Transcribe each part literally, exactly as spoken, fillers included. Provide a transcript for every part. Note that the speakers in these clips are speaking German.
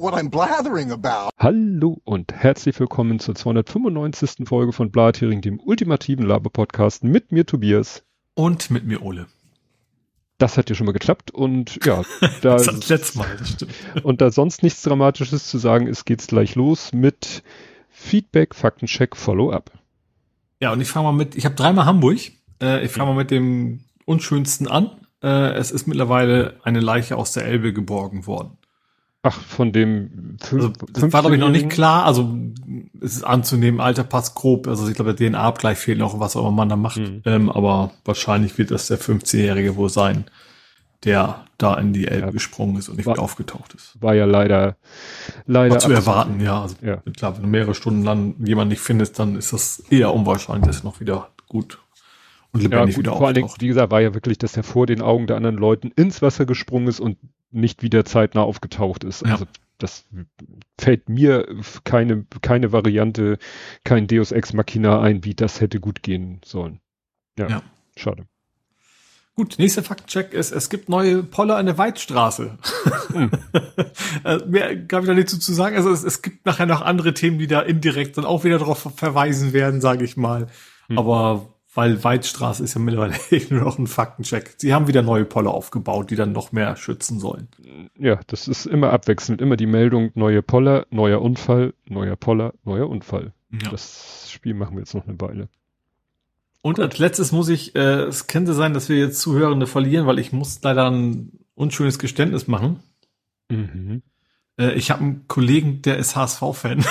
what I'm blathering about. Hallo und herzlich willkommen zur zweihundertfünfundneunzigsten Folge von Blathering, dem ultimativen Laber-Podcast mit mir Tobias. Und mit mir Ole. Das hat ja schon mal geklappt und ja. Da das hat letztes Mal, das stimmt. Und da sonst nichts Dramatisches zu sagen ist, geht's gleich los mit Feedback, Faktencheck, Follow-up. Ja, und ich fange mal mit, ich habe dreimal Hamburg. Äh, ich fange mal mit dem unschönsten an. Äh, es ist mittlerweile eine Leiche aus der Elbe geborgen worden. Ach, von dem also, das war, glaube ich, noch nicht klar. Also es ist anzunehmen, Alter passt grob. Also ich glaube, der D N A-Abgleich fehlt noch, was auch immer man da macht. Mhm. Ähm, aber wahrscheinlich wird das der fünfzehnjährige wohl sein, der da in die Elbe ja, gesprungen ist und nicht war, wieder aufgetaucht ist. War ja leider leider war zu erwarten, ja. Also, ja. Klar, wenn du mehrere Stunden lang jemanden nicht findest, dann ist das eher unwahrscheinlich, dass er noch wieder gut und lebendig ja, gut, wieder vor auftaucht. Allem, wie gesagt, war ja wirklich, dass er vor den Augen der anderen Leuten ins Wasser gesprungen ist und nicht wieder zeitnah aufgetaucht ist. Ja. Also das fällt mir keine keine Variante, kein Deus Ex Machina ein, wie das hätte gut gehen sollen. Ja, ja. Schade. Gut, nächster Faktencheck ist, es gibt neue Poller an der Weidstraße. Hm. Mehr gab ich da nicht zu, zu sagen. Also es, es gibt nachher noch andere Themen, die da indirekt dann auch wieder darauf verweisen werden, sage ich mal. Hm. Aber weil Weidstraße ist ja mittlerweile nur noch ein Faktencheck. Sie haben wieder neue Poller aufgebaut, die dann noch mehr schützen sollen. Ja, das ist immer abwechselnd. Immer die Meldung, neue Poller, neuer Unfall, neuer Poller, neuer Unfall. Ja. Das Spiel machen wir jetzt noch eine Weile. Und als letztes muss ich, äh, es könnte sein, dass wir jetzt Zuhörende verlieren, weil ich muss leider ein unschönes Geständnis machen. Mhm. Äh, ich habe einen Kollegen, der ist H S V-Fan.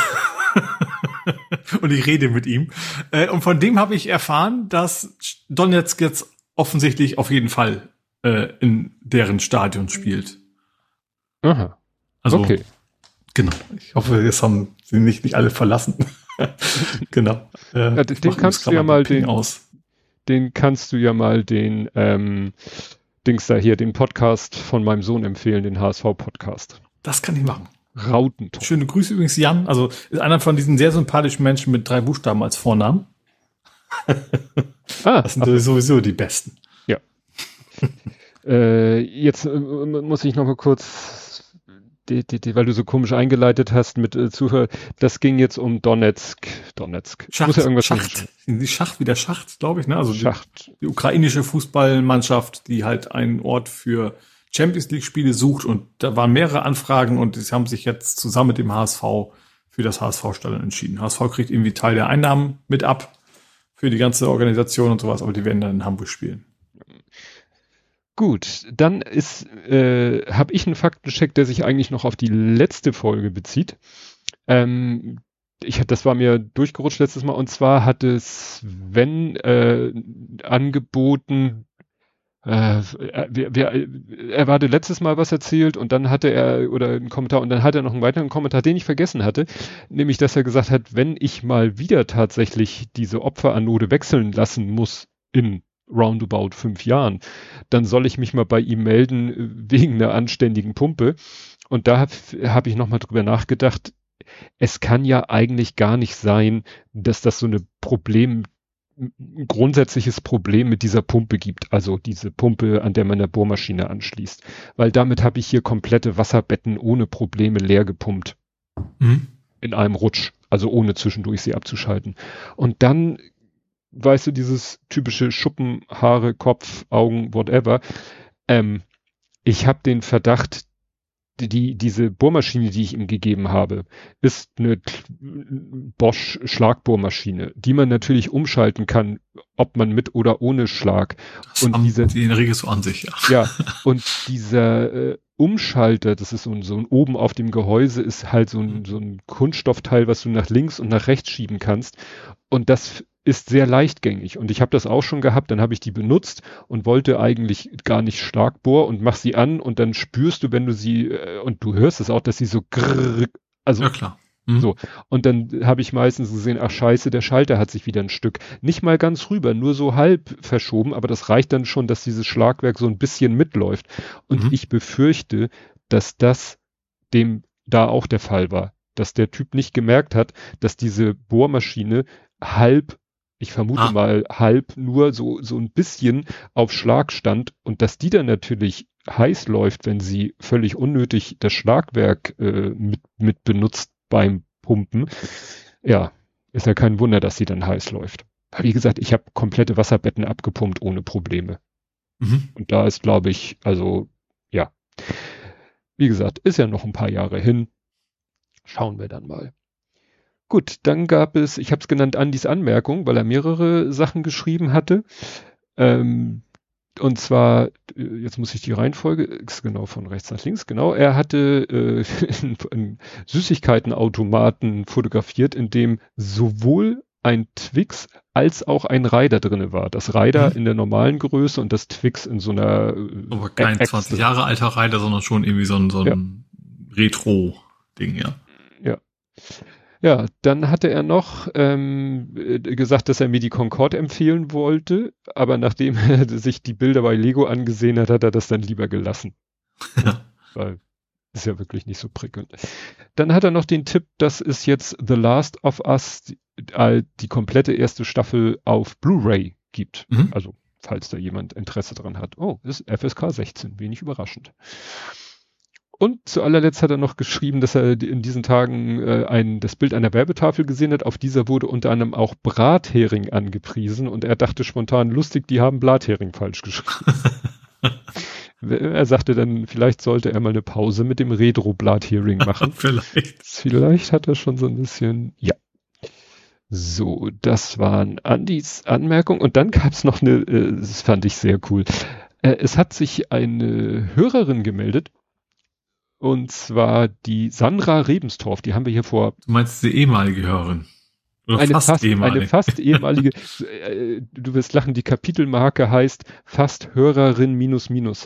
Und ich rede mit ihm. Äh, und von dem habe ich erfahren, dass Donetsk jetzt offensichtlich auf jeden Fall äh, in deren Stadion spielt. Aha. Also, okay. Genau. Ich hoffe, jetzt haben sie nicht, nicht alle verlassen. Genau. Äh, ja, den kannst du ja mal den, aus. den kannst du ja mal den ähm, Dings da hier, den Podcast von meinem Sohn empfehlen, den H S V-Podcast. Das kann ich machen. Rautenton. Schöne Grüße übrigens, Jan. Also ist einer von diesen sehr sympathischen Menschen mit drei Buchstaben als Vornamen. ah, das sind ach, sowieso die besten. Ja. äh, jetzt äh, muss ich noch mal kurz, die, die, die, weil du so komisch eingeleitet hast mit äh, Zuhör, das ging jetzt um Donetsk. Donetsk. Schacht, muss ja irgendwas Schacht. Die Schacht, wie der Schacht, glaube ich, ne? Also Schacht. Die, die ukrainische Fußballmannschaft, die halt einen Ort für Champions League Spiele sucht, und da waren mehrere Anfragen und sie haben sich jetzt zusammen mit dem H S V für das H S V-Stadion entschieden. H S V kriegt irgendwie Teil der Einnahmen mit ab für die ganze Organisation und sowas, aber die werden dann in Hamburg spielen. Gut, dann ist äh, habe ich einen Faktencheck, der sich eigentlich noch auf die letzte Folge bezieht. Ähm, ich das war mir durchgerutscht letztes Mal, und zwar hat es Sven äh, angeboten. Äh, wir, wir, er hatte letztes Mal was erzählt und dann hatte er, oder einen Kommentar, und dann hat er noch einen weiteren Kommentar, den ich vergessen hatte, nämlich, dass er gesagt hat, wenn ich mal wieder tatsächlich diese Opferanode wechseln lassen muss in roundabout fünf Jahren, dann soll ich mich mal bei ihm melden wegen einer anständigen Pumpe. Und da habe hab ich nochmal drüber nachgedacht, es kann ja eigentlich gar nicht sein, dass das so eine Problem ein grundsätzliches Problem mit dieser Pumpe gibt, also diese Pumpe, an der man eine Bohrmaschine anschließt, weil damit habe ich hier komplette Wasserbetten ohne Probleme leer gepumpt. Mhm. In einem Rutsch, also ohne zwischendurch sie abzuschalten. Und dann, weißt du, dieses typische Schuppen, Haare, Kopf, Augen, whatever, ähm, ich habe den Verdacht, die, diese Bohrmaschine, die ich ihm gegeben habe, ist eine Bosch Schlagbohrmaschine, die man natürlich umschalten kann, ob man mit oder ohne Schlag. Das und haben diese, die in der Regel so an sich, ja. Ja, und dieser äh, Umschalter, das ist so ein, so ein oben auf dem Gehäuse, ist halt so ein, so ein Kunststoffteil, was du nach links und nach rechts schieben kannst. Und das ist sehr leichtgängig. Und ich habe das auch schon gehabt, dann habe ich die benutzt und wollte eigentlich gar nicht Schlagbohr und mach sie an und dann spürst du, wenn du sie, äh, und du hörst es auch, dass sie so grrr, also ja, klar. Mhm. So. Und dann habe ich meistens gesehen, ach scheiße, der Schalter hat sich wieder ein Stück, nicht mal ganz rüber, nur so halb verschoben, aber das reicht dann schon, dass dieses Schlagwerk so ein bisschen mitläuft. Und Mhm. ich befürchte, dass das dem da auch der Fall war, dass der Typ nicht gemerkt hat, dass diese Bohrmaschine halb, ich vermute Ah. mal halb nur so, so ein bisschen auf Schlag stand und dass die dann natürlich heiß läuft, wenn sie völlig unnötig das Schlagwerk äh, mit, mit benutzt beim Pumpen, ja, ist ja kein Wunder, dass sie dann heiß läuft. Aber wie gesagt, ich habe komplette Wasserbetten abgepumpt ohne Probleme. Mhm. Und da ist, glaube ich, also, ja. Wie gesagt, ist ja noch ein paar Jahre hin. Schauen wir dann mal. Gut, dann gab es, ich habe es genannt, Andys Anmerkung, weil er mehrere Sachen geschrieben hatte. Ähm, und zwar, jetzt muss ich die Reihenfolge, ist genau von rechts nach links, genau. Er hatte äh, einen Süßigkeitenautomaten fotografiert, in dem sowohl ein Twix als auch ein Rider drinne war. Das Rider Mhm. in der normalen Größe und das Twix in so einer Aber kein äh, zwanzig Jahre alter Reiter, sondern schon irgendwie so ein, so ein ja. Retro-Ding, ja. Ja. Ja, dann hatte er noch ähm, gesagt, dass er mir die Concorde empfehlen wollte, aber nachdem er sich die Bilder bei Lego angesehen hat, hat er das dann lieber gelassen. Ja. Weil ist ja wirklich nicht so prickelnd. Dann hat er noch den Tipp, dass es jetzt The Last of Us, die, die komplette erste Staffel auf Blu-ray gibt. Mhm. Also, falls da jemand Interesse dran hat. Oh, ist F S K sechzehn, wenig überraschend. Und zu allerletzt hat er noch geschrieben, dass er in diesen Tagen äh, ein, das Bild einer Werbetafel gesehen hat. Auf dieser wurde unter anderem auch Brathering angepriesen und er dachte spontan, lustig, die haben Blathering falsch geschrieben. Er sagte dann, vielleicht sollte er mal eine Pause mit dem Retro-Blathering machen. Vielleicht. Vielleicht hat er schon so ein bisschen, ja. So, das waren Andys Anmerkungen. Und dann gab es noch eine, äh, das fand ich sehr cool. Äh, es hat sich eine Hörerin gemeldet. Und zwar die Sandra Rebenstorf, die haben wir hier vor. Du meinst die ehemalige Hörerin? Oder eine fast, fast ehemalige? Eine fast ehemalige, äh, du wirst lachen, die Kapitelmarke heißt fast Hörerin minus minus.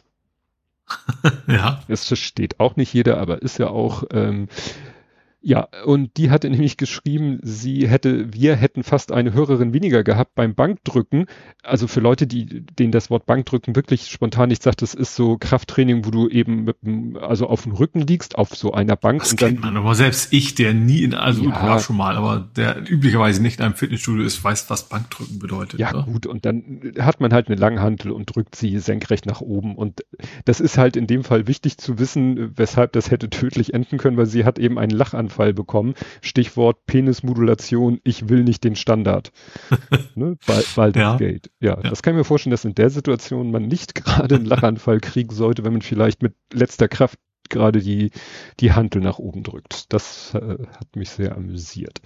Ja. Das versteht auch nicht jeder, aber ist ja auch, ähm, ja, und die hatte nämlich geschrieben, sie hätte, wir hätten fast eine Hörerin weniger gehabt beim Bankdrücken. Also für Leute, die, denen das Wort Bankdrücken wirklich spontan nicht sagt, das ist so Krafttraining, wo du eben mit dem, also auf dem Rücken liegst, auf so einer Bank. Das und kennt dann, man, aber selbst ich, der nie in, also ja, gut, war schon mal, aber der üblicherweise nicht in einem Fitnessstudio ist, weiß, was Bankdrücken bedeutet. Ja, oder? gut, und dann hat man halt eine Langhantel und drückt sie senkrecht nach oben. Und das ist halt in dem Fall wichtig zu wissen, weshalb das hätte tödlich enden können, weil sie hat eben einen Lachanfall bekommen. Stichwort Penismodulation, ich will nicht den Standard. Ne? Bald Ja. Geld. Ja, Ja. das kann ich mir vorstellen, dass in der Situation man nicht gerade einen Lachanfall kriegen sollte, wenn man vielleicht mit letzter Kraft gerade die, die Hantel nach oben drückt. Das äh, hat mich sehr amüsiert.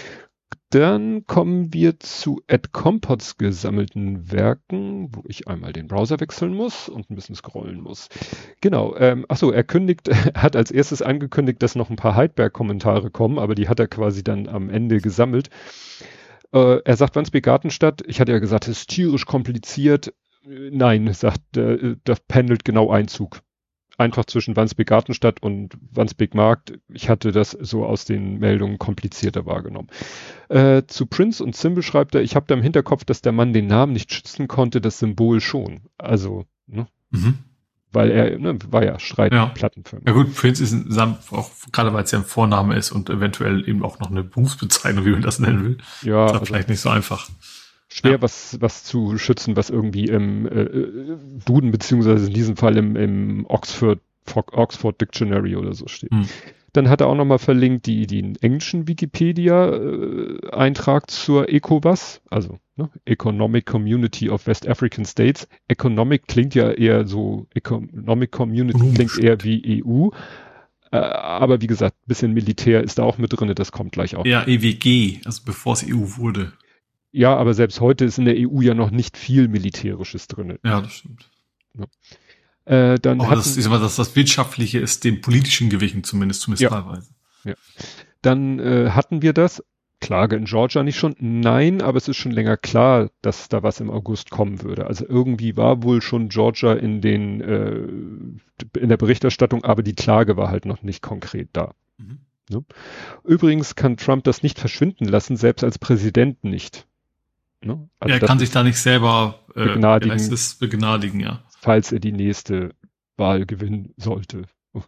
Dann kommen wir zu Ed Compots gesammelten Werken, wo ich einmal den Browser wechseln muss und ein bisschen scrollen muss. Genau, ähm, achso, er kündigt, hat als erstes angekündigt, dass noch ein paar Heidberg-Kommentare kommen, aber die hat er quasi dann am Ende gesammelt. Äh, er sagt Wandsbek Gartenstadt, ich hatte ja gesagt, es ist tierisch kompliziert. Nein, sagt, äh, das pendelt genau ein Zug. Einfach zwischen Wandsbek Gartenstadt und Wandsbek Markt. Ich hatte das so aus den Meldungen komplizierter wahrgenommen. Äh, zu Prince und Symbol schreibt er, ich habe da im Hinterkopf, dass der Mann den Namen nicht schützen konnte, das Symbol schon. Also, ne? Mhm. Weil er, ne, war ja Streit Ja. mit Plattenfirmen. Ja gut, Prince ist ein, Sam- auch gerade weil es ja ein Vorname ist und eventuell eben auch noch eine Berufsbezeichnung, wie man das nennen will. Ja, Ist ja also vielleicht nicht so einfach. schwer Ja. was, was zu schützen, was irgendwie im äh, Duden, beziehungsweise in diesem Fall im, im Oxford, Oxford Dictionary oder so steht. Hm. Dann hat er auch nochmal verlinkt die, den englischen Wikipedia-Eintrag äh, zur ECOWAS, also ne, Economic Community of West African States. Economic klingt ja eher so, Economic Community Oh, klingt stimmt. eher wie E U. Äh, aber wie gesagt, bisschen Militär ist da auch mit drin, das kommt gleich auch. Ja, E W G, also bevor es E U wurde. Ja, aber selbst heute ist in der E U ja noch nicht viel Militärisches drin. Ja, das stimmt. Äh, dann Aber hatten, das, ich sag mal, das, das Wirtschaftliche ist dem politischen gewichen, zumindest, zumindest Ja. teilweise. dann äh, hatten wir das. Klage in Georgia nicht schon? Nein, aber es ist schon länger klar, dass da was im August kommen würde. Also irgendwie war wohl schon Georgia in den äh, in der Berichterstattung, aber die Klage war halt noch nicht konkret da. Mhm. Ne? Übrigens kann Trump das nicht verschwinden lassen, selbst als Präsident nicht. Ne? Also er das kann ist, sich da nicht selber äh, begnadigen. wie heißt es, begnadigen, ja. falls er die nächste Wahl gewinnen sollte.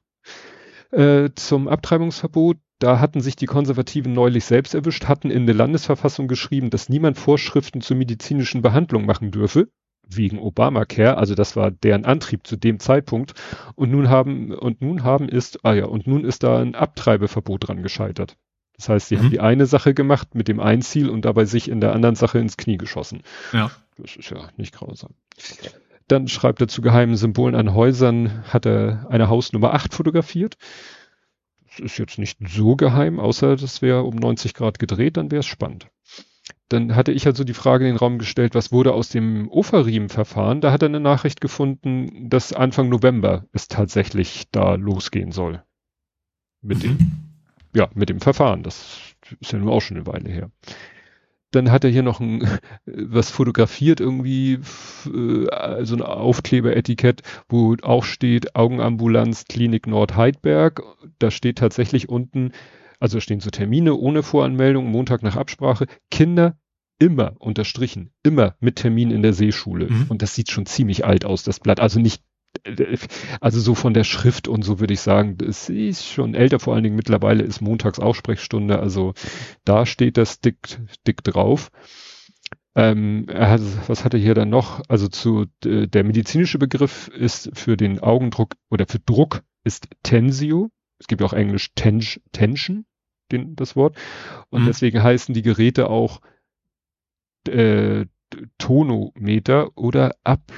Äh, zum Abtreibungsverbot, da hatten sich die Konservativen neulich selbst erwischt, hatten in der Landesverfassung geschrieben, dass niemand Vorschriften zur medizinischen Behandlung machen dürfe. wegen Obamacare, also das war deren Antrieb zu dem Zeitpunkt. Und nun haben, und nun haben ist, ah ja, und nun ist da ein Abtreibeverbot dran gescheitert. Das heißt, sie mhm. haben die eine Sache gemacht mit dem einen Ziel und dabei sich in der anderen Sache ins Knie geschossen. Ja. Das ist ja nicht grausam. Dann schreibt er zu geheimen Symbolen an Häusern, hat er eine Hausnummer acht fotografiert. Das ist jetzt nicht so geheim, außer das wäre um neunzig Grad gedreht, dann wäre es spannend. Dann hatte ich also die Frage in den Raum gestellt, was wurde aus dem Ofarim-Verfahren? Da hat er eine Nachricht gefunden, dass Anfang November es tatsächlich da losgehen soll. Mit mhm. dem, ja, mit dem Verfahren. Das ist ja nun auch schon eine Weile her. Dann hat er hier noch ein, was fotografiert irgendwie, äh, so ein Aufkleberetikett, wo auch steht Augenambulanz Klinik Nordheidberg. Da steht tatsächlich unten, also stehen so Termine ohne Voranmeldung, Montag nach Absprache. Kinder immer unterstrichen, immer mit Termin in der Seeschule. Mhm. Und das sieht schon ziemlich alt aus, das Blatt. Also nicht, also so von der Schrift und so würde ich sagen, es ist schon älter, vor allen Dingen mittlerweile ist montags auch Sprechstunde, also da steht das dick, dick drauf. Ähm, er hat, was hat er hier dann noch? Also zu, der medizinische Begriff ist für den Augendruck oder für Druck ist Tensio. Es gibt ja auch Englisch Tens, Tension, den, das Wort. Und mhm. deswegen heißen die Geräte auch äh, Tonometer oder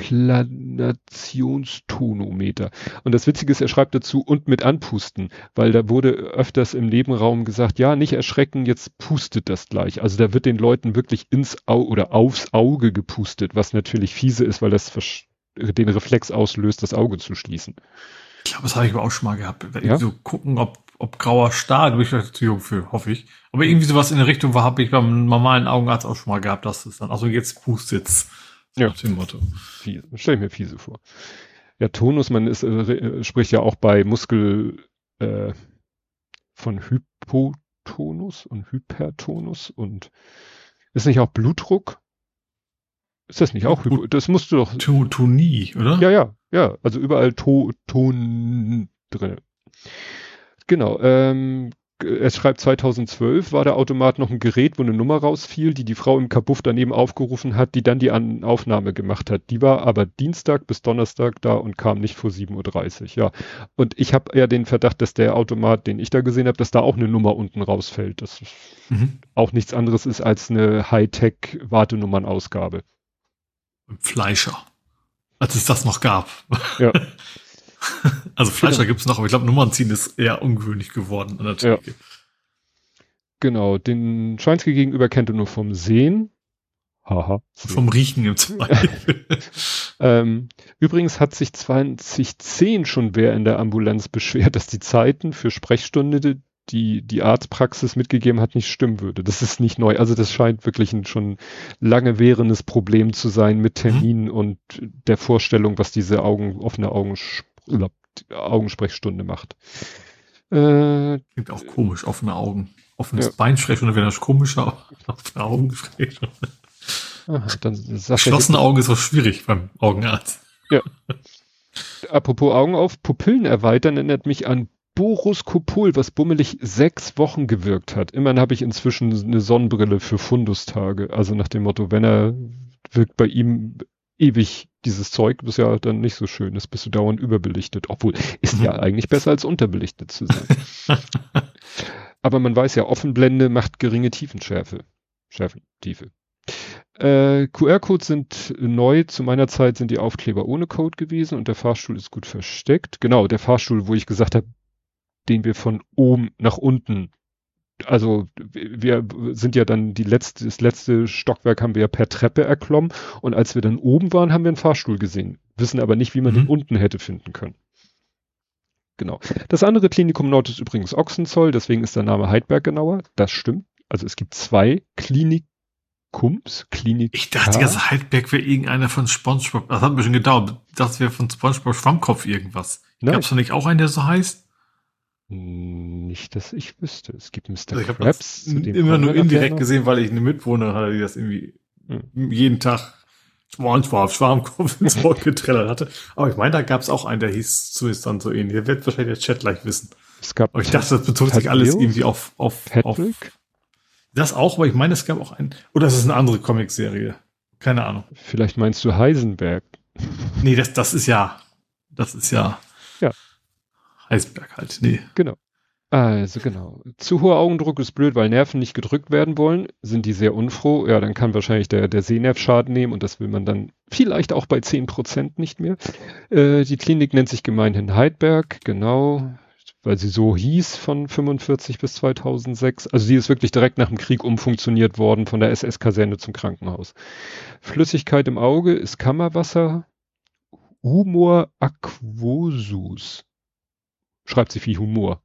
Applanationstonometer. Und das Witzige ist, er schreibt dazu und mit Anpusten, weil da wurde öfters im Nebenraum gesagt, ja, nicht erschrecken, jetzt pustet das gleich. Also da wird den Leuten wirklich ins Auge oder aufs Auge gepustet, was natürlich fiese ist, weil das den Reflex auslöst, das Auge zu schließen. Ich glaube, das habe ich aber auch schon mal gehabt. Ja? So gucken, ob, ob grauer Star, da bin ich vielleicht zu jung für, hoffe ich. Aber irgendwie sowas in der Richtung war, habe ich beim normalen Augenarzt auch schon mal gehabt, dass es dann, also jetzt pustet's. Ja. Nach dem Motto. Fiese. Stell ich mir fiese vor. Ja, Tonus, man ist, äh, spricht ja auch bei Muskel, äh, von Hypotonus und Hypertonus und ist nicht auch Blutdruck? Ist das nicht auch Hypo? Das musst du doch. Tonie, oder? Ja, ja, ja. Also überall to, Ton drin. Genau. Ähm, es schreibt zweitausendzwölf war der Automat noch ein Gerät, wo eine Nummer rausfiel, die die Frau im Kabuff daneben aufgerufen hat, die dann die An- Aufnahme gemacht hat. Die war aber Dienstag bis Donnerstag da und kam nicht vor sieben Uhr dreißig. Ja. Und ich habe ja den Verdacht, dass der Automat, den ich da gesehen habe, dass da auch eine Nummer unten rausfällt. Das mhm. auch nichts anderes ist als eine Hightech-Wartenummernausgabe. Fleischer. Als es das noch gab. Ja. Also Fleischer genau. Gibt's noch, aber ich glaube, Nummern ziehen ist eher ungewöhnlich geworden an der Theke. Ja. Genau, den Schweinske gegenüber kennt er nur vom Sehen. Haha. Vom Riechen im Zweifel. ähm, übrigens hat sich zwanzig zehn schon wer in der Ambulanz beschwert, dass die Zeiten für Sprechstunde, die die Arztpraxis mitgegeben hat, nicht stimmen würde. Das ist nicht neu. Also das scheint wirklich ein schon lange währendes Problem zu sein mit Terminen mhm. und der Vorstellung, was diese Augen, offene Augens- Augensprechstunde macht. Äh, Klingt auch komisch, offene Augen. Offenes ja. Beinsprechstunde wäre das komischer, aber offene Augensprechstunde. Aha, dann sagt Geschlossene Augen ist auch schwierig beim Augenarzt. Ja. Apropos Augen auf, Pupillen erweitern erinnert mich an Boroskopol, was bummelig sechs Wochen gewirkt hat. Immerhin habe ich inzwischen eine Sonnenbrille für Fundustage. Also nach dem Motto, wenn er wirkt bei ihm ewig dieses Zeug, was ja dann nicht so schön ist, bist du dauernd überbelichtet. Obwohl, ist mhm. ja eigentlich besser als unterbelichtet zu sein. Aber man weiß ja, Offenblende macht geringe Tiefenschärfe. Schärfentiefe. Äh, Q R-Codes sind neu. Zu meiner Zeit sind die Aufkleber ohne Code gewesen und der Fahrstuhl ist gut versteckt. Genau, der Fahrstuhl, wo ich gesagt habe, den wir von oben nach unten, also wir sind ja dann die letzte, das letzte Stockwerk haben wir ja per Treppe erklommen und als wir dann oben waren, haben wir einen Fahrstuhl gesehen, wissen aber nicht, wie man mhm. den unten hätte finden können. Genau. Das andere Klinikum Nord ist übrigens Ochsenzoll, deswegen ist der Name Heidberg genauer. Das stimmt. Also es gibt zwei Klinikums, Klinik. Ich dachte, das Heidberg wäre irgendeiner von SpongeBob. Das hat ein bisschen gedauert. Das wäre von SpongeBob Schwammkopf irgendwas. Gab es da nicht auch einen, der so heißt? Nicht, dass ich wüsste. Es gibt Mister Also ich Krabs. Ich habe immer nur indirekt gesehen, weil ich eine Mitwohnerin hatte, die das irgendwie hm. jeden Tag SpongeBob Schwammkopf ins Wort getrellert hatte. Aber ich meine, da gab es auch einen, der hieß zumindest dann so ähnlich. Der wird wahrscheinlich der Chat gleich wissen. Es gab aber ich dachte, das bezog sich alles irgendwie auf, auf, auf. Das auch, aber ich meine, es gab auch einen. Oder es ist eine andere Comicserie. keine Ahnung. Vielleicht meinst du Heisenberg. Nee, das, das ist ja, das ist ja, ja. Heisenberg halt, nee. Genau. Also genau. Zu hoher Augendruck ist blöd, weil Nerven nicht gedrückt werden wollen. Sind die sehr unfroh? Ja, dann kann wahrscheinlich der, der Sehnerv Schaden nehmen und das will man dann vielleicht auch bei zehn Prozent nicht mehr. Äh, die Klinik nennt sich gemeinhin Heidberg, genau, weil sie so hieß von fünfundvierzig bis zweitausendsechs. Also sie ist wirklich direkt nach dem Krieg umfunktioniert worden von der S S-Kaserne zum Krankenhaus. Flüssigkeit im Auge ist Kammerwasser. Humor aquosus. Schreibt sich wie Humor.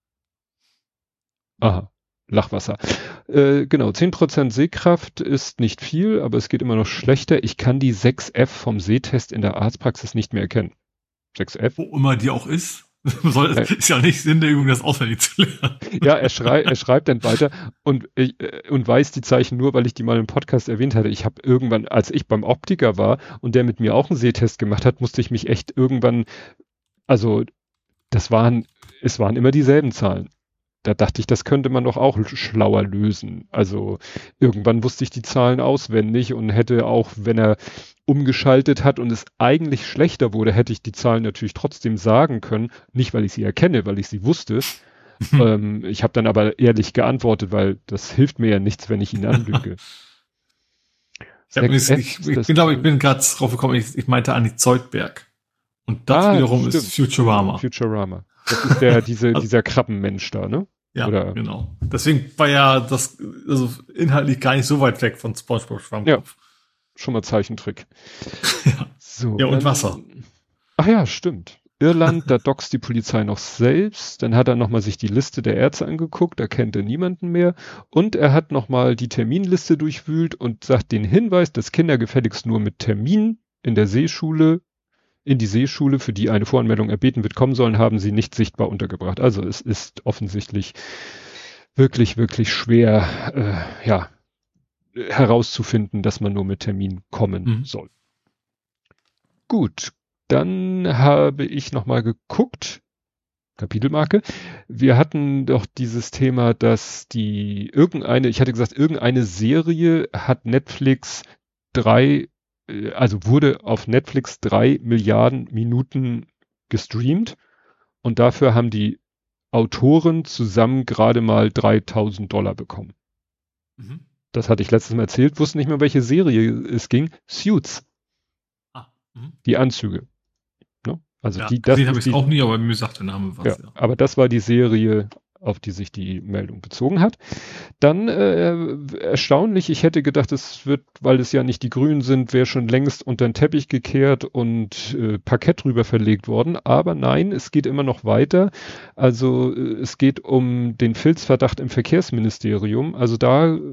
Aha, Lachwasser. Äh, genau, zehn Prozent Sehkraft ist nicht viel, aber es geht immer noch schlechter. Ich kann die sechs F vom Sehtest in der Arztpraxis nicht mehr erkennen. sechs F? Wo immer die auch ist. Soll, äh. Ist ja nicht Sinn der Übung, das auswendig zu lernen. Ja, er, schrei er schreibt dann weiter und, äh, und weiß die Zeichen nur, weil ich die mal im Podcast erwähnt hatte. Ich habe irgendwann, als ich beim Optiker war und der mit mir auch einen Sehtest gemacht hat, musste ich mich echt irgendwann, also das waren, es waren immer dieselben Zahlen. Da dachte ich, das könnte man doch auch schlauer lösen. Also irgendwann wusste ich die Zahlen auswendig und hätte auch, wenn er umgeschaltet hat und es eigentlich schlechter wurde, hätte ich die Zahlen natürlich trotzdem sagen können. Nicht, weil ich sie erkenne, weil ich sie wusste. ähm, ich habe dann aber ehrlich geantwortet, weil das hilft mir ja nichts, wenn ich ihn anlüge. Ja, ich, ich, ich, ich glaube, ich bin gerade drauf gekommen, ich, ich meinte Anni Zeutberg. Und das ah, wiederum stimmt. ist Futurama. Futurama. Das ist der, diese, also, dieser Krabbenmensch da, ne? Ja, Oder? Genau. Deswegen war ja das, also inhaltlich gar nicht so weit weg von SpongeBob Schwammkopf. Ja, schon mal Zeichentrick. ja. So, ja, und dann, Wasser. Ach ja, stimmt. Irland, da doxt die Polizei noch selbst. Dann hat er nochmal sich die Liste der Ärzte angeguckt, da kennt er niemanden mehr. Und er hat nochmal die Terminliste durchwühlt und sagt den Hinweis, dass Kinder gefälligst nur mit Termin in der Seeschule in die Seeschule, für die eine Voranmeldung erbeten wird, kommen sollen, haben sie nicht sichtbar untergebracht. Also es ist offensichtlich wirklich, wirklich schwer, äh, ja, herauszufinden, dass man nur mit Termin kommen mhm. soll. Gut, dann habe ich nochmal geguckt, Kapitelmarke. Wir hatten doch dieses Thema, dass die irgendeine, ich hatte gesagt, irgendeine Serie hat Netflix drei also wurde auf Netflix drei Milliarden Minuten gestreamt und dafür haben die Autoren zusammen gerade mal dreitausend Dollar bekommen. Mhm. Das hatte ich letztes Mal erzählt, wusste nicht mehr, um welche Serie es ging. Suits. Ah, mhm. Die Anzüge. Ne? Also ja, die, das habe ich auch nie, aber mir sagt der Name was. Ja, ja. Aber das war die Serie, auf die sich die Meldung bezogen hat. Dann äh, erstaunlich, ich hätte gedacht, es wird, weil es ja nicht die Grünen sind, wäre schon längst unter den Teppich gekehrt und äh, Parkett drüber verlegt worden. Aber nein, es geht immer noch weiter. Also äh, es geht um den Filzverdacht im Verkehrsministerium. Also da äh,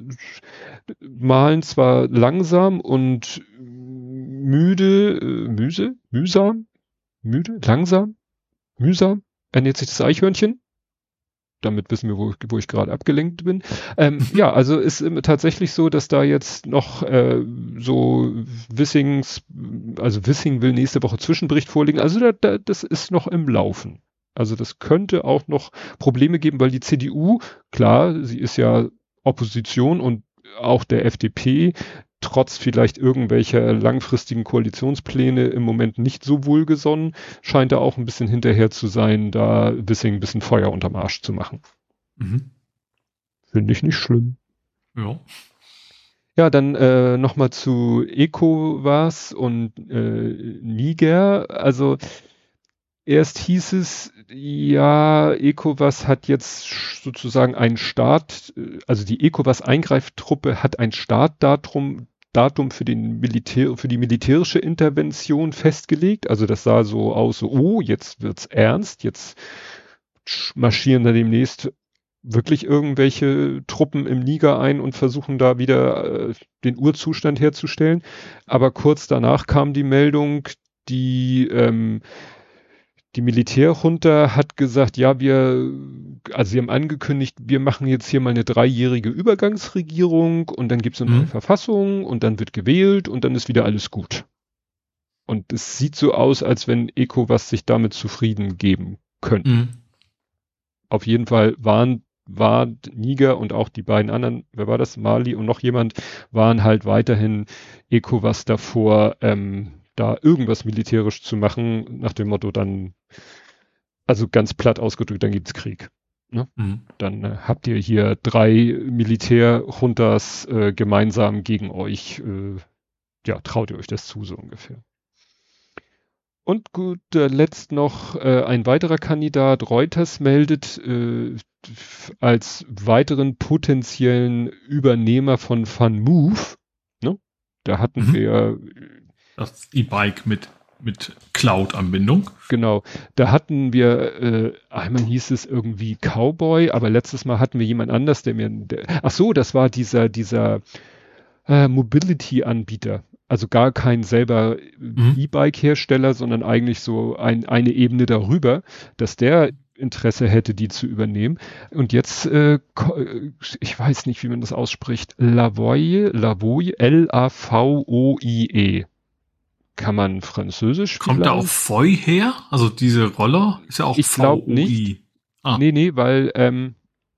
malen zwar langsam und müde, äh, müse, mühsam, müde, langsam, mühsam ernährt sich das Eichhörnchen. Damit wissen wir, wo, wo ich gerade abgelenkt bin. Ähm, ja, also ist ähm, tatsächlich so, dass da jetzt noch äh, so Wissings, also Wissing will nächste Woche Zwischenbericht vorlegen. Also da, da, das ist noch im Laufen. Also das könnte auch noch Probleme geben, weil die C D U, klar, sie ist ja Opposition und auch der F D P, trotz vielleicht irgendwelcher langfristigen Koalitionspläne im Moment nicht so wohlgesonnen, scheint da auch ein bisschen hinterher zu sein, da Wissing ein bisschen Feuer unterm Arsch zu machen. Mhm. Finde ich nicht schlimm. Ja. Ja, dann äh, nochmal zu ECOWAS und äh, Niger. Also erst hieß es, ja, ECOWAS hat jetzt sozusagen einen Start, also die ECOWAS-Eingreiftruppe hat ein Startdatum Datum für den Militär, für die militärische Intervention festgelegt. Also das sah so aus, so, oh, jetzt wird's ernst, jetzt marschieren da demnächst wirklich irgendwelche Truppen im Niger ein und versuchen da wieder äh, den Urzustand herzustellen. Aber kurz danach kam die Meldung, die ähm, Die Militärjunta hat gesagt, ja, wir, also sie haben angekündigt, wir machen jetzt hier mal eine dreijährige Übergangsregierung und dann gibt es eine neue mhm. Verfassung und dann wird gewählt und dann ist wieder alles gut. Und es sieht so aus, als wenn ECOWAS sich damit zufrieden geben könnte. Mhm. Auf jeden Fall waren war Niger und auch die beiden anderen, wer war das, Mali und noch jemand, waren halt weiterhin ECOWAS davor, ähm, da irgendwas militärisch zu machen, nach dem Motto dann, also ganz platt ausgedrückt, dann gibt's Krieg. Ne? Mhm. Dann äh, habt ihr hier drei Militärjuntas äh, gemeinsam gegen euch, äh, ja, traut ihr euch das zu, so ungefähr. Und guter Letzt noch äh, ein weiterer Kandidat, Reuters meldet äh, als weiteren potenziellen Übernehmer von FunMove. Ne? Da hatten mhm. wir das E-Bike mit mit Cloud-Anbindung. Genau, da hatten wir, äh, einmal hieß es irgendwie Cowboy, aber letztes Mal hatten wir jemand anders, der mir, der, ach so, das war dieser, dieser äh, Mobility-Anbieter. Also gar kein selber mhm. E-Bike-Hersteller, sondern eigentlich so ein, eine Ebene darüber, dass der Interesse hätte, die zu übernehmen. Und jetzt, äh, ich weiß nicht, wie man das ausspricht, Lavoie, Lavoie, L A V O I E. Kann man Französisch Kommt da auch Voy her? Also diese Roller ist ja auch ich glaube nicht. Ah. Nee, nee, weil ähm,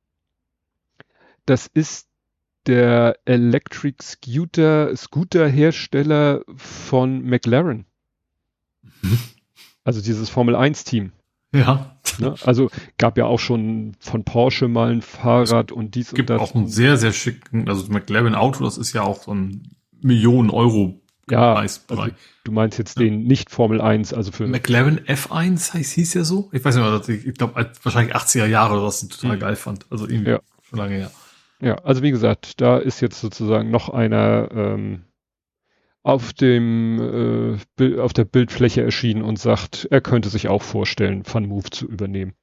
das ist der Electric Scooter, Scooter-Hersteller von McLaren. Mhm. Also dieses Formel eins Team. Ja. Ne? Also gab ja auch schon von Porsche mal ein Fahrrad und dies und das. Gibt auch einen sehr, sehr schicken, also McLaren Auto, das ist ja auch so ein Millionen Euro ja, also du meinst jetzt ja. den nicht Formel eins, also für McLaren F eins heißt, hieß ja so. Ich weiß nicht mehr, ich glaube wahrscheinlich achtziger Jahre oder was ich total mhm. geil fand. Also irgendwie ja. schon lange her. Ja, also wie gesagt, da ist jetzt sozusagen noch einer ähm, auf dem äh, auf der Bildfläche erschienen und sagt, er könnte sich auch vorstellen, FunMove zu übernehmen.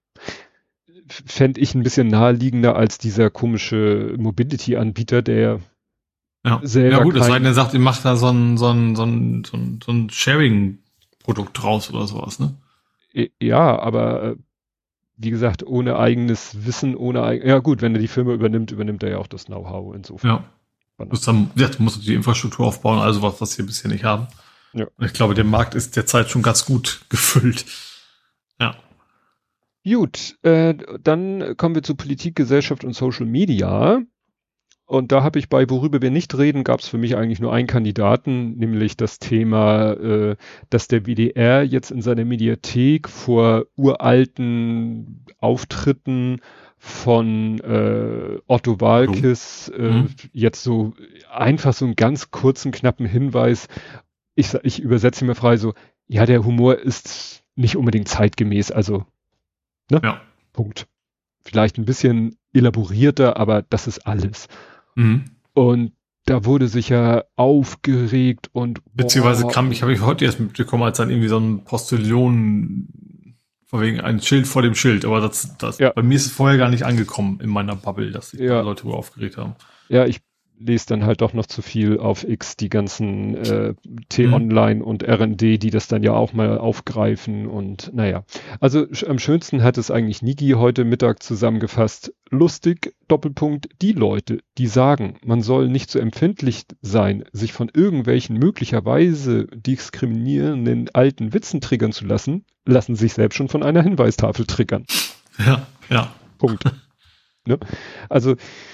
Fände ich ein bisschen naheliegender als dieser komische Mobility-Anbieter, der ja, ja gut, das sei denn, er sagt, ihr macht da so ein, so ein, so ein, so ein, so ein Sharing-Produkt draus oder sowas, ne? Ja, aber wie gesagt, ohne eigenes Wissen, ohne eigen, ja gut, wenn er die Firma übernimmt, übernimmt er ja auch das Know-how insofern. Ja. Du musst, dann, ja, du musst die Infrastruktur aufbauen, also was, was wir bisher nicht haben. Ja. Und ich glaube, der Markt ist derzeit schon ganz gut gefüllt. Ja. Gut, äh, dann kommen wir zu Politik, Gesellschaft und Social Media. Und da habe ich bei Worüber wir nicht reden, gab es für mich eigentlich nur einen Kandidaten, nämlich das Thema, äh, dass der W D R jetzt in seiner Mediathek vor uralten Auftritten von äh, Otto Waalkes äh, mhm. jetzt so einfach so einen ganz kurzen, knappen Hinweis, ich, ich übersetze ihn mal frei so, ja, der Humor ist nicht unbedingt zeitgemäß, also ne? Ja. Punkt. Vielleicht ein bisschen elaborierter, aber das ist alles. Mhm. Und da wurde sich ja aufgeregt und beziehungsweise boah, kam ich habe ich heute erst mitbekommen, als dann irgendwie so ein Postillon von wegen ein Schild vor dem Schild, aber das, das ja. bei mir ist es vorher gar nicht angekommen in meiner Bubble, dass sich ja. Leute wohl aufgeregt haben. Ja, ich lese dann halt doch noch zu viel auf X, die ganzen äh, T-Online mhm. und R N D, die das dann ja auch mal aufgreifen und naja. Also sch- am schönsten hat es eigentlich Niki heute Mittag zusammengefasst. Lustig, Doppelpunkt, die Leute, die sagen, man soll nicht so empfindlich sein, sich von irgendwelchen möglicherweise diskriminierenden alten Witzen triggern zu lassen, lassen sich selbst schon von einer Hinweistafel triggern. Ja, ja. Punkt. Ne? Also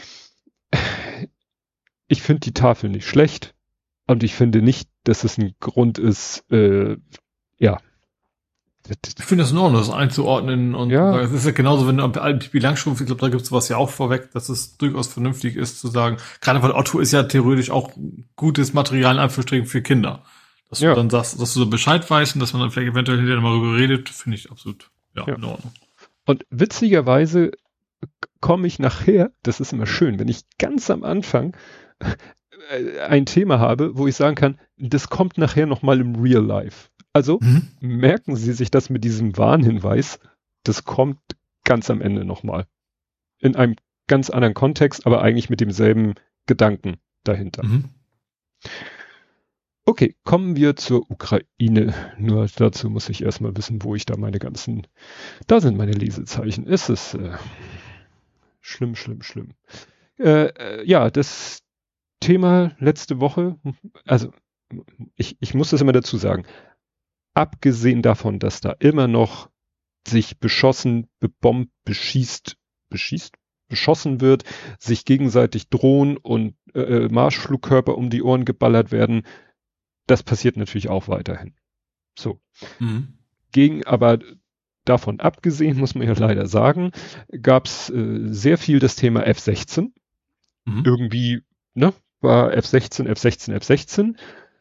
ich finde die Tafel nicht schlecht und ich finde nicht, dass es ein Grund ist, äh, ja. Ich finde das in Ordnung, das einzuordnen und ja. es ist ja genauso, wenn du am alten Pipi Langstrumpf, ich glaube, da gibt es was ja auch vorweg, dass es durchaus vernünftig ist zu sagen, gerade weil Otto ist ja theoretisch auch gutes Material in Anführungsstrichen für Kinder. Dass ja. du dann sagst, dass du so Bescheid weißt und dass man dann vielleicht eventuell hinterher mal darüber redet, finde ich absolut ja, ja. in Ordnung. Und witzigerweise komme ich nachher, das ist immer schön, wenn ich ganz am Anfang ein Thema habe, wo ich sagen kann, das kommt nachher nochmal im Real Life. Also mhm. merken Sie sich das mit diesem Warnhinweis, das kommt ganz am Ende nochmal. In einem ganz anderen Kontext, aber eigentlich mit demselben Gedanken dahinter. Mhm. Okay, kommen wir zur Ukraine. Nur dazu muss ich erstmal wissen, wo ich da meine ganzen, da sind meine Lesezeichen. Es ist äh, schlimm, schlimm, schlimm. Äh, äh, ja, das Thema letzte Woche, also ich, ich muss das immer dazu sagen, abgesehen davon, dass da immer noch sich beschossen, bebombt, beschießt, beschießt, beschossen wird, sich gegenseitig drohen und äh, Marschflugkörper um die Ohren geballert werden. Das passiert natürlich auch weiterhin. So. Mhm. Gegen, aber davon abgesehen, muss man ja leider sagen, gab es äh, sehr viel das Thema F sechzehn. Mhm. Irgendwie, ne, war F sechzehn, F sechzehn, F sechzehn.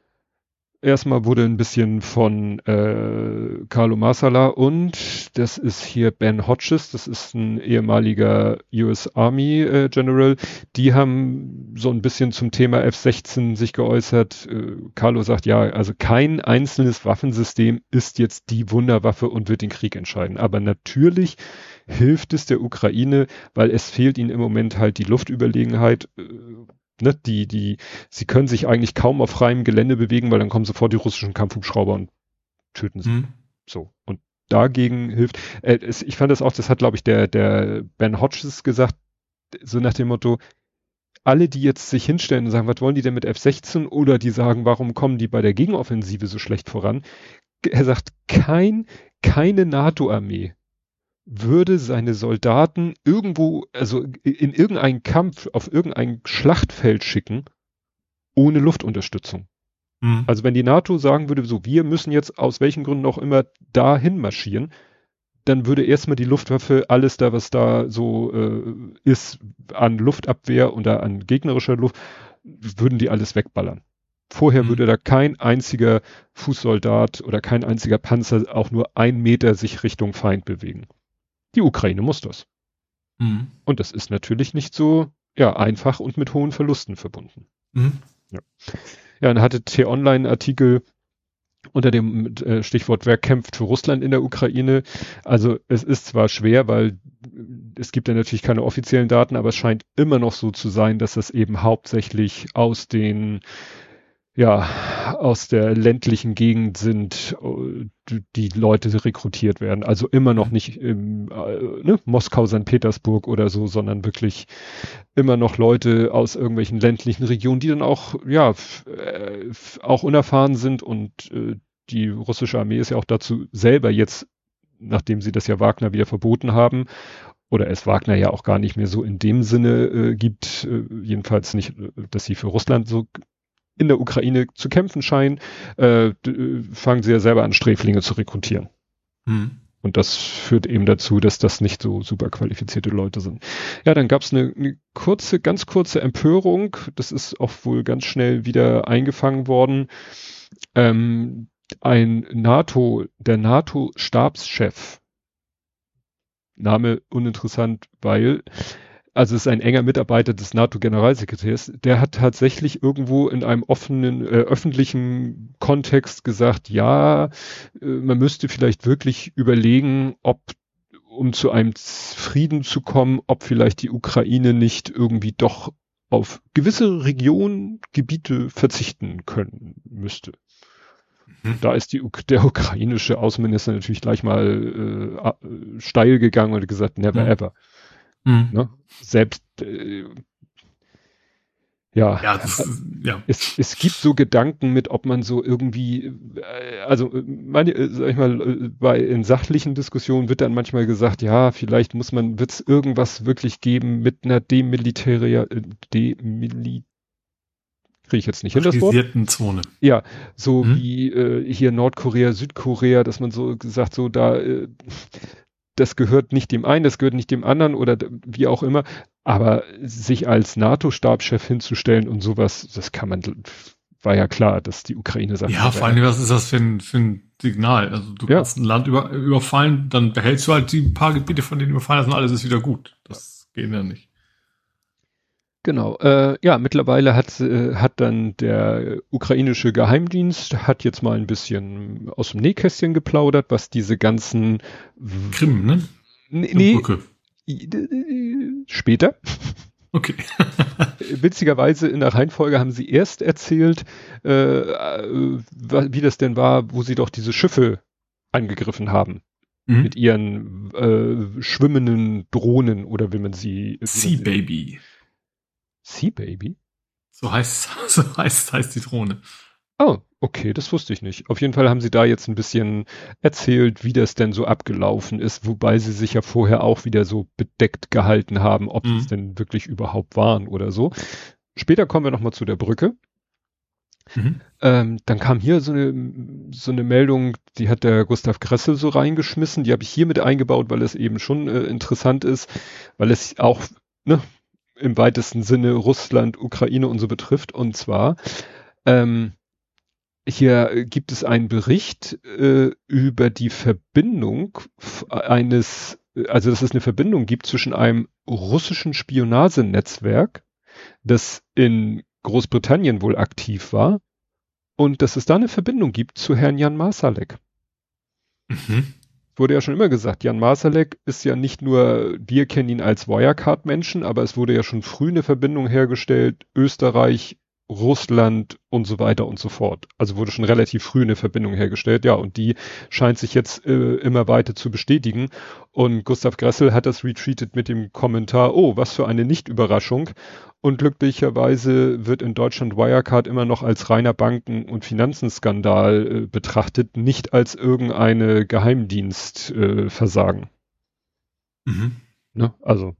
Erstmal wurde ein bisschen von äh, Carlo Marsala und das ist hier Ben Hodges, das ist ein ehemaliger U S Army äh, General, die haben so ein bisschen zum Thema F sechzehn sich geäußert. Äh, Carlo sagt, ja, also kein einzelnes Waffensystem ist jetzt die Wunderwaffe und wird den Krieg entscheiden. Aber natürlich hilft es der Ukraine, weil es fehlt ihnen im Moment halt die Luftüberlegenheit. Äh, Ne, die, die, sie können sich eigentlich kaum auf freiem Gelände bewegen, weil dann kommen sofort die russischen Kampfhubschrauber und töten sie. Mhm. So. Und dagegen hilft, äh, es, ich fand das auch, das hat, glaube ich, der, der Ben Hodges gesagt, so nach dem Motto, alle, die jetzt sich hinstellen und sagen, was wollen die denn mit F sechzehn? Oder die sagen, warum kommen die bei der Gegenoffensive so schlecht voran? Er sagt, kein, keine NATO-Armee würde seine Soldaten irgendwo, also in irgendeinen Kampf, auf irgendein Schlachtfeld schicken, ohne Luftunterstützung. Mhm. Also wenn die NATO sagen würde, so, wir müssen jetzt aus welchen Gründen auch immer dahin marschieren, dann würde erstmal die Luftwaffe alles da, was da so äh, ist, an Luftabwehr oder an gegnerischer Luft, würden die alles wegballern. Vorher Mhm. würde da kein einziger Fußsoldat oder kein einziger Panzer auch nur ein Meter sich Richtung Feind bewegen. Die Ukraine muss das. Mhm. Und das ist natürlich nicht so, ja, einfach und mit hohen Verlusten verbunden. Mhm. Ja, ja, dann hatte T-Online einen Artikel unter dem äh, Stichwort, wer kämpft für Russland in der Ukraine. Also es ist zwar schwer, weil es gibt ja natürlich keine offiziellen Daten, aber es scheint immer noch so zu sein, dass es eben hauptsächlich aus den ja, aus der ländlichen Gegend sind, die Leute rekrutiert werden. Also immer noch nicht im äh, ne, Moskau, Sankt Petersburg oder so, sondern wirklich immer noch Leute aus irgendwelchen ländlichen Regionen, die dann auch, ja, f- äh, f- auch unerfahren sind und äh, die russische Armee ist ja auch dazu selber jetzt, nachdem sie das ja Wagner wieder verboten haben, oder es Wagner ja auch gar nicht mehr so in dem Sinne äh, gibt, äh, jedenfalls nicht, äh, dass sie für Russland so in der Ukraine zu kämpfen scheinen, äh, d- fangen sie ja selber an, Sträflinge zu rekrutieren. Mhm. Und das führt eben dazu, dass das nicht so super qualifizierte Leute sind. Ja, dann gab es eine, eine kurze, ganz kurze Empörung. Das ist auch wohl ganz schnell wieder eingefangen worden. Ähm, ein NATO, der NATO-Stabschef, Name uninteressant, weil also es ist ein enger Mitarbeiter des NATO-Generalsekretärs, der hat tatsächlich irgendwo in einem offenen, äh, öffentlichen Kontext gesagt, ja, äh, man müsste vielleicht wirklich überlegen, ob, um zu einem Frieden zu kommen, ob vielleicht die Ukraine nicht irgendwie doch auf gewisse Regionen, Gebiete verzichten können müsste. Mhm. Da ist die, Uk- der ukrainische Außenminister natürlich gleich mal äh, a- steil gegangen und hat gesagt, never Mhm. ever. Mhm. Ne? Selbst, äh, ja, Ja, das, ja. es, es gibt so Gedanken mit, ob man so irgendwie, äh, also äh, meine, äh, sag ich mal, äh, bei in sachlichen Diskussionen wird dann manchmal gesagt, ja, vielleicht muss man, wird es irgendwas wirklich geben mit einer Demilitaria, äh, Demili, kriege ich jetzt nicht hin das Wort. Frisierten Zone. Ja, so Mhm. wie äh, hier Nordkorea, Südkorea, dass man so gesagt, so da, äh, das gehört nicht dem einen, das gehört nicht dem anderen oder d- wie auch immer. Aber sich als NATO-Stabschef hinzustellen und sowas, das kann man, war ja klar, dass die Ukraine sagt, Ja, vor allem, was ist das für ein, für ein Signal? Also du ja, kannst ein Land über, überfallen, dann behältst du halt die paar Gebiete, von denen du überfallen hast und alles ist wieder gut. Das geht ja nicht. genau. Äh, ja, mittlerweile hat, äh, hat dann der ukrainische Geheimdienst hat jetzt mal ein bisschen aus dem Nähkästchen geplaudert, was diese ganzen Krim, ne? Nee, Die nee, Brücke. später. Okay. Witzigerweise in der Reihenfolge haben sie erst erzählt, äh, äh, wie das denn war, wo sie doch diese Schiffe angegriffen haben. Mhm. Mit ihren äh, schwimmenden Drohnen oder wie man sie... Sea Baby. Sea Baby? So heißt, so heißt, heißt die Drohne. Oh, okay, das wusste ich nicht. Auf jeden Fall haben sie da jetzt ein bisschen erzählt, wie das denn so abgelaufen ist, wobei sie sich ja vorher auch wieder so bedeckt gehalten haben, ob sie es Mhm. denn wirklich überhaupt waren oder so. Später kommen wir nochmal zu der Brücke. Mhm. Ähm, dann kam hier so eine, so eine Meldung, die hat der Gustav Gressel so reingeschmissen, die habe ich hier mit eingebaut, weil es eben schon äh, interessant ist, weil es auch, ne, im weitesten Sinne Russland, Ukraine und so betrifft. Und zwar, ähm, hier äh, gibt es einen Bericht äh, über die Verbindung f- eines, äh, also dass es eine Verbindung gibt zwischen einem russischen Spionagenetzwerk, das in Großbritannien wohl aktiv war, und dass es da eine Verbindung gibt zu Herrn Jan Marsalek. Mhm. Wurde ja schon immer gesagt, Jan Marsalek ist ja nicht nur, wir kennen ihn als Wirecard-Menschen, aber es wurde ja schon früh eine Verbindung hergestellt, Österreich, Russland und so weiter und so fort. Also wurde schon relativ früh eine Verbindung hergestellt, ja, und die scheint sich jetzt äh, immer weiter zu bestätigen. Und Gustav Gressel hat das retweetet mit dem Kommentar, oh, was für eine Nicht-Überraschung. Und glücklicherweise wird in Deutschland Wirecard immer noch als reiner Banken- und Finanzenskandal äh, betrachtet, nicht als irgendeine Geheimdienstversagen. Äh, Versagen, Mhm. ne? Also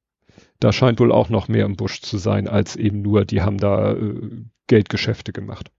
da scheint wohl auch noch mehr im Busch zu sein, als eben nur, die haben da äh, Geldgeschäfte gemacht.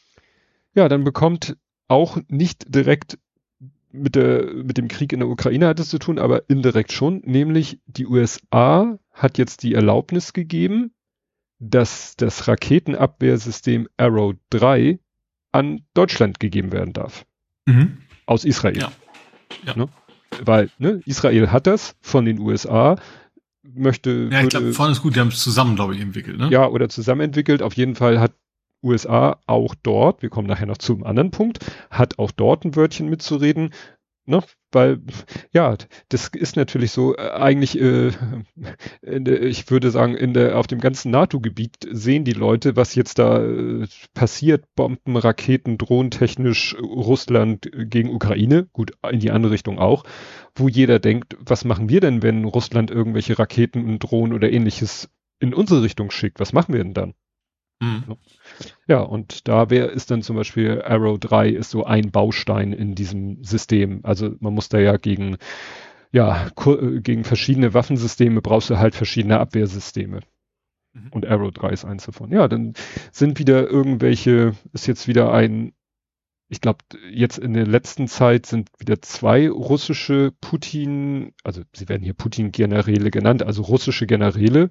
Ja, dann bekommt auch nicht direkt mit der, mit dem Krieg in der Ukraine hat es zu tun, aber indirekt schon, nämlich die U S A hat jetzt die Erlaubnis gegeben, dass das Raketenabwehrsystem Arrow drei an Deutschland gegeben werden darf. Mhm. Aus Israel. Ja. Ja. Ne? Weil, ne, Israel hat das von den U S A, möchte, Ja, ich glaube, würde, vorne ist gut, die haben es zusammen, glaube ich, entwickelt, ne? ja, oder zusammen entwickelt. Auf jeden Fall hat U S A auch dort, wir kommen nachher noch zu einem anderen Punkt, hat auch dort ein Wörtchen mitzureden. Ne? Weil, ja, das ist natürlich so, äh, eigentlich, äh, in der, ich würde sagen, in der, auf dem ganzen NATO-Gebiet sehen die Leute, was jetzt da äh, passiert, Bomben, Raketen, drohntechnisch, äh, Russland äh, gegen Ukraine, gut, in die andere Richtung auch, wo jeder denkt, was machen wir denn, wenn Russland irgendwelche Raketen und Drohnen oder ähnliches in unsere Richtung schickt? Was machen wir denn dann? Mhm. Ne? Ja, und da wär, ist dann zum Beispiel Arrow drei ist so ein Baustein in diesem System. Also man muss da ja gegen, ja, ku- gegen verschiedene Waffensysteme brauchst du halt verschiedene Abwehrsysteme. Mhm. Und Arrow drei ist eins davon. Ja, dann sind wieder irgendwelche, ist jetzt wieder ein, ich glaube, jetzt in der letzten Zeit sind wieder zwei russische Putin, also sie werden hier Putin-Generäle genannt, also russische Generäle,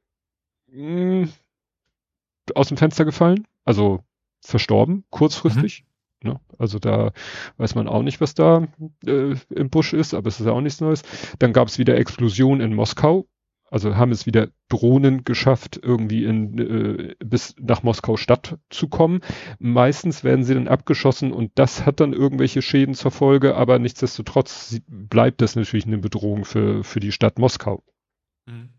mh, aus dem Fenster gefallen. Also verstorben, Mhm. kurzfristig. Ne? Also da weiß man auch nicht, was da äh, im Busch ist, aber es ist ja auch nichts Neues. Dann gab es wieder Explosionen in Moskau. Also haben es wieder Drohnen geschafft, irgendwie in, äh, bis nach Moskau Stadt zu kommen. Meistens werden sie dann abgeschossen und das hat dann irgendwelche Schäden zur Folge, aber nichtsdestotrotz sie- bleibt das natürlich eine Bedrohung für, für die Stadt Moskau. Mhm.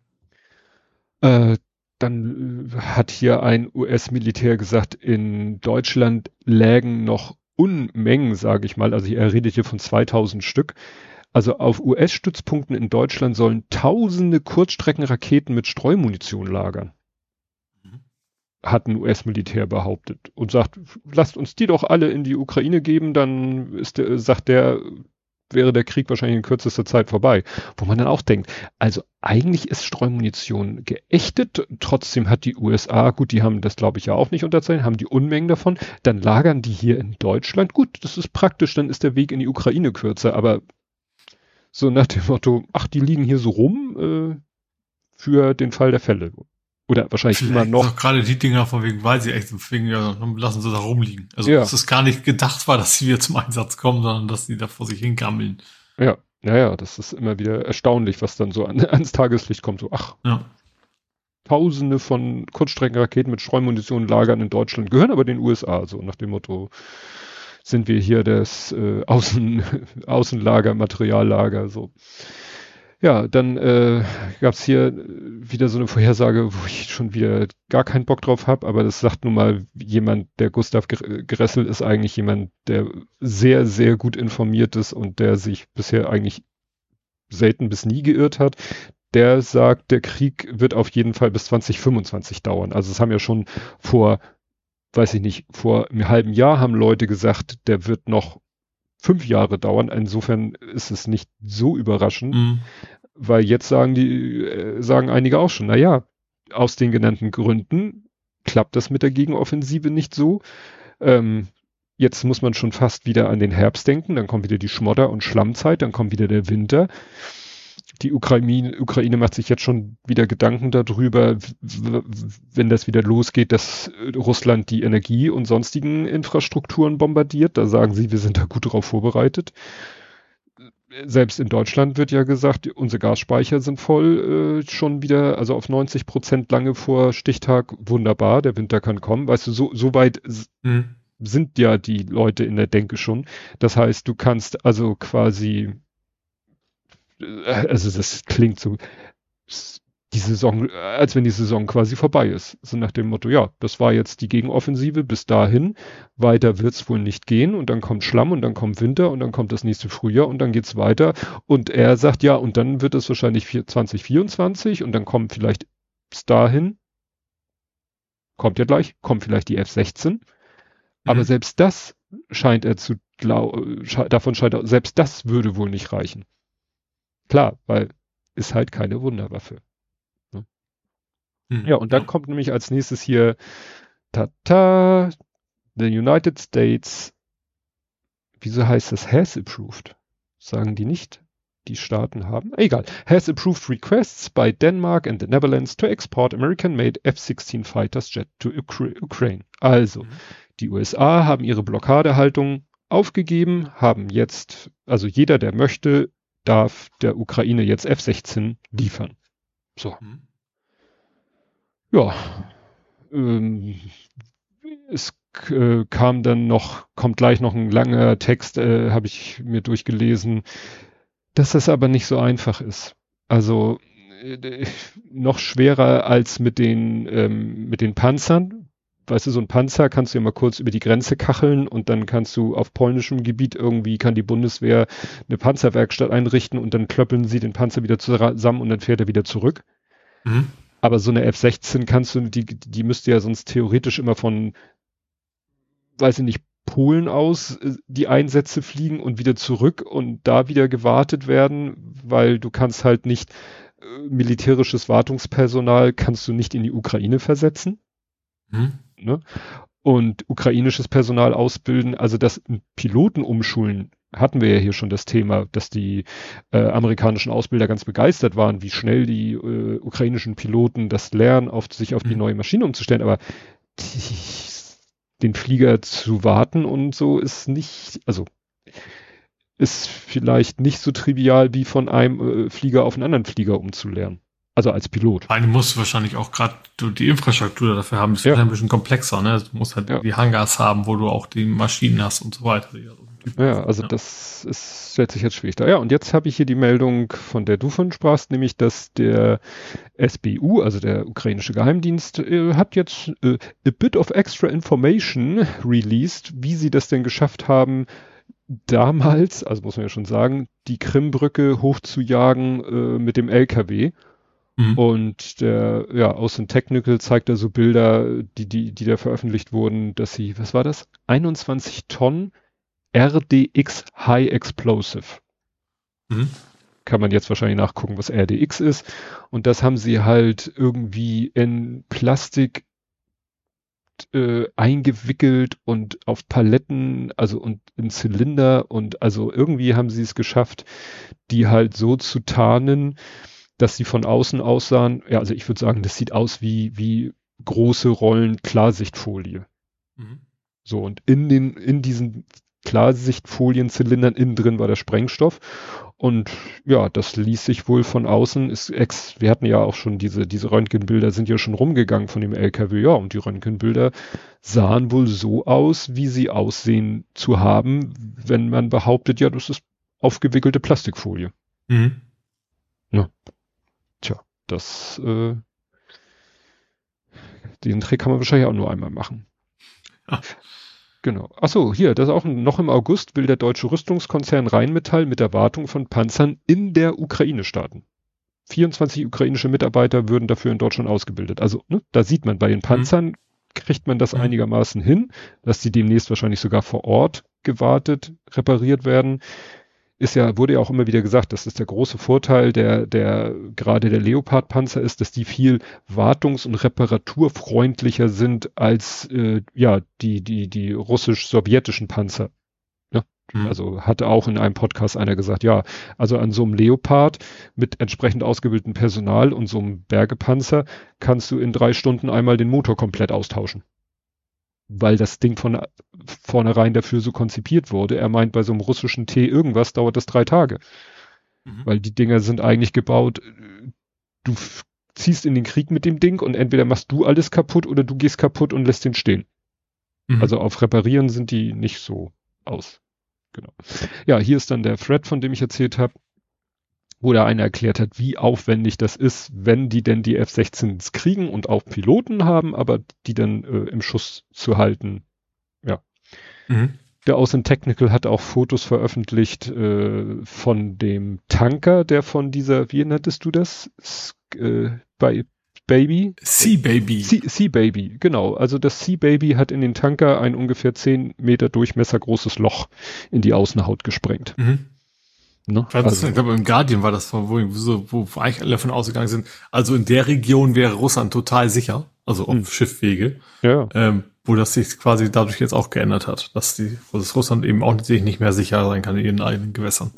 Äh, dann äh, hat hier ein U S-Militär gesagt, in Deutschland lägen noch Unmengen, sage ich mal, also er redet hier von zweitausend Stück. Also auf U S-Stützpunkten in Deutschland sollen tausende Kurzstreckenraketen mit Streumunition lagern, Mhm. hat ein U S-Militär behauptet und sagt, lasst uns die doch alle in die Ukraine geben, dann ist der, sagt der, wäre der Krieg wahrscheinlich in kürzester Zeit vorbei. Wo man dann auch denkt, also eigentlich ist Streumunition geächtet, trotzdem hat die U S A, gut, die haben das glaube ich ja auch nicht unterzeichnet, haben die Unmengen davon, dann lagern die hier in Deutschland, gut, das ist praktisch, dann ist der Weg in die Ukraine kürzer, aber so nach dem Motto, ach, die liegen hier so rum äh, für den Fall der Fälle. Oder wahrscheinlich immer Vielleicht ist noch, auch gerade die Dinger von wegen, weil sie echt, von wegen, ja, dann lassen sie da rumliegen. Also, ja, es ist gar nicht gedacht war, dass sie wieder zum Einsatz kommen, sondern dass sie da vor sich hingammeln. ja, naja, das ist immer wieder erstaunlich, was dann so an, ans Tageslicht kommt. So, ach, Ja. Tausende von Kurzstreckenraketen mit Streumunition lagern in Deutschland, gehören aber den U S A, so nach dem Motto, sind wir hier das äh, Außen, Außenlager, Materiallager, so. Ja, dann äh, gab es hier wieder so eine Vorhersage, wo ich schon wieder gar keinen Bock drauf habe, aber das sagt nun mal jemand, der Gustav Gressel ist eigentlich jemand, der sehr, sehr gut informiert ist und der sich bisher eigentlich selten bis nie geirrt hat. Der sagt, der Krieg wird auf jeden Fall bis zwanzig fünfundzwanzig dauern. Also es haben ja schon vor weiß ich nicht, vor einem halben Jahr haben Leute gesagt, der wird noch fünf Jahre dauern. Insofern ist es nicht so überraschend, mhm. weil jetzt sagen die, äh, sagen einige auch schon, na ja, aus den genannten Gründen klappt das mit der Gegenoffensive nicht so. Ähm, jetzt muss man schon fast wieder an den Herbst denken, dann kommt wieder die Schmodder- und Schlammzeit, dann kommt wieder der Winter. Die Ukraine, Ukraine macht sich jetzt schon wieder Gedanken darüber, wenn das wieder losgeht, dass Russland die Energie- und sonstigen Infrastrukturen bombardiert. Da sagen sie, wir sind da gut drauf vorbereitet. Selbst in Deutschland wird ja gesagt, unsere Gasspeicher sind voll, äh, schon wieder, also auf neunzig Prozent lange vor Stichtag. Wunderbar, der Winter kann kommen. Weißt du, so, so weit mhm. sind ja die Leute in der Denke schon. Das heißt, du kannst also quasi, also das klingt so, die Saison, als wenn die Saison quasi vorbei ist. So nach dem Motto, ja, das war jetzt die Gegenoffensive bis dahin, weiter wird's wohl nicht gehen und dann kommt Schlamm und dann kommt Winter und dann kommt das nächste Frühjahr und dann geht's weiter und er sagt, ja, und dann wird es wahrscheinlich zwanzig vierundzwanzig und dann kommt vielleicht bis dahin, kommt ja gleich, kommt vielleicht die F sechzehn, mhm. aber selbst das scheint er zu glauben, davon scheint er, selbst das würde wohl nicht reichen. Klar, weil ist halt keine Wunderwaffe. Ne? Hm, ja, und dann ja. kommt nämlich als nächstes hier Tata, the United States, wieso heißt das has approved? Sagen die nicht? Die Staaten haben, egal, has approved requests by Denmark and the Netherlands to export American-made F sechzehn Fighters Jet to Ukra- Ukraine. Also, mhm. die U S A haben ihre Blockadehaltung aufgegeben, haben jetzt, also jeder, der möchte, darf der Ukraine jetzt F sechzehn liefern. So. Mhm. Ja. Ähm, es äh, kam dann noch, kommt gleich noch ein langer Text, äh, habe ich mir durchgelesen, dass das aber nicht so einfach ist. Also äh, noch schwerer als mit den, ähm, mit den Panzern. Weißt du, so ein Panzer kannst du ja mal kurz über die Grenze kacheln und dann kannst du auf polnischem Gebiet irgendwie, kann die Bundeswehr eine Panzerwerkstatt einrichten und dann klöppeln sie den Panzer wieder zusammen und dann fährt er wieder zurück. Mhm. Aber so eine F sechzehn kannst du, die, die müsste ja sonst theoretisch immer von, weiß ich nicht, Polen aus die Einsätze fliegen und wieder zurück und da wieder gewartet werden, weil du kannst halt nicht, äh, militärisches Wartungspersonal kannst du nicht in die Ukraine versetzen. Mhm. Ne? Und ukrainisches Personal ausbilden, also das Piloten umschulen, hatten wir ja hier schon das Thema, dass die äh, amerikanischen Ausbilder ganz begeistert waren, wie schnell die äh, ukrainischen Piloten das lernen, auf, sich auf die neue Maschine umzustellen, aber die, den Flieger zu warten und so ist nicht, also ist vielleicht nicht so trivial wie von einem äh, Flieger auf einen anderen Flieger umzulernen. Also als Pilot. Du musst wahrscheinlich auch gerade die Infrastruktur dafür haben. Das ja. ist ein bisschen komplexer, ne? Du musst halt ja. die Hangars haben, wo du auch die Maschinen hast und so weiter. Ja, also ja. das ist, stellt sich jetzt schwierig dar. Ja, und jetzt habe ich hier die Meldung, von der du von sprachst, nämlich, dass der S B U, also der ukrainische Geheimdienst, äh, hat jetzt äh, a bit of extra information released, wie sie das denn geschafft haben, damals, also muss man ja schon sagen, die Krimbrücke hochzujagen äh, mit dem L K W. Und der, ja, Außen Technical zeigt da so Bilder, die, die, die da veröffentlicht wurden, dass sie, was war das? einundzwanzig Tonnen R D X High Explosive. Mhm. Kann man jetzt wahrscheinlich nachgucken, was R D X ist. Und das haben sie halt irgendwie in Plastik äh, eingewickelt und auf Paletten, also und in Zylinder und also irgendwie haben sie es geschafft, die halt so zu tarnen, dass sie von außen aussahen, ja, also ich würde sagen, das sieht aus wie, wie große Rollen Klarsichtfolie. Mhm. So, und in den, in diesen Klarsichtfolienzylindern innen drin war der Sprengstoff. Und ja, das ließ sich wohl von außen, ist ex, wir hatten ja auch schon diese, diese Röntgenbilder sind ja schon rumgegangen von dem L K W, ja, und die Röntgenbilder sahen wohl so aus, wie sie aussehen zu haben, wenn man behauptet, ja, das ist aufgewickelte Plastikfolie. Mhm. Ja. Tja, das, äh, den Trick kann man wahrscheinlich auch nur einmal machen. Ja. Genau. Achso, hier, das ist auch noch im August will der deutsche Rüstungskonzern Rheinmetall mit der Wartung von Panzern in der Ukraine starten. vierundzwanzig ukrainische Mitarbeiter würden dafür in Deutschland ausgebildet. Also, ne, da sieht man bei den Panzern, mhm. kriegt man das Mhm. einigermaßen hin, dass die demnächst wahrscheinlich sogar vor Ort gewartet, repariert werden. Ist ja, wurde ja auch immer wieder gesagt, das ist der große Vorteil, der, der, gerade der Leopard-Panzer ist, dass die viel wartungs- und reparaturfreundlicher sind als, äh, ja, die, die, die russisch-sowjetischen Panzer. Ja, Mhm. also hatte auch in einem Podcast einer gesagt, ja, also an so einem Leopard mit entsprechend ausgebildeten Personal und so einem Bergepanzer kannst du in drei Stunden einmal den Motor komplett austauschen. Weil das Ding von vornherein dafür so konzipiert wurde. Er meint, bei so einem russischen T irgendwas dauert das drei Tage. Mhm. Weil die Dinger sind eigentlich gebaut, äh, du f- ziehst in den Krieg mit dem Ding und entweder machst du alles kaputt oder du gehst kaputt und lässt den stehen. Mhm. Also auf Reparieren sind die nicht so aus. Genau. Ja, hier ist dann der Thread, von dem ich erzählt habe, wo da einer erklärt hat, wie aufwendig das ist, wenn die denn die F sechzehns kriegen und auch Piloten haben, aber die dann äh, im Schuss zu halten. Ja. Mhm. Der Austin Technical hat auch Fotos veröffentlicht äh, von dem Tanker, der von dieser, wie nanntest du das? S äh, bei Baby? Sea Baby. Sea, Sea Baby, genau. Also das Sea Baby hat in den Tanker ein ungefähr zehn Meter Durchmesser großes Loch in die Außenhaut gesprengt. Mhm. Ne? Ich, also, Also, ich glaube, im Guardian war das, wo, wo, wo eigentlich alle davon ausgegangen sind, also in der Region wäre Russland total sicher, also auf Hm. Schiffwege, ja. ähm, wo das sich quasi dadurch jetzt auch geändert hat, dass die, wo das Russland eben auch sich nicht mehr sicher sein kann in ihren eigenen Gewässern.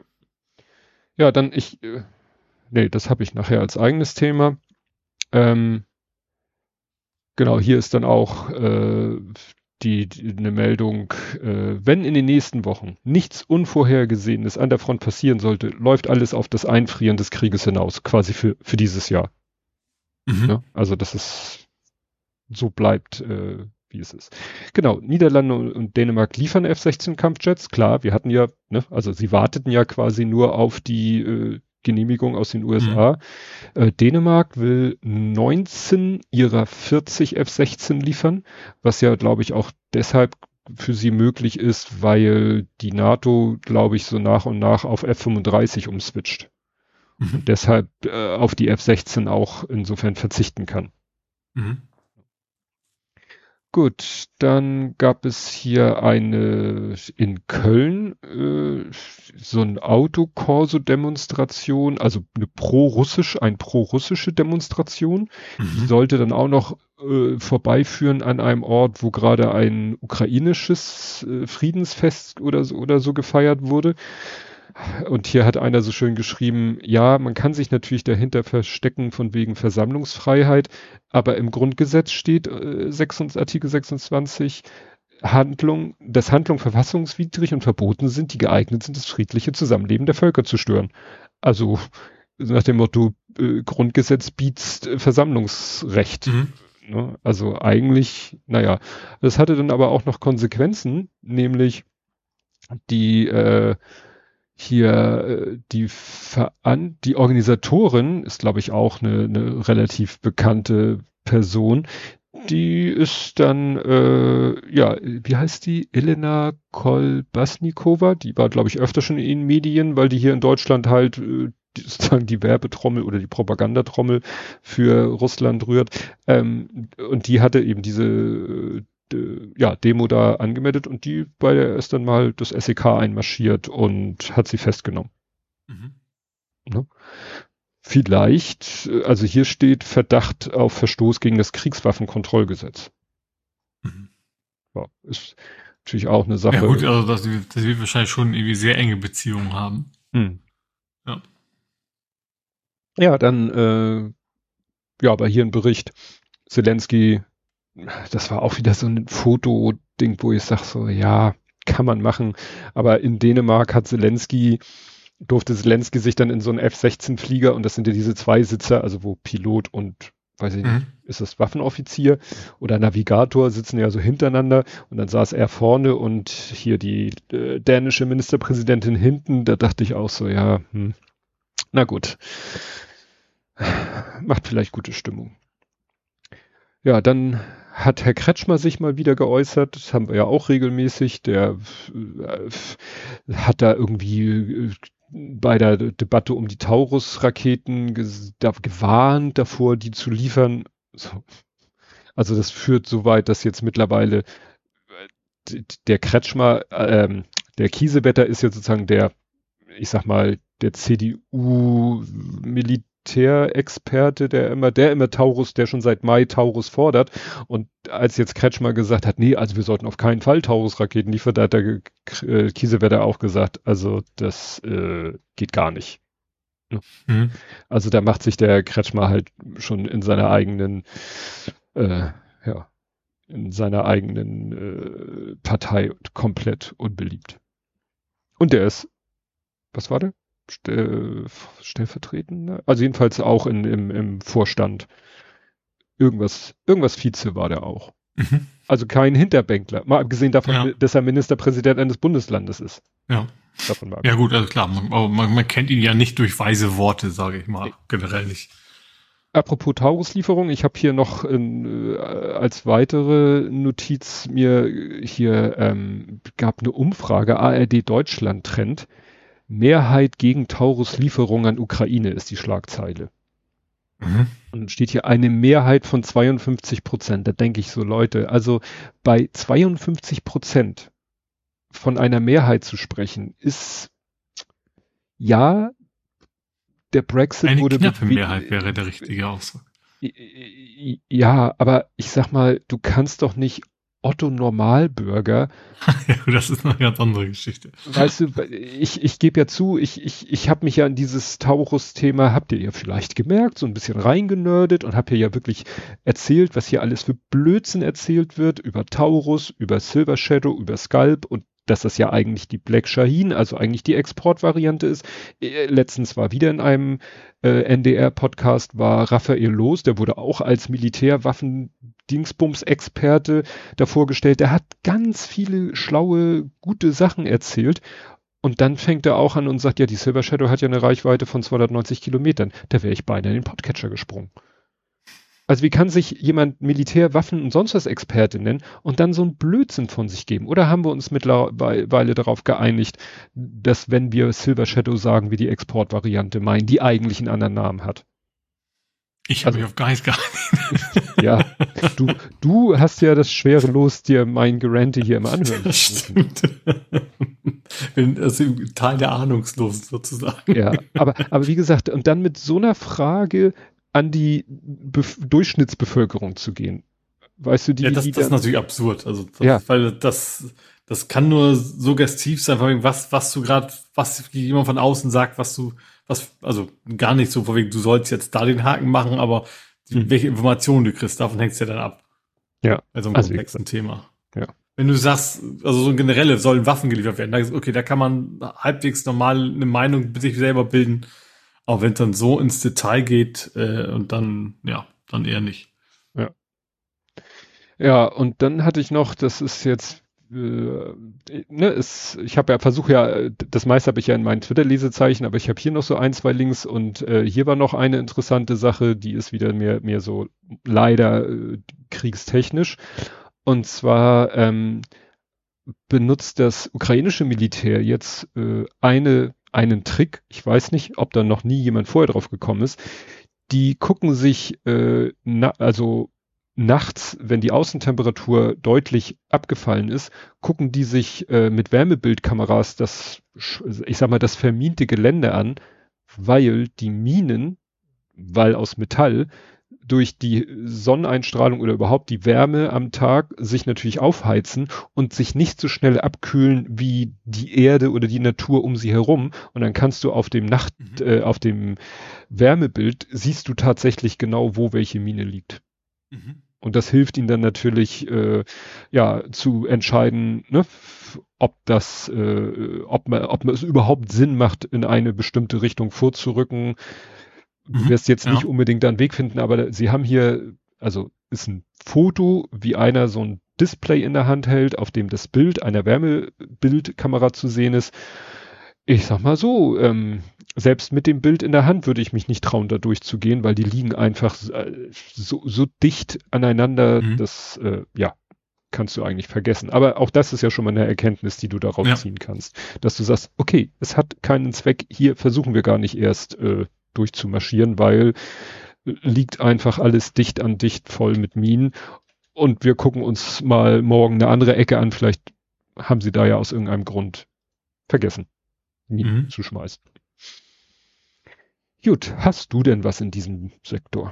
Ja, dann ich, äh, nee, das habe ich nachher als eigenes Thema. Ähm, genau, hier ist dann auch äh, die, die eine Meldung, äh, wenn in den nächsten Wochen nichts Unvorhergesehenes an der Front passieren sollte, läuft alles auf das Einfrieren des Krieges hinaus, quasi für, für dieses Jahr. Mhm. Ne? Also, dass es so bleibt, äh, wie es ist. Genau, Niederlande und Dänemark liefern F sechzehn Kampfjets, klar, wir hatten ja, ne, also sie warteten ja quasi nur auf die äh, Genehmigung aus den U S A. Mhm. Äh, Dänemark will neunzehn ihrer vierzig F sechzehn liefern, was ja, glaube ich, auch deshalb für sie möglich ist, weil die NATO, glaube ich, so nach und nach auf F fünfunddreißig umswitcht. Mhm. Und deshalb äh, auf die F sechzehn auch insofern verzichten kann. Mhm. Gut, dann gab es hier eine in Köln äh, so ein Autokorso-Demonstration, also eine pro-russisch, ein pro-russische Demonstration. Die Mhm. sollte dann auch noch äh, vorbeiführen an einem Ort, wo gerade ein ukrainisches äh, Friedensfest oder so, oder so gefeiert wurde. Und hier hat einer so schön geschrieben, ja, man kann sich natürlich dahinter verstecken von wegen Versammlungsfreiheit, aber im Grundgesetz steht äh, Artikel sechsundzwanzig, Handlung, dass Handlungen verfassungswidrig und verboten sind, die geeignet sind, das friedliche Zusammenleben der Völker zu stören. Also nach dem Motto, äh, Grundgesetz bietet äh, Versammlungsrecht. Mhm. Ne? Also eigentlich, naja, das hatte dann aber auch noch Konsequenzen, nämlich die äh, hier äh, die Veran die Organisatorin ist, glaube ich, auch eine, eine relativ bekannte Person. Die ist dann, äh, ja, wie heißt die? Elena Kolbasnikova. Die war, glaube ich, öfter schon in den Medien, weil die hier in Deutschland halt äh, die, sozusagen die Werbetrommel oder die Propagandatrommel für Russland rührt. Ähm, und die hatte eben diese äh, de, ja, Demo da angemeldet und die bei der ist dann mal das S E K einmarschiert und hat sie festgenommen. Mhm. Ne? Vielleicht, also hier steht Verdacht auf Verstoß gegen das Kriegswaffenkontrollgesetz. Mhm. Ja, ist natürlich auch eine Sache. Ja gut, also dass wir, dass wir wahrscheinlich schon irgendwie sehr enge Beziehungen haben. Hm. Ja. Ja, dann, äh, ja, aber hier ein Bericht, Zelensky, das war auch wieder so ein Fotoding, wo ich sage so, ja, kann man machen, aber in Dänemark hat Zelensky, durfte Zelensky sich dann in so einen F sechzehn Flieger, und das sind ja diese zwei Sitzer, also wo Pilot und, weiß ich nicht, Mhm. ist das Waffenoffizier oder Navigator sitzen ja so hintereinander und dann saß er vorne und hier die äh, dänische Ministerpräsidentin hinten, da dachte ich auch so, ja, hm, na gut. Macht vielleicht gute Stimmung. Ja, dann hat Herr Kretschmer sich mal wieder geäußert, das haben wir ja auch regelmäßig, der äh, hat da irgendwie äh, bei der Debatte um die Taurus-Raketen ges- da gewarnt davor, die zu liefern. So. Also das führt so weit, dass jetzt mittlerweile d- der Kretschmer, ähm, der Kiesewetter ist jetzt sozusagen der, ich sag mal, der C D U-Militärexperte, der immer, der immer Taurus, der schon seit Mai Taurus fordert. Und als jetzt Kretschmer gesagt hat, nee, also wir sollten auf keinen Fall Taurus-Raketen liefern, da hat der äh, Kiesewetter auch gesagt, also das äh, geht gar nicht. Mhm. Also da macht sich der Kretschmer halt schon in seiner eigenen, äh, ja, in seiner eigenen äh, Partei komplett unbeliebt. Und der ist, was war der? Stell, stellvertretender? Also jedenfalls auch in, im, im Vorstand. Irgendwas, irgendwas Vize war der auch. Mhm. Also kein Hinterbänkler. Mal abgesehen davon, Ja. dass er Ministerpräsident eines Bundeslandes ist. Ja. Davon mal Ja gut, also klar, man, aber man, man kennt ihn ja nicht durch weise Worte, sage ich mal, generell nicht. Apropos Taurus-Lieferung, ich habe hier noch in, äh, als weitere Notiz mir hier ähm, gab eine Umfrage, A R D Deutschland Trend, Mehrheit gegen Taurus-Lieferung an Ukraine ist die Schlagzeile. Mhm. Und steht hier eine Mehrheit von zweiundfünfzig Prozent. Da denke ich so, Leute, also bei zweiundfünfzig Prozent von einer Mehrheit zu sprechen, ist ja, der Brexit Eine wurde knappe bewe- Mehrheit wäre der richtige Ausdruck. Ja, aber ich sag mal, du kannst doch nicht Otto Normalbürger, Ja, das ist eine ganz andere Geschichte. weißt du, ich, ich gebe ja zu, ich, ich, ich habe mich ja in dieses Taurus-Thema, habt ihr ja vielleicht gemerkt, so ein bisschen reingenördet und habe hier ja wirklich erzählt, was hier alles für Blödsinn erzählt wird über Taurus, über Silver Shadow, über Scalp und dass das ja eigentlich die Black Shaheen, also eigentlich die Exportvariante ist. Äh, Letztens war wieder in einem äh, N D R-Podcast war Raphael Loos, der wurde auch als Militärwaffen-Dingsbums-Experte da vorgestellt. Der hat ganz viele schlaue, gute Sachen erzählt. Und dann fängt er auch an und sagt, ja, die Silver Shadow hat ja eine Reichweite von zweihundertneunzig Kilometern. Da wäre ich beinahe in den Podcatcher gesprungen. Also wie kann sich jemand Militär, Waffen und sonst was Experte nennen und dann so einen Blödsinn von sich geben? Oder haben wir uns mittlerweile darauf geeinigt, dass wenn wir Silver Shadow sagen, wir die Exportvariante meinen, die eigentlich einen anderen Namen hat? Ich habe Also- mich auf gar nichts geeinigt. Ja, du, du hast ja das schwere Los, dir mein Gerante hier immer anhören. Das stimmt. Bin also im Teil der Ahnungslosen sozusagen. Ja, aber, aber wie gesagt, und dann mit so einer Frage an die Bef- Durchschnittsbevölkerung zu gehen. Weißt du, die, Ja, das, die das ist dann- natürlich absurd. Also, das, Ja. weil das, das kann nur suggestiv sein, vor allem was, was du gerade, was jemand von außen sagt, was du, was, also gar nicht so, vor wegen, du sollst jetzt da den Haken machen, aber die, Hm. welche Informationen du kriegst, davon hängst du ja dann ab. Ja. Bei so einem Also, komplexen Thema. Ja. Wenn du sagst, also so generelle sollen Waffen geliefert werden, da ist, okay, da kann man halbwegs normal eine Meinung sich selber bilden. Aber wenn es dann so ins Detail geht, äh, und dann, ja, dann eher nicht. Ja, und dann hatte ich noch, das ist jetzt, äh, ne, es, ich habe ja versucht ja, das meiste habe ich ja in meinen Twitter-Lesezeichen, aber ich habe hier noch so ein, zwei Links und äh, hier war noch eine interessante Sache, die ist wieder mehr, mehr so leider äh, kriegstechnisch. Und zwar ähm, benutzt das ukrainische Militär jetzt äh, eine, einen Trick, ich weiß nicht, ob da noch nie jemand vorher drauf gekommen ist, die gucken sich, äh, na, also nachts, wenn die Außentemperatur deutlich abgefallen ist, gucken die sich äh, mit Wärmebildkameras das, ich sag mal, das verminte Gelände an, weil die Minen, weil aus Metall, durch die Sonneneinstrahlung oder überhaupt die Wärme am Tag sich natürlich aufheizen und sich nicht so schnell abkühlen wie die Erde oder die Natur um sie herum. Und dann kannst du auf dem Nacht, Mhm. äh, auf dem Wärmebild siehst du tatsächlich genau, wo welche Mine liegt. Mhm. Und das hilft ihnen dann natürlich, äh, ja, zu entscheiden, ne, f- ob das, äh, ob man, ob man es überhaupt Sinn macht, in eine bestimmte Richtung vorzurücken. Du Mhm, wirst jetzt ja. nicht unbedingt dann einen Weg finden, aber da- sie haben hier, also ist ein Foto, wie einer so ein Display in der Hand hält, auf dem das Bild einer Wärmebildkamera zu sehen ist. Ich sag mal so, ähm, selbst mit dem Bild in der Hand würde ich mich nicht trauen, da durchzugehen, weil die liegen einfach äh, so, so dicht aneinander, Mhm. das, äh, ja, kannst du eigentlich vergessen. Aber auch das ist ja schon mal eine Erkenntnis, die du daraus Ja. ziehen kannst, dass du sagst, okay, es hat keinen Zweck, hier versuchen wir gar nicht erst äh, durchzumarschieren, weil liegt einfach alles dicht an dicht voll mit Minen. und wir gucken uns mal morgen eine andere Ecke an. Vielleicht haben sie da ja aus irgendeinem Grund vergessen, Minen mhm. zu schmeißen. Gut, hast du denn was in diesem Sektor?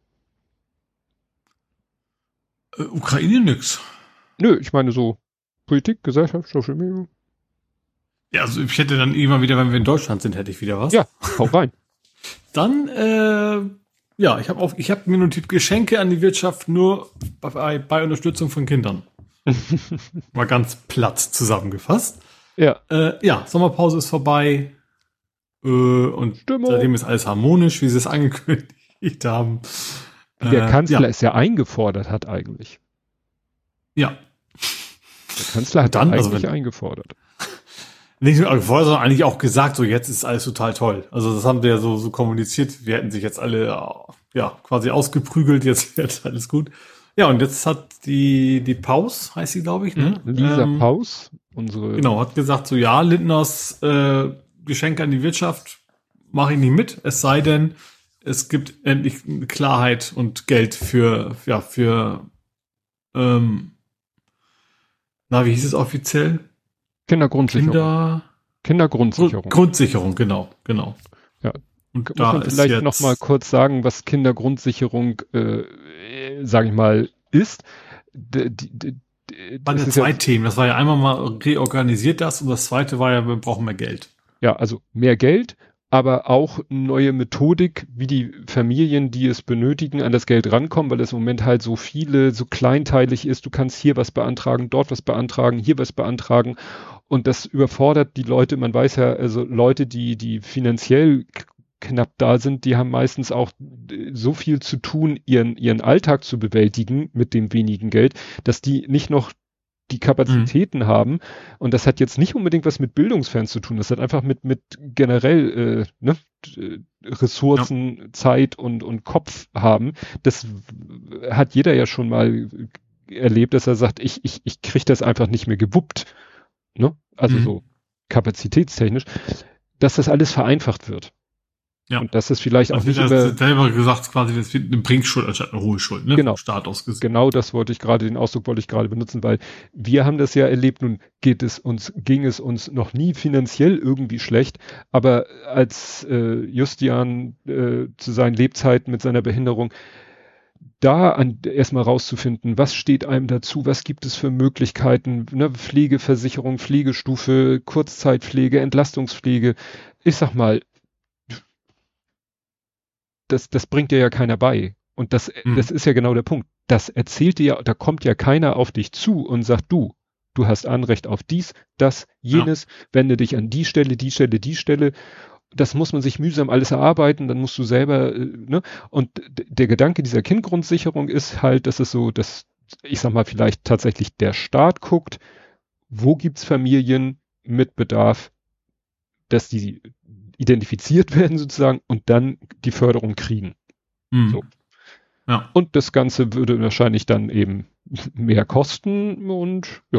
Äh, Ukraine nix. Nö, ich meine so Politik, Gesellschaft, Social Media. Ja, also ich hätte dann immer wieder, wenn wir in Deutschland sind, hätte ich wieder was. Ja, hau rein. Dann, äh, ja, ich habe auf, ich habe mir notiert, Geschenke an die Wirtschaft nur bei, bei Unterstützung von Kindern. Mal ganz platt zusammengefasst. Ja. Äh, ja, Sommerpause ist vorbei. Äh, und Stimmung. Seitdem ist alles harmonisch, wie sie es angekündigt haben. Der äh, Kanzler ja. ist ja eingefordert hat eigentlich. Ja. Der Kanzler hat dann, eigentlich also wenn, eingefordert. Nicht nur eingefordert, sondern eigentlich auch gesagt, so jetzt ist alles total toll. Also das haben wir ja so, so kommuniziert. Wir hätten sich jetzt alle ja quasi ausgeprügelt, jetzt wird alles gut. Ja, und jetzt hat die die Paus, heißt sie, glaube ich, ne? Lisa ähm, Paus, unsere... Genau, hat gesagt, so ja, Lindners äh, Geschenke an die Wirtschaft mache ich nicht mit, es sei denn, es gibt endlich Klarheit und Geld für, ja, für, ähm, na, wie hieß es offiziell? Kindergrundsicherung. Kinder Kindergrundsicherung. Grundsicherung, genau, genau. Ja. Und Muss da man ist vielleicht jetzt noch mal kurz sagen, was Kindergrundsicherung, äh, sage ich mal, ist. D d d waren ja zwei ja, Themen. Das war ja einmal mal reorganisiert das und das zweite war ja, wir brauchen mehr Geld. Ja, also mehr Geld, aber auch neue Methodik, wie die Familien, die es benötigen, an das Geld rankommen, weil es im Moment halt so viele, so kleinteilig ist. Du kannst hier was beantragen, dort was beantragen, hier was beantragen. Und das überfordert die Leute. Man weiß ja, also Leute, die, die finanziell knapp da sind, die haben meistens auch so viel zu tun, ihren, ihren Alltag zu bewältigen mit dem wenigen Geld, dass die nicht noch die Kapazitäten mhm. haben. Und das hat jetzt nicht unbedingt was mit Bildungsfans zu tun. Das hat einfach mit, mit generell, äh, ne, Ressourcen, ja. Zeit und, und Kopf haben. Das hat jeder ja schon mal erlebt, dass er sagt, ich, ich, ich kriege das einfach nicht mehr gewuppt. Ne? Also mhm. so kapazitätstechnisch, dass das alles vereinfacht wird. Ja. Und das ist vielleicht das auch nicht über... selber gesagt, quasi, das wird eine Bringschuld anstatt eine hohe Schuld, ne? Genau. Vom Staat aus gesehen. Genau das wollte ich gerade, den Ausdruck wollte ich gerade benutzen, weil wir haben das ja erlebt, nun geht es uns, ging es uns noch nie finanziell irgendwie schlecht, aber als äh, Justian äh, zu seinen Lebzeiten mit seiner Behinderung da an, erstmal rauszufinden, was steht einem dazu, was gibt es für Möglichkeiten, ne, Pflegeversicherung, Pflegestufe, Kurzzeitpflege, Entlastungspflege, ich sag mal, das, das bringt dir ja keiner bei. Und das, mhm. das ist ja genau der Punkt. Das erzählt dir ja, da kommt ja keiner auf dich zu und sagt, du, du hast Anrecht auf dies, das, jenes, ja. wende dich an die Stelle, die Stelle, die Stelle. Das muss man sich mühsam alles erarbeiten, dann musst du selber, äh, ne? Und d- der Gedanke dieser Kindgrundsicherung ist halt, dass es so, dass, ich sag mal, vielleicht tatsächlich der Staat guckt, wo gibt's Familien mit Bedarf, dass die identifiziert werden sozusagen und dann die Förderung kriegen. Mhm. So. Ja. Und das Ganze würde wahrscheinlich dann eben mehr kosten und ja.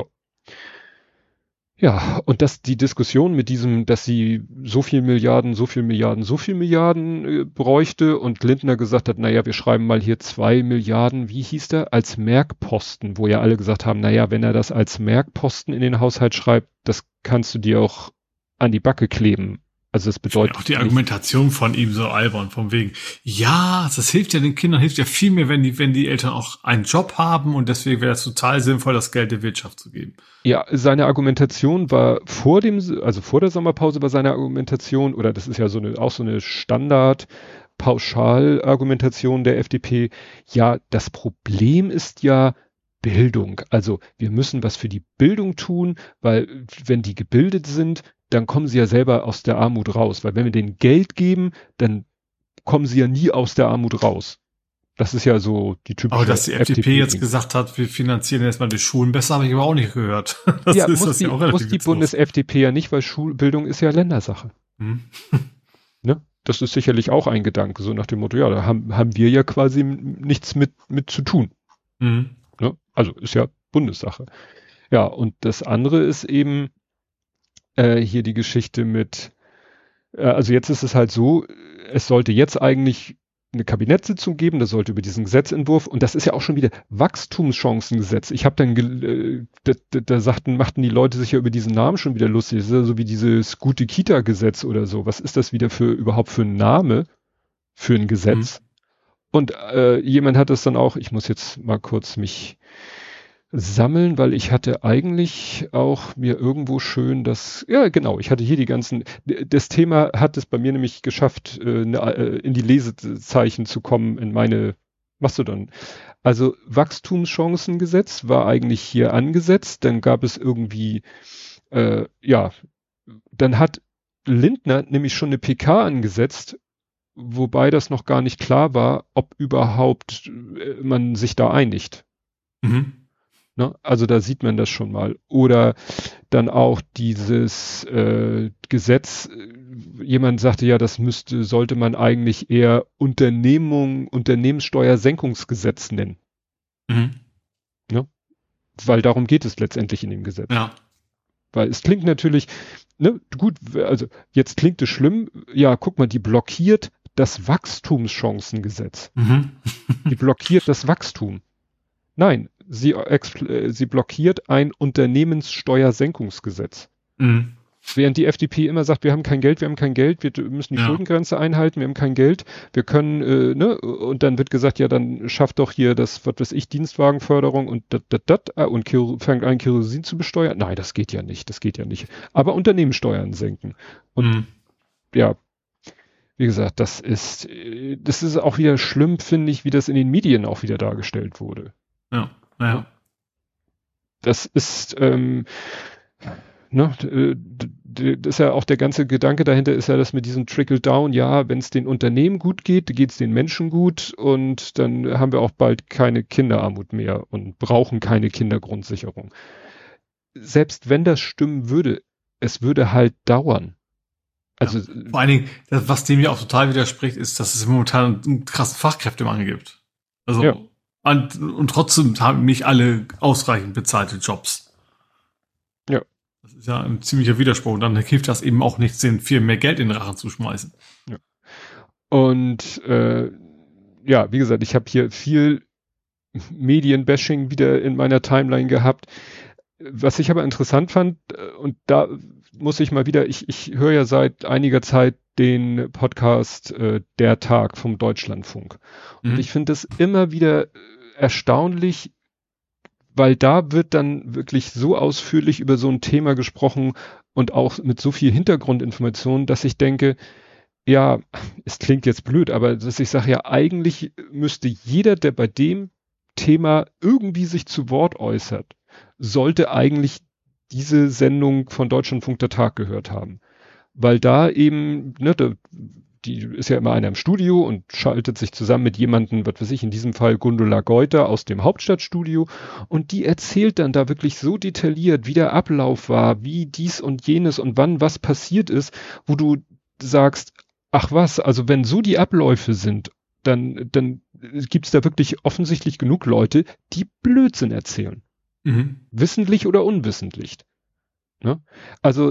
Ja, und dass die Diskussion mit diesem, dass sie so viel Milliarden, so viel Milliarden, so viel Milliarden äh, bräuchte und Lindner gesagt hat, naja, wir schreiben mal hier zwei Milliarden, wie hieß der, als Merkposten, wo ja alle gesagt haben, naja, wenn er das als Merkposten in den Haushalt schreibt, das kannst du dir auch an die Backe kleben. Also das bedeutet auch die Argumentation von ihm so albern, von wegen, ja, das hilft ja den Kindern, hilft ja viel mehr, wenn die, wenn die Eltern auch einen Job haben und deswegen wäre es total sinnvoll, das Geld der Wirtschaft zu geben. Ja, seine Argumentation war vor dem, also vor der Sommerpause war seine Argumentation, oder das ist ja so eine, auch so eine Standard-Pauschal-Argumentation der F D P, ja, das Problem ist ja Bildung. Also wir müssen was für die Bildung tun, weil wenn die gebildet sind, dann kommen sie ja selber aus der Armut raus. Weil wenn wir denen Geld geben, dann kommen sie ja nie aus der Armut raus. Das ist ja so die typische. Aber dass die F D P jetzt gesagt hat, wir finanzieren erstmal die Schulen besser, habe ich aber auch nicht gehört. Das ja, ist muss das die, ja auch muss die Bundes-F D P ja nicht, weil Schulbildung ist ja Ländersache. Hm. Ne? Das ist sicherlich auch ein Gedanke, so nach dem Motto, ja, da haben, haben wir ja quasi nichts mit, mit zu tun. Mhm. Ne? Also ist ja Bundessache. Ja, und das andere ist eben äh, hier die Geschichte mit, äh, also jetzt ist es halt so, es sollte jetzt eigentlich eine Kabinettssitzung geben, das sollte über diesen Gesetzentwurf, und das ist ja auch schon wieder Wachstumschancengesetz. Ich habe dann, äh, da, da, da sagten, machten die Leute sich ja über diesen Namen schon wieder lustig. Das ist ja so wie dieses gute Kita-Gesetz oder so. Was ist das wieder für überhaupt für ein Name für ein Gesetz? Mhm. Und äh, jemand hat es dann auch, ich muss jetzt mal kurz mich sammeln, weil ich hatte eigentlich auch mir irgendwo schön das, ja genau, ich hatte hier die ganzen, das Thema hat es bei mir nämlich geschafft, äh, in die Lesezeichen zu kommen in meine Mastodon. Also Wachstumschancengesetz war eigentlich hier angesetzt, dann gab es irgendwie, äh, ja, dann hat Lindner nämlich schon eine P K angesetzt, wobei das noch gar nicht klar war, ob überhaupt äh, man sich da einigt. Mhm. Ne? Also da sieht man das schon mal. Oder dann auch dieses äh, Gesetz, jemand sagte ja, das müsste, sollte man eigentlich eher Unternehmung, Unternehmenssteuersenkungsgesetz nennen. Mhm. Ne? Weil darum geht es letztendlich in dem Gesetz. Ja. Weil es klingt natürlich, ne, gut, also jetzt klingt es schlimm, ja, guck mal, die blockiert das Wachstumschancengesetz. Mhm. Die blockiert das Wachstum. Nein, sie, äh, sie blockiert ein Unternehmenssteuersenkungsgesetz. Mhm. Während die F D P immer sagt, wir haben kein Geld, wir haben kein Geld, wir müssen die ja. Schuldengrenze einhalten, wir haben kein Geld, wir können, äh, ne, und dann wird gesagt, ja, dann schafft doch hier das, was weiß ich, Dienstwagenförderung und dat, dat, dat, und Kero, fängt an, Kerosin zu besteuern. Nein, das geht ja nicht, das geht ja nicht. Aber Unternehmenssteuern senken. Und mhm. ja, wie gesagt, das ist, das ist auch wieder schlimm, finde ich, wie das in den Medien auch wieder dargestellt wurde. Ja, naja. Das ist, ähm, ne, das ist ja auch der ganze Gedanke dahinter, ist ja das mit diesem Trickle-Down, ja, wenn es den Unternehmen gut geht, geht es den Menschen gut und dann haben wir auch bald keine Kinderarmut mehr und brauchen keine Kindergrundsicherung. Selbst wenn das stimmen würde, es würde halt dauern. Also, ja, vor allen Dingen, das, was dem ja auch total widerspricht, ist, dass es momentan einen krassen Fachkräftemangel gibt. Also, ja. Und, und trotzdem haben nicht alle ausreichend bezahlte Jobs. Ja. Das ist ja ein ziemlicher Widerspruch. Und dann hilft das eben auch nichts, den Firmen mehr Geld in den Rachen zu schmeißen. Ja. Und äh, ja, wie gesagt, ich habe hier viel Medienbashing wieder in meiner Timeline gehabt. Was ich aber interessant fand, und da muss ich mal wieder, ich, ich höre ja seit einiger Zeit den Podcast äh, Der Tag vom Deutschlandfunk. Und mhm. ich finde es immer wieder erstaunlich, weil da wird dann wirklich so ausführlich über so ein Thema gesprochen und auch mit so viel Hintergrundinformationen, dass ich denke, ja, es klingt jetzt blöd, aber dass ich sage, ja, eigentlich müsste jeder, der bei dem Thema irgendwie sich zu Wort äußert, sollte eigentlich diese Sendung von Deutschlandfunk Der Tag gehört haben. Weil da eben, ne, da, die ist ja immer einer im Studio und schaltet sich zusammen mit jemandem, was weiß ich, in diesem Fall Gundula Geuter aus dem Hauptstadtstudio, und die erzählt dann da wirklich so detailliert, wie der Ablauf war, wie dies und jenes und wann was passiert ist, wo du sagst, ach was, also wenn so die Abläufe sind, dann, dann gibt's da wirklich offensichtlich genug Leute, die Blödsinn erzählen. Mhm. Wissentlich oder unwissentlich. Ne? Also,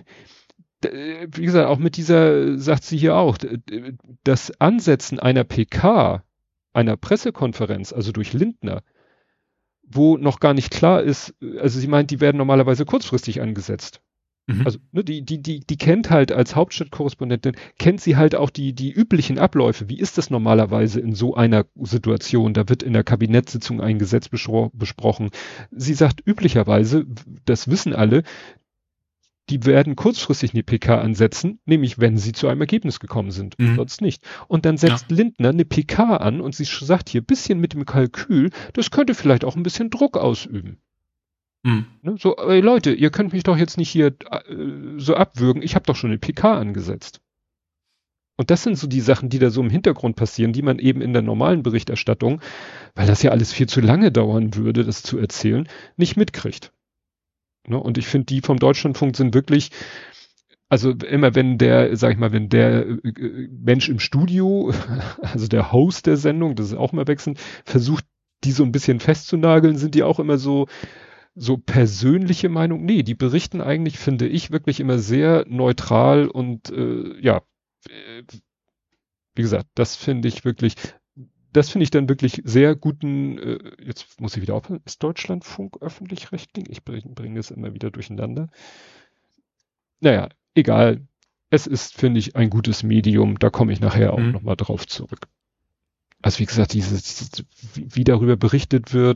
wie gesagt, auch mit dieser, sagt sie hier auch, das Ansetzen einer P K, einer Pressekonferenz, also durch Lindner, wo noch gar nicht klar ist, also sie meint, die werden normalerweise kurzfristig angesetzt. Mhm. Also, ne, die, die, die, die kennt halt als Hauptstadtkorrespondentin, kennt sie halt auch die, die üblichen Abläufe. Wie ist das normalerweise in so einer Situation? Da wird in der Kabinettssitzung ein Gesetz bespro- besprochen. Sie sagt üblicherweise, das wissen alle, die werden kurzfristig eine P K ansetzen, nämlich wenn sie zu einem Ergebnis gekommen sind, mhm. sonst nicht. Und dann setzt ja. Lindner eine P K an und sie sagt hier, bisschen mit dem Kalkül, das könnte vielleicht auch ein bisschen Druck ausüben. Mhm. Ne, so, ey Leute, ihr könnt mich doch jetzt nicht hier äh, so abwürgen, ich habe doch schon eine P K angesetzt. Und das sind so die Sachen, die da so im Hintergrund passieren, die man eben in der normalen Berichterstattung, weil das ja alles viel zu lange dauern würde, das zu erzählen, nicht mitkriegt. Ne? Und ich finde, die vom Deutschlandfunk sind wirklich, also immer wenn der, sag ich mal, wenn der äh, Mensch im Studio, also der Host der Sendung, das ist auch immer wechselnd, versucht, die so ein bisschen festzunageln, sind die auch immer so, so persönliche Meinung. Nee, die berichten eigentlich, finde ich, wirklich immer sehr neutral und äh, ja, wie gesagt, das finde ich wirklich, das finde ich dann wirklich sehr guten, äh, jetzt muss ich wieder aufhören, ist Deutschlandfunk öffentlich-rechtlich? Ich bringe bring das immer wieder durcheinander. Naja, egal. Es ist, finde ich, ein gutes Medium, da komme ich nachher auch Mhm. nochmal drauf zurück. Also wie gesagt, dieses, wie, wie darüber berichtet wird,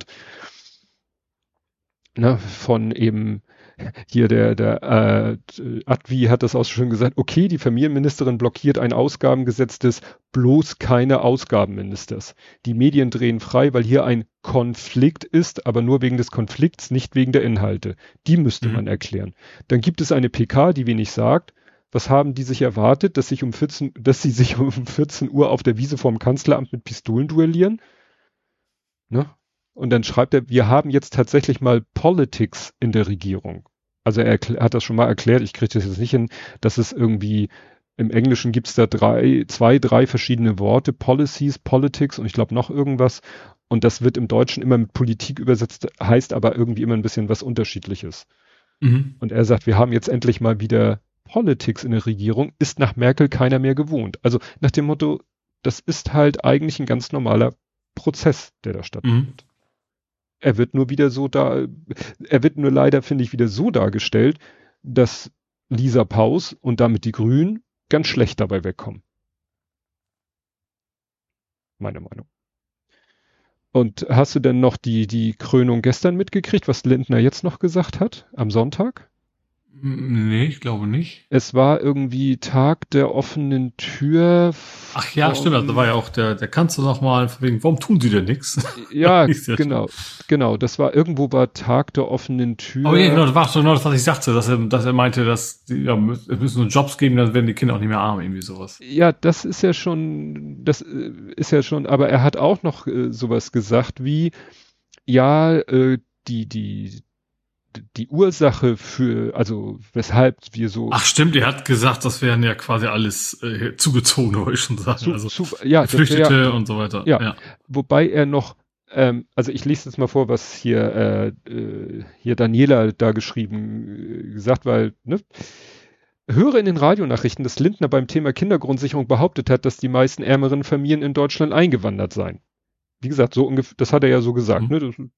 ne, von eben hier der, der äh, Advi hat das auch schon gesagt, okay, die Familienministerin blockiert ein Ausgabengesetz des bloß keine Ausgabenministers. Die Medien drehen frei, weil hier ein Konflikt ist, aber nur wegen des Konflikts, nicht wegen der Inhalte. Die müsste Mhm. man erklären. Dann gibt es eine P K, die wenig sagt. Was haben die sich erwartet, dass sich um vierzehn, dass sie sich um vierzehn Uhr auf der Wiese vorm Kanzleramt mit Pistolen duellieren? Ne? Und dann schreibt er, wir haben jetzt tatsächlich mal Politics in der Regierung. Also er hat das schon mal erklärt, ich kriege das jetzt nicht hin, dass es irgendwie, im Englischen gibt es da drei, zwei, drei verschiedene Worte, Policies, Politics und ich glaube noch irgendwas. Und das wird im Deutschen immer mit Politik übersetzt, heißt aber irgendwie immer ein bisschen was Unterschiedliches. Mhm. Und er sagt, wir haben jetzt endlich mal wieder Politics in der Regierung, ist nach Merkel keiner mehr gewohnt. Also nach dem Motto, das ist halt eigentlich ein ganz normaler Prozess, der da stattfindet. Mhm. Er wird nur wieder so da, er wird nur leider, finde ich, wieder so dargestellt, dass Lisa Paus und damit die Grünen ganz schlecht dabei wegkommen. Meine Meinung. Und hast du denn noch die, die Krönung gestern mitgekriegt, was Lindner jetzt noch gesagt hat, am Sonntag? Nee, ich glaube nicht. Es war irgendwie Tag der offenen Tür. Ach ja, stimmt, also da war ja auch der, der Kanzler nochmal, wegen, warum tun sie denn nichts? Ja, ja genau, genau. Das war irgendwo bei Tag der offenen Tür. Oh ja, genau, das war schon genau das, was ich sagte, dass er, dass er meinte, dass die, ja, es müssen nur Jobs geben, dann werden die Kinder auch nicht mehr arm, irgendwie sowas. Ja, das ist ja schon, das äh, ist ja schon, aber er hat auch noch äh, sowas gesagt wie, ja, äh, die, die, die Ursache für, also weshalb wir so Ach stimmt, er hat gesagt, das wären ja quasi alles äh, zugezogene, wollte ich schon sagen. zu, also zu, ja, das wär, Geflüchtete und so weiter. ja, Ja. wobei er noch, ähm, also ich lese jetzt mal vor, was hier, äh, äh, hier Daniela da geschrieben, äh, gesagt, weil, ne, höre in den Radionachrichten, dass Lindner beim Thema Kindergrundsicherung behauptet hat, dass die meisten ärmeren Familien in Deutschland eingewandert seien. Wie gesagt, so ungefähr, das hat er ja so gesagt, Mhm. ne? Das,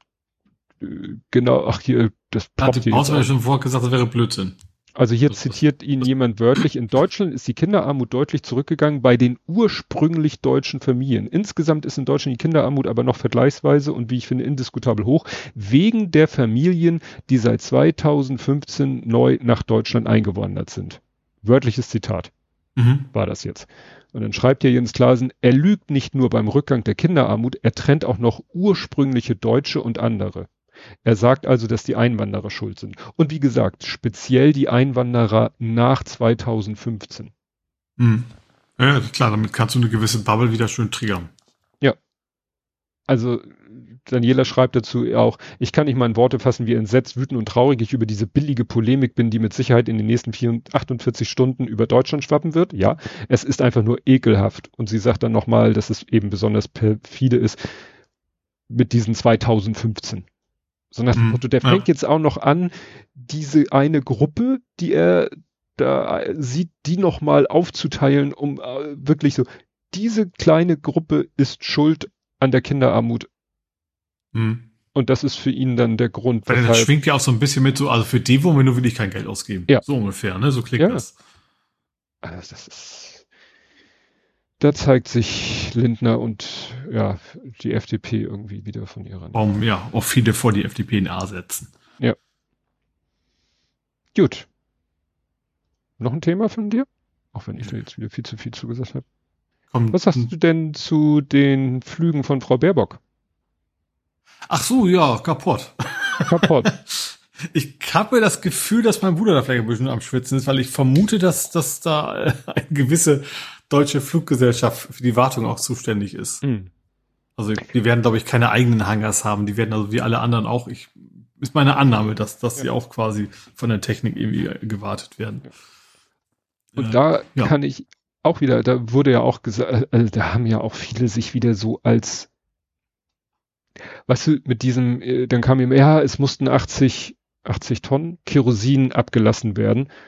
äh, genau, ach hier, das Hat poppt die hier jetzt Paus ja auf. schon vorher gesagt, das wäre Blödsinn. Also hier Das- zitiert ihn jemand wörtlich, in Deutschland ist die Kinderarmut deutlich zurückgegangen bei den ursprünglich deutschen Familien. Insgesamt ist in Deutschland die Kinderarmut aber noch vergleichsweise und wie ich finde indiskutabel hoch, wegen der Familien, die seit zweitausendfünfzehn neu nach Deutschland eingewandert sind. Wörtliches Zitat Mhm. war das jetzt. Und dann schreibt hier Jens Klaasen, er lügt nicht nur beim Rückgang der Kinderarmut, er trennt auch noch ursprüngliche Deutsche und andere. Er sagt also, dass die Einwanderer schuld sind. Und wie gesagt, speziell die Einwanderer nach zweitausendfünfzehn. Mhm. Ja, klar, damit kannst du eine gewisse Bubble wieder schön triggern. Ja. Also Daniela schreibt dazu auch, ich kann nicht mal in Worte fassen, wie entsetzt, wütend und traurig ich über diese billige Polemik bin, die mit Sicherheit in den nächsten achtundvierzig Stunden über Deutschland schwappen wird. Ja, es ist einfach nur ekelhaft. Und sie sagt dann nochmal, dass es eben besonders perfide ist mit diesen zweitausendfünfzehn. So nach dem Mhm. Motto, der Ja. fängt jetzt auch noch an, diese eine Gruppe, die er da sieht, die nochmal aufzuteilen, um äh, wirklich so, diese kleine Gruppe ist schuld an der Kinderarmut. Mhm. Und das ist für ihn dann der Grund, Weil das weshalb, schwingt ja auch so ein bisschen mit so, also für die wollen wir nur wirklich kein Geld ausgeben. Ja. So ungefähr, ne? So klingt Ja. das. also das ist, da zeigt sich Lindner und ja, die F D P irgendwie wieder von ihrer. Warum, ja, auch viele vor die F D P in A setzen. Gut. Noch ein Thema von dir? Auch wenn ich da jetzt wieder viel zu viel zugesagt habe. Komm, Was sagst du denn zu den Flügen von Frau Baerbock? Ach so, ja, kaputt. Kaputt. Ich habe mir das Gefühl, dass mein Bruder da vielleicht ein bisschen am Schwitzen ist, weil ich vermute, dass, dass da äh, eine gewisse deutsche Fluggesellschaft für die Wartung auch zuständig ist. Hm. Also die werden, glaube ich, keine eigenen Hangars haben. Die werden also wie alle anderen auch, ich ist meine Annahme, dass, dass sie auch quasi von der Technik irgendwie äh, gewartet werden. Und Äh, da ja. kann ich auch wieder, da wurde ja auch gesagt, also da haben ja auch viele sich wieder so als, weißt du, mit diesem, äh, dann kam ihm, ja, es mussten achtzig, achtzig Tonnen Kerosin abgelassen werden.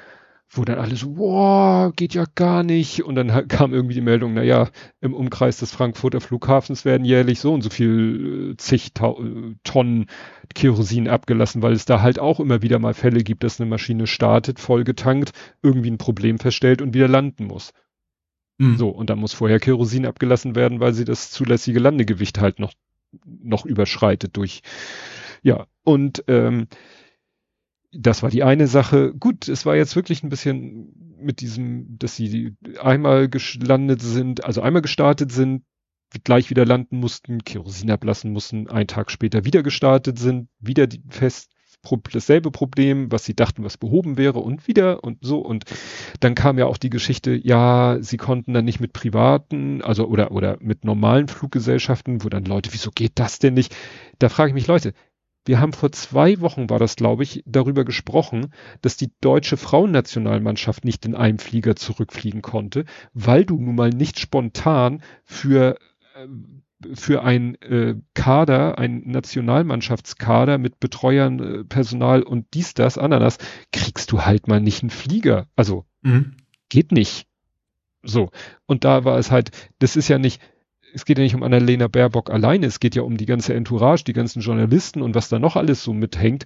wo dann alle so, wow, geht ja gar nicht. Und dann kam irgendwie die Meldung, na ja, im Umkreis des Frankfurter Flughafens werden jährlich so und so viel äh, zig Tau Tonnen Kerosin abgelassen, weil es da halt auch immer wieder mal Fälle gibt, dass eine Maschine startet, voll getankt, irgendwie ein Problem feststellt und wieder landen muss. Mhm. So, und dann muss vorher Kerosin abgelassen werden, weil sie das zulässige Landegewicht halt noch, noch überschreitet durch, ja, und ähm, das war die eine Sache. Gut, es war jetzt wirklich ein bisschen mit diesem, dass sie einmal gelandet sind, also einmal gestartet sind, gleich wieder landen mussten, Kerosin ablassen mussten, einen Tag später wieder gestartet sind, wieder die fest dasselbe Problem, was sie dachten, was behoben wäre und wieder und so. Und dann kam ja auch die Geschichte, ja, sie konnten dann nicht mit privaten, also oder oder mit normalen Fluggesellschaften, wo dann Leute, wieso geht das denn nicht? Da frage ich mich, Leute, wir haben vor zwei Wochen, war das glaube ich, darüber gesprochen, dass die deutsche Frauennationalmannschaft nicht in einem Flieger zurückfliegen konnte, weil du nun mal nicht spontan für, äh, für ein äh, Kader, ein Nationalmannschaftskader mit Betreuern, äh, Personal und dies, das, Ananas, kriegst du halt mal nicht einen Flieger. Also, mhm. geht nicht. So. Und da war es halt, das ist ja nicht, es geht ja nicht um Annalena Baerbock alleine, es geht ja um die ganze Entourage, die ganzen Journalisten und was da noch alles so mithängt.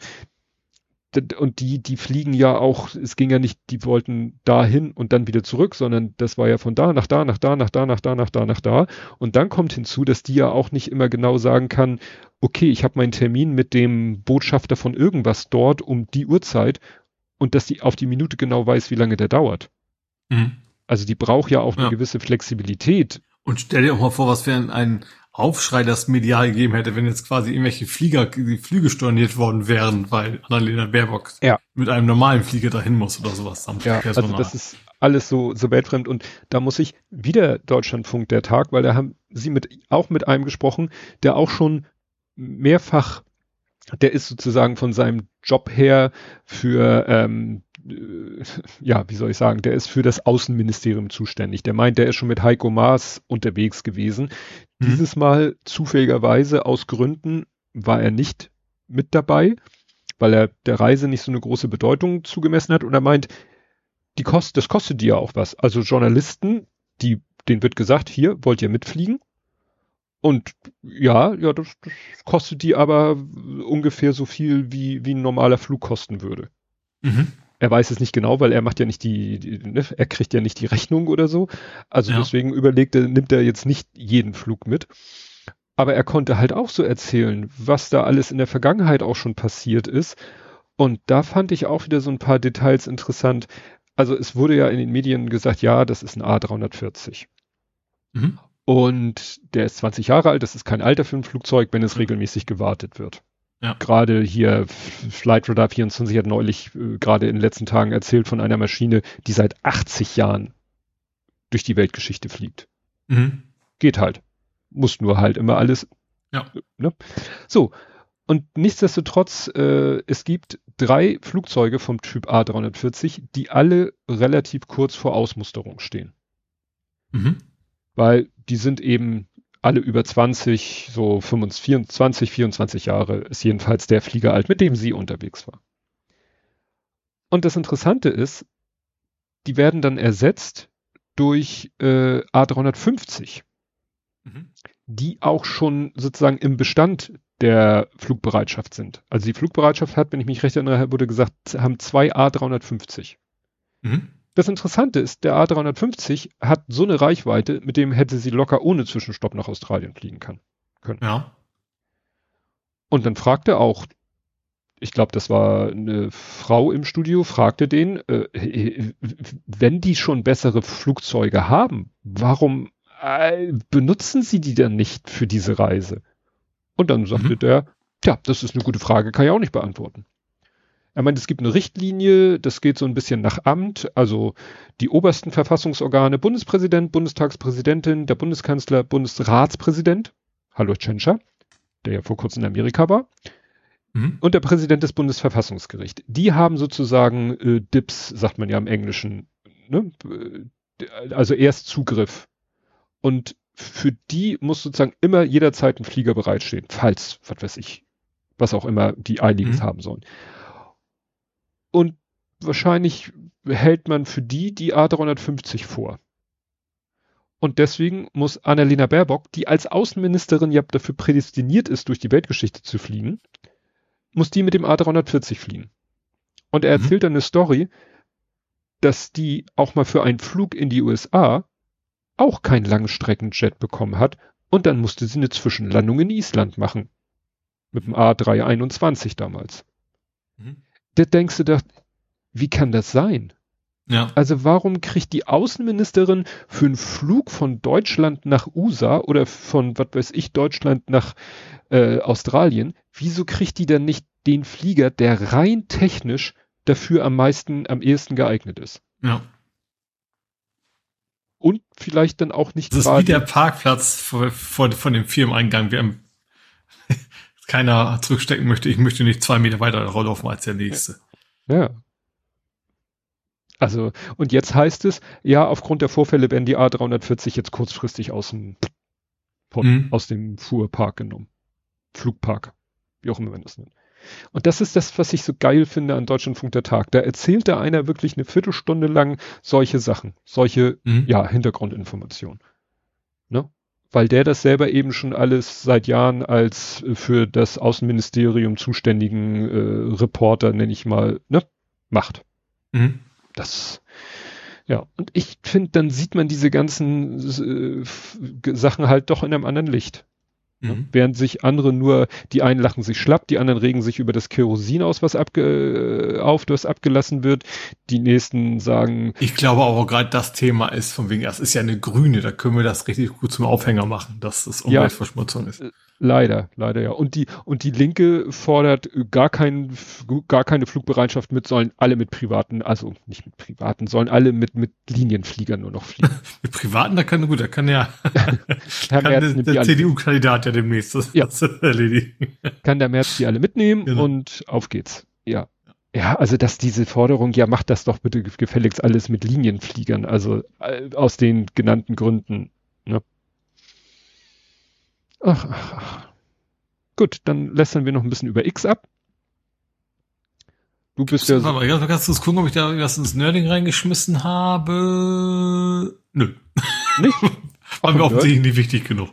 Und die, die fliegen ja auch, es ging ja nicht, die wollten dahin und dann wieder zurück, sondern das war ja von da nach da, nach da, nach da, nach da, nach da, nach da. Und dann kommt hinzu, dass die ja auch nicht immer genau sagen kann, okay, ich habe meinen Termin mit dem Botschafter von irgendwas dort um die Uhrzeit und dass die auf die Minute genau weiß, wie lange der dauert. Mhm. Also die braucht ja auch ja. eine gewisse Flexibilität. Und stell dir auch mal vor, was für ein, ein Aufschrei das medial gegeben hätte, wenn jetzt quasi irgendwelche Flieger, die Flüge storniert worden wären, weil Annalena Baerbock ja. mit einem normalen Flieger dahin muss oder sowas. Ja, also das ist alles so, so weltfremd und da muss ich wieder Deutschlandfunk der Tag, weil da haben sie mit, auch mit einem gesprochen, der auch schon mehrfach, der ist sozusagen von seinem Job her für, ähm, ja, wie soll ich sagen, der ist für das Außenministerium zuständig. Der meint, der ist schon mit Heiko Maas unterwegs gewesen. Mhm. Dieses Mal zufälligerweise aus Gründen war er nicht mit dabei, weil er der Reise nicht so eine große Bedeutung zugemessen hat. Und er meint, die Kost, das kostet die ja auch was. Also Journalisten, die, denen wird gesagt, hier, wollt ihr mitfliegen? Und ja, ja, das, das kostet die aber ungefähr so viel, wie, wie ein normaler Flug kosten würde. Mhm. Er weiß es nicht genau, weil er macht ja nicht die, die ne, er kriegt ja nicht die Rechnung oder so. Also ja. deswegen überlegt er, nimmt er jetzt nicht jeden Flug mit. Aber er konnte halt auch so erzählen, was da alles in der Vergangenheit auch schon passiert ist. Und da fand ich auch wieder so ein paar Details interessant. Also es wurde ja in den Medien gesagt, ja, das ist ein A drei vierzig. Mhm. Und der ist zwanzig Jahre alt, das ist kein Alter für ein Flugzeug, wenn es mhm. regelmäßig gewartet wird. Ja. Gerade hier Flightradar vierundzwanzig hat neulich äh, gerade in den letzten Tagen erzählt von einer Maschine, die seit achtzig Jahren durch die Weltgeschichte fliegt. Mhm. Geht halt. Muss nur halt immer alles. Ja. Ne? So. Und nichtsdestotrotz, äh, es gibt drei Flugzeuge vom Typ A drei vierzig, die alle relativ kurz vor Ausmusterung stehen. Mhm. Weil die sind eben alle über zwanzig, so fünfundzwanzig, vierundzwanzig Jahre ist jedenfalls der Flieger alt, mit dem sie unterwegs war. Und das Interessante ist, die werden dann ersetzt durch äh, A drei fünfzig, mhm. die auch schon sozusagen im Bestand der Flugbereitschaft sind. Also die Flugbereitschaft hat, wenn ich mich recht erinnere, wurde gesagt, haben zwei A drei fünfzig. Mhm. Das Interessante ist, der A drei fünfzig hat so eine Reichweite, mit dem hätte sie locker ohne Zwischenstopp nach Australien fliegen kann, können. Ja. Und dann fragte auch, ich glaube, das war eine Frau im Studio, fragte den, äh, wenn die schon bessere Flugzeuge haben, warum äh, benutzen sie die dann nicht für diese Reise? Und dann sagte mhm. der, tja, das ist eine gute Frage, kann ich auch nicht beantworten. Er meint, es gibt eine Richtlinie, das geht so ein bisschen nach Amt, also die obersten Verfassungsorgane, Bundespräsident, Bundestagspräsidentin, der Bundeskanzler, Bundesratspräsident, hallo Tschentscher, der ja vor kurzem in Amerika war, mhm. und der Präsident des Bundesverfassungsgerichts. Die haben sozusagen äh, D I P S, sagt man ja im Englischen, ne? Also erst Zugriff. Und für die muss sozusagen immer jederzeit ein Flieger bereitstehen, falls, was weiß ich, was auch immer die Eiliges mhm. haben sollen. Und wahrscheinlich hält man für die die A dreihundertfünfzig vor. Und deswegen muss Annalena Baerbock, die als Außenministerin ja dafür prädestiniert ist, durch die Weltgeschichte zu fliegen, muss die mit dem A dreihundertvierzig fliegen. Und er erzählt mhm. dann eine Story, dass die auch mal für einen Flug in die U S A auch keinen Langstreckenjet bekommen hat und dann musste sie eine Zwischenlandung in Island machen. Mit dem A drei einundzwanzig damals. Mhm. Da denkst du doch, wie kann das sein? Ja. Also warum kriegt die Außenministerin für einen Flug von Deutschland nach U S A oder von, was weiß ich, Deutschland nach äh, Australien, wieso kriegt die dann nicht den Flieger, der rein technisch dafür am meisten, am ehesten geeignet ist? Ja. Und vielleicht dann auch nicht. Das ist wie der Parkplatz vor, vor, von dem Firmeneingang. Wir haben keiner zurückstecken möchte. Ich möchte nicht zwei Meter weiter laufen als der nächste. Ja. Also, und jetzt heißt es, ja, aufgrund der Vorfälle werden die A dreihundertvierzig jetzt kurzfristig aus dem, von, mhm. aus dem Fuhrpark genommen. Flugpark. Wie auch immer man das nennt. Und das ist das, was ich so geil finde an Deutschlandfunk der Tag. Da erzählt da einer wirklich eine Viertelstunde lang solche Sachen, solche, mhm. ja, Hintergrundinformationen. Ne? Weil der das selber eben schon alles seit Jahren als für das Außenministerium zuständigen äh, Reporter, nenne ich mal, ne, macht. Mhm. Das, ja, und ich finde, dann sieht man diese ganzen äh, Sachen halt doch in einem anderen Licht. Mhm. Während sich andere nur, die einen lachen sich schlapp, die anderen regen sich über das Kerosin aus, was abge, auf, das abgelassen wird. Die nächsten sagen. Ich glaube aber gerade das Thema ist von wegen, es ist ja eine Grüne, da können wir das richtig gut zum Aufhänger machen, dass das Umweltverschmutzung ja, ist. Leider, leider ja. Und die, und die Linke fordert gar kein, gar keine Flugbereitschaft mit, sollen alle mit privaten, also nicht mit privaten, sollen alle mit, mit Linienfliegern nur noch fliegen. Mit privaten, da kann, gut, da kann ja, kann der, der C D U-Kandidat ja demnächst das, ja. das erledigen. Kann der Merz die alle mitnehmen genau. Und auf geht's. Ja. Ja, also dass diese Forderung, ja, macht das doch bitte gefälligst alles mit Linienfliegern, also äh, aus den genannten Gründen, ne? Ach, ach, ach. Gut, dann lästern wir noch ein bisschen über X ab. Du bist ja. Warte mal, kannst du gucken, ob ich da was ins Nerding reingeschmissen habe? Nö. Nicht? War mir offensichtlich nicht wichtig genug.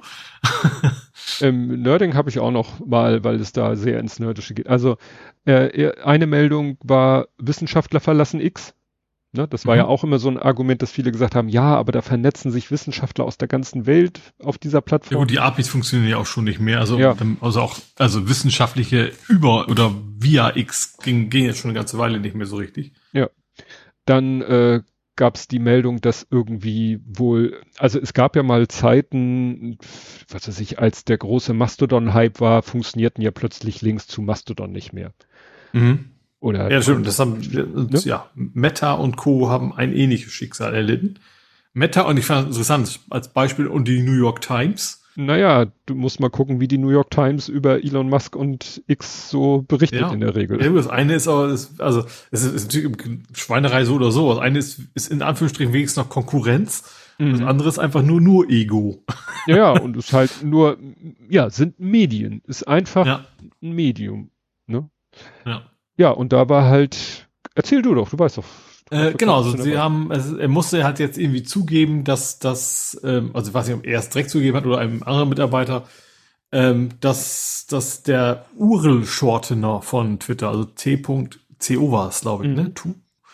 Im Nerding habe ich auch noch mal, weil es da sehr ins Nerdische geht. Also äh, eine Meldung war, Wissenschaftler verlassen X. Ne, das war mhm. ja auch immer so ein Argument, dass viele gesagt haben, ja, aber da vernetzen sich Wissenschaftler aus der ganzen Welt auf dieser Plattform. Ja, und die A P Is funktionieren ja auch schon nicht mehr. Also, ja. also auch, also wissenschaftliche über oder via X ging, ging jetzt schon eine ganze Weile nicht mehr so richtig. Ja. Dann äh, gab es die Meldung, dass irgendwie wohl, also es gab ja mal Zeiten, was weiß ich, als der große Mastodon-Hype war, funktionierten ja plötzlich Links zu Mastodon nicht mehr. Mhm. Oder ja, stimmt. Das haben, ne? ja, Meta und Co. haben ein ähnliches Schicksal erlitten. Meta, und ich fand es interessant, als Beispiel, und die New York Times. Naja, du musst mal gucken, wie die New York Times über Elon Musk und X so berichtet ja. in der Regel. Ja, das eine ist aber, das, also, es ist, ist natürlich Schweinerei so oder so. Das eine ist, ist in Anführungsstrichen wenigstens noch Konkurrenz. Mhm. Das andere ist einfach nur, nur Ego. Ja, und es ist halt nur, ja, sind Medien. Ist einfach ja. ein Medium, ne? Ja. Ja, und da war halt, erzähl du doch, du weißt doch. Äh, genau, also sie haben, also er musste halt jetzt irgendwie zugeben, dass das, ähm, also ich weiß nicht, ob er es direkt zugegeben hat oder einem anderen Mitarbeiter, ähm, dass, dass der U R L-Shortener von Twitter, also T Punkt co war es, glaube ich, mhm. ne? Tu?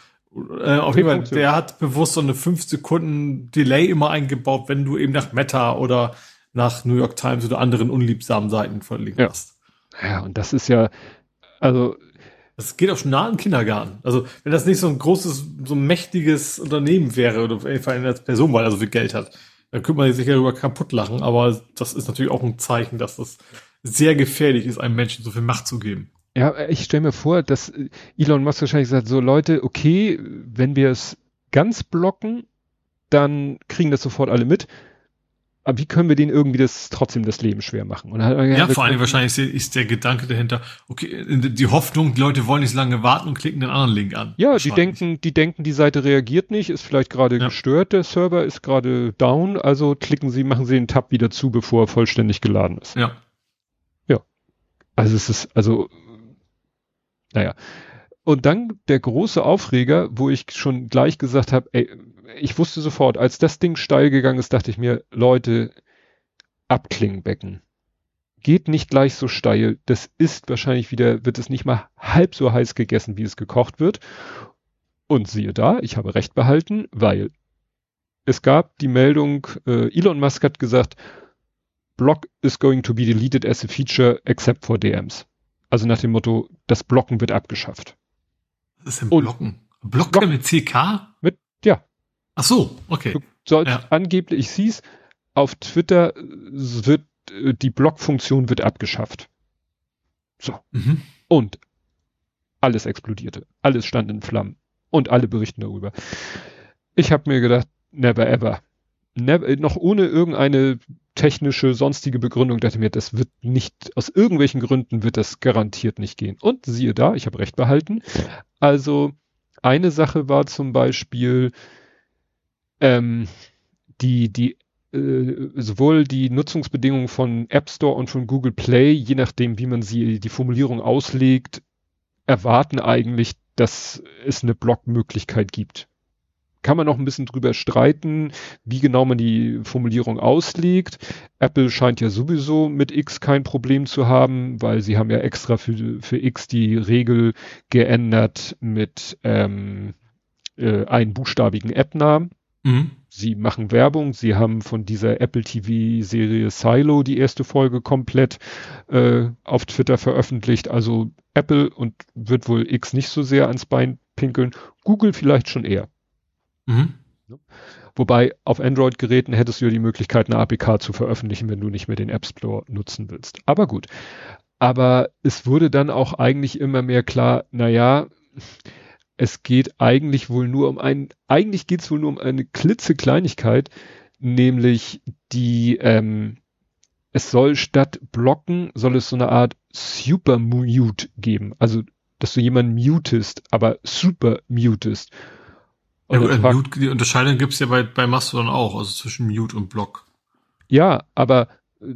Äh, auf jeden Fall, der hat bewusst so eine fünf Sekunden Delay immer eingebaut, wenn du eben nach Meta oder nach New York Times oder anderen unliebsamen Seiten verlinkt ja. hast. Ja, und das ist ja, also das geht auch schon nah im Kindergarten. Also, wenn das nicht so ein großes, so ein mächtiges Unternehmen wäre oder auf jeden Fall eine Person, weil er so viel Geld hat, dann könnte man sich darüber kaputt lachen. Aber das ist natürlich auch ein Zeichen, dass das sehr gefährlich ist, einem Menschen so viel Macht zu geben. Ja, ich stelle mir vor, dass Elon Musk wahrscheinlich sagt, so Leute, okay, wenn wir es ganz blocken, dann kriegen das sofort alle mit. Aber wie können wir denen irgendwie das trotzdem das Leben schwer machen? Und halt, ja, vor allem wahrscheinlich ist der Gedanke dahinter, okay, die Hoffnung, die Leute wollen nicht so lange warten und klicken den anderen Link an. Ja, die denken, die denken, die Seite reagiert nicht, ist vielleicht gerade ja. gestört, der Server ist gerade down, also klicken sie, machen sie den Tab wieder zu, bevor er vollständig geladen ist. Ja. Ja. Also es ist, also, naja. Und dann der große Aufreger, wo ich schon gleich gesagt habe, ey, ich wusste sofort, als das Ding steil gegangen ist, dachte ich mir, Leute, Abklingenbecken. Geht nicht gleich so steil. Das ist wahrscheinlich wieder, wird es nicht mal halb so heiß gegessen, wie es gekocht wird. Und siehe da, ich habe recht behalten, weil es gab die Meldung, äh, Elon Musk hat gesagt, Block is going to be deleted as a feature except for D Ms. Also nach dem Motto, das Blocken wird abgeschafft. Was ist denn Blocken? Blocken Block mit C K? Mit, ja. Ach so, okay. Du sollst ja. angeblich, ich sieh's, auf Twitter wird, die Blockfunktion wird abgeschafft. So. Mhm. Und alles explodierte. Alles stand in Flammen. Und alle berichten darüber. Ich habe mir gedacht, never ever. Never, noch ohne irgendeine technische, sonstige Begründung, dachte mir, das wird nicht, aus irgendwelchen Gründen wird das garantiert nicht gehen. Und siehe da, ich habe recht behalten. Also eine Sache war zum Beispiel ähm, die, die äh, sowohl die Nutzungsbedingungen von App Store und von Google Play, je nachdem, wie man sie, die Formulierung auslegt, erwarten eigentlich, dass es eine Blockmöglichkeit gibt. Kann man noch ein bisschen drüber streiten, wie genau man die Formulierung auslegt. Apple scheint ja sowieso mit X kein Problem zu haben, weil sie haben ja extra für, für X die Regel geändert mit ähm, äh, einbuchstabigen App-Namen. Mhm. Sie machen Werbung, sie haben von dieser Apple T V-Serie Silo die erste Folge komplett äh, auf Twitter veröffentlicht. Also Apple und wird wohl X nicht so sehr ans Bein pinkeln, Google vielleicht schon eher. Mhm. Wobei auf Android-Geräten hättest du ja die Möglichkeit, eine A P K zu veröffentlichen, wenn du nicht mehr den App Store nutzen willst. Aber gut. Aber es wurde dann auch eigentlich immer mehr klar, naja, es geht eigentlich wohl nur um ein, eigentlich geht es wohl nur um eine klitzekleinigkeit, nämlich die, ähm, es soll statt blocken, soll es so eine Art Super Mute geben. Also, dass du jemanden mutest, aber super mutest. Ja, gut, frag, Mute, die Unterscheidung gibt's ja bei, bei Mastodon auch, also zwischen Mute und Block. Ja, aber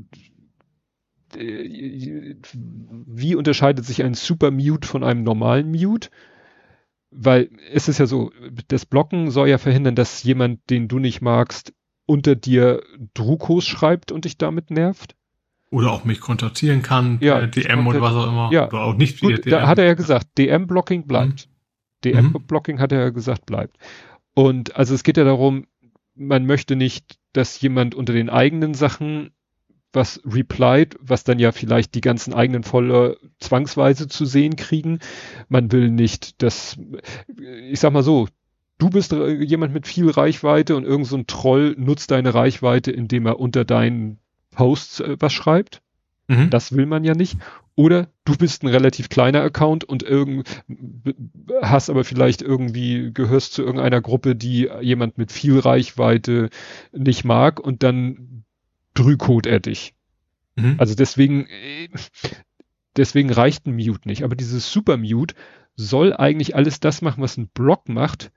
äh, wie unterscheidet sich ein Super Mute von einem normalen Mute? Weil es ist ja so, das Blocken soll ja verhindern, dass jemand, den du nicht magst, unter dir Drukos schreibt und dich damit nervt. Oder auch mich kontaktieren kann, ja, D M und was auch immer. Ja, oder auch nicht. Gut, da hat er ja gesagt, D M-Blocking bleibt. Mhm. D M-Blocking hat er ja gesagt, bleibt. Und also es geht ja darum, man möchte nicht, dass jemand unter den eigenen Sachen was replied, was dann ja vielleicht die ganzen eigenen Follower zwangsweise zu sehen kriegen. Man will nicht, dass, ich sag mal so, du bist jemand mit viel Reichweite und irgend so ein Troll nutzt deine Reichweite, indem er unter deinen Posts äh, was schreibt. Mhm. Das will man ja nicht. Oder du bist ein relativ kleiner Account und irgend, hast aber vielleicht irgendwie, gehörst zu irgendeiner Gruppe, die jemand mit viel Reichweite nicht mag und dann drückcode er dich. Mhm. Also deswegen, deswegen reicht ein Mute nicht. Aber dieses Super Mute soll eigentlich alles das machen, was ein Block macht,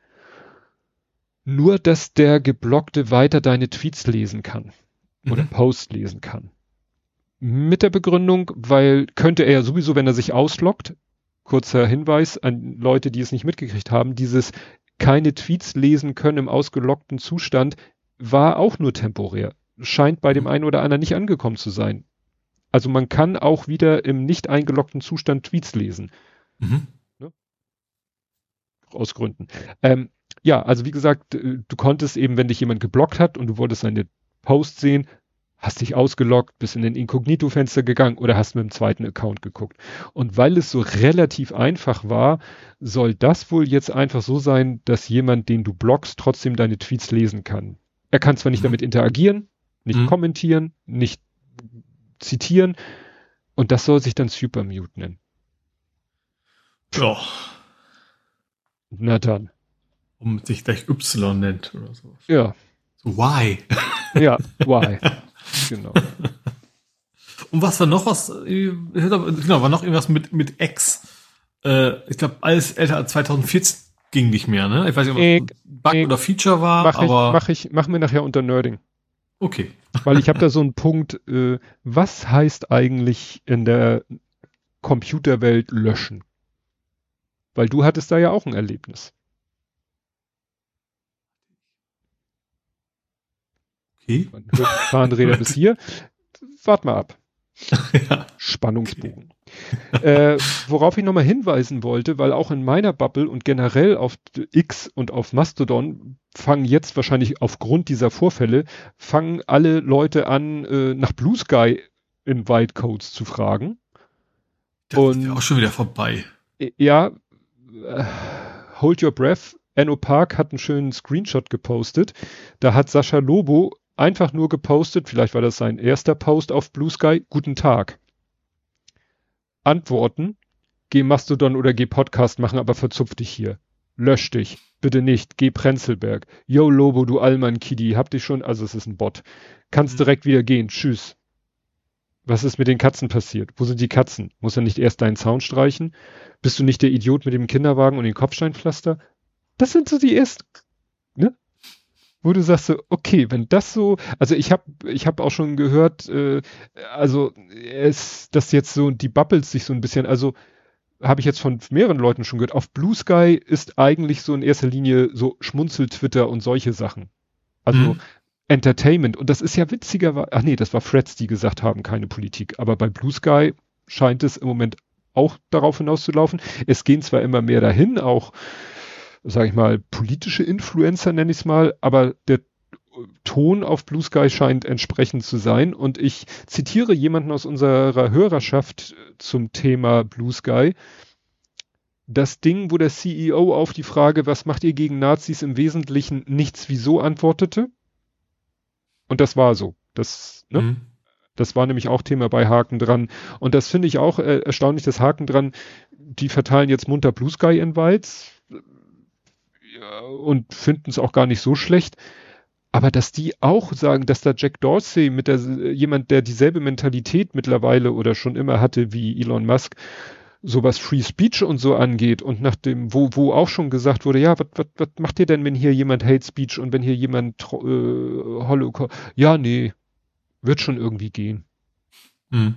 nur dass der Geblockte weiter deine Tweets lesen kann oder mhm. Posts lesen kann. Mit der Begründung, weil könnte er ja sowieso, wenn er sich ausloggt, kurzer Hinweis an Leute, die es nicht mitgekriegt haben, dieses keine Tweets lesen können im ausgeloggten Zustand war auch nur temporär. Scheint bei dem einen oder anderen nicht angekommen zu sein. Also man kann auch wieder im nicht eingeloggten Zustand Tweets lesen. Mhm. Ne? Aus Gründen. Ähm, ja, also wie gesagt, du konntest eben, wenn dich jemand geblockt hat und du wolltest seine Post sehen, hast dich ausgeloggt, bist in den Inkognito-Fenster gegangen oder hast mit dem zweiten Account geguckt. Und weil es so relativ einfach war, soll das wohl jetzt einfach so sein, dass jemand, den du blockst, trotzdem deine Tweets lesen kann. Er kann zwar nicht mhm. damit interagieren, nicht mhm. kommentieren, nicht zitieren und das soll sich dann Super Mute nennen. Ja. Na dann. Um sich gleich Y nennt oder so. Ja. So why? Ja, why? Genau. Und was war noch was? Genau, war noch irgendwas mit mit X. Äh, ich glaube, alles älter als zwanzig vierzehn ging nicht mehr, ne? Ich weiß nicht, ob ich, das ein Bug ich, oder Feature war, mach aber ich, mach ich, mach mir nachher unter Nerding. Okay. Weil ich habe da so einen Punkt. Äh, was heißt eigentlich in der Computerwelt löschen? Weil du hattest da ja auch ein Erlebnis. Okay. Man hört die Fahnenräder bis hier. Wart mal ab. Ja. Spannungsbogen. äh, worauf ich nochmal hinweisen wollte, weil auch in meiner Bubble und generell auf X und auf Mastodon fangen jetzt wahrscheinlich aufgrund dieser Vorfälle, fangen alle Leute an, äh, nach Blue Sky Invite Codes zu fragen. Das ist ja auch schon wieder vorbei. Ja, äh, hold your breath. Enno Park hat einen schönen Screenshot gepostet. Da hat Sascha Lobo einfach nur gepostet, vielleicht war das sein erster Post auf Blue Sky, guten Tag. Antworten, geh Mastodon oder geh Podcast machen, aber verzupf dich hier. Lösch dich. Bitte nicht. Geh Prenzlberg. Yo Lobo, du Allmann Kiddy, hab dich schon, also es ist ein Bot. Kannst mhm. direkt wieder gehen. Tschüss. Was ist mit den Katzen passiert? Wo sind die Katzen? Muss er nicht erst deinen Zaun streichen? Bist du nicht der Idiot mit dem Kinderwagen und dem Kopfsteinpflaster? Das sind so die ersten, ne? Wo du sagst so, okay, wenn das so, also ich habe ich hab auch schon gehört, äh, also es, dass jetzt so die Bubbles sich so ein bisschen, also habe ich jetzt von mehreren Leuten schon gehört, auf Blue Sky ist eigentlich so in erster Linie so Schmunzel-Twitter und solche Sachen. Also mhm. Entertainment. Und das ist ja witziger, ach nee, das war Freds, die gesagt haben, keine Politik. Aber bei Blue Sky scheint es im Moment auch darauf hinauszulaufen. Es gehen zwar immer mehr dahin, auch sage ich mal, politische Influencer nenne ich es mal, aber der Ton auf Blue Sky scheint entsprechend zu sein. Und ich zitiere jemanden aus unserer Hörerschaft zum Thema Blue Sky. Das Ding, wo der C E O auf die Frage, was macht ihr gegen Nazis, im Wesentlichen nichts wieso antwortete. Und das war so. Das, ne? Mhm. Das war nämlich auch Thema bei Haken dran. Und das finde ich auch äh, erstaunlich, das Haken dran, die verteilen jetzt munter Blue Sky Invites und finden es auch gar nicht so schlecht. Aber dass die auch sagen, dass da Jack Dorsey mit der, jemand, der dieselbe Mentalität mittlerweile oder schon immer hatte wie Elon Musk, sowas Free Speech und so angeht und nach dem, wo, wo auch schon gesagt wurde, ja, was, was, was macht ihr denn, wenn hier jemand Hate Speech und wenn hier jemand äh, Holocaust, ja, nee, wird schon irgendwie gehen. Hm.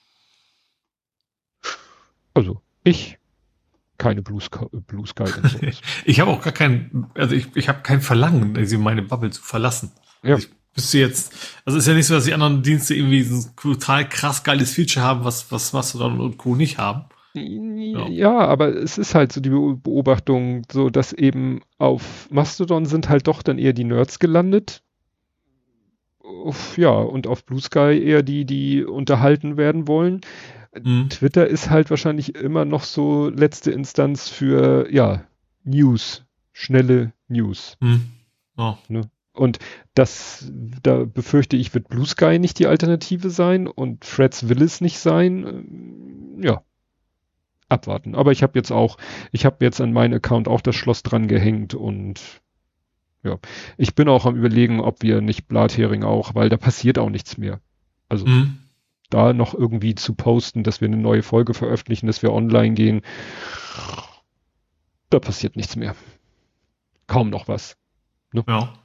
Also, ich keine Blue Sky, Blue Sky und so. Ich habe auch gar kein, also ich, ich habe kein Verlangen, also meine Bubble zu verlassen. Ja. Also ich müsste jetzt, also ist ja nicht so, dass die anderen Dienste irgendwie ein total krass geiles Feature haben, was, was Mastodon und Co. nicht haben. Ja. ja, aber es ist halt so die Beobachtung, so dass eben auf Mastodon sind halt doch dann eher die Nerds gelandet. Ja, und auf Blue Sky eher die, die unterhalten werden wollen. Mhm. Twitter ist halt wahrscheinlich immer noch so letzte Instanz für, ja, News, schnelle News. Mhm. Oh. Ne? Und das, da befürchte ich, wird Blue Sky nicht die Alternative sein und Freds will es nicht sein. Ja, abwarten. Aber ich habe jetzt auch, ich habe jetzt an meinen Account auch das Schloss dran gehängt und ja, ich bin auch am Überlegen, ob wir nicht Blathering auch, weil da passiert auch nichts mehr. Also mhm. da noch irgendwie zu posten, dass wir eine neue Folge veröffentlichen, dass wir online gehen, da passiert nichts mehr. Kaum noch was. Ne? Ja.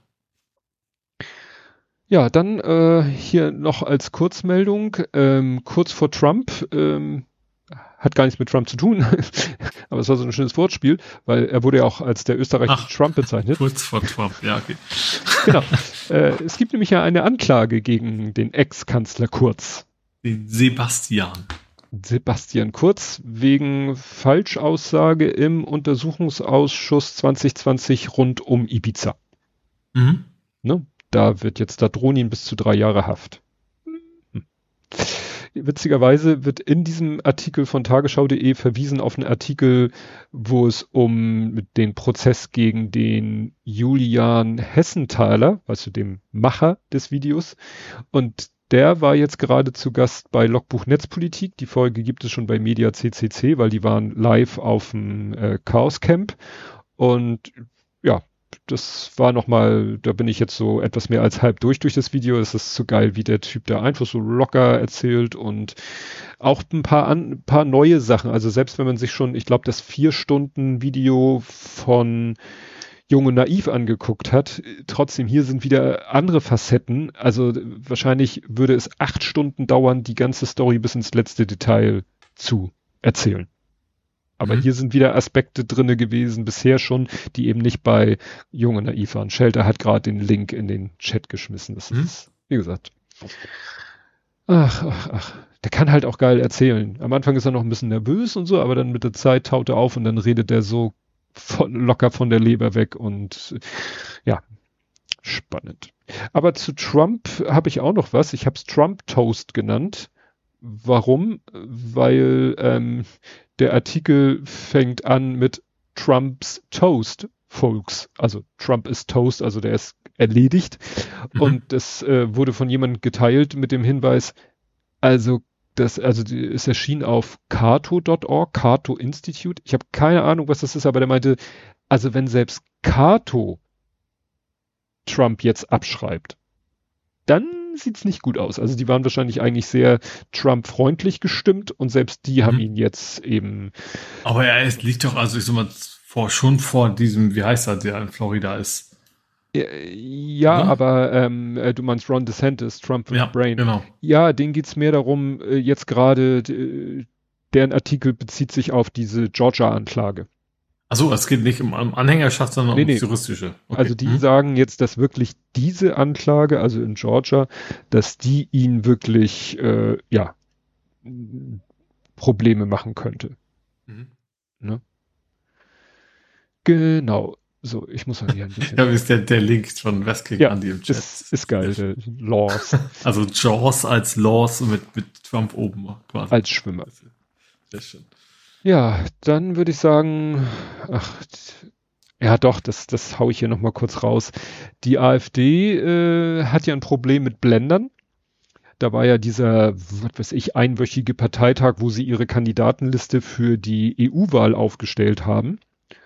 Ja, dann äh, hier noch als Kurzmeldung, ähm, kurz vor Trump, ähm, hat gar nichts mit Trump zu tun, aber es war so ein schönes Wortspiel, weil er wurde ja auch als der österreichische Ach, Trump bezeichnet. Kurz vor Trump, ja, okay. Genau. Äh, es gibt nämlich ja eine Anklage gegen den Ex-Kanzler Kurz. Den Sebastian. Sebastian Kurz wegen Falschaussage im Untersuchungsausschuss zwanzig zwanzig rund um Ibiza. Mhm. Ne? Da wird jetzt, da drohen ihm bis zu drei Jahre Haft. Hm. Witzigerweise wird in diesem Artikel von tagesschau punkt de verwiesen auf einen Artikel, wo es um den Prozess gegen den Julian Hessenthaler, also dem Macher des Videos, und der war jetzt gerade zu Gast bei Logbuch Netzpolitik. Die Folge gibt es schon bei Media C C C, weil die waren live auf dem äh, Chaos Camp. Und ja, das war nochmal, da bin ich jetzt so etwas mehr als halb durch durch das Video. Es ist so geil, wie der Typ da einfach so locker erzählt und auch ein paar, an, ein paar neue Sachen. Also selbst wenn man sich schon, ich glaube, das vier Stunden Video von Jung und Naiv angeguckt hat, trotzdem hier sind wieder andere Facetten. Also wahrscheinlich würde es acht Stunden dauern, die ganze Story bis ins letzte Detail zu erzählen. Aber Mhm. hier sind wieder Aspekte drinne gewesen, bisher schon, die eben nicht bei Jung und Naiv waren. Shelter hat gerade den Link in den Chat geschmissen. Das Mhm. ist, wie gesagt. Ach, ach, ach. Der kann halt auch geil erzählen. Am Anfang ist er noch ein bisschen nervös und so, aber dann mit der Zeit taut er auf und dann redet er so von, locker von der Leber weg und ja, spannend. Aber zu Trump habe ich auch noch was. Ich habe es Trump Toast genannt. Warum? Weil ähm, der Artikel fängt an mit Trumps Toast, Folks. Also Trump ist Toast, also der ist erledigt. Mhm. Und das äh, wurde von jemandem geteilt mit dem Hinweis, also das, also die, es erschien auf cato Punkt org, Cato Institute. Ich habe keine Ahnung, was das ist, aber der meinte, also wenn selbst Cato Trump jetzt abschreibt, dann sieht's nicht gut aus. Also die waren wahrscheinlich eigentlich sehr Trump-freundlich gestimmt und selbst die Mhm. haben ihn jetzt eben. Aber er ist, liegt doch, also ich sag mal, vor, schon vor diesem, wie heißt er, der in Florida ist. Äh, ja, Oder? aber ähm, äh, du meinst Ron DeSantis, Trump with Ja, Brain. genau. Ja, denen geht's mehr darum, äh, jetzt gerade, äh, deren Artikel bezieht sich auf diese Georgia-Anklage. Also es geht nicht um, um Anhängerschaft, sondern Nee, um nee. das Juristische. Okay. Also die Mhm. sagen jetzt, dass wirklich diese Anklage, also in Georgia, dass die ihn wirklich, äh, ja, m- Probleme machen könnte. Mhm. Ne? Genau. So, ich muss mal hier ein bisschen. Ja, ist der, der Link von Westking Ja, an die im Chat. ist, ist geil, der Laws Also Jaws als Laws mit, mit Trump oben quasi. als Schwimmer. Sehr schön. Ja, dann würde ich sagen, ach, ja doch, das, das hau ich hier nochmal kurz raus. Die AfD äh, hat ja ein Problem mit Blendern. Da war ja dieser, was weiß ich, einwöchige Parteitag, wo sie ihre Kandidatenliste für die E U-Wahl aufgestellt haben.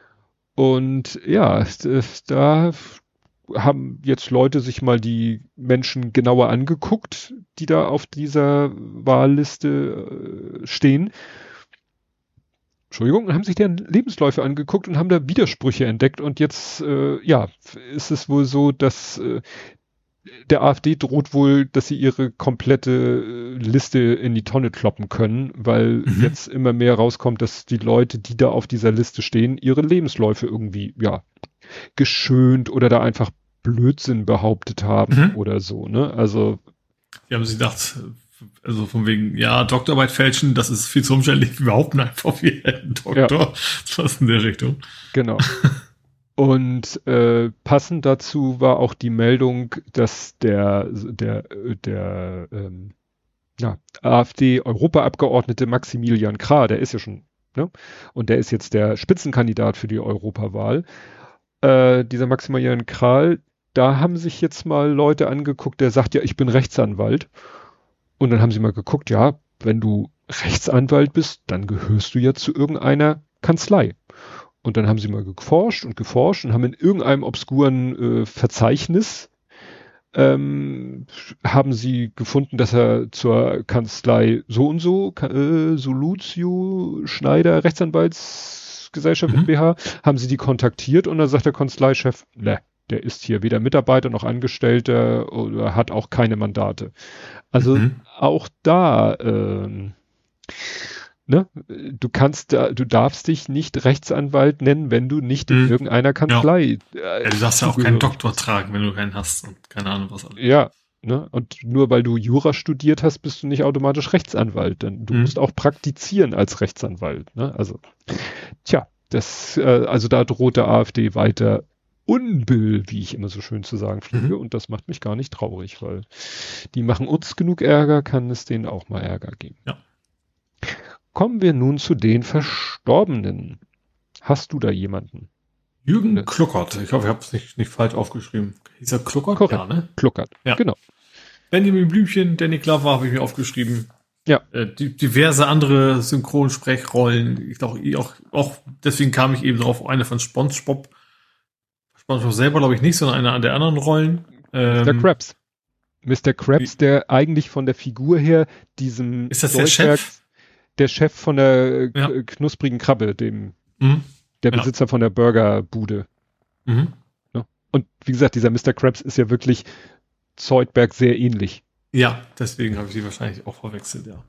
Und ja, da haben jetzt Leute sich mal die Menschen genauer angeguckt, die da auf dieser Wahlliste äh, stehen. Entschuldigung, und haben sich deren Lebensläufe angeguckt und haben da Widersprüche entdeckt. Und jetzt, äh, ja, ist es wohl so, dass äh, der AfD droht wohl, dass sie ihre komplette äh, Liste in die Tonne kloppen können, weil Mhm. jetzt immer mehr rauskommt, dass die Leute, die da auf dieser Liste stehen, ihre Lebensläufe irgendwie, ja, geschönt oder da einfach Blödsinn behauptet haben Mhm. oder so, ne? Also, Die haben sich gedacht, also von wegen, ja, Doktorarbeit fälschen, das ist viel zu umständlich. Wir behaupten einfach, wir hätten Doktor. Was in der Richtung. genau. Und äh, passend dazu war auch die Meldung, dass der der der ähm, ja, AfD-Europaabgeordnete Maximilian Krah, der ist ja schon, ne? Und der ist jetzt der Spitzenkandidat für die Europawahl. Äh, dieser Maximilian Krah, da haben sich jetzt mal Leute angeguckt, der sagt ja, ich bin Rechtsanwalt. Und dann haben sie mal geguckt, ja, wenn du Rechtsanwalt bist, dann gehörst du ja zu irgendeiner Kanzlei. Und dann haben sie mal geforscht und geforscht und haben in irgendeinem obskuren äh, Verzeichnis ähm, haben sie gefunden, dass er zur Kanzlei so und so, äh, Solutio Schneider Rechtsanwaltsgesellschaft Mhm. GmbH, haben sie die kontaktiert und dann sagt der Kanzleichef, ne, der ist hier weder Mitarbeiter noch Angestellter oder hat auch keine Mandate. Also Mhm. auch da, ähm, ne, du kannst, da, du darfst dich nicht Rechtsanwalt nennen, wenn du nicht in Mhm. irgendeiner Kanzlei. Äh, Ja, du darfst ja auch keinen zugehörig Doktor bist. tragen, wenn du keinen hast und keine Ahnung was alles. Ja, ne, und nur weil du Jura studiert hast, bist du nicht automatisch Rechtsanwalt, denn du Mhm. musst auch praktizieren als Rechtsanwalt, ne, also, tja, das, äh, also da droht der AfD weiter Unbill, wie ich immer so schön zu sagen pflege, Mhm. und das macht mich gar nicht traurig, weil die machen uns genug Ärger, kann es denen auch mal Ärger geben. Ja. Kommen wir nun zu den Verstorbenen. Hast du da jemanden? Jürgen Ne. Kluckert. Ich hoffe, ich habe es nicht, nicht falsch aufgeschrieben. Hieß er Kluckert? Korrekt. Ja, ne? Kluckert. Ja. Genau. Benjamin Blümchen, Danny Glover habe ich mir aufgeschrieben. Ja. Äh, die, diverse andere Synchronsprechrollen. Ich glaube, auch, auch deswegen kam ich eben drauf, eine von SpongeBob. SpongeBob selber glaube ich nicht, sondern eine der anderen Rollen. Mister Ähm, Krabs. Mister Krabs, der eigentlich von der Figur her diesem Ist das der Goldberg- Chef? der Chef von der äh, Ja. k- knusprigen Krabbe, dem Mhm. der Ja. Besitzer von der Burgerbude. Mhm. Und wie gesagt, dieser Mister Krabs ist ja wirklich Zoidberg sehr ähnlich. Ja, deswegen habe ich die wahrscheinlich auch verwechselt, ja.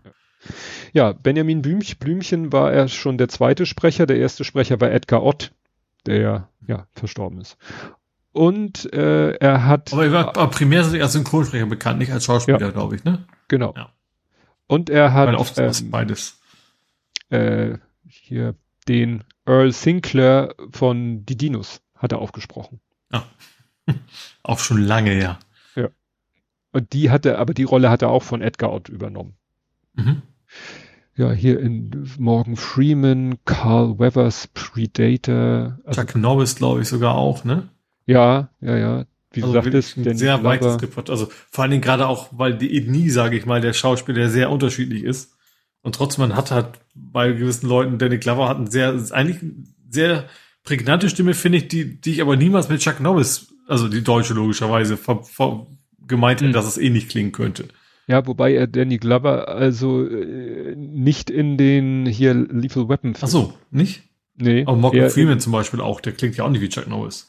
Ja, Benjamin Blümchen, Blümchen war er schon der zweite Sprecher. Der erste Sprecher war Edgar Ott, der ja verstorben ist. Und äh, er hat... Aber er war aber primär als Synchronsprecher bekannt, nicht als Schauspieler, ja, glaube ich, ne? Genau. Ja. Und er hat... Weil oft ähm, ist beides. Äh, hier den Earl Sinclair von Die Dinos hat er aufgesprochen. Ja. Auch schon lange, ja. Ja. Und die hatte, aber die Rolle hat er auch von Edgar Ott übernommen. Mhm. Ja, hier in Morgan Freeman, Carl Weathers, Predator. Also, Chuck Norris, glaube ich, sogar auch, ne? Ja, ja, ja. Wie du also sagtest, ein sehr weites Report. Also vor allen Dingen gerade auch, weil die Ethnie, sage ich mal, der Schauspieler sehr unterschiedlich ist. Und trotzdem, man hat halt bei gewissen Leuten, Danny Glover hat eine sehr, eigentlich sehr prägnante Stimme, finde ich, die, die ich aber niemals mit Chuck Norris, also die deutsche logischerweise, ver, ver, gemeint hätte, mhm. dass es ähnlich klingen könnte. Ja, wobei er Danny Glover also äh, nicht in den hier Lethal Weapon Ach so, nicht? Nee. Aber Morgan Freeman zum Beispiel auch, der klingt ja auch nicht wie Chuck Norris.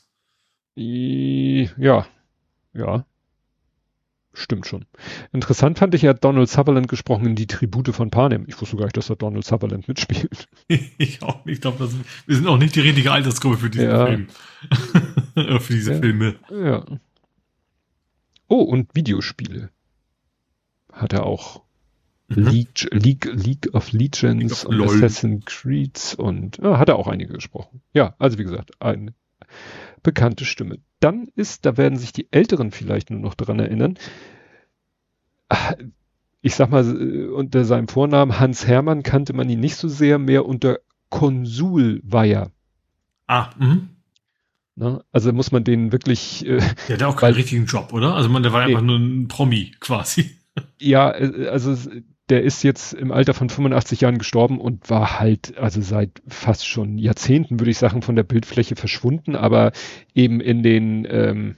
Ja, ja. Stimmt schon. Interessant fand ich, er hat Donald Sutherland gesprochen in Die Tribute von Panem. Ich wusste gar nicht, dass da Donald Sutherland mitspielt. Ich auch nicht. Ich glaube, wir sind auch nicht die richtige Altersgruppe für diesen ja. Film. für diese ja. Filme. Ja. Oh, und Videospiele. Hat er auch. Mhm. League, League, League of Legends League of und LOL. Assassin's Creed und ja, hat er auch einige gesprochen. Ja, also wie gesagt, eine bekannte Stimme. Dann ist, da werden sich die Älteren vielleicht nur noch dran erinnern, ich sag mal, unter seinem Vornamen Hans Hermann kannte man ihn nicht so sehr, mehr unter Konsul Weiher. Ah, mhm. Ne? Also muss man den wirklich... Äh, der hat auch keinen weil, richtigen Job, oder? Also man, der war nee. einfach nur ein Promi quasi. Ja, also der ist jetzt im Alter von fünfundachtzig Jahren gestorben und war halt, also seit fast schon Jahrzehnten, würde ich sagen, von der Bildfläche verschwunden, aber eben in den, ähm,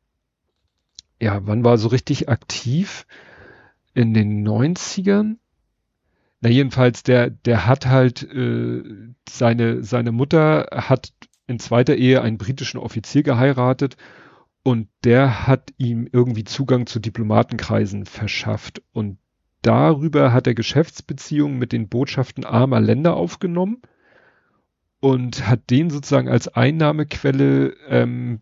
ja, wann war er so richtig aktiv? In den neunzigern? Na jedenfalls, der, der hat halt, äh, seine, seine Mutter hat in zweiter Ehe einen britischen Offizier geheiratet und der hat ihm irgendwie Zugang zu Diplomatenkreisen verschafft und darüber hat er Geschäftsbeziehungen mit den Botschaften armer Länder aufgenommen und hat den sozusagen als Einnahmequelle, ähm,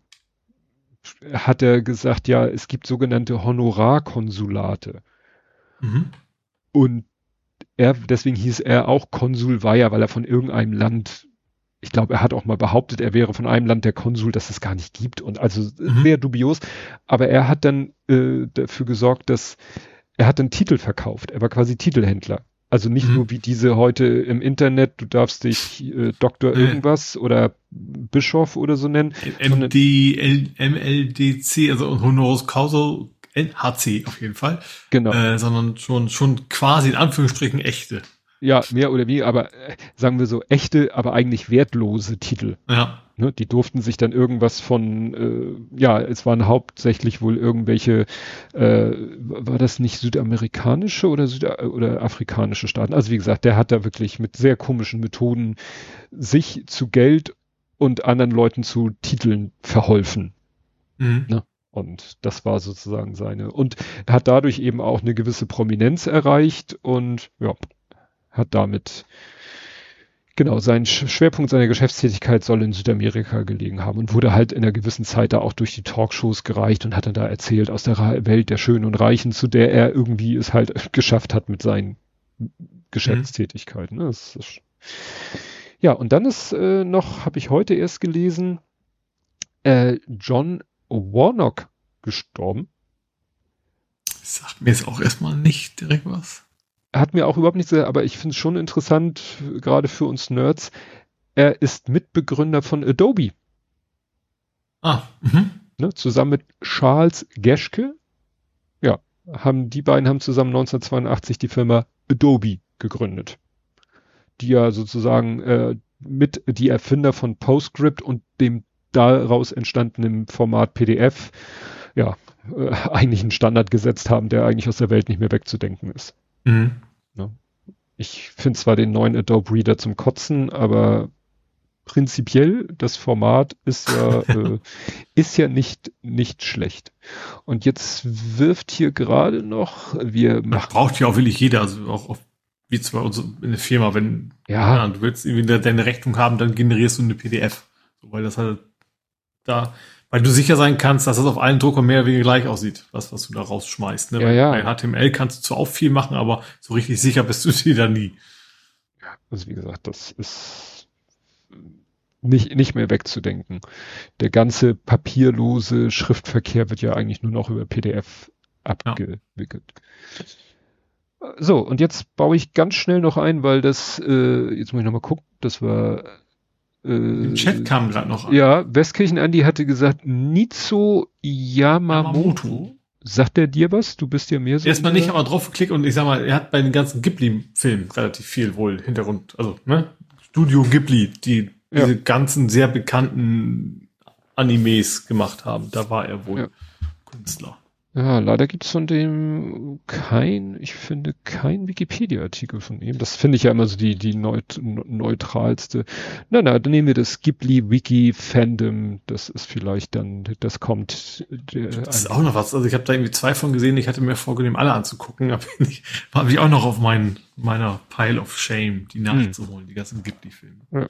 hat er gesagt, ja, es gibt sogenannte Honorarkonsulate. Mhm. Und er, deswegen hieß er auch Konsul Weiher, weil er von irgendeinem Land, ich glaube, er hat auch mal behauptet, er wäre von einem Land der Konsul, das es gar nicht gibt und also mhm. sehr dubios. Aber er hat dann äh, dafür gesorgt, dass er hat einen Titel verkauft. Er war quasi Titelhändler. Also nicht mhm. nur wie diese heute im Internet, du darfst dich äh, Doktor äh. irgendwas oder Bischof oder so nennen. M D, M L D C, also Honoris Causa, H C auf jeden Fall. Genau. Äh, sondern schon, schon quasi in Anführungsstrichen echte. Ja, mehr oder weniger, aber äh, sagen wir so echte, aber eigentlich wertlose Titel. Ja. Ne, die durften sich dann irgendwas von, äh, ja, es waren hauptsächlich wohl irgendwelche, äh, war das nicht südamerikanische oder Süda- oder afrikanische Staaten? Also wie gesagt, der hat da wirklich mit sehr komischen Methoden sich zu Geld und anderen Leuten zu Titeln verholfen. Mhm. Ne? Und das war sozusagen seine, und er hat dadurch eben auch eine gewisse Prominenz erreicht und ja, hat damit genau, sein Schwerpunkt seiner Geschäftstätigkeit soll in Südamerika gelegen haben und wurde halt in einer gewissen Zeit da auch durch die Talkshows gereicht und hat dann da erzählt aus der Welt der Schönen und Reichen, zu der er irgendwie es halt geschafft hat mit seinen Geschäftstätigkeiten. Mhm. Das ist, ja, und dann ist äh, noch, habe ich heute erst gelesen, äh, John Warnock gestorben. Das sagt mir jetzt auch erstmal nicht direkt was. Hat mir auch überhaupt nichts, aber ich finde es schon interessant, gerade für uns Nerds. Er ist Mitbegründer von Adobe. Ah, mhm. Ne, zusammen mit Charles Geschke. Ja, haben die beiden haben zusammen neunzehnhundertzweiundachtzig die Firma Adobe gegründet. Die ja sozusagen äh, mit die Erfinder von PostScript und dem daraus entstandenen Format P D F, ja, äh, eigentlich einen Standard gesetzt haben, der eigentlich aus der Welt nicht mehr wegzudenken ist. Mhm. Ja. Ich finde zwar den neuen Adobe Reader zum Kotzen, aber prinzipiell das Format ist ja äh, ist ja nicht nicht schlecht. Und jetzt wirft hier gerade noch, wir das braucht ja auch wirklich jeder, also auch auf wie zwar uns in der Firma, wenn Ja. ja, du willst irgendwie deine Rechnung haben, dann generierst du eine P D F. So, weil das halt da, weil du sicher sein kannst, dass das auf allen Druckern mehr oder weniger gleich aussieht, was, was du da rausschmeißt. Ne? Ja, Weil ja. Bei H T M L kannst du zwar auch viel machen, aber so richtig sicher bist du dir da nie. Also wie gesagt, das ist nicht, nicht mehr wegzudenken. Der ganze papierlose Schriftverkehr wird ja eigentlich nur noch über P D F abgewickelt. Ja. So, und jetzt baue ich ganz schnell noch ein, weil das, äh, jetzt muss ich nochmal gucken, das war äh, Im Chat kam gerade noch an. Ja, Westkirchen Andi hatte gesagt, Nizo Yamamoto. Yamamoto. Sagt der dir was? Du bist ja mehr so. Erstmal nicht, aber drauf geklickt und ich sag mal, er hat bei den ganzen Ghibli-Filmen relativ viel wohl Hintergrund, also, ne? Studio Ghibli, die Ja. diese ganzen sehr bekannten Animes gemacht haben. Da war er wohl Ja. Künstler. Ja, leider gibt's von dem kein, ich finde, kein Wikipedia-Artikel von ihm. Das finde ich ja immer so die, die neut, neutralste. Na, na, dann nehmen wir das Ghibli-Wiki-Fandom. Das ist vielleicht dann, das kommt. Der, Das ist auch noch was. Also ich habe da irgendwie zwei von gesehen. Ich hatte mir vorgenommen, alle anzugucken. Aber ich habe ich auch noch auf mein, meiner Pile of Shame, die nachzuholen, hm. die ganzen Ghibli-Filme. Ja.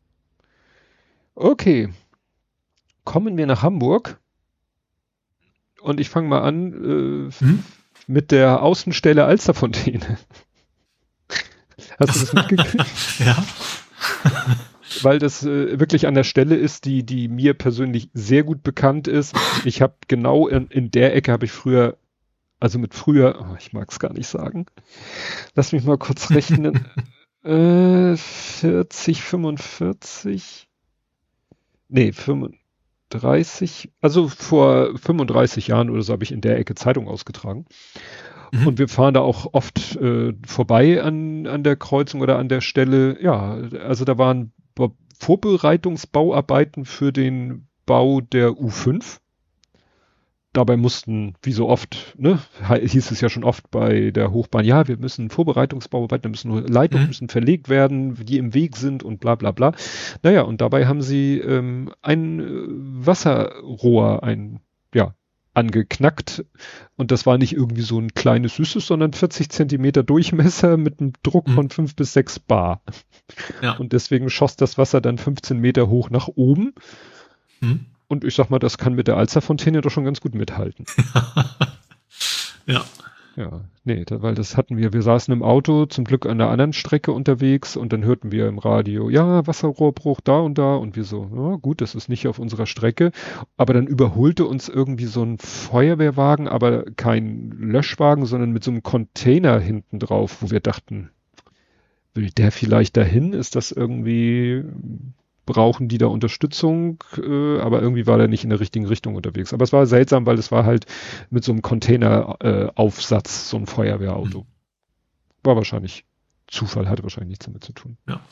Okay. Kommen wir nach Hamburg. Und ich fange mal an äh, hm? mit der Außenstelle Alsterfontäne. Hast du das mitgekriegt? Ja. Weil das äh, wirklich an der Stelle ist, die die mir persönlich sehr gut bekannt ist. Ich habe genau in, in der Ecke habe ich früher, also mit früher, oh, ich mag es gar nicht sagen. Lass mich mal kurz rechnen. äh, vierzig, fünfundvierzig. Nee, fünfunddreißig, also vor fünfunddreißig Jahren oder so habe ich in der Ecke Zeitung ausgetragen. Mhm. Und wir fahren da auch oft äh, vorbei an, an der Kreuzung oder an der Stelle. Ja, also da waren Vorbereitungsbauarbeiten für den Bau der U fünf. Dabei mussten, wie so oft, ne, hieß es ja schon oft bei der Hochbahn, ja, wir müssen Vorbereitungsbauarbeiten, da müssen nur Leitungen mhm. müssen verlegt werden, die im Weg sind und bla bla bla. Naja, und dabei haben sie ähm, ein Wasserrohr, ein, ja, angeknackt. Und das war nicht irgendwie so ein kleines Süßes, sondern vierzig Zentimeter Durchmesser mit einem Druck mhm. von fünf bis sechs Bar. Ja. Und deswegen schoss das Wasser dann fünfzehn Meter hoch nach oben. Mhm. Und ich sag mal, das kann mit der Alsterfontäne doch schon ganz gut mithalten. Ja. Ja, nee, da, weil das hatten wir, wir saßen im Auto, zum Glück an einer anderen Strecke unterwegs und dann hörten wir im Radio, ja, Wasserrohrbruch da und da und wir so, ja gut, das ist nicht auf unserer Strecke, aber dann überholte uns irgendwie so ein Feuerwehrwagen, aber kein Löschwagen, sondern mit so einem Container hinten drauf, wo wir dachten, will der vielleicht dahin? Ist das irgendwie... brauchen die da Unterstützung, äh, aber irgendwie war der nicht in der richtigen Richtung unterwegs. Aber es war seltsam, weil es war halt mit so einem Container-Aufsatz, äh, so ein Feuerwehrauto. Mhm. War wahrscheinlich Zufall, hatte wahrscheinlich nichts damit zu tun. Ja.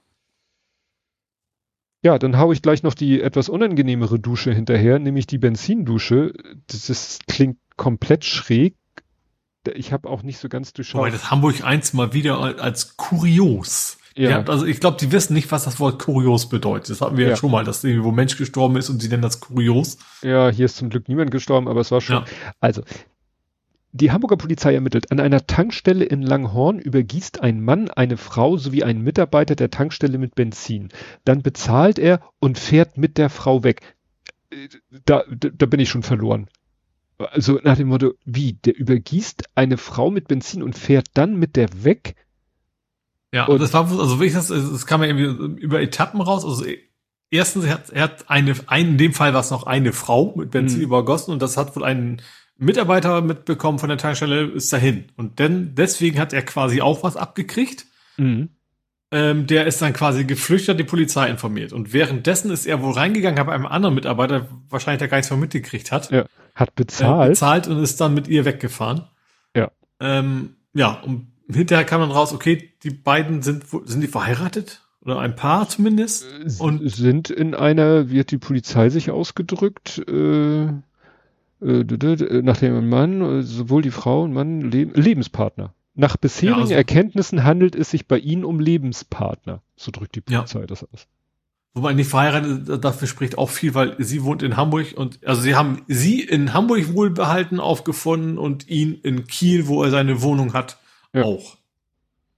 Ja, dann hau ich gleich noch die etwas unangenehmere Dusche hinterher, nämlich die Benzindusche. Das ist, klingt komplett schräg. Ich habe auch nicht so ganz durchschaut. Wobei das Hamburg eins mal wieder als kurios. Ja. Ja, also ich glaube, die wissen nicht, was das Wort kurios bedeutet. Das hatten wir ja, ja schon mal, dass irgendwo ein Mensch gestorben ist und sie nennen das kurios. Ja, hier ist zum Glück niemand gestorben, aber es war schon. Ja. Also, die Hamburger Polizei ermittelt, an einer Tankstelle in Langhorn übergießt ein Mann eine Frau sowie einen Mitarbeiter der Tankstelle mit Benzin. Dann bezahlt er und fährt mit der Frau weg. Da, da, da bin ich schon verloren. Also nach dem Motto, wie, der übergießt eine Frau mit Benzin und fährt dann mit der weg? Ja, und das war, also wie ich das, es kam ja irgendwie über Etappen raus. Also erstens, er hat, er hat eine, ein, in dem Fall war es noch eine Frau mit Benzin mhm. übergossen und das hat wohl ein Mitarbeiter mitbekommen von der Tankstelle, ist dahin. Und dann, deswegen hat er quasi auch was abgekriegt. Mhm. Ähm, der ist dann quasi geflüchtet, die Polizei informiert. Und währenddessen ist er wohl reingegangen, hat einem anderen Mitarbeiter, wahrscheinlich der gar nichts mehr mitgekriegt hat. Ja, hat bezahlt. Äh, bezahlt und ist dann mit ihr weggefahren. Ja. Ähm, ja, und hinterher kam dann raus, okay, die beiden sind, sind die verheiratet? Oder ein Paar zumindest? Und sind in einer, wie hat die Polizei sich ausgedrückt, äh, äh, nachdem ein Mann, sowohl die Frau und Mann, Leb- Lebenspartner. Nach bisherigen ja, also, Erkenntnissen handelt es sich bei ihnen um Lebenspartner. So drückt die Polizei ja. das aus. Wobei nicht verheiratet, dafür spricht auch viel, weil sie wohnt in Hamburg und, also sie haben sie in Hamburg wohlbehalten aufgefunden und ihn in Kiel, wo er seine Wohnung hat, ja. auch.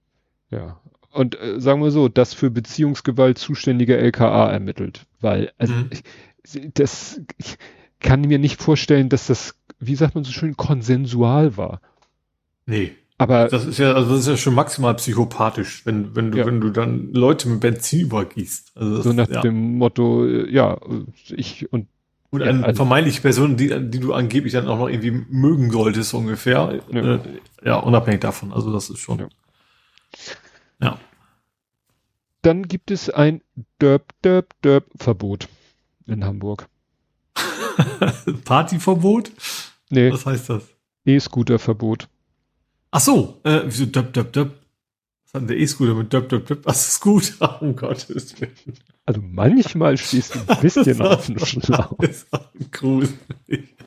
Ja. Und äh, sagen wir so, das für Beziehungsgewalt zuständige L K A ermittelt. Weil, also Mhm. ich, das ich kann mir nicht vorstellen, dass das, wie sagt man so schön, konsensual war. Nee. Aber Das ist ja, also das ist ja schon maximal psychopathisch, wenn, wenn du, ja, wenn du dann Leute mit Benzin übergießt. Also so das, nach ja. dem Motto, äh, ja, ich und Und ja, eine also, vermeintliche Person, die, die du angeblich dann auch noch irgendwie mögen solltest, ungefähr. ja, Äh, ja, unabhängig davon. Also das ist schon, ja. ja. Dann gibt es ein Derp, Derp, Derp Verbot in Hamburg. Partyverbot? Nee, Was heißt das? E-Scooter-Verbot. Ach so, äh, wieso döp, döp, döp? Was hat denn der E-Scooter mit döp, döp, döp? Was ist gut? Um Gottes Willen. Also manchmal stehst du ein bisschen auf dem Schlauch. Das ist auch gruselig.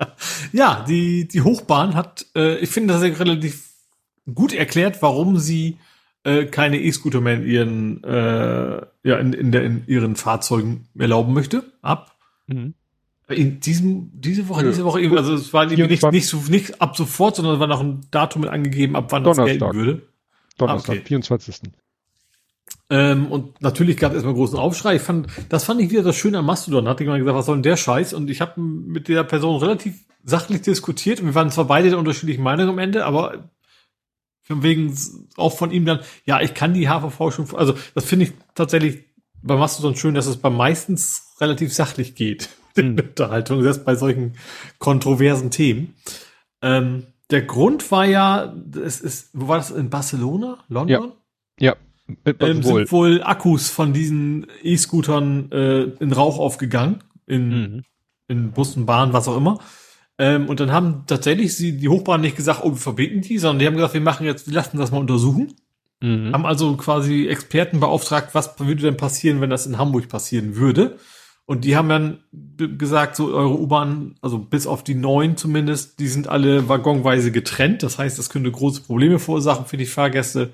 Ja, die, die Hochbahn hat, äh, ich finde das ja relativ gut erklärt, warum sie äh, keine E-Scooter mehr in ihren, äh, ja, in, in, der, in ihren Fahrzeugen erlauben möchte. Ab. Mhm. In diesem, diese Woche, Ja. diese Woche, also es war irgendwie nicht, vierundzwanzig nicht, so, nicht ab sofort, sondern es war noch ein Datum mit angegeben, ab wann das Donnerstag. gelten würde. Donnerstag, Ah, okay. vierundzwanzigsten Ähm, und natürlich gab es erstmal großen Aufschrei. Ich fand, das fand ich wieder das Schöne am Mastodon. Hatte jemand gesagt, was soll denn der Scheiß? Und ich habe mit der Person relativ sachlich diskutiert und wir waren zwar beide der unterschiedlichen Meinung am Ende, aber von wegen auch von ihm dann, ja, ich kann die H V V schon, also das finde ich tatsächlich bei Mastodon schön, dass es bei meistens relativ sachlich geht. Mhm. Die Unterhaltung, selbst bei solchen kontroversen Themen. Ähm, der Grund war ja, es ist, wo war das, in Barcelona? London? Ja. Ja. Ähm, wohl. sind wohl Akkus von diesen E-Scootern äh, in Rauch aufgegangen, in, Mhm. in Bussen, Bahnen, was auch immer. Ähm, und dann haben tatsächlich sie, die Hochbahn nicht gesagt, oh, wir verbieten die, sondern die haben gesagt, wir machen jetzt, wir lassen das mal untersuchen. Mhm. Haben also quasi Experten beauftragt, was würde denn passieren, wenn das in Hamburg passieren würde. Und die haben dann b- gesagt, so eure U-Bahn, also bis auf die neuen zumindest, die sind alle waggonweise getrennt. Das heißt, das könnte große Probleme verursachen für die Fahrgäste.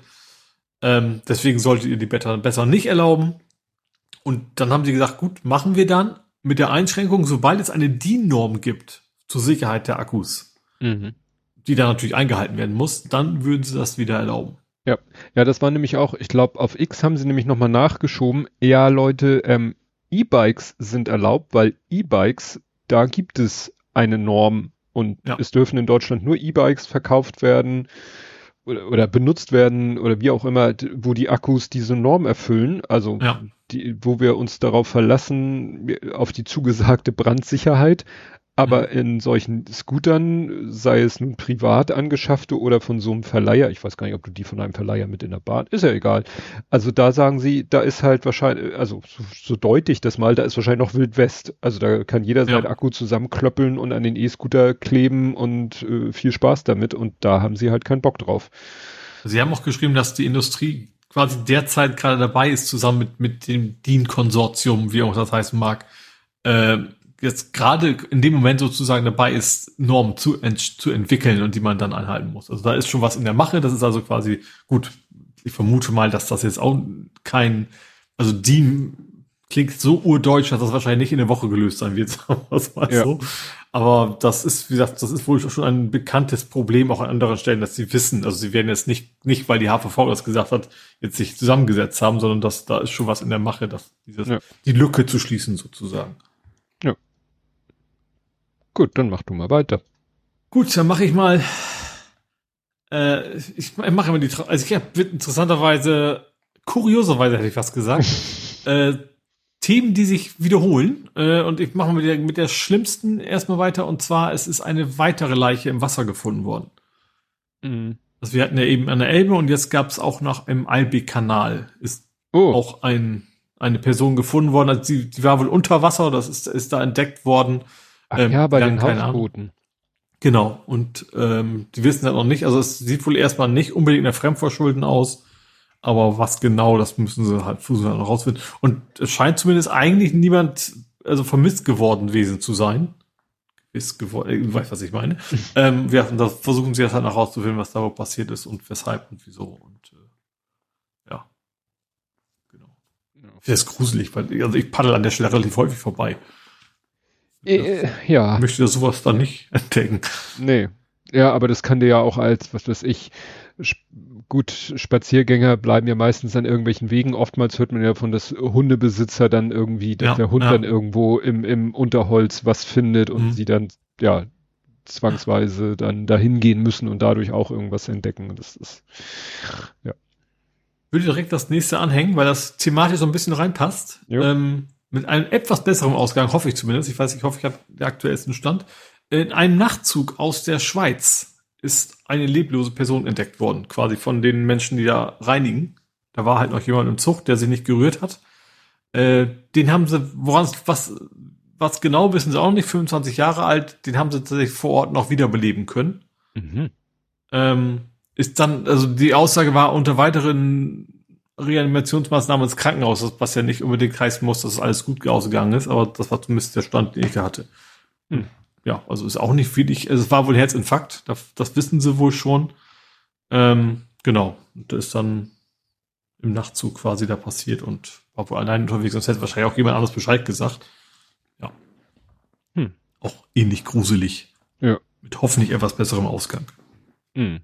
Ähm, deswegen solltet ihr die besser, besser nicht erlauben. Und dann haben sie gesagt, gut, machen wir dann mit der Einschränkung, sobald es eine D I N-Norm gibt zur Sicherheit der Akkus, Mhm. die dann natürlich eingehalten werden muss, dann würden sie das wieder erlauben. Ja. Ja, das war nämlich auch, ich glaube, auf X haben sie nämlich nochmal nachgeschoben. Ja, Leute, ähm, E-Bikes sind erlaubt, weil E-Bikes, da gibt es eine Norm und Ja. es dürfen in Deutschland nur E-Bikes verkauft werden oder, oder benutzt werden oder wie auch immer, d- wo die Akkus diese Norm erfüllen. Also Ja. die, wo wir uns darauf verlassen, auf die zugesagte Brandsicherheit. Aber Mhm. in solchen Scootern, sei es nun privat angeschaffte oder von so einem Verleiher, ich weiß gar nicht, ob du die von einem Verleiher mit in der Bahn, ist ja egal. Also da sagen sie, da ist halt wahrscheinlich, also so, so deute ich das mal, da ist wahrscheinlich noch Wild West. Also da kann jeder seinen Ja. Akku zusammenklöppeln und an den E-Scooter kleben und äh, viel Spaß damit. Und da haben sie halt keinen Bock drauf. Sie haben auch geschrieben, dass die Industrie quasi derzeit gerade dabei ist, zusammen mit, mit dem D I N-Konsortium, wie auch das heißen mag, äh, jetzt gerade in dem Moment sozusagen dabei ist, Normen zu, ent zu entwickeln und die man dann einhalten muss. Also da ist schon was in der Mache. Das ist also quasi, gut, ich vermute mal, dass das jetzt auch kein, also D I N klingt so urdeutsch, dass das wahrscheinlich nicht in der Woche gelöst sein wird, sagen wir es mal Ja. so. Aber das ist, wie gesagt, das ist wohl schon ein bekanntes Problem auch an anderen Stellen, dass sie wissen, also sie werden jetzt nicht, nicht, weil die H V V das gesagt hat, jetzt sich zusammengesetzt haben, sondern dass da ist schon was in der Mache, dass dieses, Ja. die Lücke zu schließen sozusagen. Gut, dann mach du mal weiter. Gut, dann mache ich mal, äh, ich, ich mache immer die, Tra- also ich habe interessanterweise, kurioserweise hätte ich was gesagt, äh, Themen, die sich wiederholen. Äh, und ich mache mit der, mit der schlimmsten erstmal weiter. Und zwar, es ist eine weitere Leiche im Wasser gefunden worden. Mhm. Also wir hatten ja eben an der Elbe und jetzt gab es auch noch im Albi-Kanal ist Oh, auch ein, eine Person gefunden worden. Also die, die war wohl unter Wasser, das ist, ist da entdeckt worden. ach ähm, ja, bei wir den haben keine Ahnung. Hausbooten. Genau. Und ähm, die wissen halt noch nicht. Also es sieht wohl erstmal nicht unbedingt nach Fremdverschulden aus. Aber was genau, das müssen sie halt versuchen halt noch rausfinden. Und es scheint zumindest eigentlich niemand, also vermisst geworden gewesen zu sein. Ist geworden, ich weiß, was ich meine. ähm, wir, da versuchen sie jetzt halt noch rauszufinden, was da wohl passiert ist und weshalb und wieso. Und äh, ja. Genau. Das ist gruselig, weil also ich paddel an der Stelle relativ häufig vorbei. Äh, ja, Ich möchte sowas dann nicht entdecken. nee. Ja, aber das kann dir ja auch als, was weiß ich, sp- gut, Spaziergänger bleiben ja meistens an irgendwelchen Wegen. Oftmals hört man ja von, dass Hundebesitzer dann irgendwie, dass Ja, der Hund ja. dann irgendwo im, im Unterholz was findet und Mhm. sie dann, ja, zwangsweise dann dahin gehen müssen und dadurch auch irgendwas entdecken. Und das ist, ja. Würde direkt das nächste anhängen, weil das thematisch so ein bisschen reinpasst. Jo. Ähm, mit einem etwas besseren Ausgang, hoffe ich zumindest. Ich weiß, ich hoffe, ich habe den aktuellsten Stand. In einem Nachtzug aus der Schweiz ist eine leblose Person entdeckt worden, quasi von den Menschen, die da reinigen. Da war halt noch jemand im Zug, der sich nicht gerührt hat. Äh, den haben sie, woran was, was genau wissen sie auch nicht, fünfundzwanzig Jahre alt, den haben sie tatsächlich vor Ort noch wiederbeleben können. Mhm. Ähm, ist dann, also die Aussage war unter weiteren Reanimationsmaßnahmen ins Krankenhaus, was ja nicht unbedingt heißen muss, dass alles gut ausgegangen ist, aber das war zumindest der Stand, den ich da hatte. Hm. Ja, also ist auch nicht viel, ich, also es war wohl Herzinfarkt, das, das wissen sie wohl schon. Ähm, genau, und das ist dann im Nachtzug quasi da passiert und war wohl allein unterwegs, sonst hätte wahrscheinlich auch jemand anderes Bescheid gesagt. Ja. Hm. Auch ähnlich gruselig. Ja. Mit hoffentlich etwas besserem Ausgang. Hm.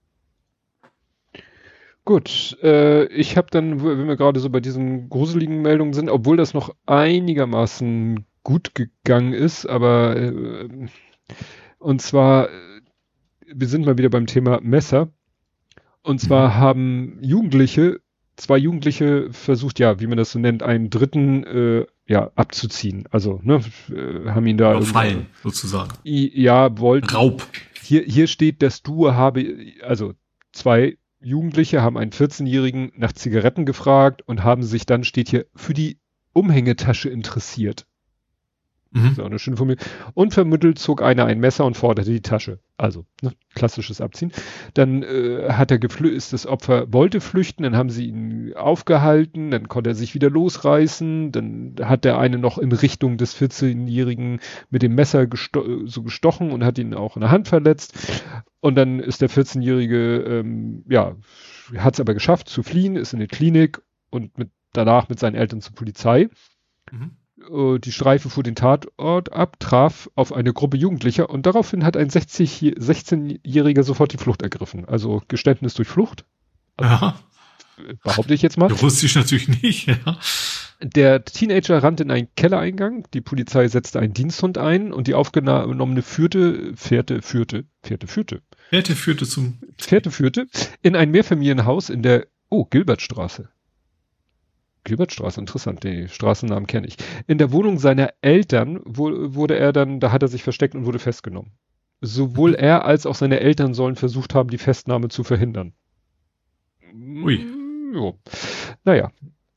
Gut, äh, ich habe dann, wenn wir gerade so bei diesen gruseligen Meldungen sind, obwohl das noch einigermaßen gut gegangen ist, aber äh, und zwar, äh, wir sind mal wieder beim Thema Messer. Und zwar Mhm. haben Jugendliche, zwei Jugendliche versucht, ja, wie man das so nennt, einen Dritten äh, ja abzuziehen. Also, ne, äh, haben ihn da Überfallen, sozusagen. I, ja, wollten. Raub. Hier, hier steht, das Duo habe, also zwei Jugendliche haben einen vierzehnjährigen nach Zigaretten gefragt und haben sich dann, steht hier, für die Umhängetasche interessiert. Mhm. So eine schöne Formel. Unvermittelt zog einer ein Messer und forderte die Tasche. Also, ne, klassisches Abziehen. Dann äh, hat er geflü- ist das Opfer wollte flüchten, dann haben sie ihn aufgehalten, dann konnte er sich wieder losreißen, dann hat der eine noch in Richtung des vierzehnjährigen mit dem Messer gesto- so gestochen und hat ihn auch in der Hand verletzt. Und dann ist der vierzehnjährige, ähm, ja, hat es aber geschafft zu fliehen, ist in die Klinik und mit, danach mit seinen Eltern zur Polizei. Mhm. Die Streife fuhr den Tatort ab, traf auf eine Gruppe Jugendlicher und daraufhin hat ein sechzig, sechzehnjähriger sofort die Flucht ergriffen. Also Geständnis durch Flucht. Also, Ja. behaupte ich jetzt mal. Ja, wusste ich natürlich nicht, ja. Der Teenager rannte in einen Kellereingang, die Polizei setzte einen Diensthund ein und die aufgenommene führte, Fährte, führte, Fährte, führte. Fährte führte zum... Fährte führte in ein Mehrfamilienhaus in der, oh, Gilbertstraße. Gilbertstraße, interessant, den Straßennamen kenne ich. In der Wohnung seiner Eltern wo, wurde er dann, da hat er sich versteckt und wurde festgenommen. Sowohl er als auch seine Eltern sollen versucht haben, die Festnahme zu verhindern. Ui. Jo. Naja.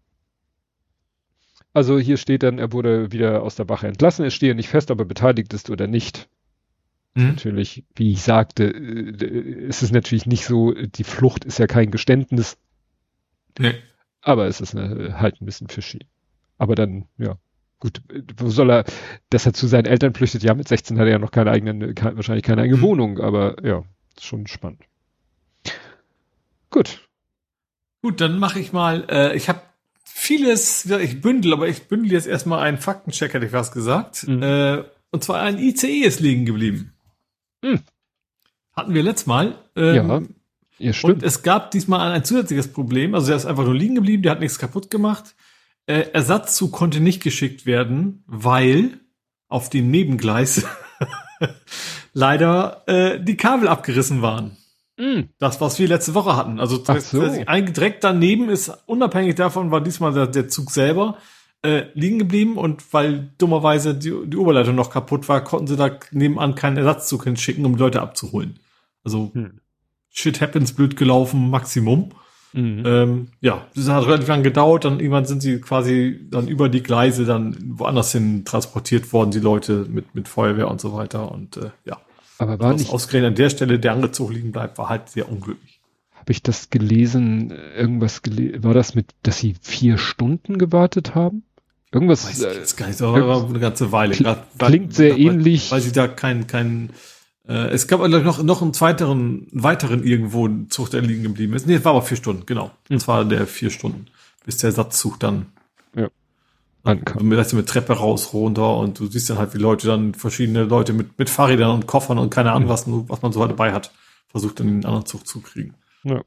Also hier steht dann, er wurde wieder aus der Wache entlassen. Es stehe nicht fest, ob er beteiligt ist oder nicht. Mhm. Natürlich, wie ich sagte, äh, ist es natürlich nicht so, die Flucht ist ja kein Geständnis. Nee. Aber es ist eine, halt ein bisschen fishy. Aber dann, ja, gut, wo soll er, dass er zu seinen Eltern flüchtet? Ja, mit sechzehn hat er ja noch keine eigene, keine, wahrscheinlich keine eigene Mhm. Wohnung, aber ja, ist schon spannend. Gut. Gut, dann mache ich mal, äh, ich habe vieles, ja, ich bündel, aber ich bündel jetzt erstmal einen Faktencheck, hätte ich was gesagt. Mhm. Äh, und zwar ein I C E ist liegen geblieben. Mhm. Hatten wir letztes Mal. Ähm, Ja, ja, stimmt. Und es gab diesmal ein zusätzliches Problem. Also der ist einfach nur liegen geblieben, der hat nichts kaputt gemacht. Äh, Ersatzzug konnte nicht geschickt werden, weil auf dem Nebengleis leider äh, die Kabel abgerissen waren. Mhm. Das, was wir letzte Woche hatten. Also Ach so. ein direkt daneben ist, unabhängig davon, war diesmal der, der Zug selber äh, liegen geblieben und weil dummerweise die, die Oberleitung noch kaputt war, konnten sie da nebenan keinen Ersatzzug hinschicken, um die Leute abzuholen. Also Hm. Shit happens, blöd gelaufen, Maximum. Mhm. Ähm, ja, das hat relativ lang gedauert, dann irgendwann sind sie quasi dann über die Gleise dann woanders hin transportiert worden, die Leute mit, mit Feuerwehr und so weiter und äh, ja. Aber war Was nicht, ausgerechnet an der Stelle der andere Zug liegen bleibt, war halt sehr unglücklich. habe ich das gelesen, irgendwas gelesen, war das mit, dass sie vier Stunden gewartet haben? Irgendwas, Weiß ich äh, jetzt gar nicht, aber war eine ganze Weile. Kl- Grad, klingt sehr weil, ähnlich. Weil sie da keinen, keinen, äh, es gab also noch, noch einen zweiteren, weiteren irgendwo einen Zug, der liegen geblieben ist. Nee, es war aber vier Stunden, genau. Hm. Das war der vier Stunden, bis der Ersatzzug dann Ja. ankam. Mit, mit Treppe raus, runter und du siehst dann halt, wie Leute dann, verschiedene Leute mit, mit Fahrrädern und Koffern und keine Ahnung, was, was man so halt dabei hat, versucht dann in den anderen Zug zu kriegen. Ja.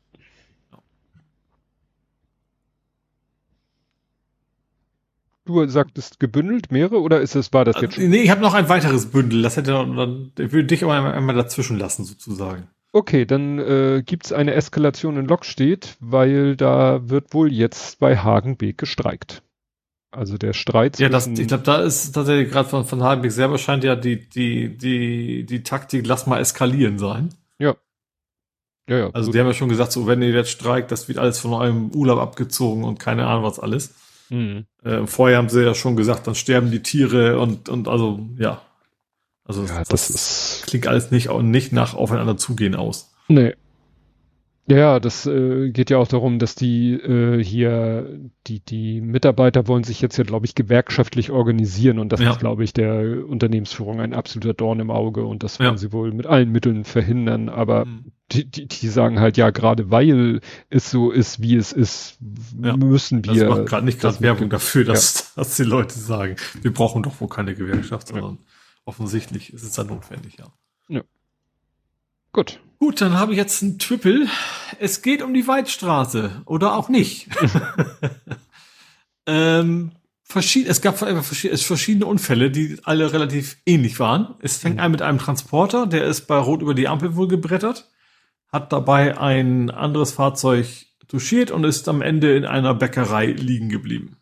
Du sagtest gebündelt mehrere oder ist es, war das jetzt schon? Nee, ich habe noch ein weiteres Bündel. Das hätte dann, ich würde dich aber einmal dazwischen lassen, sozusagen. Okay, dann äh, gibt es eine Eskalation in Lockstedt, weil da wird wohl jetzt bei Hagenbeek gestreikt. Also der Streit Ja, das, zwischen- ich glaube, da ist tatsächlich gerade von, von Hagenbeek selber scheint ja die, die, die, die Taktik, lass mal eskalieren sein. Ja. Ja, ja. Also so- die haben ja schon gesagt, so wenn ihr jetzt streikt, das wird alles von eurem Urlaub abgezogen und keine Ahnung was alles. Mhm. Äh, vorher haben sie ja schon gesagt, dann sterben die Tiere und, und also, ja. Also Ja, das, das das ist- klingt alles nicht, nicht nach aufeinander zugehen aus. Nee. Ja, ja, das äh, geht ja auch darum, dass die äh, hier, die, die Mitarbeiter wollen sich jetzt ja, glaube ich, gewerkschaftlich organisieren und das Ja. ist, glaube ich, der Unternehmensführung ein absoluter Dorn im Auge und das Ja. wollen sie wohl mit allen Mitteln verhindern, aber Mhm. die, die, die sagen halt, ja, gerade weil es so ist, wie es ist, Ja. müssen Das wir. macht gerade nicht das gerade Werbung mit- dafür, dass, dass die Leute sagen, wir brauchen doch wohl keine Gewerkschaft, sondern offensichtlich ist es dann notwendig, ja. Gut. Gut, dann habe ich jetzt einen Triple. Es geht um die Weidstraße oder auch nicht. ähm, verschied es gab verschi- es verschiedene Unfälle, die alle relativ ähnlich waren. Es fängt an mit einem Transporter, der ist bei Rot über die Ampel wohl gebrettert, hat dabei ein anderes Fahrzeug touchiert und ist am Ende in einer Bäckerei liegen geblieben.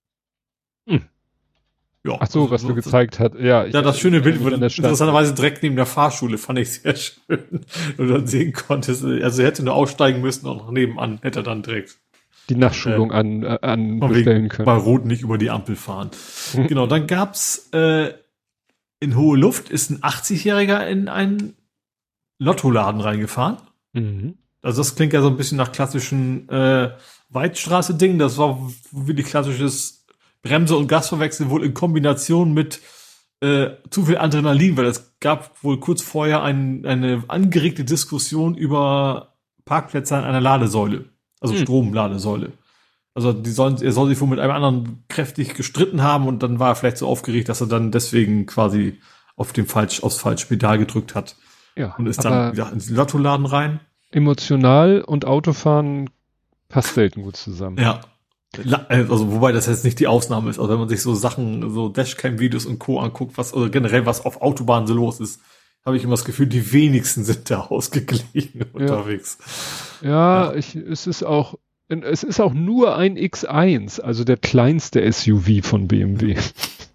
Hm. Ja, Ach so, also was du gezeigt hast. Ja, ich- ja, das schöne Bild ich- wurde an der Stadt. interessanterweise direkt neben der Fahrschule, fand ich sehr schön. Und dann sehen konntest, also er hätte nur aussteigen müssen und noch nebenan hätte er dann direkt Die Nachschulung Äh, an, äh, an von bestellen wegen können. bei Rot nicht über die Ampel fahren. Mhm. Genau, dann gab's äh, in Hohe Luft ist ein achtzigjähriger in einen Lottoladen reingefahren. Mhm. Also das klingt ja so ein bisschen nach klassischen äh, Weidstraße-Ding. Das war wirklich klassisches Bremse und Gas verwechseln, wohl in Kombination mit äh, zu viel Adrenalin, weil es gab wohl kurz vorher ein, eine angeregte Diskussion über Parkplätze an einer Ladesäule, also Hm. Stromladesäule. Also die sollen, er soll sich wohl mit einem anderen kräftig gestritten haben und dann war er vielleicht so aufgeregt, dass er dann deswegen quasi auf dem falsch, aufs falsche Pedal gedrückt hat Ja, und ist aber dann wieder ins Lottoladen rein. emotional und Autofahren passt selten gut zusammen. Ja. La- Also, wobei das jetzt nicht die Ausnahme ist. Also, wenn man sich so Sachen, so Dashcam-Videos und Co. anguckt, was, oder generell was auf Autobahnen so los ist, habe ich immer das Gefühl, die wenigsten sind da ausgeglichen unterwegs. Ja, Ja. Ich, es ist auch, es ist auch nur ein X eins, also der kleinste S U V von B M W.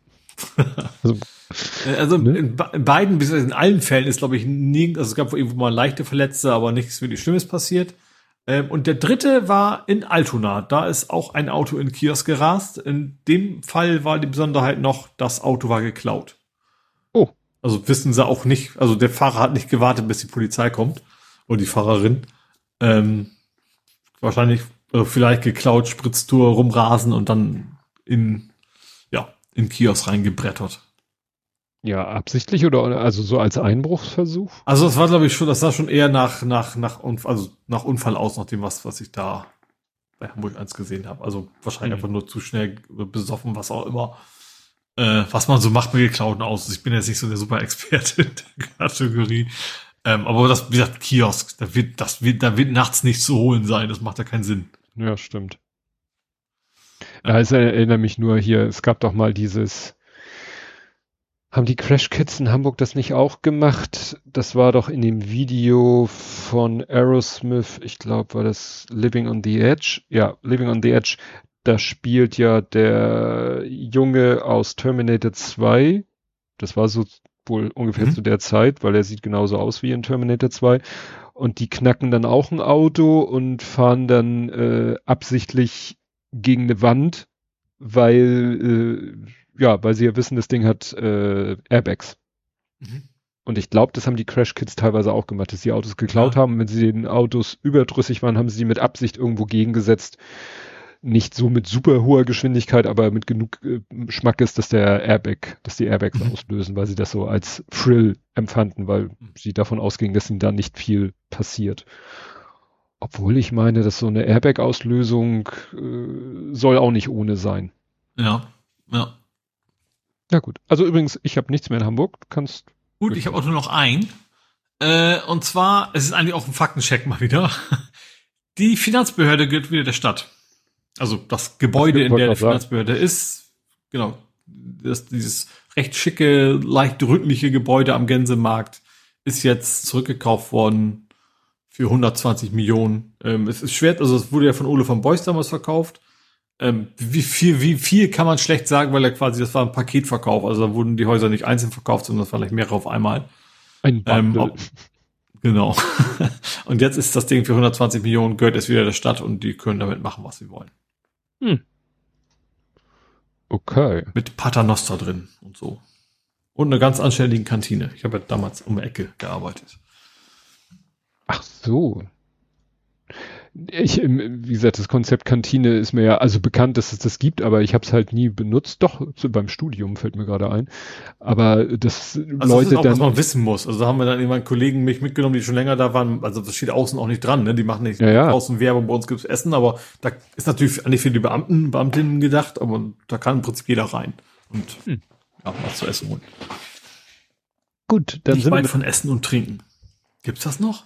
also, Äh, Also, Ne? in, be- in beiden, bis in allen Fällen ist, glaube ich, nie, also es gab wohl irgendwo mal leichte Verletzte, aber nichts wirklich Schlimmes passiert. Ähm, und der dritte war in Altona. Da ist auch ein Auto in Kiosk gerast. In dem Fall war die Besonderheit noch, das Auto war geklaut. Oh. Also wissen sie auch nicht, also der Fahrer hat nicht gewartet, bis die Polizei kommt. Oder die Fahrerin. Ähm, wahrscheinlich, äh, vielleicht geklaut, Spritztour, rumrasen und dann in, ja, in Kiosk reingebrettert. ja, absichtlich oder also so als Einbruchsversuch? Also das war, glaube ich, schon, das sah schon eher nach, nach, nach, Unf- also nach Unfall aus, nach dem, was, was ich da bei Hamburg eins gesehen habe. Also wahrscheinlich Mhm. einfach nur zu schnell besoffen, was auch immer. Äh, was man so macht mit geklauten Autos. Ich bin jetzt nicht so der super Experte in der Kategorie. Ähm, aber das, wie gesagt, Kiosk, da wird, das wird, da wird nachts nichts zu holen sein. Das macht ja keinen Sinn. Ja, stimmt. Ja, es erinnert mich nur hier, es gab doch mal dieses, haben die Crash Kids in Hamburg das nicht auch gemacht? Das war doch in dem Video von Aerosmith, ich glaube, war das Living on the Edge? Ja, Living on the Edge. Da spielt ja der Junge aus Terminator zwei. Das war so wohl ungefähr Mhm. zu der Zeit, weil er sieht genauso aus wie in Terminator zwei. Und die knacken dann auch ein Auto und fahren dann äh, absichtlich gegen eine Wand, weil äh, ja, weil sie ja wissen, das Ding hat äh, Airbags. Mhm. Und ich glaube, das haben die Crash Kids teilweise auch gemacht, dass die Autos geklaut Ja. haben. Wenn sie den Autos überdrüssig waren, haben sie die mit Absicht irgendwo gegengesetzt. Nicht so mit super hoher Geschwindigkeit, aber mit genug äh, Schmackes, dass der Airbag, dass die Airbags Mhm. auslösen, weil sie das so als Thrill empfanden, weil Mhm. sie davon ausgingen, dass ihnen da nicht viel passiert. Obwohl ich meine, dass so eine Airbag-Auslösung äh, soll auch nicht ohne sein. Ja. Ja. Ja gut. Also übrigens, ich habe nichts mehr in Hamburg. Du kannst. Gut, ich habe auch nur noch ein. Äh, und zwar, es ist eigentlich auch ein Faktencheck mal wieder. Die Finanzbehörde gehört wieder der Stadt. Also das Gebäude, in der die Finanzbehörde ist, genau, das, dieses recht schicke, leicht rüttliche Gebäude am Gänsemarkt ist jetzt zurückgekauft worden für hundertzwanzig Millionen. Ähm, es ist schwer, also es wurde ja von Ole von Beuys damals verkauft. Ähm, wie viel, wie viel kann man schlecht sagen, weil er quasi, das war ein Paketverkauf, also da wurden die Häuser nicht einzeln verkauft, sondern das waren gleich mehrere auf einmal. Ein Bundle. Ähm, ob, genau. Und jetzt ist das Ding für hundertzwanzig Millionen, gehört es wieder der Stadt und die können damit machen, was sie wollen. Hm. Okay. Mit Paternoster drin und so. Und einer ganz anständigen Kantine. Ich habe ja damals um die Ecke gearbeitet. Ach so. Ich, wie gesagt, das Konzept Kantine ist mir ja also bekannt, dass es das gibt, aber ich habe es halt nie benutzt. Doch, so beim Studium fällt mir gerade ein. Aber das also Leute das ist auch, dann, was man wissen muss. Also da haben wir dann irgendwann Kollegen mich mitgenommen, die schon länger da waren. Also das steht außen auch nicht dran. Ne? Die machen nicht ja, ja. außen Werbung, bei uns gibt's Essen, aber da ist natürlich nicht für die Beamten, Beamtinnen gedacht, aber da kann im Prinzip jeder rein und hm. ja, was zu essen holen. Gut, dann nicht sind weit wir von Essen und Trinken. Gibt's das noch?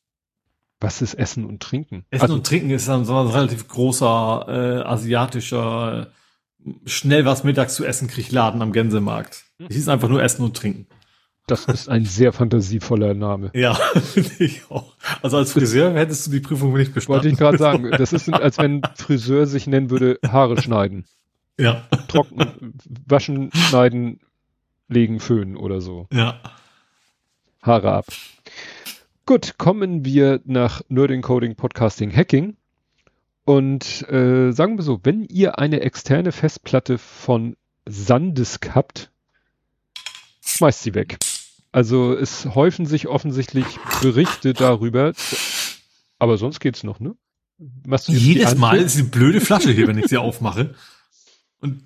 Was ist Essen und Trinken? Essen also, und Trinken ist dann so ein relativ großer äh, asiatischer schnell was mittags zu essen krieg Laden am Gänsemarkt. Es hieß einfach nur Essen und Trinken. Das ist ein sehr fantasievoller Name. Ja, finde ich auch. Also als Friseur hättest du die Prüfung nicht bestanden. Wollte ich gerade sagen. Das ist, als wenn ein Friseur sich nennen würde, Haare schneiden. Ja. Trocken, waschen, schneiden, legen, föhnen oder so. Ja. Haare ab. Gut, kommen wir nach Nerding, Coding, Podcasting, Hacking. Und äh, sagen wir so, wenn ihr eine externe Festplatte von SanDisk habt, schmeißt sie weg. Also es häufen sich offensichtlich Berichte darüber, aber sonst geht's noch, ne? Machst du Jedes Mal ist die blöde Flasche hier, wenn ich sie aufmache. Und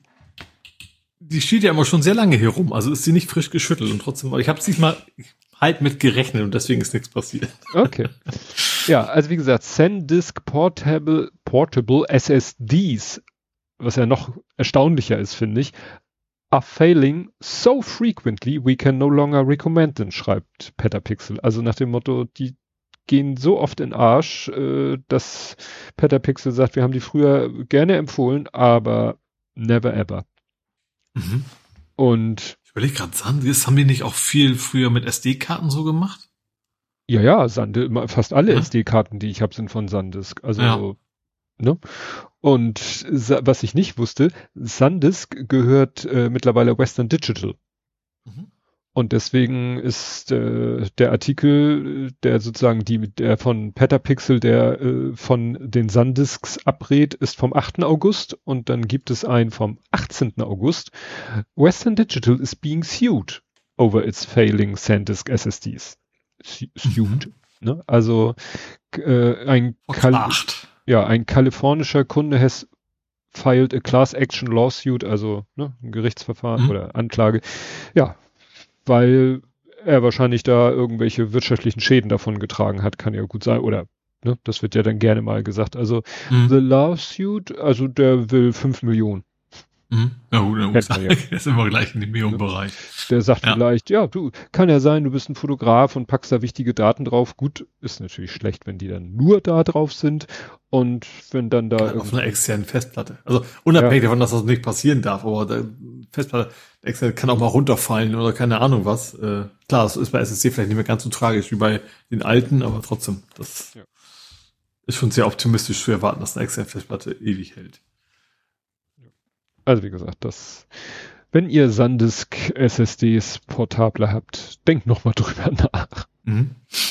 die steht ja immer schon sehr lange hier rum, also ist sie nicht frisch geschüttelt und trotzdem, ich habe es diesmal halt mit gerechnet und deswegen ist nichts passiert. Okay. Ja, also wie gesagt, SanDisk Portable, Portable S S Ds, was ja noch erstaunlicher ist, finde ich, are failing so frequently we can no longer recommend them, schreibt Petapixel. Also nach dem Motto, die gehen so oft in Arsch, äh, dass Petapixel sagt, wir haben die früher gerne empfohlen, aber never ever. Mhm. Und ich überlege gerade, SanDisk, haben die nicht auch viel früher mit S D-Karten so gemacht? Ja, ja, Sand, fast alle ja. S D-Karten, die ich habe, sind von SanDisk. Also, ja. ne? Und was ich nicht wusste, SanDisk gehört äh, mittlerweile Western Digital. Mhm. Und deswegen ist äh, der Artikel, der sozusagen die, der von Petapixel, der äh, von den SanDisks abrät, ist vom achten August und dann gibt es einen vom achtzehnten August. Western Digital is being sued over its failing SanDisk S S Ds. Sued, mhm. ne? Also äh, ein, Kal- ja, ein kalifornischer Kunde has filed a class action lawsuit, also ne, ein Gerichtsverfahren mhm. oder Anklage, ja, weil er wahrscheinlich da irgendwelche wirtschaftlichen Schäden davon getragen hat, kann ja gut sein, oder ne, das wird ja dann gerne mal gesagt. Also mhm. the lawsuit, also der will fünf Millionen. Mhm. Ja gut, dann muss sagen, das sind wir gleich in dem Millionenbereich. Der sagt ja. vielleicht, ja, du, kann ja sein, du bist ein Fotograf und packst da wichtige Daten drauf. Gut, ist natürlich schlecht, wenn die dann nur da drauf sind und wenn dann da... Auf einer externen Festplatte. Also unabhängig ja. davon, dass das nicht passieren darf, aber der Festplatte der externe kann auch mal runterfallen oder keine Ahnung was. Äh, klar, das ist bei S S D vielleicht nicht mehr ganz so tragisch wie bei den alten, aber trotzdem, das ja. ist schon sehr optimistisch zu erwarten, dass eine externe Festplatte ewig hält. Also wie gesagt, das, wenn ihr SanDisk S S Ds portable habt, denkt noch mal drüber nach. Mhm.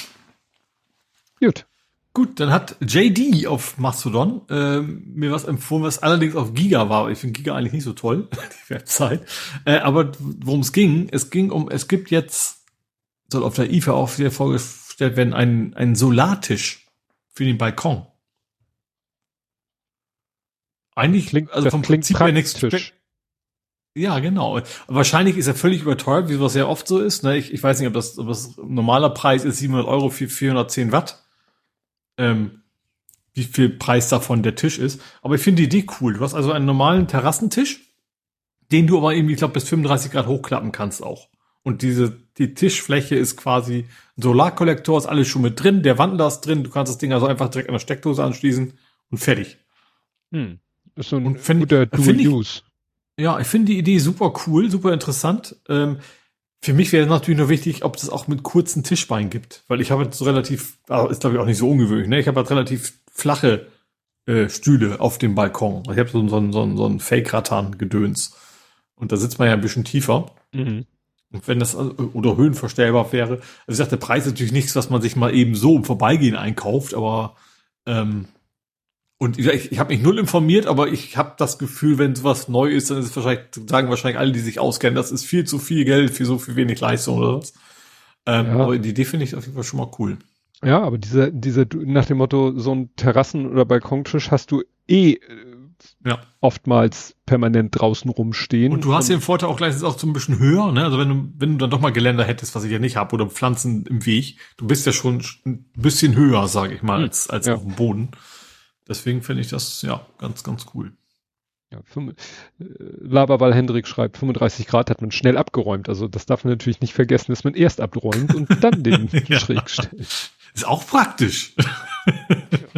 Gut. Gut, dann hat J D auf Mastodon ähm, mir was empfohlen, was allerdings auf Giga war. Ich finde Giga eigentlich nicht so toll, die Website. Äh, aber worum es ging, es ging um, es gibt jetzt, soll auf der I F A auch wieder vorgestellt werden, ein, ein Solartisch für den Balkon. Eigentlich klingt, also vom Prinzip her nichts. Ja, genau. Wahrscheinlich ist er völlig überteuert, wie es ja oft so ist. Ne? Ich, ich weiß nicht, ob das, ob das ein normaler Preis ist, siebenhundert Euro für vierhundertzehn Watt. Ähm, wie viel Preis davon der Tisch ist. Aber ich finde die Idee cool. Du hast also einen normalen Terrassentisch den du aber irgendwie, ich glaube, bis fünfunddreißig Grad hochklappen kannst auch. Und diese, die Tischfläche ist quasi ein Solarkollektor, ist alles schon mit drin, der Wandler ist drin, du kannst das Ding also einfach direkt an der Steckdose anschließen und fertig. Hm. Ist so ein Und find, guter Dual-Use. Ja, ich finde die Idee super cool, super interessant. Ähm, für mich wäre natürlich nur wichtig, ob es auch mit kurzen Tischbeinen gibt. Weil ich habe jetzt so relativ, also ist glaube ich auch nicht so ungewöhnlich, ne? Ich habe halt relativ flache äh, Stühle auf dem Balkon. Ich habe so, so, so, so, so ein Fake-Rattan-Gedöns. Und da sitzt man ja ein bisschen tiefer. Mhm. Und wenn das, oder höhenverstellbar wäre, also ich sag, der Preis ist natürlich nichts, was man sich mal eben so im Vorbeigehen einkauft, aber ähm, und ich, ich habe mich null informiert, aber ich habe das Gefühl, wenn sowas neu ist, dann ist es wahrscheinlich, sagen wahrscheinlich alle, die sich auskennen, das ist viel zu viel Geld für so viel wenig Leistung oder was. Ähm, ja. Aber die Idee finde ich auf jeden Fall schon mal cool. Ja, aber diese, diese, nach dem Motto, so ein Terrassen- oder Balkontisch hast du eh ja. oftmals permanent draußen rumstehen. Und du hast den Vorteil auch gleich auch so ein bisschen höher, ne? Also wenn du, wenn du dann doch mal Geländer hättest, was ich ja nicht habe, oder Pflanzen im Weg, du bist ja schon ein bisschen höher, sage ich mal, hm. als, als ja. auf dem Boden. Deswegen finde ich das, ja, ganz, ganz cool. Ja, fünf, äh, Laberwall Hendrik schreibt, fünfunddreißig Grad hat man schnell abgeräumt. Also das darf man natürlich nicht vergessen, dass man erst abräumt und dann den ja. schräg stellt. Ist auch praktisch. Ja.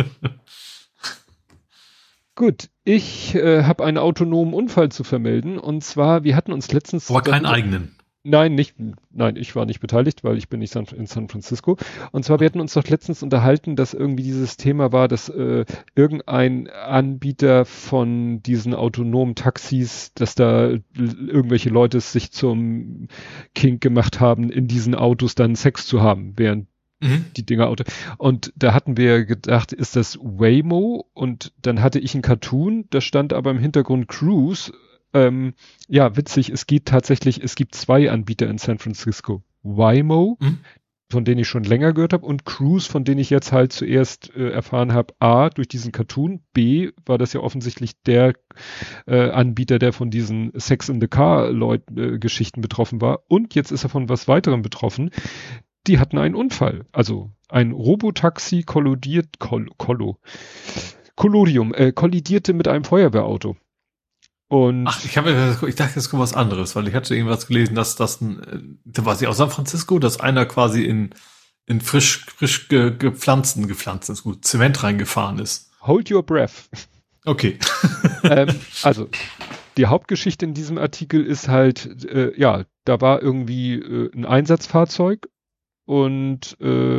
Gut, ich äh, habe einen autonomen Unfall zu vermelden. Und zwar, wir hatten uns letztens... Aber keinen eigenen. Nein, nicht, nein, ich war nicht beteiligt, weil ich bin nicht San, in San Francisco. Und zwar, wir hatten uns doch letztens unterhalten, dass irgendwie dieses Thema war, dass äh, irgendein Anbieter von diesen autonomen Taxis, dass da irgendwelche Leute sich zum Kink gemacht haben, in diesen Autos dann Sex zu haben, während mhm. die Dinger Auto. Und da hatten wir gedacht, ist das Waymo? Und dann hatte ich einen Cartoon, da stand aber im Hintergrund Cruise. Ähm, ja, witzig, es gibt tatsächlich, es gibt zwei Anbieter in San Francisco. Waymo, mhm. von denen ich schon länger gehört habe, und Cruise, von denen ich jetzt halt zuerst äh, erfahren habe, A, durch diesen Cartoon, B, war das ja offensichtlich der äh, Anbieter, der von diesen Sex in the Car Leut, äh, Geschichten betroffen war, und jetzt ist er von was weiterem betroffen. Die hatten einen Unfall, also ein Robotaxi kollidiert, Kol, Kollo, Collodium, äh, kollidierte mit einem Feuerwehrauto. Und Ach, ich habe, ich dachte, das kommt was anderes, weil ich hatte irgendwas gelesen, dass das ein, da war sie aus San Francisco, dass einer quasi in in frisch frisch ge, gepflanzten gepflanzt ist, gut, Zement reingefahren ist. Hold your breath. Okay. ähm, also die Hauptgeschichte in diesem Artikel ist halt, äh, ja, da war irgendwie äh, ein Einsatzfahrzeug und äh,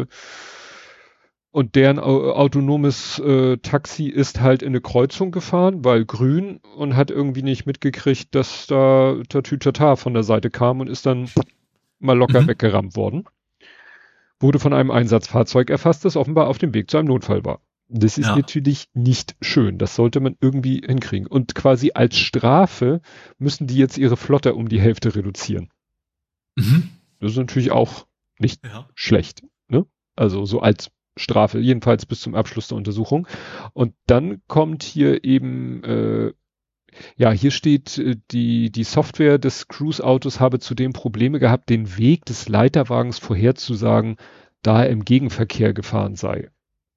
Und deren autonomes äh, Taxi ist halt in eine Kreuzung gefahren, weil grün, und hat irgendwie nicht mitgekriegt, dass da Tatütata von der Seite kam und ist dann mal locker mhm. weggerammt worden. Wurde von einem Einsatzfahrzeug erfasst, das offenbar auf dem Weg zu einem Notfall war. Das ist ja. natürlich nicht schön. Das sollte man irgendwie hinkriegen. Und quasi als Strafe müssen die jetzt ihre Flotte um die Hälfte reduzieren. Mhm. Das ist natürlich auch nicht ja. schlecht. Ne? Also so als Strafe, jedenfalls bis zum Abschluss der Untersuchung. Und dann kommt hier eben, äh, ja, hier steht, äh, die, die Software des Cruise-Autos habe zudem Probleme gehabt, den Weg des Leiterwagens vorherzusagen, da er im Gegenverkehr gefahren sei.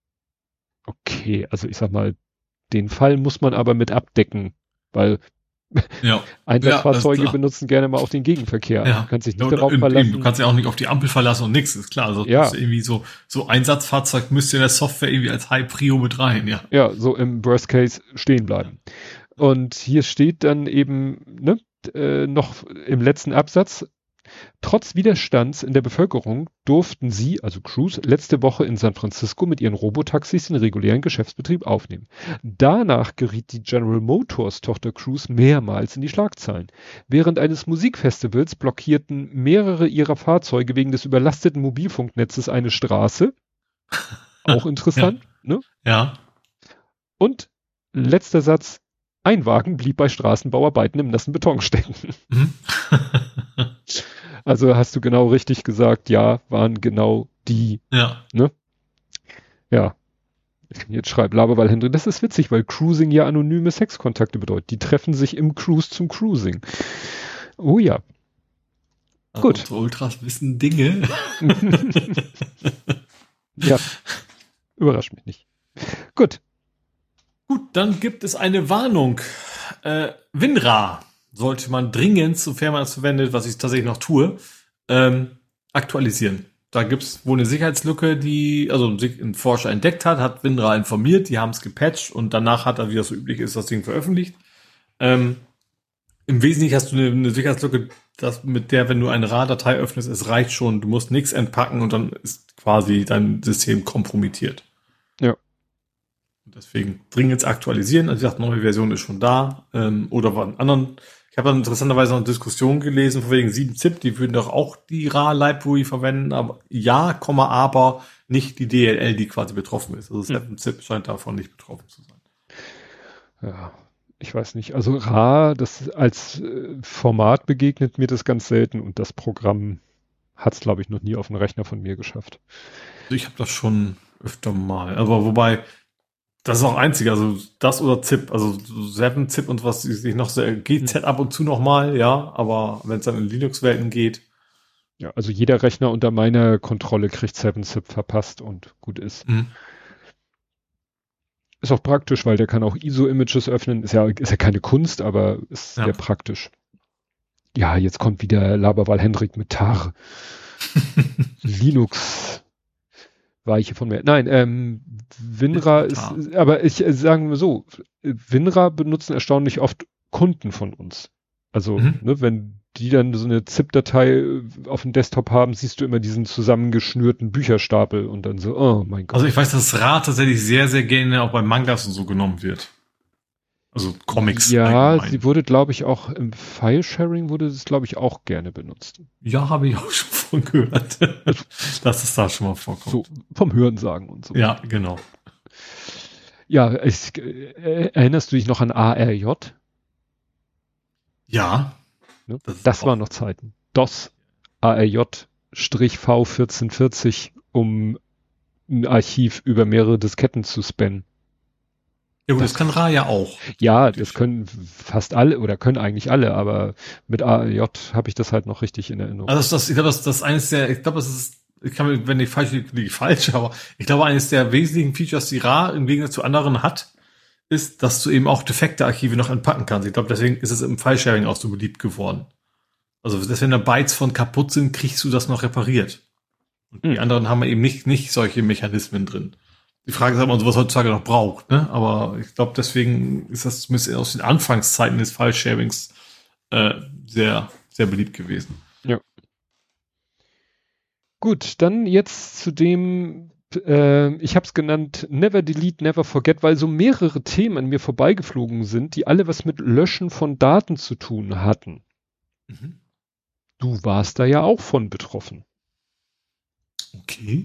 Okay, also ich sag mal, den Fall muss man aber mit abdecken, weil ja. Einsatzfahrzeuge ja, benutzen gerne mal auch den Gegenverkehr. Ja. Du kannst dich nicht ja, darauf eben, verlassen. Du kannst ja auch nicht auf die Ampel verlassen und nichts, ist klar. Also ja. das ist irgendwie so, so Einsatzfahrzeug müsste in der Software irgendwie als High Prio mit rein, ja. Ja, so im Worst Case stehen bleiben. Ja. Und hier steht dann eben, ne, äh, noch im letzten Absatz, trotz Widerstands in der Bevölkerung durften sie, also Cruise, letzte Woche in San Francisco mit ihren Robotaxis den regulären Geschäftsbetrieb aufnehmen. Danach geriet die General Motors Tochter Cruise mehrmals in die Schlagzeilen. Während eines Musikfestivals blockierten mehrere ihrer Fahrzeuge wegen des überlasteten Mobilfunknetzes eine Straße. Auch interessant, ja. ne? Ja. Und letzter Satz, ein Wagen blieb bei Straßenbauarbeiten im nassen Beton stecken. Mhm. Also hast du genau richtig gesagt, ja, waren genau die. Ja. Ne? Ja. Jetzt schreibt Laberwall Hendrik, das ist witzig, weil Cruising ja anonyme Sexkontakte bedeutet. Die treffen sich im Cruise zum Cruising. Oh ja. Also gut. Unsere Ultras wissen Dinge. Ja. Überrascht mich nicht. Gut. Gut, dann gibt es eine Warnung. Äh, WinRAR. sollte man dringend, sofern man es verwendet, was ich tatsächlich noch tue, ähm, aktualisieren. Da gibt's wohl eine Sicherheitslücke, die, also ein Forscher entdeckt hat, hat WinRAR informiert, die haben es gepatcht und danach hat er, wie das so üblich ist, das Ding veröffentlicht. Ähm, Im Wesentlichen hast du eine, eine Sicherheitslücke, das, mit der, wenn du eine RAR-Datei öffnest, es reicht schon, du musst nichts entpacken und dann ist quasi dein System kompromittiert. Ja. Deswegen dringend aktualisieren. Also ich dachte, neue Version ist schon da. Ähm, oder bei anderen. Ich habe dann interessanterweise noch eine Diskussion gelesen, von wegen sieben Zip, die würden doch auch die RAR-Library verwenden, aber ja, Komma, aber nicht die D L L, die quasi betroffen ist. Also sieben Zip scheint davon nicht betroffen zu sein. Ja, ich weiß nicht. Also RAR, das als äh, Format begegnet mir das ganz selten und das Programm hat es, glaube ich, noch nie auf den Rechner von mir geschafft. Also ich habe das schon öfter mal. Aber wobei, das ist auch einzig, also das oder Zip, also sieben Zip und was sich noch sehr, G Z ab und zu noch mal, ja, aber wenn es dann in Linux-Welten geht. Ja, also jeder Rechner unter meiner Kontrolle kriegt sieben Zip verpasst und gut ist. Mhm. Ist auch praktisch, weil der kann auch I S O-Images öffnen. Ist ja, ist ja keine Kunst, aber ist Ja. sehr praktisch. Ja, jetzt kommt wieder Laberwal Hendrik mit Tar. Linux. Weiche von mir. Nein, ähm, WinRAR ist, ist, aber ich äh, sagen wir so, WinRAR benutzen erstaunlich oft Kunden von uns. Also, Mhm. ne, wenn die dann so eine ZIP-Datei auf dem Desktop haben, siehst du immer diesen zusammengeschnürten Bücherstapel und dann so, oh mein Gott. Also ich weiß, dass RAR tatsächlich sehr, sehr gerne auch bei Mangas und so genommen wird. Also Comics. Ja, allgemein. sie wurde, glaube ich, auch im File-Sharing wurde es, glaube ich, auch gerne benutzt. Ja, habe ich auch schon von gehört, dass es da schon mal vorkommt. So vom Hörensagen und so. Ja, genau. Ja, ich, äh, erinnerst du dich noch an A R J? Ja. Ne? Das, Das waren noch Zeiten. DOS A R J-V vierzehn vierzig, um ein Archiv über mehrere Disketten zu spannen. Ja gut, das, das kann RAR ja auch. Ja, natürlich. Das können fast alle oder können eigentlich alle, aber mit A R J habe ich das halt noch richtig in Erinnerung. Also das, ich glaube, das, das eines der, ich glaube, das ist, ich kann mir, wenn ich falsch liege, falsch, aber ich glaube, eines der wesentlichen Features, die RAR im Gegensatz zu anderen hat, ist, dass du eben auch defekte Archive noch entpacken kannst. Ich glaube, deswegen ist es im File-Sharing auch so beliebt geworden. Also, dass wenn da Bytes von kaputt sind, kriegst du das noch repariert. Und hm. die anderen haben eben nicht, nicht solche Mechanismen drin. Die Frage ist, ob man sowas heutzutage noch braucht, ne? Aber ich glaube, deswegen ist das zumindest aus den Anfangszeiten des File-Sharings äh, sehr, sehr beliebt gewesen. Ja. Gut, dann jetzt zu dem, äh, ich habe es genannt, Never Delete, Never Forget, weil so mehrere Themen an mir vorbeigeflogen sind, die alle was mit Löschen von Daten zu tun hatten. Mhm. Du warst da ja auch von betroffen. Okay.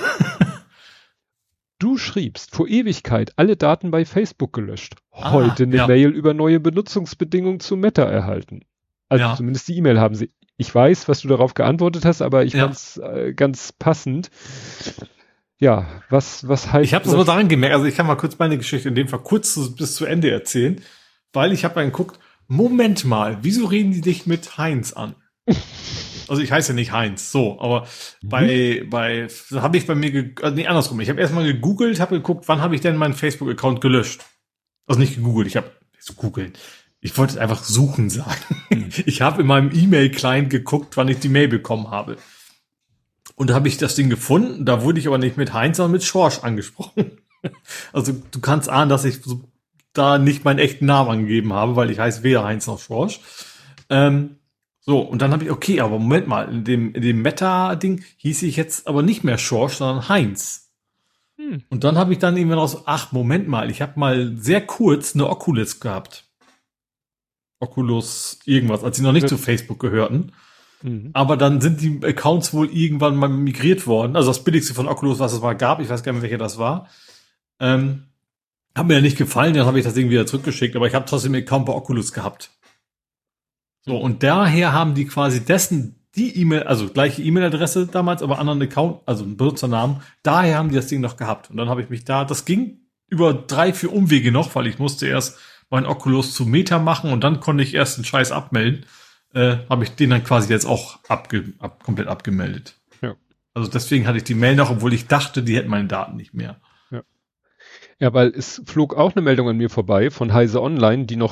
Du schriebst, vor Ewigkeit alle Daten bei Facebook gelöscht. Heute ah, eine ja. Mail über neue Benutzungsbedingungen zu Meta erhalten. Also ja. zumindest die E-Mail haben sie. Ich weiß, was du darauf geantwortet hast, aber ich ja. fand's äh, ganz passend. Ja, was, was heißt Ich habe es aber daran gemerkt, also ich kann mal kurz meine Geschichte in dem Fall kurz zu, bis zu Ende erzählen, weil ich habe dann geguckt, Moment mal, wieso reden die dich mit Heinz an? Also ich heiße ja nicht Heinz, so, aber mhm. bei, bei, habe ich bei mir, ge- also nee, andersrum, ich habe erstmal gegoogelt, habe geguckt, wann habe ich denn meinen Facebook-Account gelöscht? Also nicht gegoogelt, ich habe, so googeln, ich wollte einfach suchen sagen. Mhm. Ich habe in meinem E-Mail-Client geguckt, wann ich die Mail bekommen habe. Und da habe ich das Ding gefunden, da wurde ich aber nicht mit Heinz, sondern mit Schorsch angesprochen. Also du kannst ahnen, dass ich so, da nicht meinen echten Namen angegeben habe, weil ich heiße weder Heinz noch Schorsch. Ähm, So, und dann habe ich, okay, aber Moment mal, in dem, in dem Meta-Ding hieß ich jetzt aber nicht mehr Schorsch, sondern Heinz. Hm. Und dann habe ich dann irgendwann raus, ach, Moment mal, ich habe mal sehr kurz eine Oculus gehabt. Oculus irgendwas, als sie noch nicht ja. zu Facebook gehörten. Mhm. Aber dann sind die Accounts wohl irgendwann mal migriert worden. Also das billigste von Oculus, was es mal gab, ich weiß gar nicht, welcher das war. Ähm, hat mir ja nicht gefallen, dann habe ich das Ding wieder zurückgeschickt, aber ich habe trotzdem einen Account bei Oculus gehabt. So, und daher haben die quasi dessen, die E-Mail, also gleiche E-Mail-Adresse damals, aber anderen Account, also einen Benutzernamen, daher haben die das Ding noch gehabt. Und dann habe ich mich da, das ging über drei, vier Umwege noch, weil ich musste erst mein Oculus zu Meta machen und dann konnte ich erst den Scheiß abmelden. Äh, habe ich den dann quasi jetzt auch abge, ab, komplett abgemeldet. Ja. Also deswegen hatte ich die Mail noch, obwohl ich dachte, die hätten meine Daten nicht mehr. Ja, ja, weil es flog auch eine Meldung an mir vorbei von Heise Online, die noch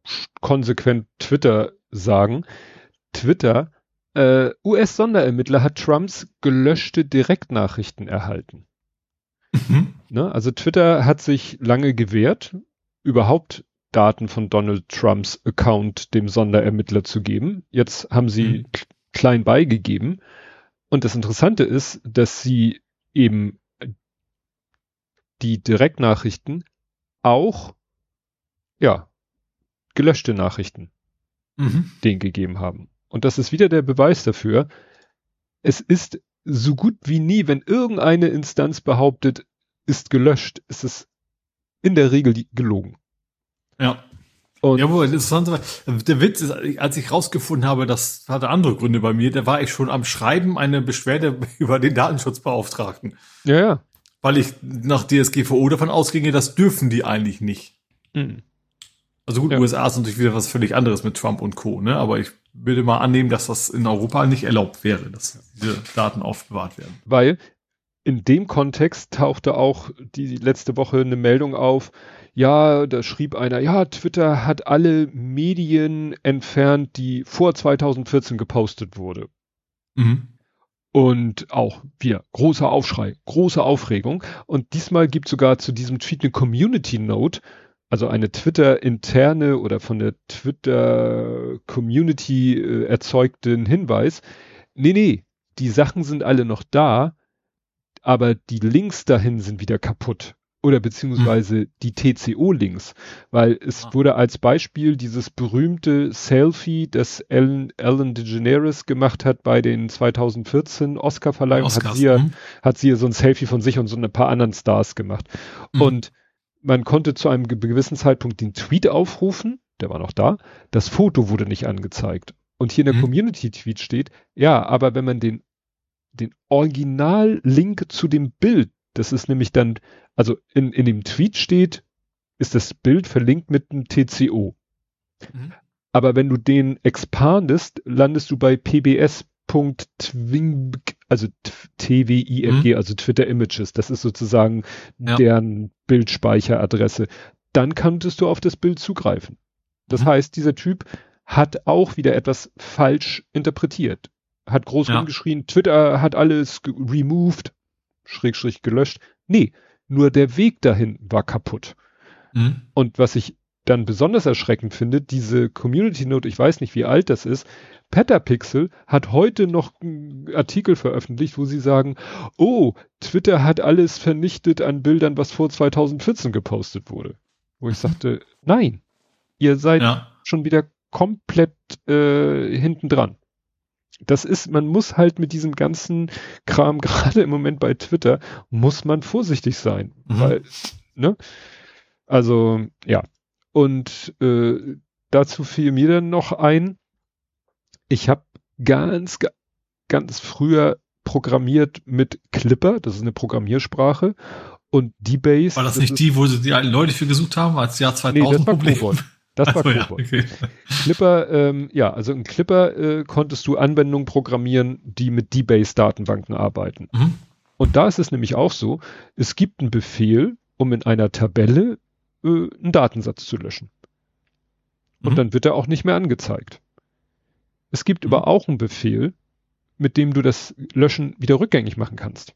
konsequent Twitter sagen. Twitter, äh, U S-Sonderermittler hat Trumps gelöschte Direktnachrichten erhalten. Mhm. Ne? Also Twitter hat sich lange gewehrt, überhaupt Daten von Donald Trumps Account dem Sonderermittler zu geben. Jetzt haben sie Mhm. klein beigegeben. Und das Interessante ist, dass sie eben die Direktnachrichten auch, ja, gelöschte Nachrichten Mhm. denen gegeben haben. Und das ist wieder der Beweis dafür. Es ist so gut wie nie, wenn irgendeine Instanz behauptet, ist gelöscht, ist es in der Regel die, gelogen. Ja. Und Ja, wo interessant war, der Witz ist, als ich rausgefunden habe, das hatte andere Gründe bei mir, da war ich schon am Schreiben eine Beschwerde über den Datenschutzbeauftragten. ja, ja. Weil ich nach D S G V O davon ausginge, das dürfen die eigentlich nicht. Mhm. Also gut, Ja. U S A ist natürlich wieder was völlig anderes mit Trump und Co., ne? Aber ich würde mal annehmen, dass das in Europa nicht erlaubt wäre, dass diese Daten aufbewahrt werden. Weil in dem Kontext tauchte auch die letzte Woche eine Meldung auf, ja, da schrieb einer, ja, Twitter hat alle Medien entfernt, die vor zweitausendvierzehn gepostet wurde. Mhm. Und auch wieder großer Aufschrei, große Aufregung. Und diesmal gibt sogar zu diesem Tweet eine Community Note, also eine Twitter-interne oder von der Twitter-Community äh, erzeugten Hinweis. Nee, nee, die Sachen sind alle noch da, aber die Links dahin sind wieder kaputt. Oder beziehungsweise mhm. die T C O-Links. Weil es ah. wurde als Beispiel dieses berühmte Selfie, das Ellen, Ellen DeGeneres gemacht hat bei den zweitausendvierzehn Oscar-Verleihungen, hat sie ja, hat sie ja so ein Selfie von sich und so ein paar anderen Stars gemacht. Mhm. Und man konnte zu einem gewissen Zeitpunkt den Tweet aufrufen, der war noch da, das Foto wurde nicht angezeigt. Und hier in der mhm. Community-Tweet steht, ja, aber wenn man den den Original-Link zu dem Bild, das ist nämlich dann, also in, in dem Tweet steht, ist das Bild verlinkt mit einem T C O. Mhm. Aber wenn du den expandest, landest du bei pbs.twing, also T W I M G, mhm. also Twitter Images. Das ist sozusagen ja. deren Bildspeicheradresse. Dann könntest du auf das Bild zugreifen. Das mhm. heißt, dieser Typ hat auch wieder etwas falsch interpretiert. Hat groß ja. rumgeschrien, Twitter hat alles removed, Schrägstrich gelöscht. Nee, nur der Weg dahin war kaputt. Mhm. Und was ich dann besonders erschreckend finde, diese Community Note, ich weiß nicht, wie alt das ist, Petapixel hat heute noch einen Artikel veröffentlicht, wo sie sagen, oh, Twitter hat alles vernichtet an Bildern, was vor zweitausendvierzehn gepostet wurde. Wo ich sagte, nein, ihr seid ja. schon wieder komplett äh, hinten dran. Das ist, man muss halt mit diesem ganzen Kram, gerade im Moment bei Twitter, muss man vorsichtig sein. Mhm. Weil, ne? Also, ja. Und äh, dazu fiel mir dann noch ein, ich habe ganz, ganz früher programmiert mit Clipper, das ist eine Programmiersprache, und D-Base. War das, das nicht ist, die, wo sie die alten Leute für gesucht haben, als Jahr zweitausend? Nee, das war Cobol. Das war also, Cobol. Ja, okay. Clipper, ähm, ja, also in Clipper äh, konntest du Anwendungen programmieren, die mit D-Base-Datenbanken arbeiten. Mhm. Und da ist es nämlich auch so, es gibt einen Befehl, um in einer Tabelle äh, einen Datensatz zu löschen. Und mhm. dann wird er auch nicht mehr angezeigt. Es gibt mhm. aber auch einen Befehl, mit dem du das Löschen wieder rückgängig machen kannst.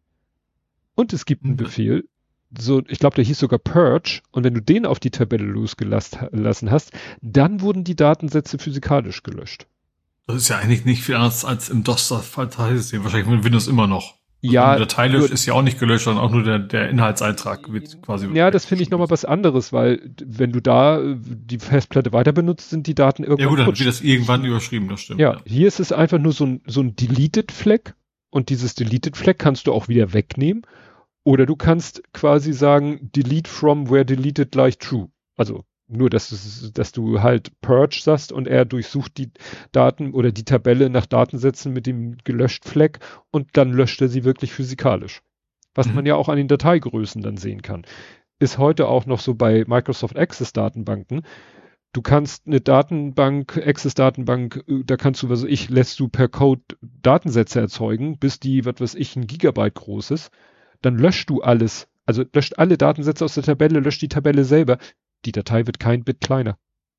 Und es gibt einen mhm. Befehl, so, ich glaube, der hieß sogar Purge, und wenn du den auf die Tabelle losgelassen hast, dann wurden die Datensätze physikalisch gelöscht. Das ist ja eigentlich nicht viel anders als im DOS-Dateisystem, wahrscheinlich mit Windows immer noch. Also ja. Der Datei ist ja auch nicht gelöscht, sondern auch nur der, der Inhaltseintrag wird quasi. Ja, das finde ich nochmal was anderes, weil wenn du da die Festplatte weiter benutzt, sind die Daten irgendwann. Ja gut, dann wird das irgendwann überschrieben, das stimmt. Ja, ja. Hier ist es einfach nur so ein, so ein Deleted-Flag, und dieses Deleted-Flag kannst du auch wieder wegnehmen. Oder du kannst quasi sagen, delete from where deleted like true. Also nur, dass du, dass du halt purge sagst und er durchsucht die Daten oder die Tabelle nach Datensätzen mit dem gelöscht Flag und dann löscht er sie wirklich physikalisch. Was mhm. man ja auch an den Dateigrößen dann sehen kann. Ist heute auch noch so bei Microsoft Access Datenbanken. Du kannst eine Datenbank, Access Datenbank, da kannst du, was weiß ich, lässt du per Code Datensätze erzeugen, bis die, was weiß ich, ein Gigabyte groß ist. Dann löscht du alles, also löscht alle Datensätze aus der Tabelle, löscht die Tabelle selber. Die Datei wird kein Bit kleiner.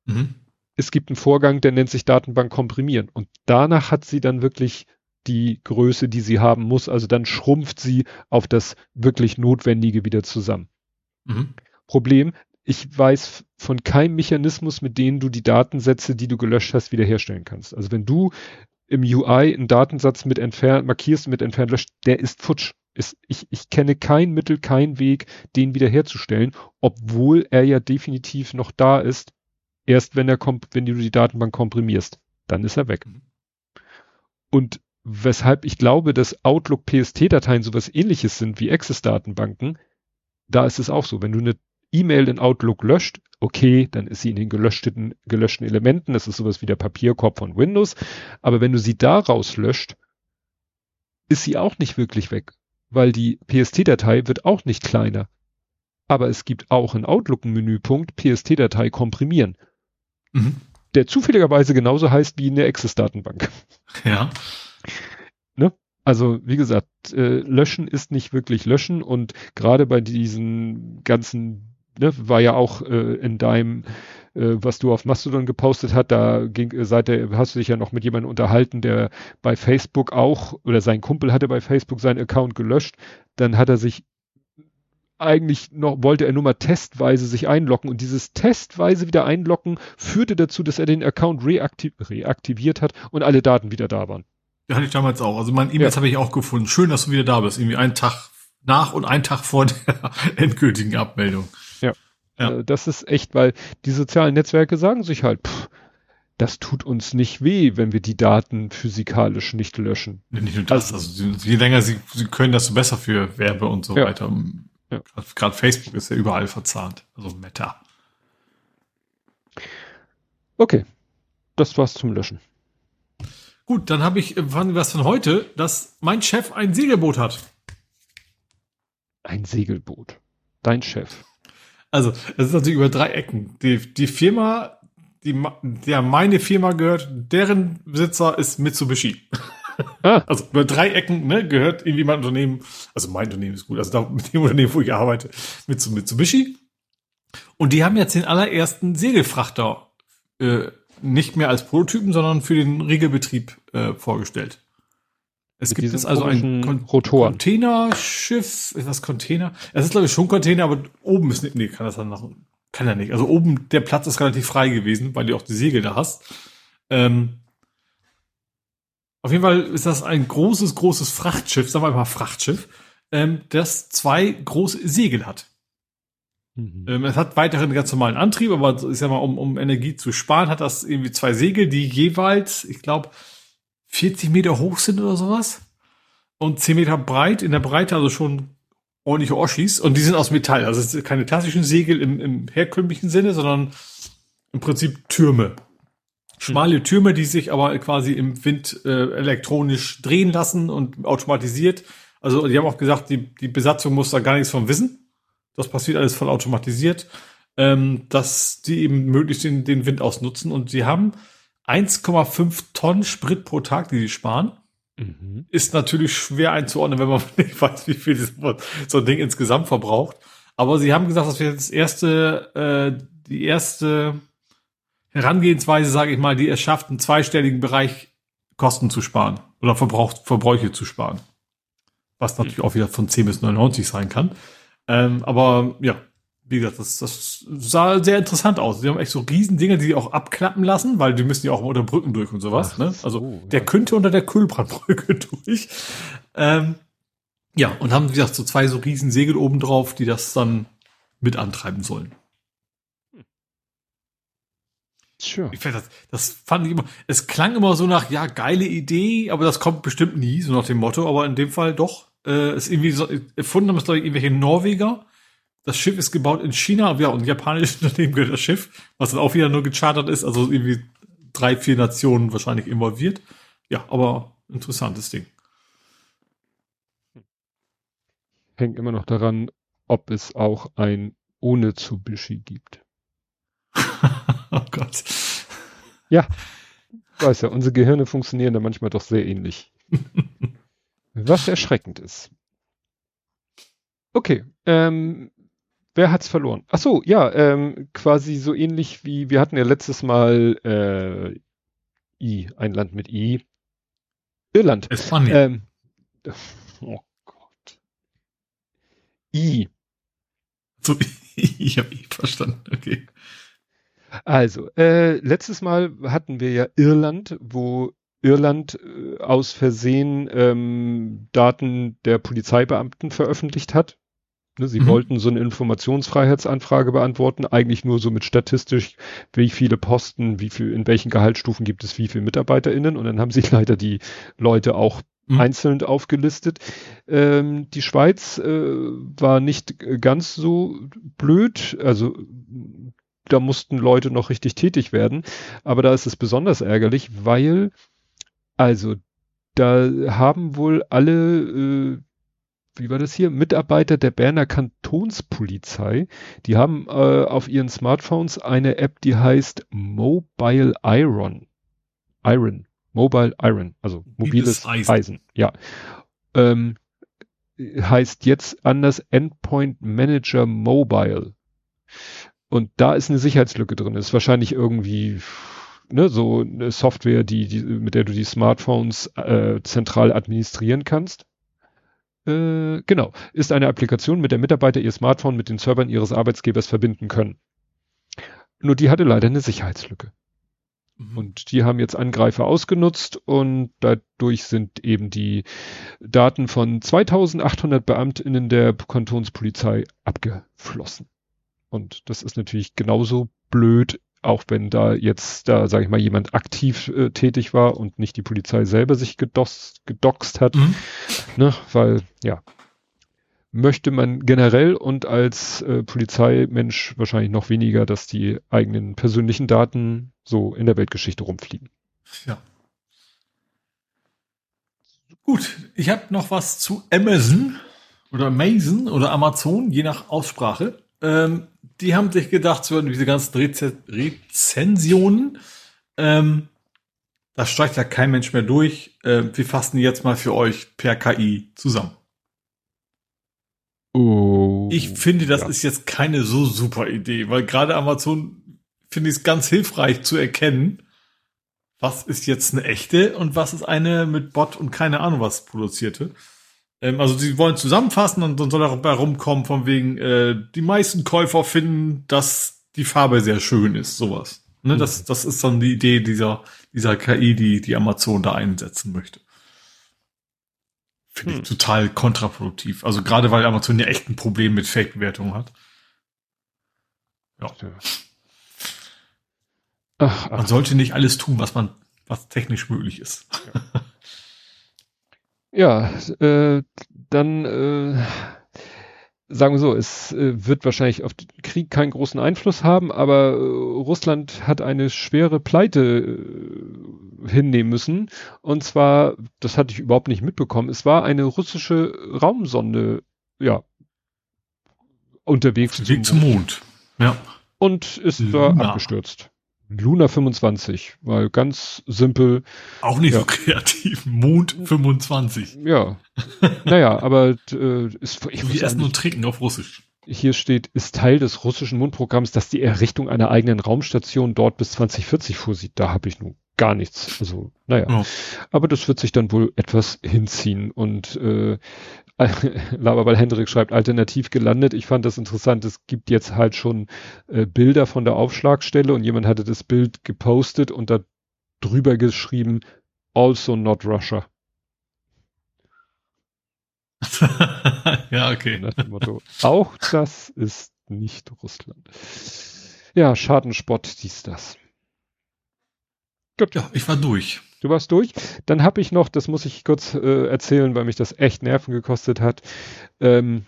Mhm. Es gibt einen Vorgang, der nennt sich Datenbank komprimieren. Und danach hat sie dann wirklich die Größe, die sie haben muss. Also dann schrumpft sie auf das wirklich Notwendige wieder zusammen. Mhm. Problem, ich weiß von keinem Mechanismus, mit denen du die Datensätze, die du gelöscht hast, wiederherstellen kannst. Also wenn du im U I einen Datensatz mit entfernt, markierst mit entfernt löscht, der ist futsch. Ist, ich, ich kenne kein Mittel, keinen Weg, den wiederherzustellen, obwohl er ja definitiv noch da ist. Erst wenn er kommt, wenn du die Datenbank komprimierst, dann ist er weg. Und weshalb ich glaube, dass Outlook P S T-Dateien sowas ähnliches sind wie Access-Datenbanken, da ist es auch so. Wenn du eine E-Mail in Outlook löscht, okay, dann ist sie in den gelöschten, gelöschten Elementen, das ist sowas wie der Papierkorb von Windows, aber wenn du sie daraus löscht, ist sie auch nicht wirklich weg, weil die P S T-Datei wird auch nicht kleiner. Aber es gibt auch in Outlook einen Menüpunkt, P S T-Datei komprimieren. Mhm. Der zufälligerweise genauso heißt wie in der Access-Datenbank. Ja. Ne? Also, wie gesagt, äh, löschen ist nicht wirklich löschen und gerade bei diesen ganzen, ne, war ja auch äh, in deinem, äh, was du auf Mastodon gepostet hast, da ging, äh, seit der, hast du dich ja noch mit jemandem unterhalten, der bei Facebook auch, oder sein Kumpel hatte bei Facebook seinen Account gelöscht, dann hat er sich eigentlich noch, wollte er nur mal testweise sich einloggen und dieses testweise wieder einloggen führte dazu, dass er den Account reaktiv reaktiviert hat und alle Daten wieder da waren. Ja, hatte ich damals auch. Also mein E-Mails Ja. habe ich auch gefunden. Schön, dass du wieder da bist. Irgendwie einen Tag nach und einen Tag vor der endgültigen Abmeldung. Ja. Ja. Äh, das ist echt, weil die sozialen Netzwerke sagen sich halt, pff, das tut uns nicht weh, wenn wir die Daten physikalisch nicht löschen. Nee, nicht nur das. Also je länger sie, sie können, desto besser für Werbe und so Ja. weiter. Ja. Gerade Facebook ist ja überall verzahnt. Also Meta. Okay. Das war's zum Löschen. Gut, dann habe ich wann was von heute, dass mein Chef ein Segelboot hat. Ein Segelboot. Dein Chef. Also, es ist natürlich über drei Ecken. Die, die Firma, die, der meine Firma gehört, deren Besitzer ist Mitsubishi. Ah. Also über drei Ecken, ne, gehört irgendwie mein Unternehmen, also mein Unternehmen ist gut, also da mit dem Unternehmen, wo ich arbeite, mit zu Mitsubishi. Und die haben jetzt den allerersten Segelfrachter äh, nicht mehr als Prototypen, sondern für den Regelbetrieb äh, vorgestellt. Es Mit gibt diesen jetzt also ein komischen Kon Rotoren. Containerschiff, ist das Container? Es ist glaube ich schon Container, aber oben ist nicht, nee, kann das dann noch, kann er nicht. Also oben, der Platz ist relativ frei gewesen, weil du auch die Segel da hast. Ähm, auf jeden Fall ist das ein großes, großes Frachtschiff, sagen wir mal Frachtschiff, ähm, das zwei große Segel hat. Mhm. Ähm, es hat weiterhin ganz normalen Antrieb, aber ich sag mal, um, um Energie zu sparen, hat das irgendwie zwei Segel, die jeweils, ich glaube, vierzig Meter hoch sind oder sowas. Und zehn Meter breit, in der Breite, also schon ordentliche Oschis. Und die sind aus Metall. Also es sind keine klassischen Segel im, im herkömmlichen Sinne, sondern im Prinzip Türme. Schmale Türme, die sich aber quasi im Wind äh, elektronisch drehen lassen und automatisiert. Also die haben auch gesagt, die, die Besatzung muss da gar nichts von wissen. Das passiert alles voll automatisiert. Ähm, dass die eben möglichst den, den Wind ausnutzen. Und sie haben eins Komma fünf Tonnen Sprit pro Tag, die sie sparen. Mhm. Ist natürlich schwer einzuordnen, wenn man nicht weiß, wie viel so ein Ding insgesamt verbraucht. Aber sie haben gesagt, das wäre das erste, äh, die erste Herangehensweise, sage ich mal, die es schafft, einen zweistelligen Bereich Kosten zu sparen oder Verbrauch, Verbräuche zu sparen. Was natürlich auch wieder von zehn bis neunundneunzig sein kann. Ähm, aber ja, wie gesagt, das, das sah sehr interessant aus. Sie haben echt so riesen Dinge, die sie auch abklappen lassen, weil die müssen ja auch unter Brücken durch und sowas. Ach Ne? so, Also ja. der könnte unter der Kühlbrandbrücke durch. Ähm, ja, und haben, wie gesagt, so zwei so riesen Segel oben drauf, die das dann mit antreiben sollen. Sure. Ich fand das, das fand ich immer, es klang immer so nach, ja, geile Idee, aber das kommt bestimmt nie, so nach dem Motto, aber in dem Fall doch, äh, ist irgendwie so, erfunden haben es, glaube ich, irgendwelche Norweger. Das Schiff ist gebaut in China, ja, und ein japanisches Unternehmen gehört das Schiff, was dann auch wieder nur gechartert ist, also irgendwie drei, vier Nationen wahrscheinlich involviert. Ja, aber interessantes Ding. Hängt immer noch daran, ob es auch ein ohne Tsubishi gibt. Oh Gott. Ja, weiß ja, unsere Gehirne funktionieren da manchmal doch sehr ähnlich. Was erschreckend ist. Okay, ähm, wer hat's verloren? Ach so, ja, ähm, quasi so ähnlich wie, wir hatten ja letztes Mal äh, I, ein Land mit I. Irland. Spanien. Ähm, oh Gott. I. So, ich habe I verstanden, okay. Also, äh, letztes Mal hatten wir ja Irland, wo Irland äh, aus Versehen ähm, Daten der Polizeibeamten veröffentlicht hat. Ne, sie Mhm. wollten so eine Informationsfreiheitsanfrage beantworten, eigentlich nur so mit statistisch, wie viele Posten, wie viel, in welchen Gehaltsstufen gibt es wie viele MitarbeiterInnen, und dann haben sie leider die Leute auch Mhm. einzeln aufgelistet. Ähm, die Schweiz äh, war nicht ganz so blöd, also da mussten Leute noch richtig tätig werden, aber da ist es besonders ärgerlich, weil, also da haben wohl alle, äh, wie war das hier, Mitarbeiter der Berner Kantonspolizei, die haben äh, auf ihren Smartphones eine App, die heißt Mobile Iron. Iron. Mobile Iron, also mobiles Eisen. Eisen, ja. Ähm, heißt jetzt anders Endpoint Manager Mobile. Und da ist eine Sicherheitslücke drin. Ist wahrscheinlich irgendwie, ne, so eine Software, die, die, mit der du die Smartphones äh, zentral administrieren kannst. Äh, genau. Ist eine Applikation, mit der Mitarbeiter ihr Smartphone mit den Servern ihres Arbeitgebers verbinden können. Nur die hatte leider eine Sicherheitslücke. Mhm. Und die haben jetzt Angreifer ausgenutzt und dadurch sind eben die Daten von zweitausendachthundert BeamtInnen der Kantonspolizei abgeflossen. Und das ist natürlich genauso blöd, auch wenn da jetzt, da sage ich mal, jemand aktiv äh, tätig war und nicht die Polizei selber sich gedoxt, gedoxt hat. Mhm. Ne? Weil, ja, möchte man generell und als äh, Polizeimensch wahrscheinlich noch weniger, dass die eigenen persönlichen Daten so in der Weltgeschichte rumfliegen. Ja. Gut, ich habe noch was zu Amazon oder Amazon oder Amazon, je nach Aussprache. Ähm, die haben sich gedacht, so diese ganzen Reze Rezensionen, ähm, da steigt ja kein Mensch mehr durch. Ähm, wir fassen die jetzt mal für euch per K I zusammen. Oh, Ich finde, das ja. ist jetzt keine so super Idee, weil gerade Amazon finde ich es ganz hilfreich zu erkennen, was ist jetzt eine echte und was ist eine mit Bot und keine Ahnung was produzierte. Ähm, also sie wollen zusammenfassen und dann soll dabei rumkommen von wegen, äh, die meisten Käufer finden, dass die Farbe sehr schön ist, sowas. Ne, Mhm. das, das ist dann die Idee dieser, dieser K I, die, die Amazon da einsetzen möchte. Finde Hm. ich total kontraproduktiv. Also gerade weil Amazon ja echt ein Problem mit Fake-Bewertungen hat. Ja. Ach, Man ach. sollte nicht alles tun, was man, was technisch möglich ist. Ja, äh, dann äh, sagen wir so, es äh, wird wahrscheinlich auf den Krieg keinen großen Einfluss haben, aber äh, Russland hat eine schwere Pleite äh, hinnehmen müssen. Und zwar, das hatte ich überhaupt nicht mitbekommen, es war eine russische Raumsonde, ja, unterwegs Auf dem Weg zum Mond. Ja. und ist Luna. da abgestürzt. Luna fünfundzwanzig, weil ganz simpel. Auch nicht Ja. so kreativ. Mond fünfundzwanzig. Ja, naja, aber äh, ist, ich So wie wusste Essen eigentlich- und Trinken auf Russisch. hier steht, ist Teil des russischen Mondprogramms, das die Errichtung einer eigenen Raumstation dort bis zwanzig vierzig vorsieht. Da habe ich nun gar nichts. Also, naja. Ja. Aber das wird sich dann wohl etwas hinziehen. Und äh, Laberball Hendrik schreibt, alternativ gelandet. Ich fand das interessant. Es gibt jetzt halt schon äh, Bilder von der Aufschlagstelle und jemand hatte das Bild gepostet und da drüber geschrieben, also not Russia. Ja, okay. Nach dem Motto, auch das ist nicht Russland. Ja, Schadenspott, dies, das. Gut, Ja, ich war durch. du warst durch. Dann habe ich noch, das muss ich kurz äh, erzählen, weil mich das echt Nerven gekostet hat. Ähm,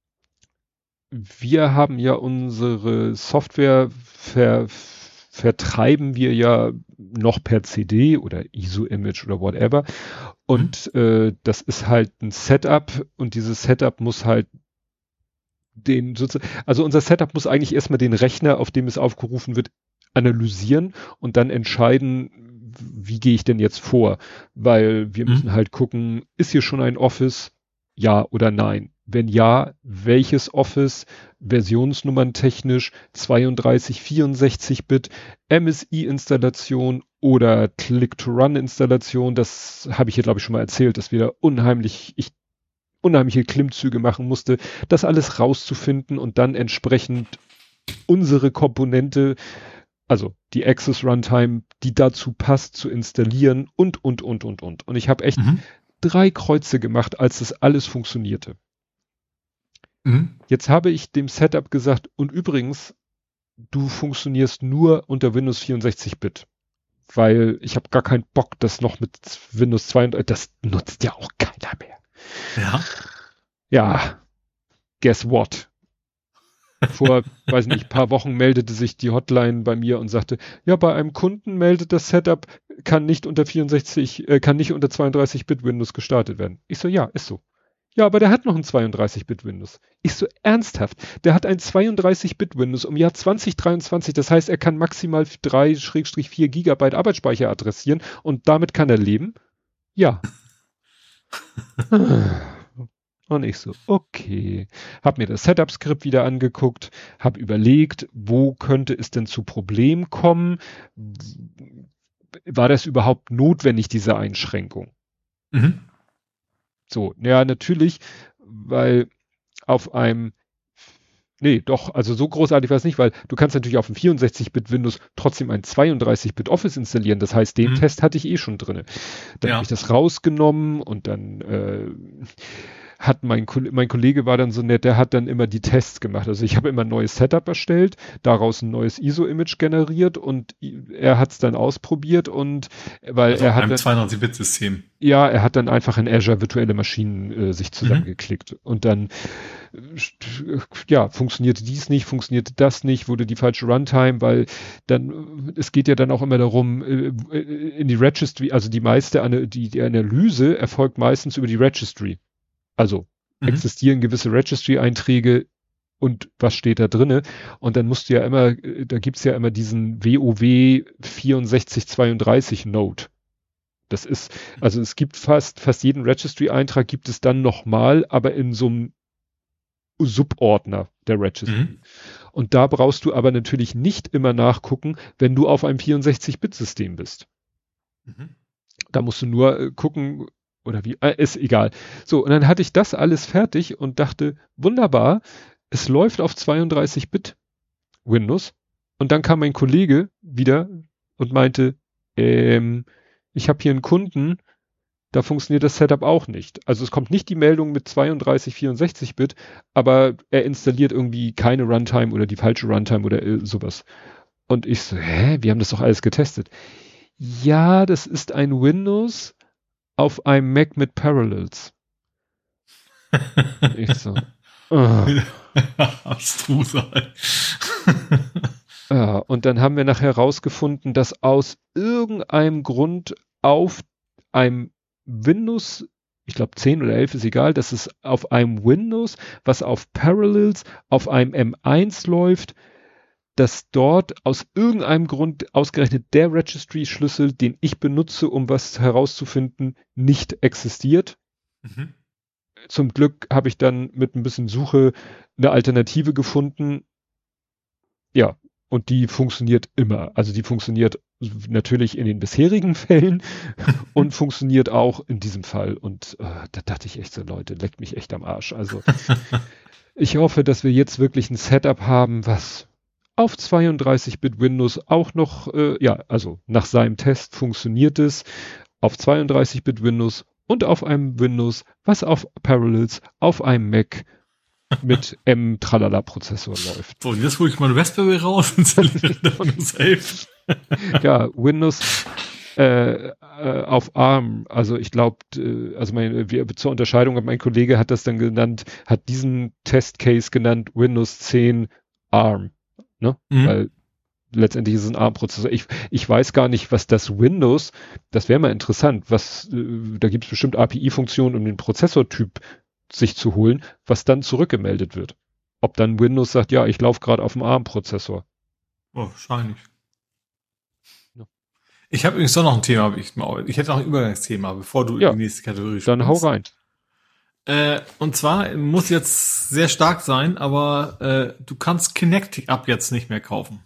wir haben ja unsere Software ver, vertreiben wir ja noch per C D oder I S O-Image oder whatever. Und mhm. äh, das ist halt ein Setup und dieses Setup muss halt den sozusagen, also unser Setup muss eigentlich erstmal den Rechner, auf dem es aufgerufen wird, analysieren und dann entscheiden, wie gehe ich denn jetzt vor? Weil wir mhm. müssen halt gucken, ist hier schon ein Office? Ja oder nein? Wenn ja, welches Office, Versionsnummern technisch, zweiunddreißig, vierundsechzig Bit, M S I-Installation oder Click-to-Run-Installation, das habe ich hier, glaube ich, schon mal erzählt, dass wir da unheimlich, ich unheimliche Klimmzüge machen musste, das alles rauszufinden und dann entsprechend unsere Komponente, also die Access Runtime, die dazu passt, zu installieren und, und, und, und, und. Und ich habe echt mhm. drei Kreuze gemacht, als das alles funktionierte. Mhm. Jetzt habe ich dem Setup gesagt, und übrigens, du funktionierst nur unter Windows vierundsechzig Bit. Weil ich habe gar keinen Bock, das noch mit Windows zweiunddreißig, das nutzt ja auch keiner mehr. Ja. Ja, guess what? Vor, weiß nicht, paar Wochen meldete sich die Hotline bei mir und sagte, ja, bei einem Kunden meldet das Setup, kann nicht unter vierundsechzig, äh, kann nicht unter zweiunddreißig Bit Windows gestartet werden. Ich so, ja, ist so. Ja, aber der hat noch ein zweiunddreißig Bit Windows. Ich so, ernsthaft? Der hat ein zweiunddreißig Bit Windows im Jahr zwanzig dreiundzwanzig, das heißt, er kann maximal drei bis vier Gigabyte Arbeitsspeicher adressieren und damit kann er leben? Ja. Und ich so, okay. Hab mir das Setup-Skript wieder angeguckt, hab überlegt, wo könnte es denn zu Problemen kommen? War das überhaupt notwendig, diese Einschränkung? Mhm. So, ja, natürlich, weil auf einem, nee, doch, also so großartig war es nicht, weil du kannst natürlich auf dem vierundsechzig Bit Windows trotzdem ein zweiunddreißig Bit Office installieren. Das heißt, den mhm. Test hatte ich eh schon drinne. Dann ja. habe ich das rausgenommen und dann äh, hat mein, mein Kollege war dann so nett, der hat dann immer die Tests gemacht. Also ich habe immer ein neues Setup erstellt, daraus ein neues I S O-Image generiert und er hat es dann ausprobiert und weil also er hat ein zweiunddreißig Bit System. Ja, er hat dann einfach in Azure virtuelle Maschinen äh, sich zusammengeklickt mhm. und dann ja, funktionierte dies nicht, funktionierte das nicht, wurde die falsche Runtime, weil dann, es geht ja dann auch immer darum, in die Registry, also die meiste, die, die Analyse erfolgt meistens über die Registry. Also mhm. existieren gewisse Registry-Einträge und was steht da drinne? Und dann musst du ja immer, da gibt's ja immer diesen W O W vierundsechzig zweiunddreißig Node. Das ist, also es gibt fast, fast jeden Registry-Eintrag gibt es dann nochmal, aber in so einem Subordner der Registry. Mhm. Und da brauchst du aber natürlich nicht immer nachgucken, wenn du auf einem vierundsechzig Bit System bist. Mhm. Da musst du nur äh, gucken, oder wie, äh, ist egal. So, und dann hatte ich das alles fertig und dachte, wunderbar, es läuft auf zweiunddreißig Bit Windows. Und dann kam mein Kollege wieder und meinte, ähm, ich habe hier einen Kunden, da funktioniert das Setup auch nicht. Also es kommt nicht die Meldung mit zweiunddreißig, vierundsechzig Bit, aber er installiert irgendwie keine Runtime oder die falsche Runtime oder äh, sowas. Und ich so, hä, wir haben das doch alles getestet. Ja, das ist ein Windows auf einem Mac mit Parallels. Ich so, oh. Abstrus. Ja, und dann haben wir nachher rausgefunden, dass aus irgendeinem Grund auf einem Windows, ich glaube zehn oder elf ist egal, dass es auf einem Windows, was auf Parallels, auf einem M eins läuft, dass dort aus irgendeinem Grund ausgerechnet der Registry-Schlüssel, den ich benutze, um was herauszufinden, nicht existiert. Mhm. Zum Glück habe ich dann mit ein bisschen Suche eine Alternative gefunden. Ja, und die funktioniert immer. Also die funktioniert natürlich in den bisherigen Fällen und funktioniert auch in diesem Fall. Und äh, da dachte ich echt so, Leute, leckt mich echt am Arsch. Also ich hoffe, dass wir jetzt wirklich ein Setup haben, was auf zweiunddreißig Bit Windows auch noch, äh, ja, also nach seinem Test funktioniert es, auf zweiunddreißig Bit Windows und auf einem Windows, was auf Parallels, auf einem Mac mit M-Tralala-Prozessor läuft. So, jetzt hole ich mal Raspberry raus und installiere Windows elf. Ja, Windows äh, äh, auf ARM, also ich glaube, äh, also mein, wir, zur Unterscheidung, mein Kollege hat das dann genannt, hat diesen Testcase genannt, Windows zehn ARM, ne? Mhm. Weil letztendlich ist es ein ARM-Prozessor. Ich, ich weiß gar nicht, was das Windows, das wäre mal interessant, was, äh, da gibt es bestimmt A P I-Funktionen, um den Prozessortyp sich zu holen, was dann zurückgemeldet wird. Ob dann Windows sagt, ja, ich laufe gerade auf dem ARM-Prozessor. Oh, wahrscheinlich. Ja. Ich habe übrigens doch noch ein Thema. Ich, ich hätte noch ein Übergangsthema, bevor du ja, in die nächste Kategorie springst. Dann hau rein. Äh, und zwar muss jetzt sehr stark sein, aber äh, du kannst Kinect ab jetzt nicht mehr kaufen.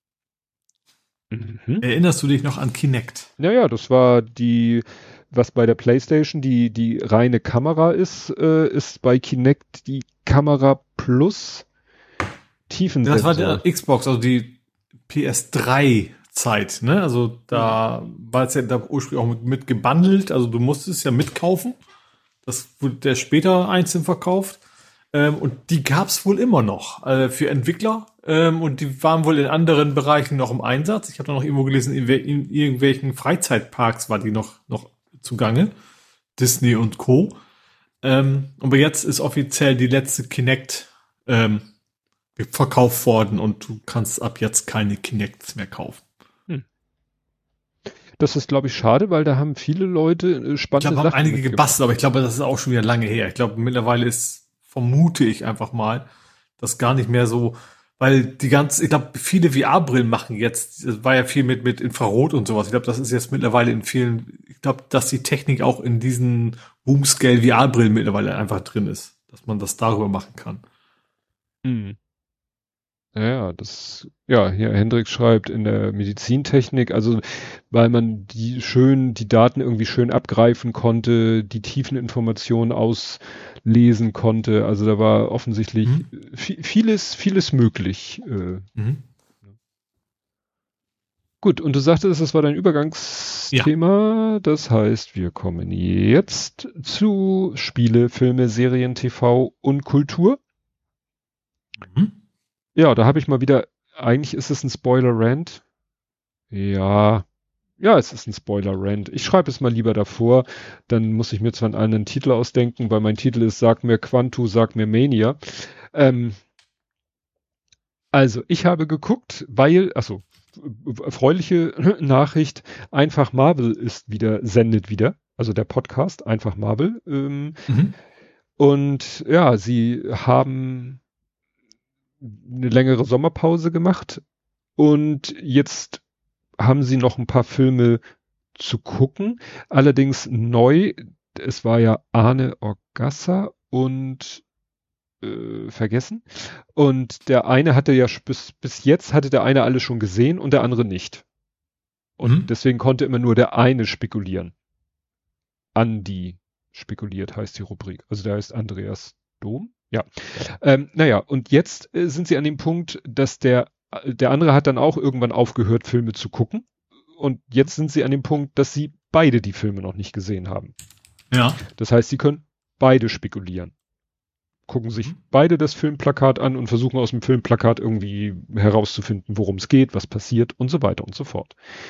Mhm. Erinnerst du dich noch an Kinect? Naja, das war die, was bei der PlayStation die, die reine Kamera ist, äh, ist bei Kinect die Kamera plus Das war der Tiefensensor. Xbox, also die P S drei Zeit, ne? Also da war es ja da ursprünglich auch mit, mit gebundelt, also du musstest es ja mitkaufen. Das wurde der später einzeln verkauft. Ähm, und die gab's wohl immer noch äh, für Entwickler. Ähm, und die waren wohl in anderen Bereichen noch im Einsatz. Ich habe da noch irgendwo gelesen, in, in irgendwelchen Freizeitparks war die noch, noch zugange. Disney und Co. Ähm, aber jetzt ist offiziell die letzte Kinect ähm, verkauft worden und du kannst ab jetzt keine Kinects mehr kaufen. Hm. Das ist, glaube ich, schade, weil da haben viele Leute äh, Ich spannende glaube, haben Sachen einige mitgemacht. gebastelt, aber ich glaube, das ist auch schon wieder lange her. Ich glaube, mittlerweile ist, vermute ich einfach mal, das gar nicht mehr so, weil die ganz, ich glaube, viele V R-Brillen machen jetzt, es war ja viel mit, mit Infrarot und sowas. Ich glaube, das ist jetzt mittlerweile in vielen, ich glaube, dass die Technik auch in diesen Boom-Scale V R-Brillen mittlerweile einfach drin ist, dass man das darüber machen kann. Hm. Ja, ja, das, ja, hier Hendrik schreibt in der Medizintechnik, also weil man die schön, die Daten irgendwie schön abgreifen konnte, die tiefen Informationen auslesen konnte. Also da war offensichtlich Mhm. vi- vieles, vieles möglich. Äh, Mhm. gut, und du sagtest, das war dein Ja. Übergangsthema. Das heißt, wir kommen jetzt zu Spiele, Filme, Serien, T V und Kultur. Mhm. Ja, da habe ich mal wieder, eigentlich ist es ein Spoiler-Rant. Ja, ja, es ist ein Spoiler-Rant. Ich schreibe es mal lieber davor, dann muss ich mir zwar einen anderen Titel ausdenken, weil mein Titel ist Sag mir Quantu, sag mir Mania. Ähm, also, ich habe geguckt, weil, achso, erfreuliche Nachricht, Einfach Marvel ist wieder, sendet wieder, also der Podcast, Einfach Marvel. Ähm, Mhm. und ja, sie haben eine längere Sommerpause gemacht und jetzt haben sie noch ein paar Filme zu gucken. Allerdings neu, es war ja Arne Orgassa und äh, vergessen. Und der eine hatte ja sch- bis, bis jetzt hatte der eine alle schon gesehen und der andere nicht. Und Mhm. deswegen konnte immer nur der eine spekulieren. Andi spekuliert heißt die Rubrik. Also der heißt Andreas Dom. Ja. Ähm, naja, und jetzt äh, sind sie an dem Punkt, dass der, äh, der andere hat dann auch irgendwann aufgehört, Filme zu gucken. Und jetzt sind sie an dem Punkt, dass sie beide die Filme noch nicht gesehen haben. Ja. Das heißt, sie können beide spekulieren. Gucken sich Mhm. beide das Filmplakat an und versuchen aus dem Filmplakat irgendwie herauszufinden, worum es geht, was passiert und so weiter und so fort.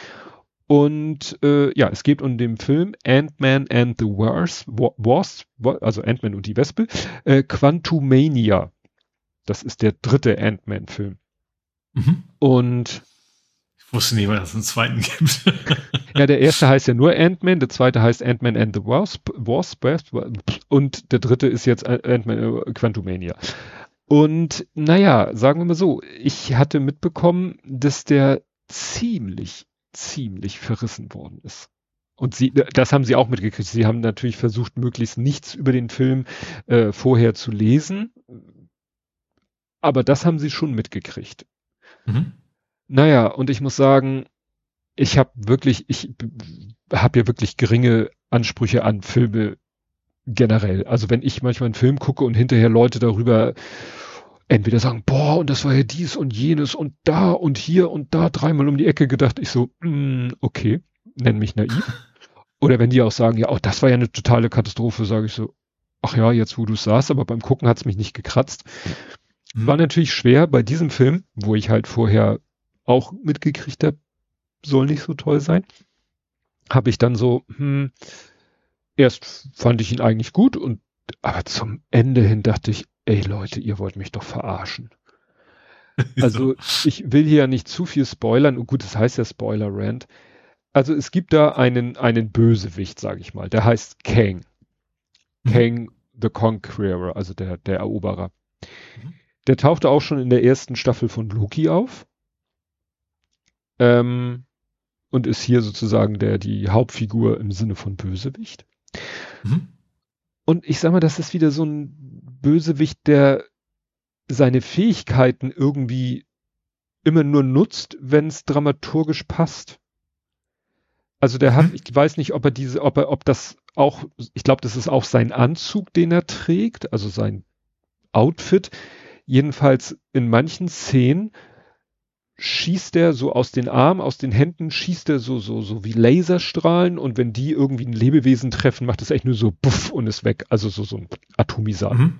Und äh, ja, es geht um den Film Ant-Man and the Wasp, Wasp also Ant-Man und die Wespe, äh, Quantumania. Das ist der dritte Ant-Man-Film. Mhm. Und Ich wusste nicht, weil es einen zweiten gibt. ja, der erste heißt ja nur Ant-Man, der zweite heißt Ant-Man and the Wasp, Wasp, Wasp, und der dritte ist jetzt Ant-Man äh, Quantumania. Und naja, sagen wir mal so, ich hatte mitbekommen, dass der ziemlich, ziemlich verrissen worden ist. Und sie, das haben sie auch mitgekriegt. Sie haben natürlich versucht, möglichst nichts über den Film äh, vorher zu lesen. Aber das haben sie schon mitgekriegt. Mhm. Naja, und ich muss sagen, ich habe wirklich, ich habe ja wirklich geringe Ansprüche an Filme generell. Also wenn ich manchmal einen Film gucke und hinterher Leute darüber entweder sagen, boah, und das war ja dies und jenes und da und hier und da dreimal um die Ecke gedacht, ich so, mm, okay, nenn mich naiv. Oder wenn die auch sagen, ja, auch das war ja eine totale Katastrophe, sage ich so, ach ja, jetzt wo du es sagst, aber beim Gucken hat's mich nicht gekratzt. War Mhm. natürlich schwer bei diesem Film, wo ich halt vorher auch mitgekriegt habe, soll nicht so toll sein, habe ich dann so, hm, erst fand ich ihn eigentlich gut und aber zum Ende hin dachte ich, ey Leute, ihr wollt mich doch verarschen. So. Also ich will hier ja nicht zu viel spoilern. Und gut, das heißt ja Spoiler-Rant. Also es gibt da einen, einen Bösewicht, sage ich mal. Der heißt Kang. Mhm. Kang the Conqueror, also der, der Eroberer. Mhm. Der tauchte auch schon in der ersten Staffel von Loki auf. Ähm, und ist hier sozusagen der, die Hauptfigur im Sinne von Bösewicht. Mhm. Und ich sag mal, das ist wieder so ein Bösewicht, der seine Fähigkeiten irgendwie immer nur nutzt, wenn es dramaturgisch passt. Also der hat, Mhm. ich weiß nicht, ob er diese, ob er, ob das auch, ich glaube, das ist auch sein Anzug, den er trägt, also sein Outfit. Jedenfalls in manchen Szenen schießt er so aus den Armen, aus den Händen, schießt er so, so, so wie Laserstrahlen und wenn die irgendwie ein Lebewesen treffen, macht es echt nur so buff und ist weg. Also so, so ein Atomisat. Mhm.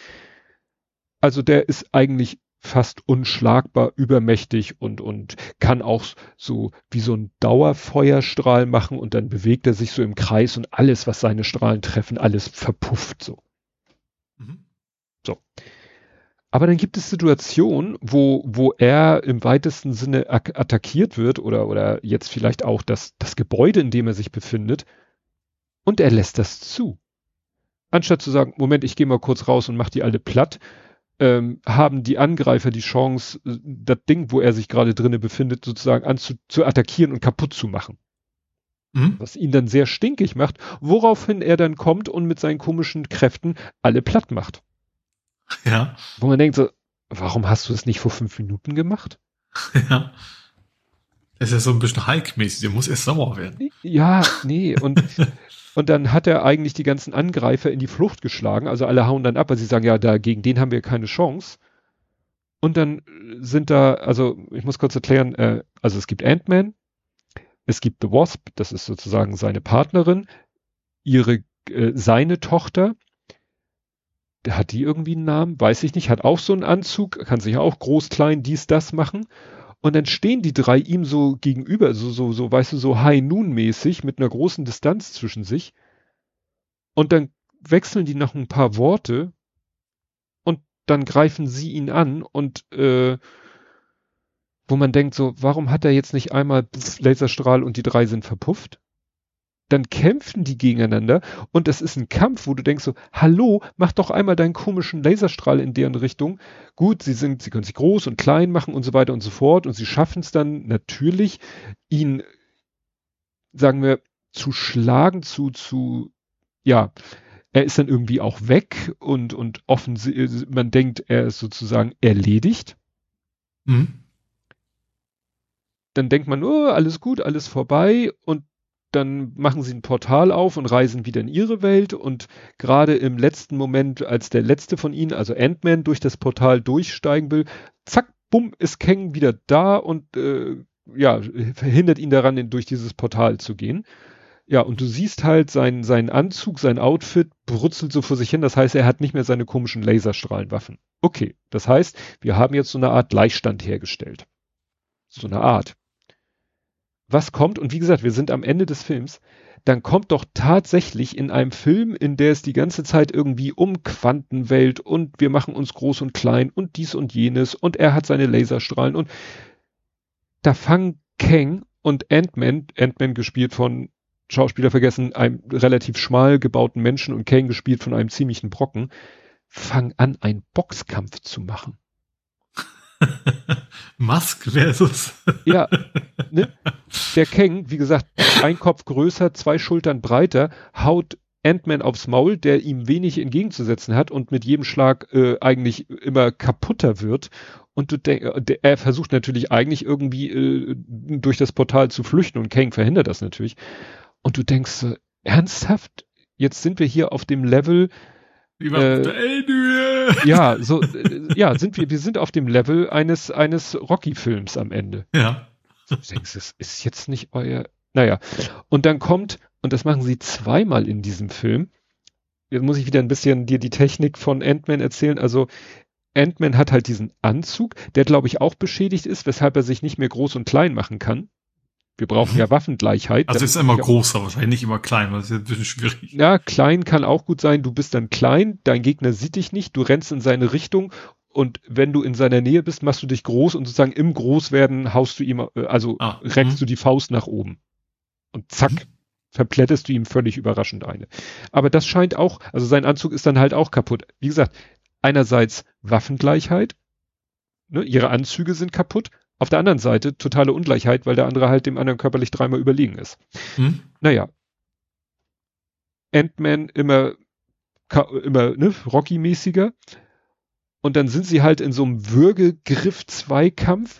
Also der ist eigentlich fast unschlagbar, übermächtig und, und kann auch so wie so ein Dauerfeuerstrahl machen und dann bewegt er sich so im Kreis und alles, was seine Strahlen treffen, alles verpufft so. Mhm. So. Aber dann gibt es Situationen, wo, wo er im weitesten Sinne attackiert wird oder, oder jetzt vielleicht auch das, das Gebäude, in dem er sich befindet und er lässt das zu. Anstatt zu sagen, Moment, ich gehe mal kurz raus und mach die alle platt, ähm, haben die Angreifer die Chance, äh, das Ding, wo er sich gerade drinne befindet, sozusagen anzu, zu attackieren und kaputt zu machen. Mhm. Was ihn dann sehr stinkig macht, woraufhin er dann kommt und mit seinen komischen Kräften alle platt macht. Ja. Wo man denkt so, warum hast du es nicht vor fünf Minuten gemacht? Ja. Das ist ja so ein bisschen Hulk-mäßig, der muss erst sauer werden. Ja, nee, und, und dann hat er eigentlich die ganzen Angreifer in die Flucht geschlagen, also alle hauen dann ab, weil sie sagen, ja, da, gegen den haben wir keine Chance. Und dann sind da, also ich muss kurz erklären, äh, also es gibt Ant-Man, es gibt The Wasp, das ist sozusagen seine Partnerin, ihre, äh, seine Tochter, hat die irgendwie einen Namen? Weiß ich nicht, hat auch so einen Anzug, kann sich auch groß, klein, dies, das machen. Und dann stehen die drei ihm so gegenüber, so, so, so, weißt du, so High-Noon-mäßig mit einer großen Distanz zwischen sich. Und dann wechseln die noch ein paar Worte und dann greifen sie ihn an und äh, wo man denkt so, warum hat er jetzt nicht einmal pf, Laserstrahl und die drei sind verpufft? Dann kämpfen die gegeneinander und das ist ein Kampf, wo du denkst so, hallo, mach doch einmal deinen komischen Laserstrahl in deren Richtung. Gut, sie sind, sie können sich groß und klein machen und so weiter und so fort und sie schaffen es dann natürlich, ihn, sagen wir, zu schlagen, zu, zu, ja, er ist dann irgendwie auch weg und, und offensichtlich, man denkt, er ist sozusagen erledigt. Mhm. Dann denkt man, oh, alles gut, alles vorbei und dann machen sie ein Portal auf und reisen wieder in ihre Welt und gerade im letzten Moment, als der letzte von ihnen, also Ant-Man, durch das Portal durchsteigen will, zack, bumm, ist Kang wieder da und äh, ja, verhindert ihn daran, in, durch dieses Portal zu gehen. Ja, und du siehst halt seinen, seinen Anzug, sein Outfit brutzelt so vor sich hin. Das heißt, er hat nicht mehr seine komischen Laserstrahlenwaffen. Okay, das heißt, wir haben jetzt so eine Art Gleichstand hergestellt. So eine Art. Was kommt, und wie gesagt, wir sind am Ende des Films, dann kommt doch tatsächlich in einem Film, in der es die ganze Zeit irgendwie um Quantenwelt und wir machen uns groß und klein und dies und jenes und er hat seine Laserstrahlen und da fangen Kang und Ant-Man, Ant-Man gespielt von Schauspieler vergessen, einem relativ schmal gebauten Menschen und Kang gespielt von einem ziemlichen Brocken, fangen an, einen Boxkampf zu machen. Musk versus. Ja, ne? Der Kang, wie gesagt, ein Kopf größer, zwei Schultern breiter, haut Ant-Man aufs Maul, der ihm wenig entgegenzusetzen hat und mit jedem Schlag äh, eigentlich immer kaputter wird. Und du denkst, er versucht natürlich eigentlich irgendwie äh, durch das Portal zu flüchten und Kang verhindert das natürlich. Und du denkst so, ernsthaft? Jetzt sind wir hier auf dem Level, äh, ja, so, äh, ja, sind wir, wir sind auf dem Level eines, eines Rocky-Films am Ende. Ja. Du denkst, das ist jetzt nicht euer, naja. Und dann kommt, und das machen sie zweimal in diesem Film, jetzt muss ich wieder ein bisschen dir die Technik von Ant-Man erzählen, also Ant-Man hat halt diesen Anzug, der glaube ich auch beschädigt ist, weshalb er sich nicht mehr groß und klein machen kann. Wir brauchen ja Waffengleichheit. Also ist immer großer, wahrscheinlich nicht immer klein, das ist ja ein bisschen schwierig. Ja, klein kann auch gut sein. Du bist dann klein, dein Gegner sieht dich nicht, du rennst in seine Richtung und wenn du in seiner Nähe bist, machst du dich groß und sozusagen im Großwerden haust du ihm, also Ah, reckst mh. du die Faust nach oben. Und zack, Mhm. verplättest du ihm völlig überraschend eine. Aber das scheint auch, also sein Anzug ist dann halt auch kaputt. Wie gesagt, einerseits Waffengleichheit, ne, ihre Anzüge sind kaputt. Auf der anderen Seite totale Ungleichheit, weil der andere halt dem anderen körperlich dreimal überlegen ist. Mhm. Naja. Ant-Man immer immer, ne, Rocky-mäßiger. Und dann sind sie halt in so einem Würgegriff-Zweikampf.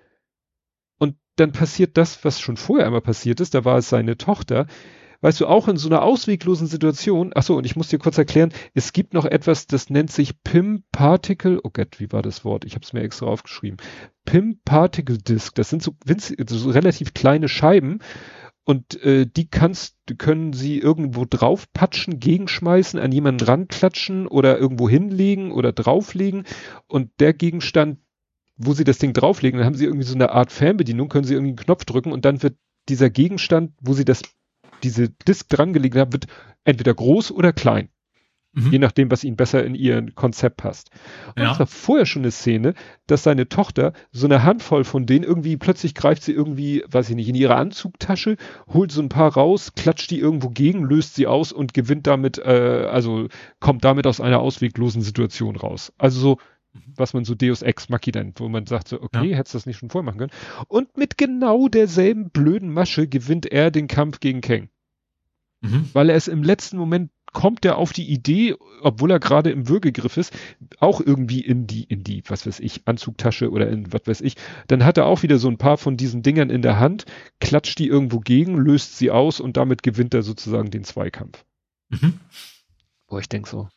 Und dann passiert das, was schon vorher einmal passiert ist. Da war es seine Tochter. Weißt du, auch in so einer ausweglosen Situation. Ach so, und ich muss dir kurz erklären, es gibt noch etwas, das nennt sich P I M-Particle. Oh Gott, wie war das Wort? Ich habe es mir extra aufgeschrieben. P I M-Particle-Disc. Das sind so, so relativ kleine Scheiben. Und äh, die kannst, können sie irgendwo draufpatschen, gegenschmeißen, an jemanden ranklatschen oder irgendwo hinlegen oder drauflegen. Und der Gegenstand, wo sie das Ding drauflegen, dann haben sie irgendwie so eine Art Fernbedienung, können sie irgendwie einen Knopf drücken und dann wird dieser Gegenstand, wo sie das, diese Disk dran gelegt haben, wird entweder groß oder klein. Mhm. Je nachdem, was ihnen besser in ihr Konzept passt. Und ja. Es war vorher schon eine Szene, dass seine Tochter so eine Handvoll von denen irgendwie, plötzlich greift sie irgendwie, weiß ich nicht, in ihre Anzugtasche, holt so ein paar raus, klatscht die irgendwo gegen, löst sie aus und gewinnt damit, äh, also kommt damit aus einer ausweglosen Situation raus. Also so, was man so Deus Ex Machina nennt, wo man sagt so, okay, ja. hättest du das nicht schon vorher machen können. Und mit genau derselben blöden Masche gewinnt er den Kampf gegen Kang. Mhm. Weil er es im letzten Moment kommt er auf die Idee, obwohl er gerade im Würgegriff ist, auch irgendwie in die, in die, was weiß ich, Anzugtasche oder in was weiß ich, dann hat er auch wieder so ein paar von diesen Dingern in der Hand, klatscht die irgendwo gegen, löst sie aus und damit gewinnt er sozusagen den Zweikampf. Mhm. Wo ich denke so,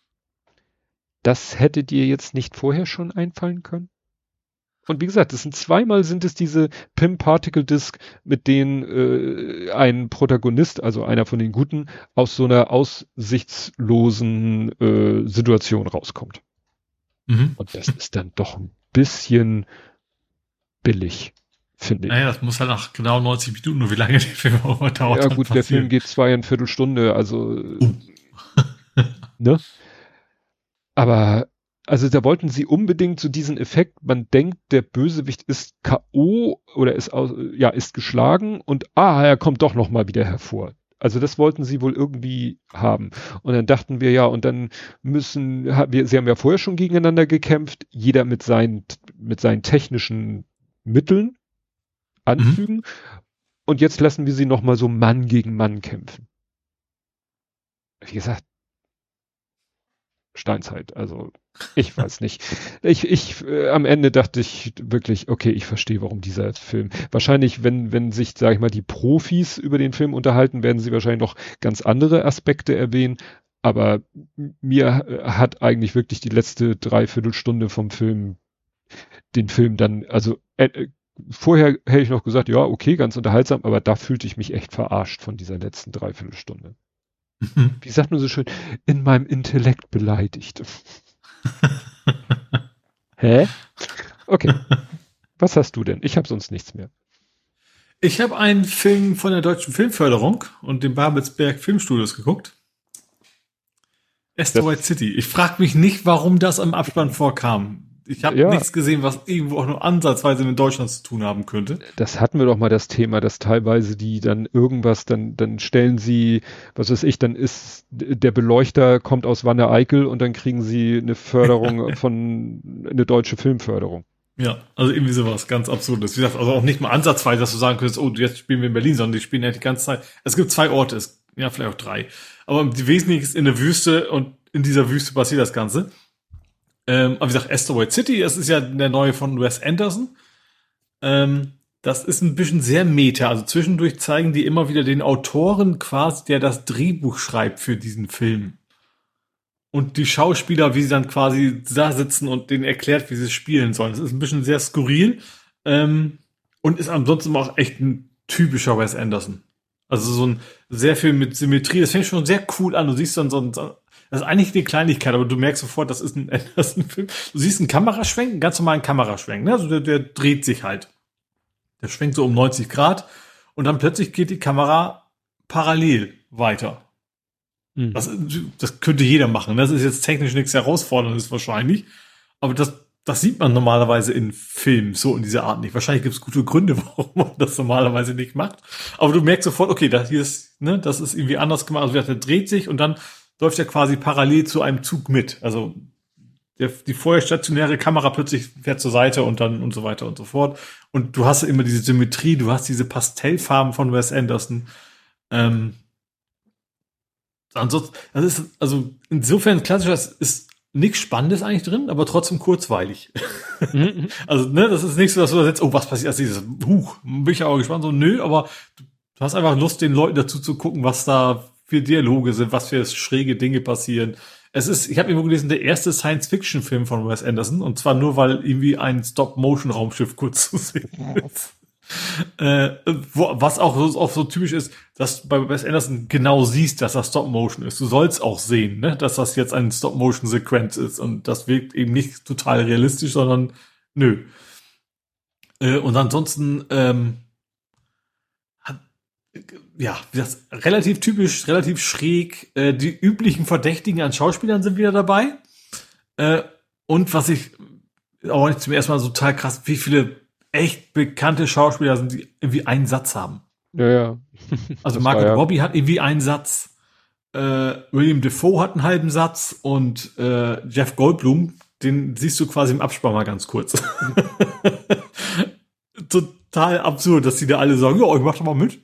das hätte dir jetzt nicht vorher schon einfallen können? Und wie gesagt, es sind zweimal sind es diese P I M-Particle-Disc, mit denen äh, ein Protagonist, also einer von den Guten, aus so einer aussichtslosen äh, Situation rauskommt. Mhm. Und das ist dann doch ein bisschen billig, finde ich. Naja, das muss halt nach genau neunzig Minuten, nur wie lange der Film auch dauert. Ja gut, der Film geht zweieinviertel Stunde, also uh. ne? Aber also da wollten sie unbedingt so diesen Effekt, man denkt, der Bösewicht ist K O oder ist aus, ja, ist geschlagen und ah, er kommt doch noch mal wieder hervor. Also das wollten sie wohl irgendwie haben. Und dann dachten wir ja, und dann müssen, wir, sie haben ja vorher schon gegeneinander gekämpft, jeder mit seinen, mit seinen technischen Mitteln anfügen. Mhm. Und jetzt lassen wir sie noch mal so Mann gegen Mann kämpfen. Wie gesagt, Steinzeit, also ich weiß nicht. Ich, ich, äh, am Ende dachte ich wirklich, okay, ich verstehe, warum dieser Film. Wahrscheinlich, wenn, wenn sich, sag ich mal, die Profis über den Film unterhalten, werden sie wahrscheinlich noch ganz andere Aspekte erwähnen. Aber mir hat eigentlich wirklich die letzte Dreiviertelstunde vom Film, den Film dann, also äh, vorher hätte ich noch gesagt, ja, okay, ganz unterhaltsam, aber da fühlte ich mich echt verarscht von dieser letzten Dreiviertelstunde. Mhm. Wie sagt man so schön, in meinem Intellekt beleidigt. Hä? Okay. Was hast du denn? Ich habe sonst nichts mehr. Ich habe einen Film von der Deutschen Filmförderung und dem Babelsberg Filmstudios geguckt. Asteroid City. Ich frage mich nicht, warum das im Abspann vorkam. Ich habe ja. nichts gesehen, was irgendwo auch nur ansatzweise mit Deutschland zu tun haben könnte. Das hatten wir doch mal das Thema, dass teilweise die dann irgendwas, dann, dann stellen sie, was weiß ich, dann ist der Beleuchter kommt aus Wanne-Eickel und dann kriegen sie eine Förderung von, eine deutsche Filmförderung. Ja, also irgendwie sowas ganz Absurdes. Wie gesagt, also auch nicht mal ansatzweise, dass du sagen könntest, oh, jetzt spielen wir in Berlin, sondern die spielen ja die ganze Zeit. Es gibt zwei Orte, es, ja, vielleicht auch drei. Aber die Wesentliche ist in der Wüste und in dieser Wüste passiert das Ganze. Ähm, aber wie gesagt, Asteroid City, das ist ja der neue von Wes Anderson. Ähm, das ist ein bisschen sehr meta. Also zwischendurch zeigen die immer wieder den Autoren quasi, der das Drehbuch schreibt für diesen Film. Und die Schauspieler, wie sie dann quasi da sitzen und denen erklärt, wie sie spielen sollen. Das ist ein bisschen sehr skurril. Ähm, und ist ansonsten auch echt ein typischer Wes Anderson. Also so ein sehr viel mit Symmetrie. Das fängt schon sehr cool an. Du siehst dann so ein, das ist eigentlich eine Kleinigkeit, aber du merkst sofort, das ist ein Anderson-Film. Du siehst einen Kameraschwenk, einen ganz normalen Kameraschwenk, ne? Also der, der dreht sich halt. Der schwenkt so um neunzig Grad und dann plötzlich geht die Kamera parallel weiter. Mhm. Das, das könnte jeder machen. Das ist jetzt technisch nichts Herausforderndes wahrscheinlich, aber das, das sieht man normalerweise in Filmen so in dieser Art nicht. Wahrscheinlich gibt es gute Gründe, warum man das normalerweise nicht macht. Aber du merkst sofort, okay, das hier ist, ne, das ist irgendwie anders gemacht. Also der dreht sich und dann läuft er quasi parallel zu einem Zug mit. Also der, die vorher stationäre Kamera plötzlich fährt zur Seite und dann und so weiter und so fort. Und du hast immer diese Symmetrie, du hast diese Pastellfarben von Wes Anderson. Ähm, ansonsten, das ist, also insofern klassisch, das ist nichts Spannendes eigentlich drin, aber trotzdem kurzweilig. Mhm. Also, ne, das ist nicht so, dass du da sitzt, oh, was passiert als dieses, huch, bin ich auch gespannt, so, nö, aber du hast einfach Lust, den Leuten dazu zu gucken, was da für Dialoge sind, was für schräge Dinge passieren. Es ist, ich habe irgendwo gelesen, der erste Science-Fiction-Film von Wes Anderson, und zwar nur, weil irgendwie ein Stop-Motion-Raumschiff kurz zu sehen ist. Äh, wo, was auch so, auch so typisch ist, dass du bei Wes Anderson genau siehst, dass das Stop-Motion ist. Du sollst auch sehen, ne, dass das jetzt eine Stop-Motion-Sequenz ist, und das wirkt eben nicht total realistisch, sondern nö. Äh, und ansonsten ähm, hat, ja, das relativ typisch, relativ schräg. Äh, die üblichen Verdächtigen an Schauspielern sind wieder dabei. Äh, und was ich auch nicht zum ersten Mal so total krass, wie viele echt bekannte Schauspieler sind, die irgendwie einen Satz haben. Ja, ja. Also Margot ja. Robbie hat irgendwie einen Satz, äh, William Dafoe hat einen halben Satz, und äh, Jeff Goldblum, den siehst du quasi im Abspann mal ganz kurz. Total absurd, dass die da alle sagen, ja, ich mach doch mal mit.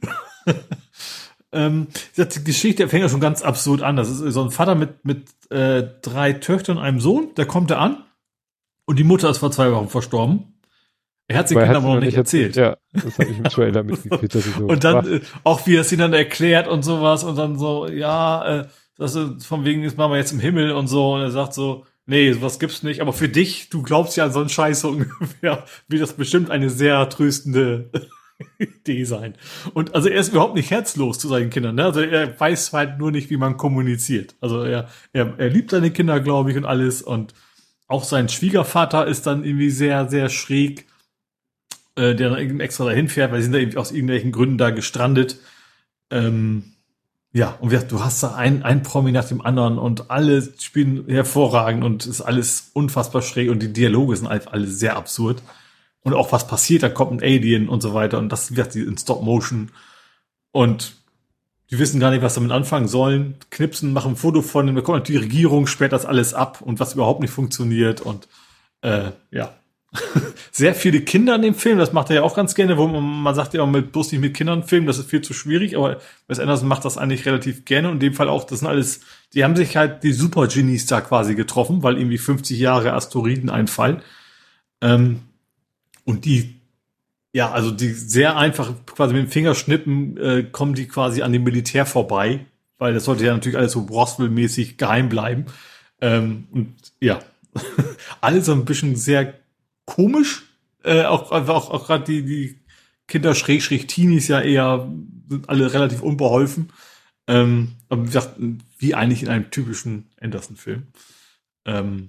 ähm, die Geschichte fängt ja schon ganz absurd an. Das ist so ein Vater mit, mit äh, drei Töchtern und einem Sohn, der kommt da an, und die Mutter ist vor zwei Wochen verstorben. Er hat sie Kindern aber noch nicht erzählt. erzählt. Ja, das habe ich im Trailer mitgekriegt. So und dann, äh, auch wie er es ihnen dann erklärt und sowas, und dann so, ja, äh, das ist von wegen, ist Mama jetzt im Himmel und so, und er sagt so, nee, sowas gibt's nicht, aber für dich, du glaubst ja an so einen Scheiß so ungefähr, wie das bestimmt eine sehr tröstende Idee sein. Und also er ist überhaupt nicht herzlos zu seinen Kindern, ne? Also er weiß halt nur nicht, wie man kommuniziert. Also er, er, er liebt seine Kinder, glaube ich, und alles, und auch sein Schwiegervater ist dann irgendwie sehr, sehr schräg, der dann extra dahin fährt, weil sie sind da eben aus irgendwelchen Gründen da gestrandet. Ähm, ja, und du hast da ein, ein Promi nach dem anderen, und alle spielen hervorragend, und ist alles unfassbar schräg, und die Dialoge sind einfach alle sehr absurd. Und auch was passiert, da kommt ein Alien und so weiter, und das wird in Stop-Motion. Und die wissen gar nicht, was damit anfangen sollen, knipsen, machen ein Foto von dem, da kommt die Regierung, sperrt das alles ab, und was überhaupt nicht funktioniert, und äh, ja. Sehr viele Kinder in dem Film, das macht er ja auch ganz gerne, wo man, man sagt ja auch, mit, bloß nicht mit Kindern filmen, das ist viel zu schwierig, aber Wes Anderson macht das eigentlich relativ gerne, und in dem Fall auch, das sind alles, die haben sich halt die Super-Genies da quasi getroffen, weil irgendwie fünfzig Jahre Asteroiden einfallen. Ähm, und die, ja, also die sehr einfach quasi mit dem Fingerschnippen äh, kommen die quasi an dem Militär vorbei, weil das sollte ja natürlich alles so Roswell-mäßig geheim bleiben. Ähm, und ja, alles so ein bisschen sehr komisch, äh, auch auch auch gerade die die Kinder schräg schräg Teenies ja eher sind alle relativ unbeholfen, ähm, aber wie gesagt, wie eigentlich in einem typischen Anderson-Film. Ähm,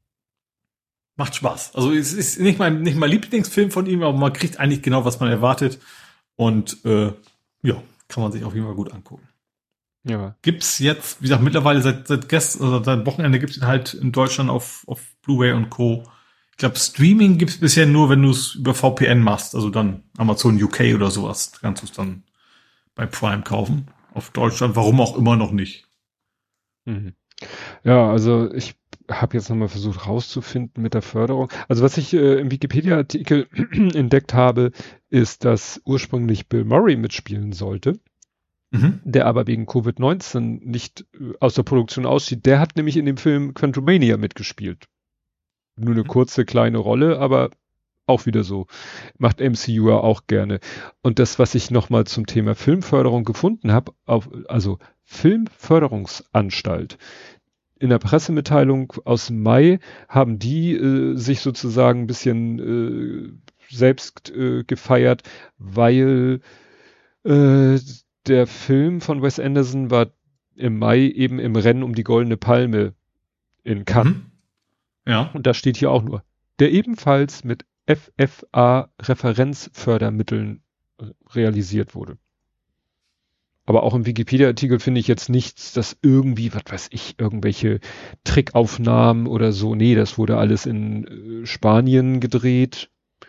macht Spaß. Also es ist nicht mein nicht mein Lieblingsfilm von ihm, aber man kriegt eigentlich genau, was man erwartet, und äh, ja, kann man sich auf jeden Fall gut angucken. Ja. Gibt's jetzt, wie gesagt, mittlerweile seit seit gestern, also seit Wochenende gibt's ihn halt in Deutschland auf auf Blu-ray und Co. Ich glaube, Streaming gibt's bisher nur, wenn du es über V P N machst, also dann Amazon U K oder sowas. Da kannst du es dann bei Prime kaufen. Auf Deutschland, warum auch immer noch nicht. Mhm. Ja, also ich habe jetzt nochmal versucht rauszufinden mit der Förderung. Also was ich äh, im Wikipedia-Artikel entdeckt habe, ist, dass ursprünglich Bill Murray mitspielen sollte, mhm. der aber wegen Covid neunzehn nicht äh, aus der Produktion ausschied. Der hat nämlich in dem Film Quantumania mitgespielt. Nur eine kurze, kleine Rolle, aber auch wieder so. Macht M C U ja auch gerne. Und das, was ich nochmal zum Thema Filmförderung gefunden habe, also Filmförderungsanstalt. In der Pressemitteilung aus Mai haben die äh, sich sozusagen ein bisschen äh, selbst äh, gefeiert, weil äh, der Film von Wes Anderson war im Mai eben im Rennen um die Goldene Palme in Cannes. Mhm. Ja. Und da steht hier auch nur, der ebenfalls mit F F A-Referenzfördermitteln realisiert wurde. Aber auch im Wikipedia-Artikel finde ich jetzt nichts, dass irgendwie, was weiß ich, irgendwelche Trickaufnahmen oder so. Nee, das wurde alles in äh, Spanien gedreht.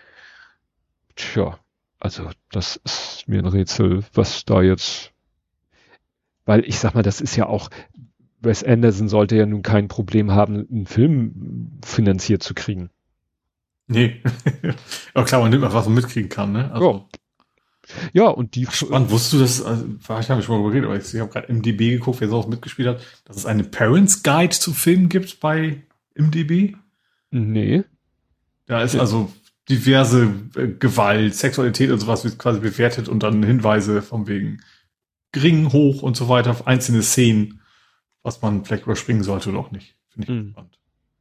Tja, also das ist mir ein Rätsel, was da jetzt, weil ich sag mal, das ist ja auch, Wes Anderson sollte ja nun kein Problem haben, einen Film finanziert zu kriegen. Nee. Ja klar, man nimmt mal, was man mitkriegen kann, ne? Also. Ja, und die... Spannend, wusstest du das, also, ich habe schon mal geredet, aber ich, ich habe gerade M D B geguckt, wer so auch mitgespielt hat, dass es eine Parents Guide zu Filmen gibt bei M D B? Nee. Da ist also diverse äh, Gewalt, Sexualität und sowas wird quasi bewertet und dann Hinweise von wegen gering, hoch und so weiter auf einzelne Szenen, was man vielleicht überspringen sollte oder auch nicht. Finde ich Mhm. spannend.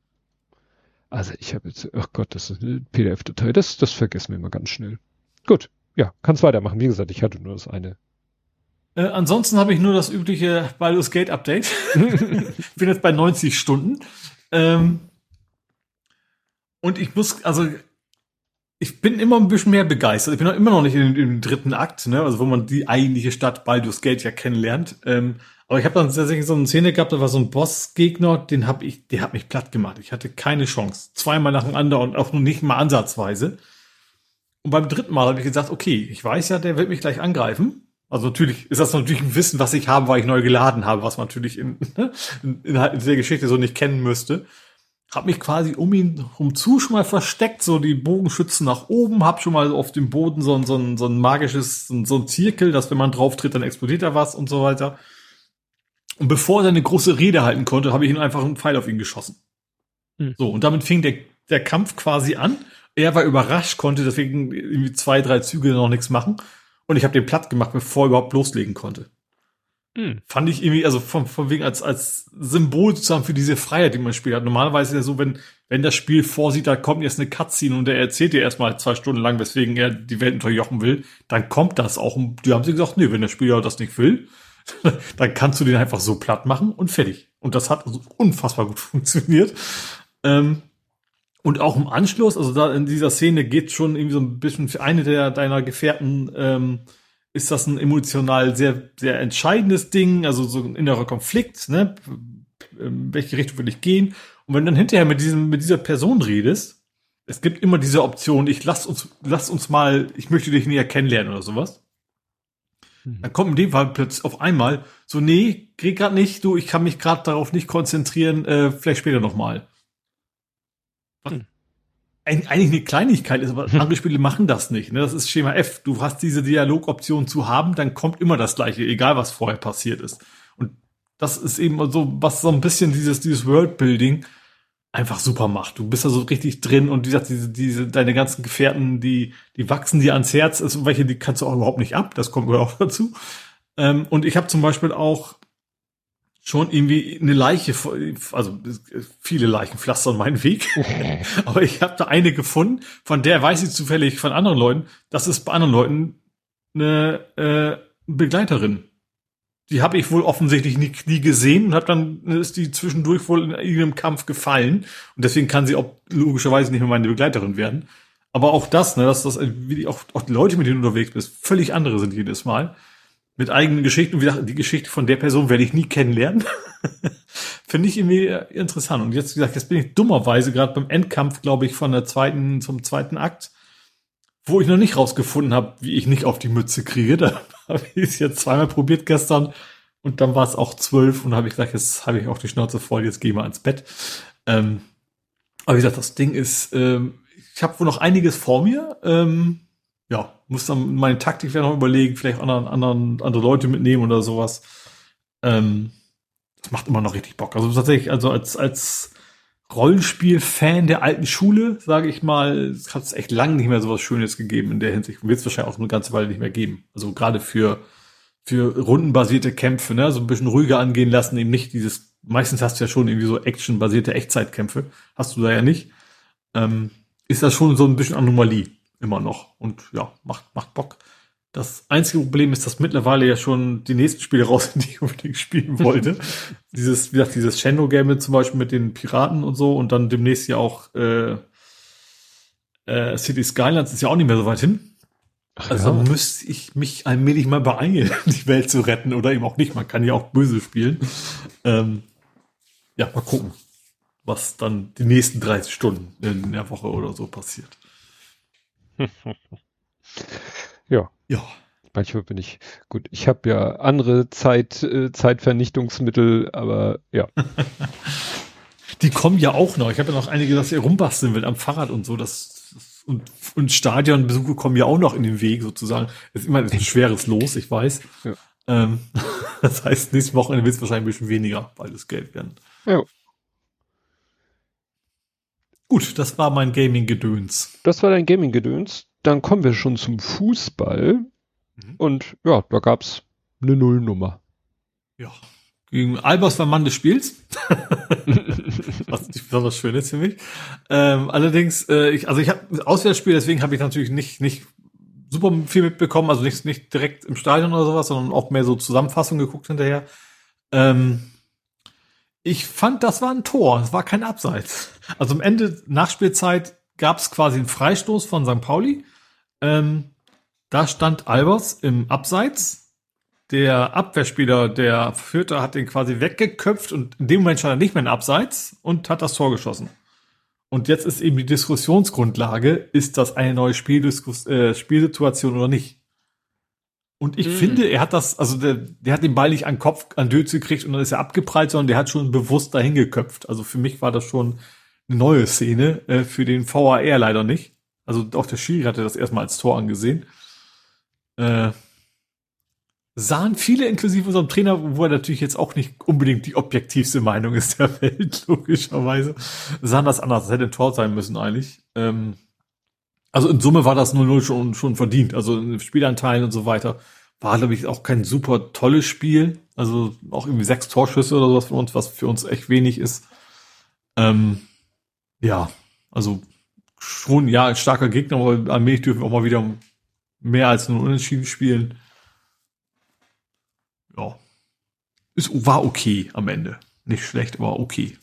Also ich habe jetzt, ach Gott, das ist eine P D F-Datei, das, das vergessen wir mal ganz schnell. Gut, ja, kannst weitermachen. Wie gesagt, ich hatte nur das eine. Äh, ansonsten habe ich nur das übliche Baldur's Gate Update. Bin jetzt bei neunzig Stunden. Ähm, und ich muss, also ich bin immer ein bisschen mehr begeistert. Ich bin noch immer noch nicht in, im dritten Akt, ne? Also wo man die eigentliche Stadt Baldur's Gate ja kennenlernt. Ähm, aber ich habe dann tatsächlich so eine Szene gehabt, da war so ein Bossgegner, den habe ich, der hat mich platt gemacht. Ich hatte keine Chance. Zweimal nacheinander und auch nur nicht mal ansatzweise. Und beim dritten Mal habe ich gesagt, okay, ich weiß ja, der wird mich gleich angreifen. Also natürlich ist das natürlich ein Wissen, was ich habe, weil ich neu geladen habe, was man natürlich in, in, in der Geschichte so nicht kennen müsste. Hab mich quasi um ihn rumzu schon mal versteckt, so die Bogenschützen nach oben, hab schon mal auf dem Boden so ein, so ein, so ein magisches, so ein, so ein Zirkel, dass wenn man drauf tritt, dann explodiert da was und so weiter. Und bevor er eine große Rede halten konnte, habe ich ihn einfach einen Pfeil auf ihn geschossen. Hm. So, und damit fing der, der Kampf quasi an. Er war überrascht, konnte deswegen irgendwie zwei, drei Züge noch nichts machen. Und ich habe den platt gemacht, bevor er überhaupt loslegen konnte. Hm. Fand ich irgendwie, also von, von wegen als, als Symbol sozusagen für diese Freiheit, die man spielt hat. Normalerweise ist ja so, wenn, wenn das Spiel vorsieht, da kommt jetzt eine Cutscene und der erzählt dir erstmal zwei Stunden lang, weswegen er die Welt unterjochen will, dann kommt das auch. Und die haben sie gesagt, nee, wenn der Spieler das nicht will, dann kannst du den einfach so platt machen und fertig. Und das hat also unfassbar gut funktioniert. Ähm, und auch im Anschluss, also da in dieser Szene geht schon irgendwie so ein bisschen für eine der deiner Gefährten, ähm, ist das ein emotional sehr, sehr entscheidendes Ding, also so ein innerer Konflikt, ne? In welche Richtung will ich gehen? Und wenn du dann hinterher mit diesem, mit dieser Person redest, es gibt immer diese Option, ich lass uns, lass uns mal, ich möchte dich näher kennenlernen oder sowas. Mhm. Dann kommt in dem Fall plötzlich auf einmal so, nee, geht grad nicht, du, ich kann mich gerade darauf nicht konzentrieren, äh, vielleicht später nochmal. Mhm. Eigentlich eine Kleinigkeit ist, aber andere Spiele machen das nicht. Ne? Das ist Schema F. Du hast diese Dialogoption zu haben, dann kommt immer das Gleiche, egal was vorher passiert ist. Und das ist eben so, was so ein bisschen dieses, dieses Worldbuilding einfach super macht. Du bist da so richtig drin und wie gesagt, diese, diese, deine ganzen Gefährten, die, die wachsen dir ans Herz. Also welche, die kannst du auch überhaupt nicht ab. Das kommt auch dazu. Ähm, und ich habe zum Beispiel auch schon irgendwie eine Leiche, also viele Leichen pflastern meinen Weg. Aber ich habe da eine gefunden, von der weiß ich zufällig von anderen Leuten, das ist bei anderen Leuten eine äh, Begleiterin. Die habe ich wohl offensichtlich nie, nie gesehen und habe dann ist die zwischendurch wohl in irgendeinem Kampf gefallen und deswegen kann sie auch logischerweise nicht mehr meine Begleiterin werden. Aber auch das, ne, dass das wie die, auch, auch die Leute, mit denen du unterwegs bist, völlig andere sind jedes Mal. Mit eigenen Geschichten. Und wie gesagt, die Geschichte von der Person werde ich nie kennenlernen. Finde ich irgendwie interessant. Und jetzt, wie gesagt, jetzt bin ich dummerweise gerade beim Endkampf, glaube ich, von der zweiten zum zweiten Akt, wo ich noch nicht rausgefunden habe, wie ich nicht auf die Mütze kriege. Da habe ich es jetzt zweimal probiert gestern und dann war es auch zwölf und habe ich gesagt, jetzt habe ich auch die Schnauze voll, jetzt gehe ich mal ans Bett. Ähm, aber wie gesagt, das Ding ist, ähm, ich habe wohl noch einiges vor mir. Ähm, ja, muss dann meine Taktik vielleicht noch überlegen, vielleicht anderen, anderen, andere Leute mitnehmen oder sowas. Ähm, das macht immer noch richtig Bock. Also tatsächlich, also als, als Rollenspiel-Fan der alten Schule, sage ich mal, es hat es echt lange nicht mehr sowas Schönes gegeben in der Hinsicht. Und wird es wahrscheinlich auch eine ganze Weile nicht mehr geben. Also gerade für, für rundenbasierte Kämpfe, ne, so ein bisschen ruhiger angehen lassen, eben nicht dieses, meistens hast du ja schon irgendwie so actionbasierte Echtzeitkämpfe. Hast du da ja nicht. Ähm, ist das schon so ein bisschen Anomalie. Immer noch. Und ja, macht, macht Bock. Das einzige Problem ist, dass mittlerweile ja schon die nächsten Spiele raus sind, die ich unbedingt spielen wollte. dieses, wie gesagt, dieses Shadow-Game zum Beispiel mit den Piraten und so und dann demnächst ja auch äh, äh, City Skylines ist ja auch nicht mehr so weit hin. Ach, also ja. Müsste ich mich allmählich mal beeilen, die Welt zu retten oder eben auch nicht. Man kann ja auch böse spielen. Ähm, ja, mal gucken, was dann die nächsten dreißig Stunden in der Woche oder so passiert. Ja. Ja. Manchmal bin ich, gut, ich habe ja andere Zeit, äh, Zeitvernichtungsmittel, aber ja. Die kommen ja auch noch. Ich habe ja noch einige, dass ihr rumbasteln will am Fahrrad und so. Das, das und, und Stadionbesuche kommen ja auch noch in den Weg sozusagen. Das ist immer ein schweres Los, ich weiß. Ja. Ähm, das heißt, nächste Woche wird es wahrscheinlich ein bisschen weniger, weil es Geld werden. Ja. Gut, das war mein Gaming-Gedöns. Das war dein Gaming-Gedöns. Dann kommen wir schon zum Fußball. Mhm. Und ja, da gab's eine Nullnummer. Ja. Gegen Albers war Mann des Spiels. Was nicht besonders schön ist für mich. Ähm, allerdings, äh, ich, also ich habe das Auswärtsspiel, deswegen habe ich natürlich nicht, nicht super viel mitbekommen, also nicht, nicht direkt im Stadion oder sowas, sondern auch mehr so Zusammenfassung geguckt hinterher. Ähm, ich fand, das war ein Tor, das war kein Abseits. Also am Ende, Nachspielzeit, gab es quasi einen Freistoß von Sankt Pauli. Ähm, da stand Albers im Abseits. Der Abwehrspieler, der Fürther, hat den quasi weggeköpft und in dem Moment stand er nicht mehr in Abseits und hat das Tor geschossen. Und jetzt ist eben die Diskussionsgrundlage, ist das eine neue Spieldiskus- äh, Spielsituation oder nicht? Und ich mhm. finde, er hat das, also der, der hat den Ball nicht an den Kopf, an Dötz gekriegt und dann ist er abgeprallt, sondern der hat schon bewusst dahin geköpft. Also für mich war das schon eine neue Szene, äh, für den V A R leider nicht. Also auch der Schiri hatte das erstmal als Tor angesehen. Äh, sahen viele, inklusive unserem Trainer, wo er natürlich jetzt auch nicht unbedingt die objektivste Meinung ist der Welt, logischerweise, sahen das anders. Das hätte ein Tor sein müssen eigentlich. Ähm, also in Summe war das null null schon, schon verdient. Also in Spielanteilen und so weiter. War, glaube ich, auch kein super tolles Spiel. Also auch irgendwie sechs Torschüsse oder sowas von uns, was für uns echt wenig ist. Ähm, ja, also schon, ja, ein starker Gegner, aber allmählich dürfen wir auch mal wieder mehr als nur Unentschieden spielen. Ja, es war okay am Ende. Nicht schlecht, aber okay.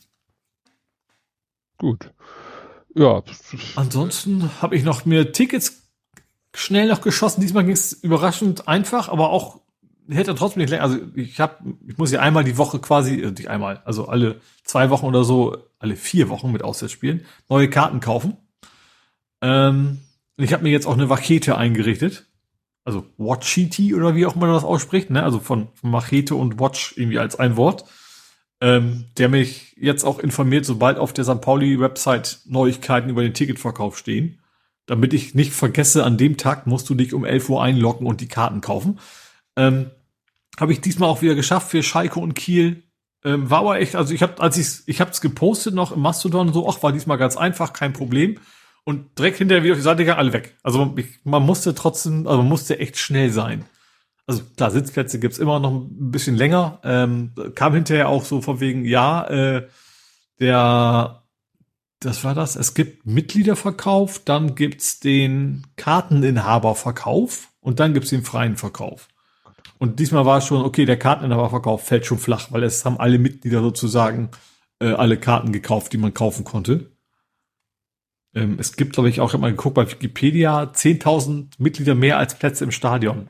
Gut. Ja. Ansonsten habe ich noch mir Tickets schnell noch geschossen. Diesmal ging es überraschend einfach, aber auch hätte trotzdem nicht länger. Also ich habe, ich muss ja einmal die Woche quasi, äh, nicht einmal, also alle zwei Wochen oder so, alle vier Wochen mit Auswärtsspielen, neue Karten kaufen. Ähm, ich habe mir jetzt auch eine Vakete eingerichtet. Also Watchiti oder wie auch man das ausspricht, ne? Also von, von Machete und Watch irgendwie als ein Wort. Ähm, der mich jetzt auch informiert, sobald auf der Sankt Pauli-Website Neuigkeiten über den Ticketverkauf stehen. Damit ich nicht vergesse, an dem Tag musst du dich um elf Uhr einloggen und die Karten kaufen. Ähm, habe ich diesmal auch wieder geschafft für Schalke und Kiel. Ähm, war aber echt, also ich habe, als ich, ich habe es gepostet noch im Mastodon und so, ach, war diesmal ganz einfach, kein Problem. Und direkt hinterher wieder auf die Seite gegangen, alle weg. Also ich, man musste trotzdem, also man musste echt schnell sein. Also klar, Sitzplätze gibt's immer noch ein bisschen länger. Ähm, kam hinterher auch so von wegen, ja, äh, der, das war das, es gibt Mitgliederverkauf, dann gibt's den Karteninhaberverkauf und dann gibt's den freien Verkauf. Und diesmal war es schon, okay, der Karteninhaberverkauf fällt schon flach, weil es haben alle Mitglieder sozusagen äh, alle Karten gekauft, die man kaufen konnte. Ähm, es gibt, glaube ich, auch, ich habe mal geguckt bei Wikipedia, zehntausend Mitglieder mehr als Plätze im Stadion.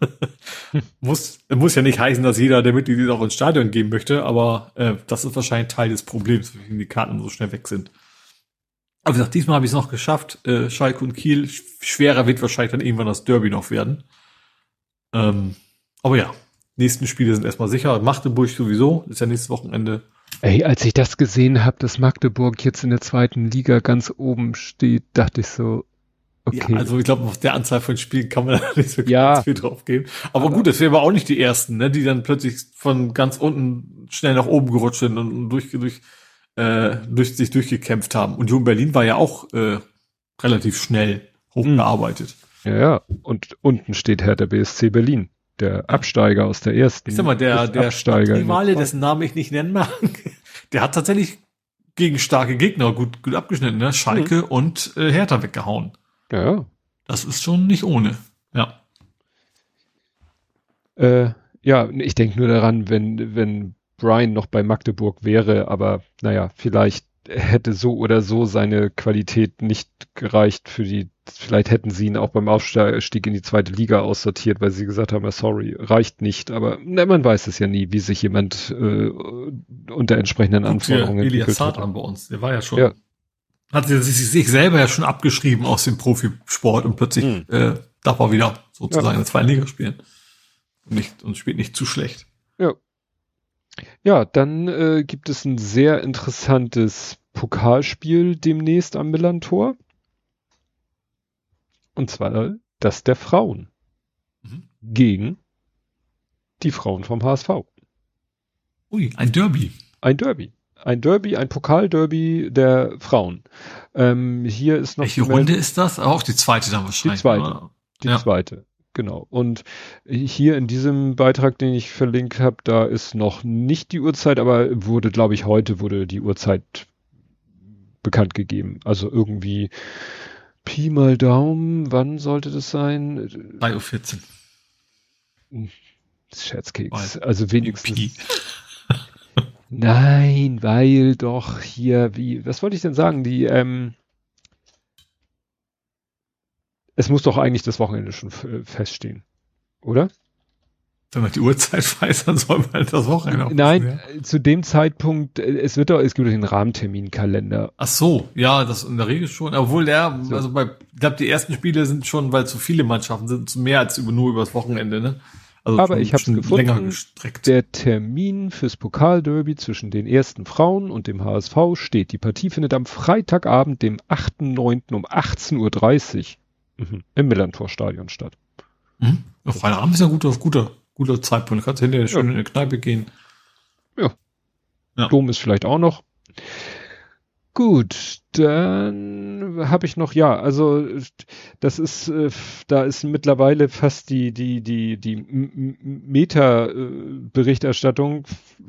muss, muss ja nicht heißen, dass jeder der Mitglieder auch ins Stadion gehen möchte, aber äh, das ist wahrscheinlich Teil des Problems, wenn die Karten so schnell weg sind. Aber wie gesagt, diesmal habe ich es noch geschafft. Äh, Schalke und Kiel, schwerer wird wahrscheinlich dann irgendwann das Derby noch werden. Ähm, aber ja, nächsten Spiele sind erstmal sicher. Magdeburg sowieso, ist ja nächstes Wochenende. Ey, als ich das gesehen habe, dass Magdeburg jetzt in der zweiten Liga ganz oben steht, dachte ich so, okay. Ja, also ich glaube, auf der Anzahl von Spielen kann man da nicht so ja. ganz viel drauf geben. Aber, aber gut, das wären aber auch nicht die Ersten, ne, die dann plötzlich von ganz unten schnell nach oben gerutscht sind und durch, durch, äh, durch sich durchgekämpft haben. Union Berlin war ja auch äh, relativ schnell hochgearbeitet. Ja, ja. Und unten steht Hertha B S C Berlin. Der Absteiger aus der ersten. Ich sag mal, der, der Stadtrivale, dessen Namen ich nicht nennen mag, der hat tatsächlich gegen starke Gegner gut, gut abgeschnitten, ne? Schalke mhm. und äh, Hertha weggehauen. Ja. Das ist schon nicht ohne. Ja. Äh, ja, ich denke nur daran, wenn, wenn Brian noch bei Magdeburg wäre, aber naja, vielleicht hätte so oder so seine Qualität nicht gereicht für die, vielleicht hätten sie ihn auch beim Aufstieg in die zweite Liga aussortiert, weil sie gesagt haben, sorry, reicht nicht, aber na, man weiß es ja nie, wie sich jemand äh, unter entsprechenden Guck Anforderungen entwickelt hat. An bei uns, der war ja schon, ja. hat sich, sich selber ja schon abgeschrieben aus dem Profisport und plötzlich hm. äh, darf er wieder sozusagen ja. in der zweiten Liga spielen. Und, nicht, und spielt nicht zu schlecht. Ja. Ja, dann äh, gibt es ein sehr interessantes Pokalspiel demnächst am Millantor. Und zwar das der Frauen. Mhm. Gegen die Frauen vom H S V. Ui, ein Derby. Ein Derby. Ein Derby, ein Pokalderby der Frauen. Ähm, hier ist noch. Welche Runde ist das? Auch die zweite dann wahrscheinlich. Die zweite. Oder? Die ja. zweite. Genau. Und hier in diesem Beitrag, den ich verlinkt habe, da ist noch nicht die Uhrzeit, aber wurde, glaube ich, heute wurde die Uhrzeit bekannt gegeben. Also irgendwie Pi mal Daumen, wann sollte das sein? drei Uhr vierzehn. Scherzkeks. Weil also wenigstens. Pi. Nein, weil doch hier, wie, was wollte ich denn sagen? Die, ähm, es muss doch eigentlich das Wochenende schon f- feststehen, oder? Wenn man die Uhrzeit weiß, dann soll man das Wochenende auch Nein, wissen, ja? Zu dem Zeitpunkt, es wird doch, es gibt doch den Rahmenterminkalender. Ach so, ja, das in der Regel schon. Obwohl der, so. also bei, ich glaube, die ersten Spiele sind schon, weil zu viele Mannschaften sind, mehr als über, nur übers Wochenende, ne? Also aber ich habe es gefunden, der Termin fürs Pokalderby zwischen den ersten Frauen und dem H S V steht. Die Partie findet am Freitagabend, dem achten neunten um achtzehn Uhr dreißig mhm. im Millantor-Stadion statt. Mhm. Ja, Freitagabend ist ja ein guter, guter, guter Zeitpunkt. Du kannst hinterher schön ja. in eine Kneipe gehen. Ja. ja. Dom ist vielleicht auch noch. Gut, dann habe ich noch, ja, also das ist, äh, da ist mittlerweile fast die, die, die, die Meta-Berichterstattung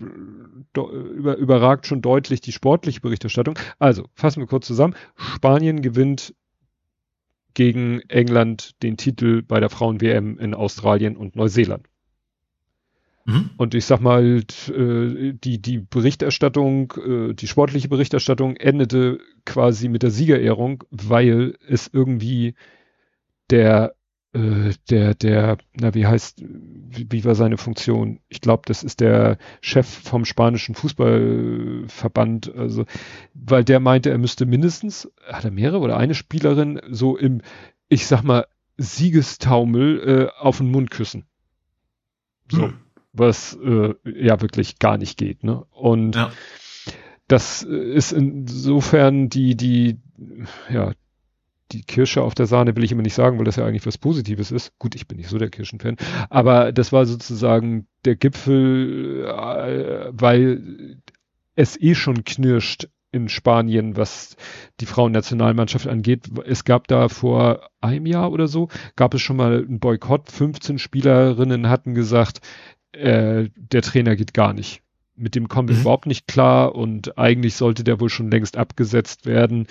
über, überragt schon deutlich die sportliche Berichterstattung. Also, fassen wir kurz zusammen. Spanien gewinnt gegen England den Titel bei der Frauen-W M in Australien und Neuseeland. Und ich sag mal, die, die Berichterstattung, die sportliche Berichterstattung endete quasi mit der Siegerehrung, weil es irgendwie der, der, der, na, wie heißt, wie, wie war seine Funktion? Ich glaube, das ist der Chef vom spanischen Fußballverband, also, weil der meinte, er müsste mindestens, hat er mehrere oder eine Spielerin so im, ich sag mal, Siegestaumel äh, auf den Mund küssen. So. Hm. Was äh, ja wirklich gar nicht geht, ne? Und ja. das ist insofern die, die, ja, die Kirsche auf der Sahne will ich immer nicht sagen, weil das ja eigentlich was Positives ist. Gut, ich bin nicht so der Kirschenfan, aber das war sozusagen der Gipfel, äh, weil es eh schon knirscht in Spanien, was die Frauennationalmannschaft angeht. Es gab da vor einem Jahr oder so, gab es schon mal einen Boykott. fünfzehn Spielerinnen hatten gesagt, Äh, der Trainer geht gar nicht. Mit dem kommen wir mhm. überhaupt nicht klar und eigentlich sollte der wohl schon längst abgesetzt werden.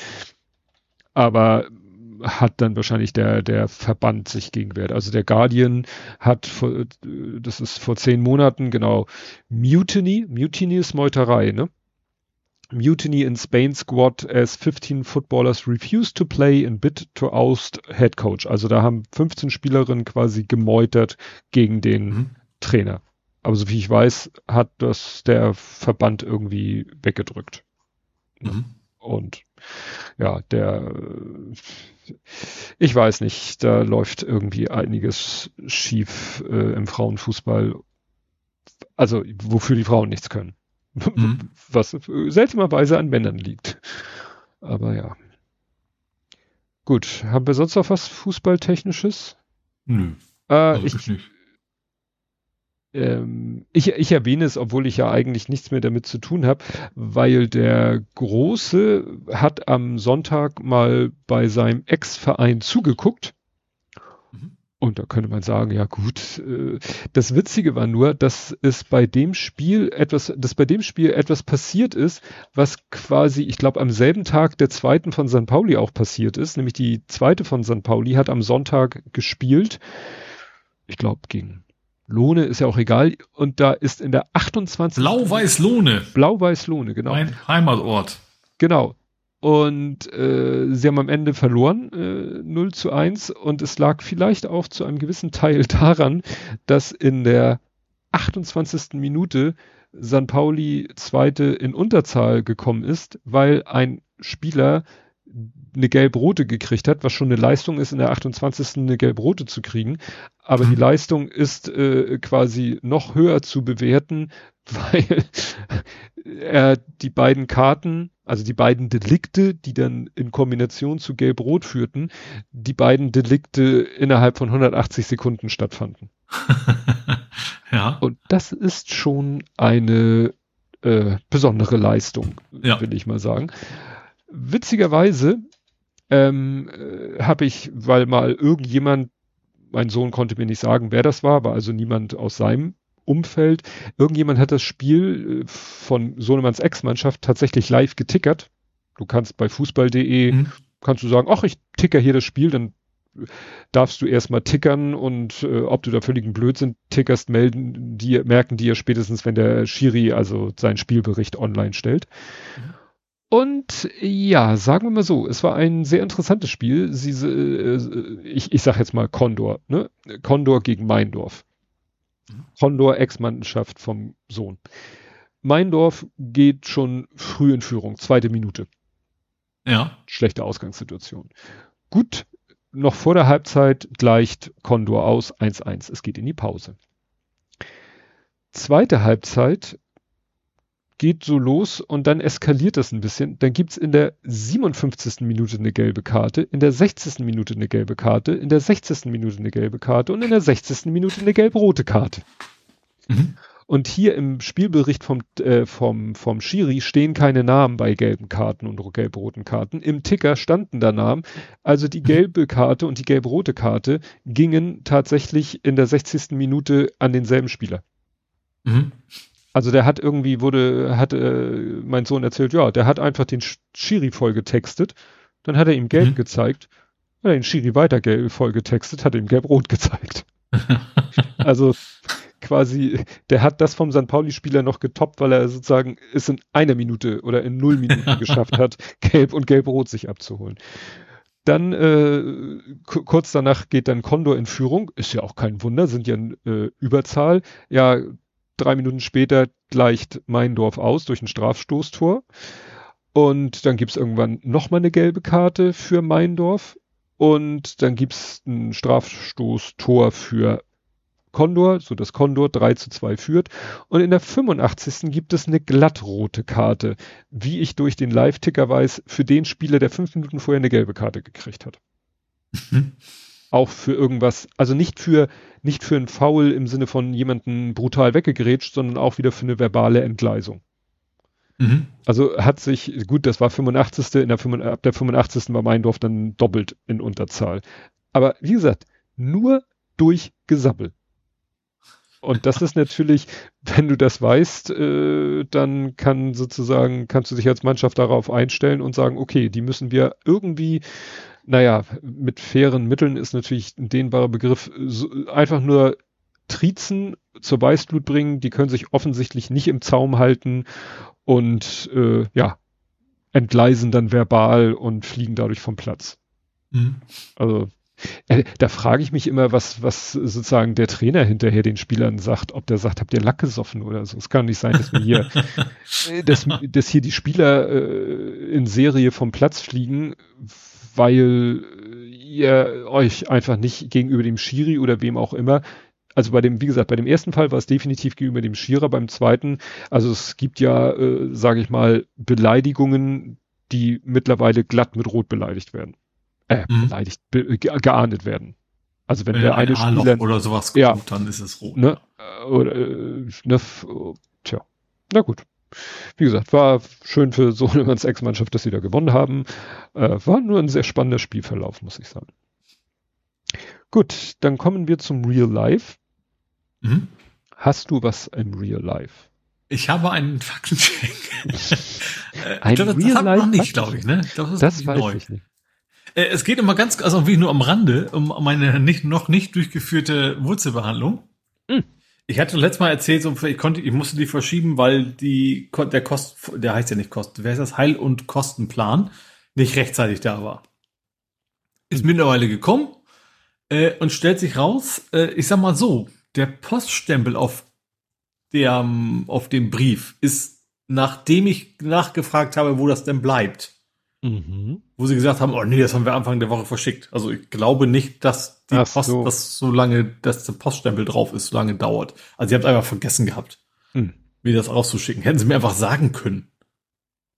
Aber hat dann wahrscheinlich der, der Verband sich gegen gewehrt. Also der Guardian hat, vor, das ist vor zehn Monaten, genau, Mutiny, Mutiny ist Meuterei, ne? Mutiny in Spain squad as fifteen footballers refused to play and bid to oust head coach. Also da haben fünfzehn Spielerinnen quasi gemeutert gegen den mhm. Trainer. Aber so wie ich weiß, hat das der Verband irgendwie weggedrückt. Mhm. Und ja, der, ich weiß nicht, da läuft irgendwie einiges schief äh, im Frauenfußball. Also, wofür die Frauen nichts können. Mhm. Was seltsamerweise an Männern liegt. Aber ja. Gut, haben wir sonst noch was Fußballtechnisches? Nö. Äh, also ich, nicht. Ähm, ich, ich erwähne es, obwohl ich ja eigentlich nichts mehr damit zu tun habe, weil der Große hat am Sonntag mal bei seinem Ex-Verein zugeguckt. Mhm. Und da könnte man sagen, ja gut, äh, das Witzige war nur, dass es bei dem Spiel etwas, dass bei dem Spiel etwas passiert ist, was quasi, ich glaube, am selben Tag der zweiten von Sankt Pauli auch passiert ist, nämlich die zweite von Sankt Pauli hat am Sonntag gespielt, ich glaube gegen Lohne, ist ja auch egal, und da ist in der achtundzwanzigsten Blau-Weiß-Lohne. Blau-Weiß-Lohne, genau. Mein Heimatort. Genau. Und äh, sie haben am Ende verloren, äh, null zu eins, und es lag vielleicht auch zu einem gewissen Teil daran, dass in der achtundzwanzigsten Minute Sankt Pauli Zweite in Unterzahl gekommen ist, weil ein Spieler eine gelb-rote gekriegt hat, was schon eine Leistung ist, in der achtundzwanzigsten eine gelb-rote zu kriegen. Aber mhm. die Leistung ist äh, quasi noch höher zu bewerten, weil er die beiden Karten, Also die beiden Delikte, die dann in Kombination zu Gelb-Rot führten, die beiden Delikte innerhalb von hundertachtzig Sekunden stattfanden. Ja. Und das ist schon eine äh, besondere Leistung, Ja. will ich mal sagen. Witzigerweise ähm, äh, habe ich, weil mal irgendjemand, mein Sohn konnte mir nicht sagen, wer das war, war also niemand aus seinem Umfeld. Irgendjemand hat das Spiel von Sohnemanns Ex-Mannschaft tatsächlich live getickert. Du kannst bei fußball punkt de Mhm. kannst du sagen, ach, ich ticker hier das Spiel, dann darfst du erstmal tickern und äh, ob du da völligen Blödsinn tickerst, melden die, merken die ja spätestens, wenn der Schiri also seinen Spielbericht online stellt. Mhm. Und ja, sagen wir mal so, es war ein sehr interessantes Spiel. Sie, äh, ich, ich sag jetzt mal Condor, ne? Condor gegen Meindorf. Condor, Ex-Mannschaft vom Sohn. Meindorf geht schon früh in Führung, zweite Minute. Ja. Schlechte Ausgangssituation. Gut, noch vor der Halbzeit gleicht Condor aus, eins eins. Es geht in die Pause. Zweite Halbzeit geht so los und dann eskaliert das ein bisschen. Dann gibt's in der siebenundfünfzigsten Minute eine gelbe Karte, in der sechzigsten Minute eine gelbe Karte, in der sechzigsten Minute eine gelbe Karte und in der sechzigsten Minute eine gelb-rote Karte. Mhm. Und hier im Spielbericht vom, äh, vom, vom Schiri stehen keine Namen bei gelben Karten und gelb-roten Karten. Im Ticker standen da Namen. Also die gelbe Karte und die gelb-rote Karte gingen tatsächlich in der sechzigsten Minute an denselben Spieler. Mhm. Also der hat irgendwie, wurde, hat äh, mein Sohn erzählt, ja, der hat einfach den Schiri voll getextet, dann hat er ihm gelb Mhm. gezeigt, hat er den Schiri weiter gelb voll getextet, hat er ihm gelb-rot gezeigt. Also quasi, der hat das vom Sankt Pauli-Spieler noch getoppt, weil er sozusagen es in einer Minute oder in null Minuten geschafft hat, gelb und gelb-rot sich abzuholen. Dann äh, k- kurz danach geht dann Condor in Führung, ist ja auch kein Wunder, sind ja in äh, Überzahl. Ja, drei Minuten später gleicht Meindorf aus durch ein Strafstoßtor. Und dann gibt's irgendwann nochmal eine gelbe Karte für Meindorf. Und dann gibt's ein Strafstoßtor für Condor, so dass Condor drei zu zwei führt. Und in der fünfundachtzigsten gibt es eine glattrote Karte, wie ich durch den Live-Ticker weiß, für den Spieler, der fünf Minuten vorher eine gelbe Karte gekriegt hat. Mhm. Auch für irgendwas, also nicht für, nicht für ein Foul im Sinne von jemanden brutal weggegrätscht, sondern auch wieder für eine verbale Entgleisung. Mhm. Also hat sich, gut, das war fünfundachtzigste In der fünfundachtzigsten ab der fünfundachtzigsten war Meindorf dann doppelt in Unterzahl. Aber wie gesagt, nur durch Gesabbel. Und das ist natürlich, wenn du das weißt, äh, dann kann sozusagen, kannst du dich als Mannschaft darauf einstellen und sagen, okay, die müssen wir irgendwie, naja, mit fairen Mitteln ist natürlich ein dehnbarer Begriff, so, einfach nur triezen, zur Weißglut bringen, die können sich offensichtlich nicht im Zaum halten und äh, ja, entgleisen dann verbal und fliegen dadurch vom Platz. Mhm. Also Äh, da frage ich mich immer, was, was sozusagen der Trainer hinterher den Spielern sagt, ob der sagt, habt ihr Lack gesoffen oder so. Es kann nicht sein, dass wir hier, äh, dass, dass hier die Spieler äh, in Serie vom Platz fliegen, weil ihr euch einfach nicht gegenüber dem Schiri oder wem auch immer, also bei dem, wie gesagt, bei dem ersten Fall war es definitiv gegenüber dem Schierer, beim zweiten, also es gibt ja, äh, sage ich mal, Beleidigungen, die mittlerweile glatt mit Rot beleidigt werden. Äh, Mhm. beleidigt, be ge geahndet werden. Also wenn, Wenn der ein eine A-Loch Spieler, oder sowas kommt, ja, dann ist es rot. ne, äh, oder, äh, ne, f- oh, tja, na gut. Wie gesagt, war schön für Sohnemanns Ex-Mannschaft, dass sie da gewonnen haben. Äh, war nur ein sehr spannender Spielverlauf, muss ich sagen. Gut, dann kommen wir zum Real Life. Mhm. Hast du was im Real Life? Ich habe einen Faktencheck. Äh, Ein ich glaube, das, das Real haben wir noch Life nicht, glaube ich, ne? Ich glaube, das ist Das wirklich weiß neu. ich nicht. Äh, Es geht immer ganz, also wirklich nur am Rande, um meine nicht, noch nicht durchgeführte Wurzelbehandlung. Hm. Ich hatte letztes Mal erzählt, so, ich konnte, ich musste die verschieben, weil die, der Kost, der heißt ja nicht Kosten, wer ist das? Heil- und Kostenplan nicht rechtzeitig da war. Ist mittlerweile gekommen, äh, und stellt sich raus, äh, ich sag mal so, der Poststempel auf der, auf dem Brief ist, nachdem ich nachgefragt habe, wo das denn bleibt. Mhm. Wo sie gesagt haben, oh nee, das haben wir Anfang der Woche verschickt. Also ich glaube nicht, dass die Ach Post, so. das so lange, dass der Poststempel drauf ist, so lange dauert. Also sie haben es einfach vergessen gehabt, Hm. mir das rauszuschicken. Hätten sie mir einfach sagen können.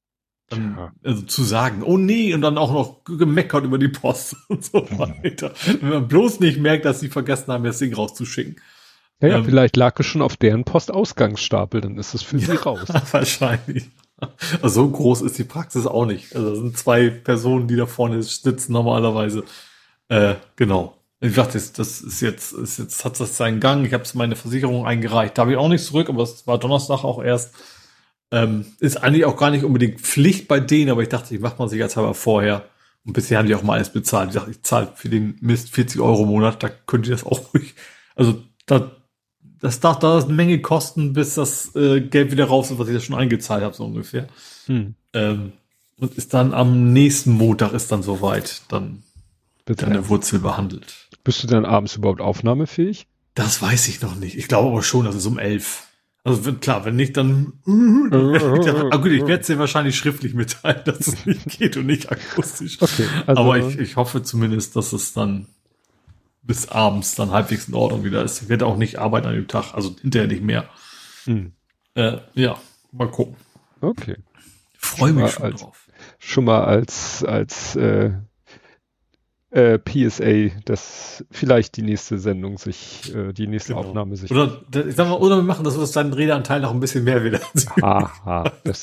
Dann, ja. Also zu sagen, oh nee, und dann auch noch gemeckert über die Post und so weiter. Wenn man bloß nicht merkt, dass sie vergessen haben, das Ding rauszuschicken. Ja, ja ähm, vielleicht lag es schon auf deren Postausgangsstapel, dann ist es für ja, sie raus. Wahrscheinlich. Also so groß ist die Praxis auch nicht. Also das sind zwei Personen, die da vorne sitzen normalerweise. Äh, genau. Ich dachte, das, das ist jetzt, ist jetzt hat das seinen Gang. Ich habe es meine Versicherung eingereicht. Da habe ich auch nicht zurück, aber es war Donnerstag auch erst. Ähm, ist eigentlich auch gar nicht unbedingt Pflicht bei denen, aber ich dachte, ich mache mal sicherheitshalber vorher. Und bisher haben die auch mal alles bezahlt. Ich dachte, ich zahle für den Mist vierzig Euro im Monat, da könnt ihr das auch ruhig. Also da, das darf da eine Menge kosten, bis das äh, Geld wieder raus ist, was ich da schon eingezahlt habe, so ungefähr. Hm. Ähm, und ist dann am nächsten Montag ist dann soweit, dann wird eine Wurzel behandelt. Bist du dann abends überhaupt aufnahmefähig? Das weiß ich noch nicht. Ich glaube aber schon, dass es um elf. Also wenn, klar, wenn nicht, dann... Ah gut, ich werde es dir wahrscheinlich schriftlich mitteilen, dass es nicht geht und nicht akustisch. Okay, also aber ich, ich hoffe zumindest, dass es dann bis abends dann halbwegs in Ordnung wieder ist. Ich werde auch nicht arbeiten an dem Tag, also hinterher nicht mehr. Hm. Äh, ja, mal gucken. Okay. Freue mich schon als, drauf. Schon mal als, als äh, äh, P S A, dass vielleicht die nächste Sendung sich, äh, die nächste genau. Aufnahme sich... Oder, ich sag mal, oder wir machen das, dass dein Redeanteil noch ein bisschen mehr wieder. Aha, das...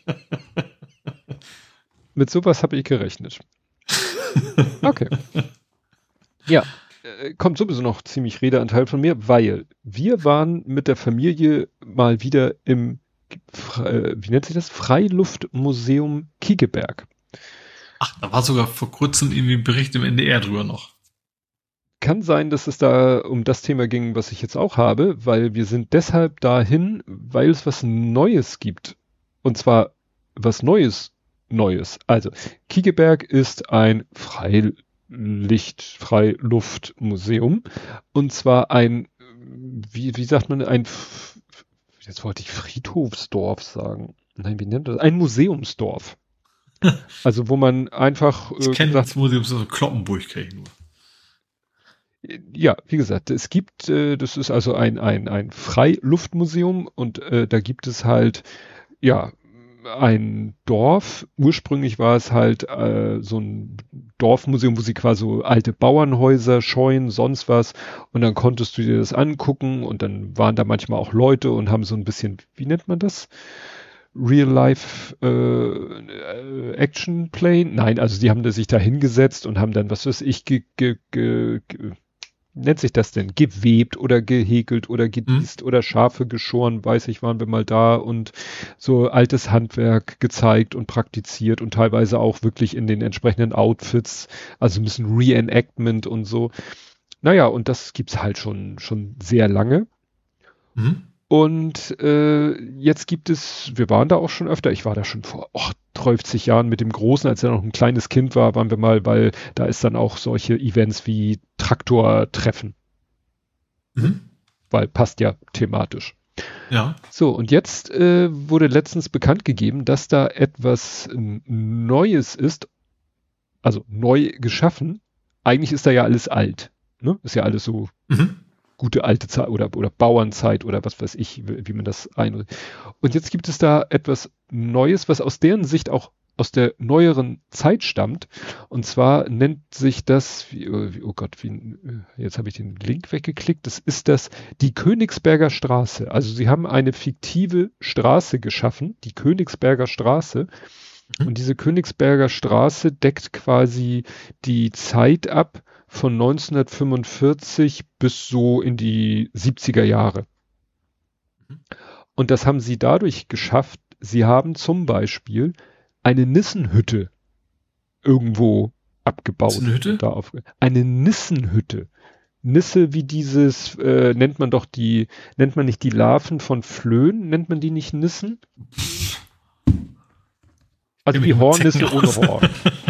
Mit sowas habe ich gerechnet. Okay. Ja, äh, kommt sowieso noch ziemlich Redeanteil von mir, weil wir waren mit der Familie mal wieder im, äh, wie nennt sich das? Freiluftmuseum Kiekeberg. Ach, da war sogar vor kurzem irgendwie ein Bericht im N D R drüber noch. Kann sein, dass es da um das Thema ging, was ich jetzt auch habe, weil wir sind deshalb dahin, weil es was Neues gibt. Und zwar was Neues, Neues. Also, Kiekeberg ist ein Freilicht, Freiluftmuseum. Und zwar ein, wie, wie sagt man, ein, jetzt wollte ich Friedhofsdorf sagen. Nein, wie nennt das? Ein Museumsdorf. Also wo man einfach... Ich äh, kenne das Museum, so Kloppenburg kenne ich nur. Ja, wie gesagt, es gibt, äh, das ist also ein, ein, ein Freiluftmuseum und äh, da gibt es halt, ja, ein Dorf. Ursprünglich war es halt äh, so ein Dorfmuseum, wo sie quasi so alte Bauernhäuser, Scheunen, sonst was und dann konntest du dir das angucken und dann waren da manchmal auch Leute und haben so ein bisschen, wie nennt man das? Real-Life äh, Action Play? Nein, also die haben da sich da hingesetzt und haben dann, was weiß ich, ge, ge, ge, ge, nennt sich das denn? Gewebt oder gehäkelt oder gediest hm. oder Schafe geschoren, weiß ich, waren wir mal da und so altes Handwerk gezeigt und praktiziert und teilweise auch wirklich in den entsprechenden Outfits, also ein bisschen Reenactment und so. Naja, und das gibt's halt schon, schon sehr lange. Hm. Und äh, jetzt gibt es, wir waren da auch schon öfter, ich war da schon vor oh, dreißig Jahren mit dem Großen, als er noch ein kleines Kind war, waren wir mal, weil da ist dann auch solche Events wie Traktortreffen. Mhm. Weil passt ja thematisch. Ja. So, und jetzt äh, wurde letztens bekannt gegeben, dass da etwas Neues ist, also neu geschaffen. Eigentlich ist da ja alles alt, ne? Ist ja alles so... Mhm. Gute alte Zeit oder, oder Bauernzeit oder was weiß ich, wie, wie man das ein. Und jetzt gibt es da etwas Neues, was aus deren Sicht auch aus der neueren Zeit stammt. Und zwar nennt sich das, wie, oh Gott, wie, jetzt habe ich den Link weggeklickt. Das ist das, die Königsberger Straße. Also sie haben eine fiktive Straße geschaffen, die Königsberger Straße. Und diese Königsberger Straße deckt quasi die Zeit ab, von neunzehnhundertfünfundvierzig bis so in die siebziger Jahre. Und das haben sie dadurch geschafft, sie haben zum Beispiel eine Nissenhütte irgendwo abgebaut. Nissenhütte? Da auf, eine Nissenhütte. Nisse wie dieses, äh, nennt man doch die, nennt man nicht die Larven von Flöhen, nennt man die nicht Nissen? Also die Hornnisse ohne Horn.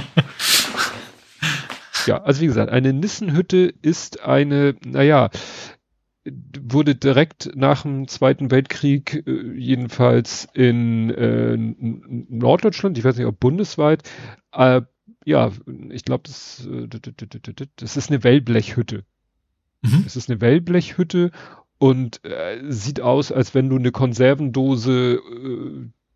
Ja, also wie gesagt, eine Nissenhütte ist eine, naja, wurde direkt nach dem Zweiten Weltkrieg äh, jedenfalls in äh, Norddeutschland, ich weiß nicht, ob bundesweit, äh, ja, ich glaube, das, äh, das ist eine Wellblechhütte. Mhm. Es ist eine Wellblechhütte und äh, sieht aus, als wenn du eine Konservendose äh,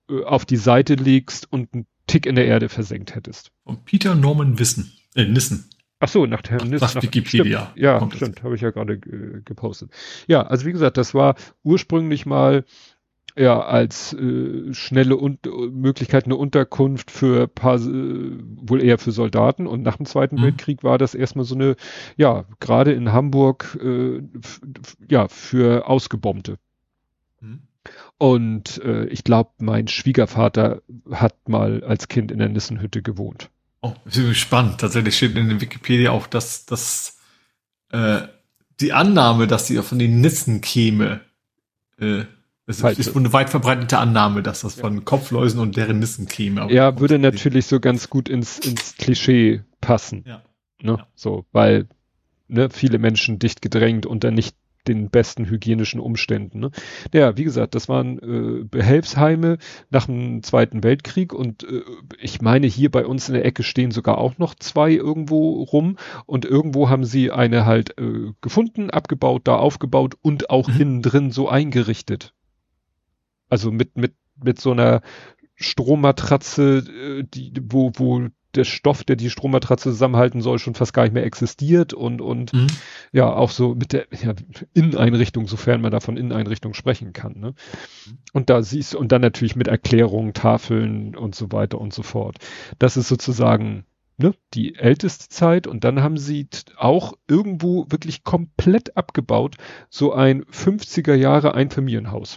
äh, auf die Seite legst und einen Tick in der Erde versenkt hättest. Und Peter Norman Wissen, äh, Nissen. Ach so, nach Herrn Nissen. Nach Wikipedia. Stimmt, ja, stimmt, habe ich ja gerade äh, gepostet. Ja, also wie gesagt, das war ursprünglich mal ja als äh, schnelle und, Möglichkeit eine Unterkunft für paar, äh, wohl eher für Soldaten, und nach dem Zweiten Mhm. Weltkrieg war das erstmal so eine, ja, gerade in Hamburg, äh, f, f, ja, für Ausgebombte. Mhm. Und äh, ich glaube, mein Schwiegervater hat mal als Kind in der Nissenhütte gewohnt. Oh, ist spannend. Tatsächlich steht in der Wikipedia auch, dass, dass äh, die Annahme, dass sie von den Nissen käme, äh, es Falsch ist ist. wohl eine weit verbreitete Annahme, dass das von Kopfläusen und deren Nissen käme. Aber Ja, würde natürlich so ganz gut ins, ins Klischee passen. Ja. Ne? Ja. So, weil ne, viele Menschen dicht gedrängt unter nicht den besten hygienischen Umständen. Ne? Ja, wie gesagt, das waren äh, Behelfsheime nach dem Zweiten Weltkrieg, und äh, ich meine, hier bei uns in der Ecke stehen sogar auch noch zwei irgendwo rum, und irgendwo haben sie eine halt äh, gefunden, abgebaut, da aufgebaut und auch Mhm. innen drin so eingerichtet. Also mit, mit, mit so einer Strommatratze, äh, die, wo, wo der Stoff, der die Strommatratze zusammenhalten soll, schon fast gar nicht mehr existiert, und, und Mhm. ja, auch so mit der ja, Inneneinrichtung, sofern man da von Inneneinrichtung sprechen kann. Ne? Und da siehst du, und dann natürlich mit Erklärungen, Tafeln und so weiter und so fort. Das ist sozusagen ne, die älteste Zeit, und dann haben sie t- auch irgendwo wirklich komplett abgebaut, so ein fünfziger Jahre Einfamilienhaus.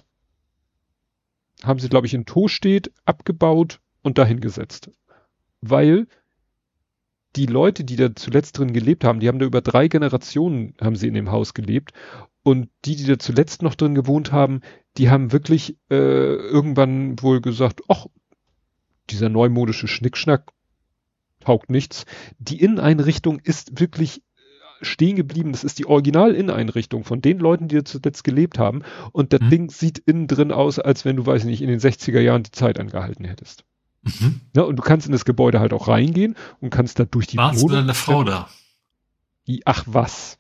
Haben sie, glaube ich, in Tostedt abgebaut und dahingesetzt. Weil die Leute, die da zuletzt drin gelebt haben, die haben da über drei Generationen, haben sie in dem Haus gelebt. Und die, die da zuletzt noch drin gewohnt haben, die haben wirklich äh, irgendwann wohl gesagt, ach, dieser neumodische Schnickschnack taugt nichts. Die Inneneinrichtung ist wirklich stehen geblieben. Das ist die Original-Inneneinrichtung von den Leuten, die da zuletzt gelebt haben. Und das Mhm. Ding sieht innen drin aus, als wenn du, weiß ich nicht, in den sechziger Jahren die Zeit angehalten hättest. Mhm. Ja, und du kannst in das Gebäude halt auch reingehen und kannst da durch die Warst du Wohnung- mit deiner Frau da? Ach was.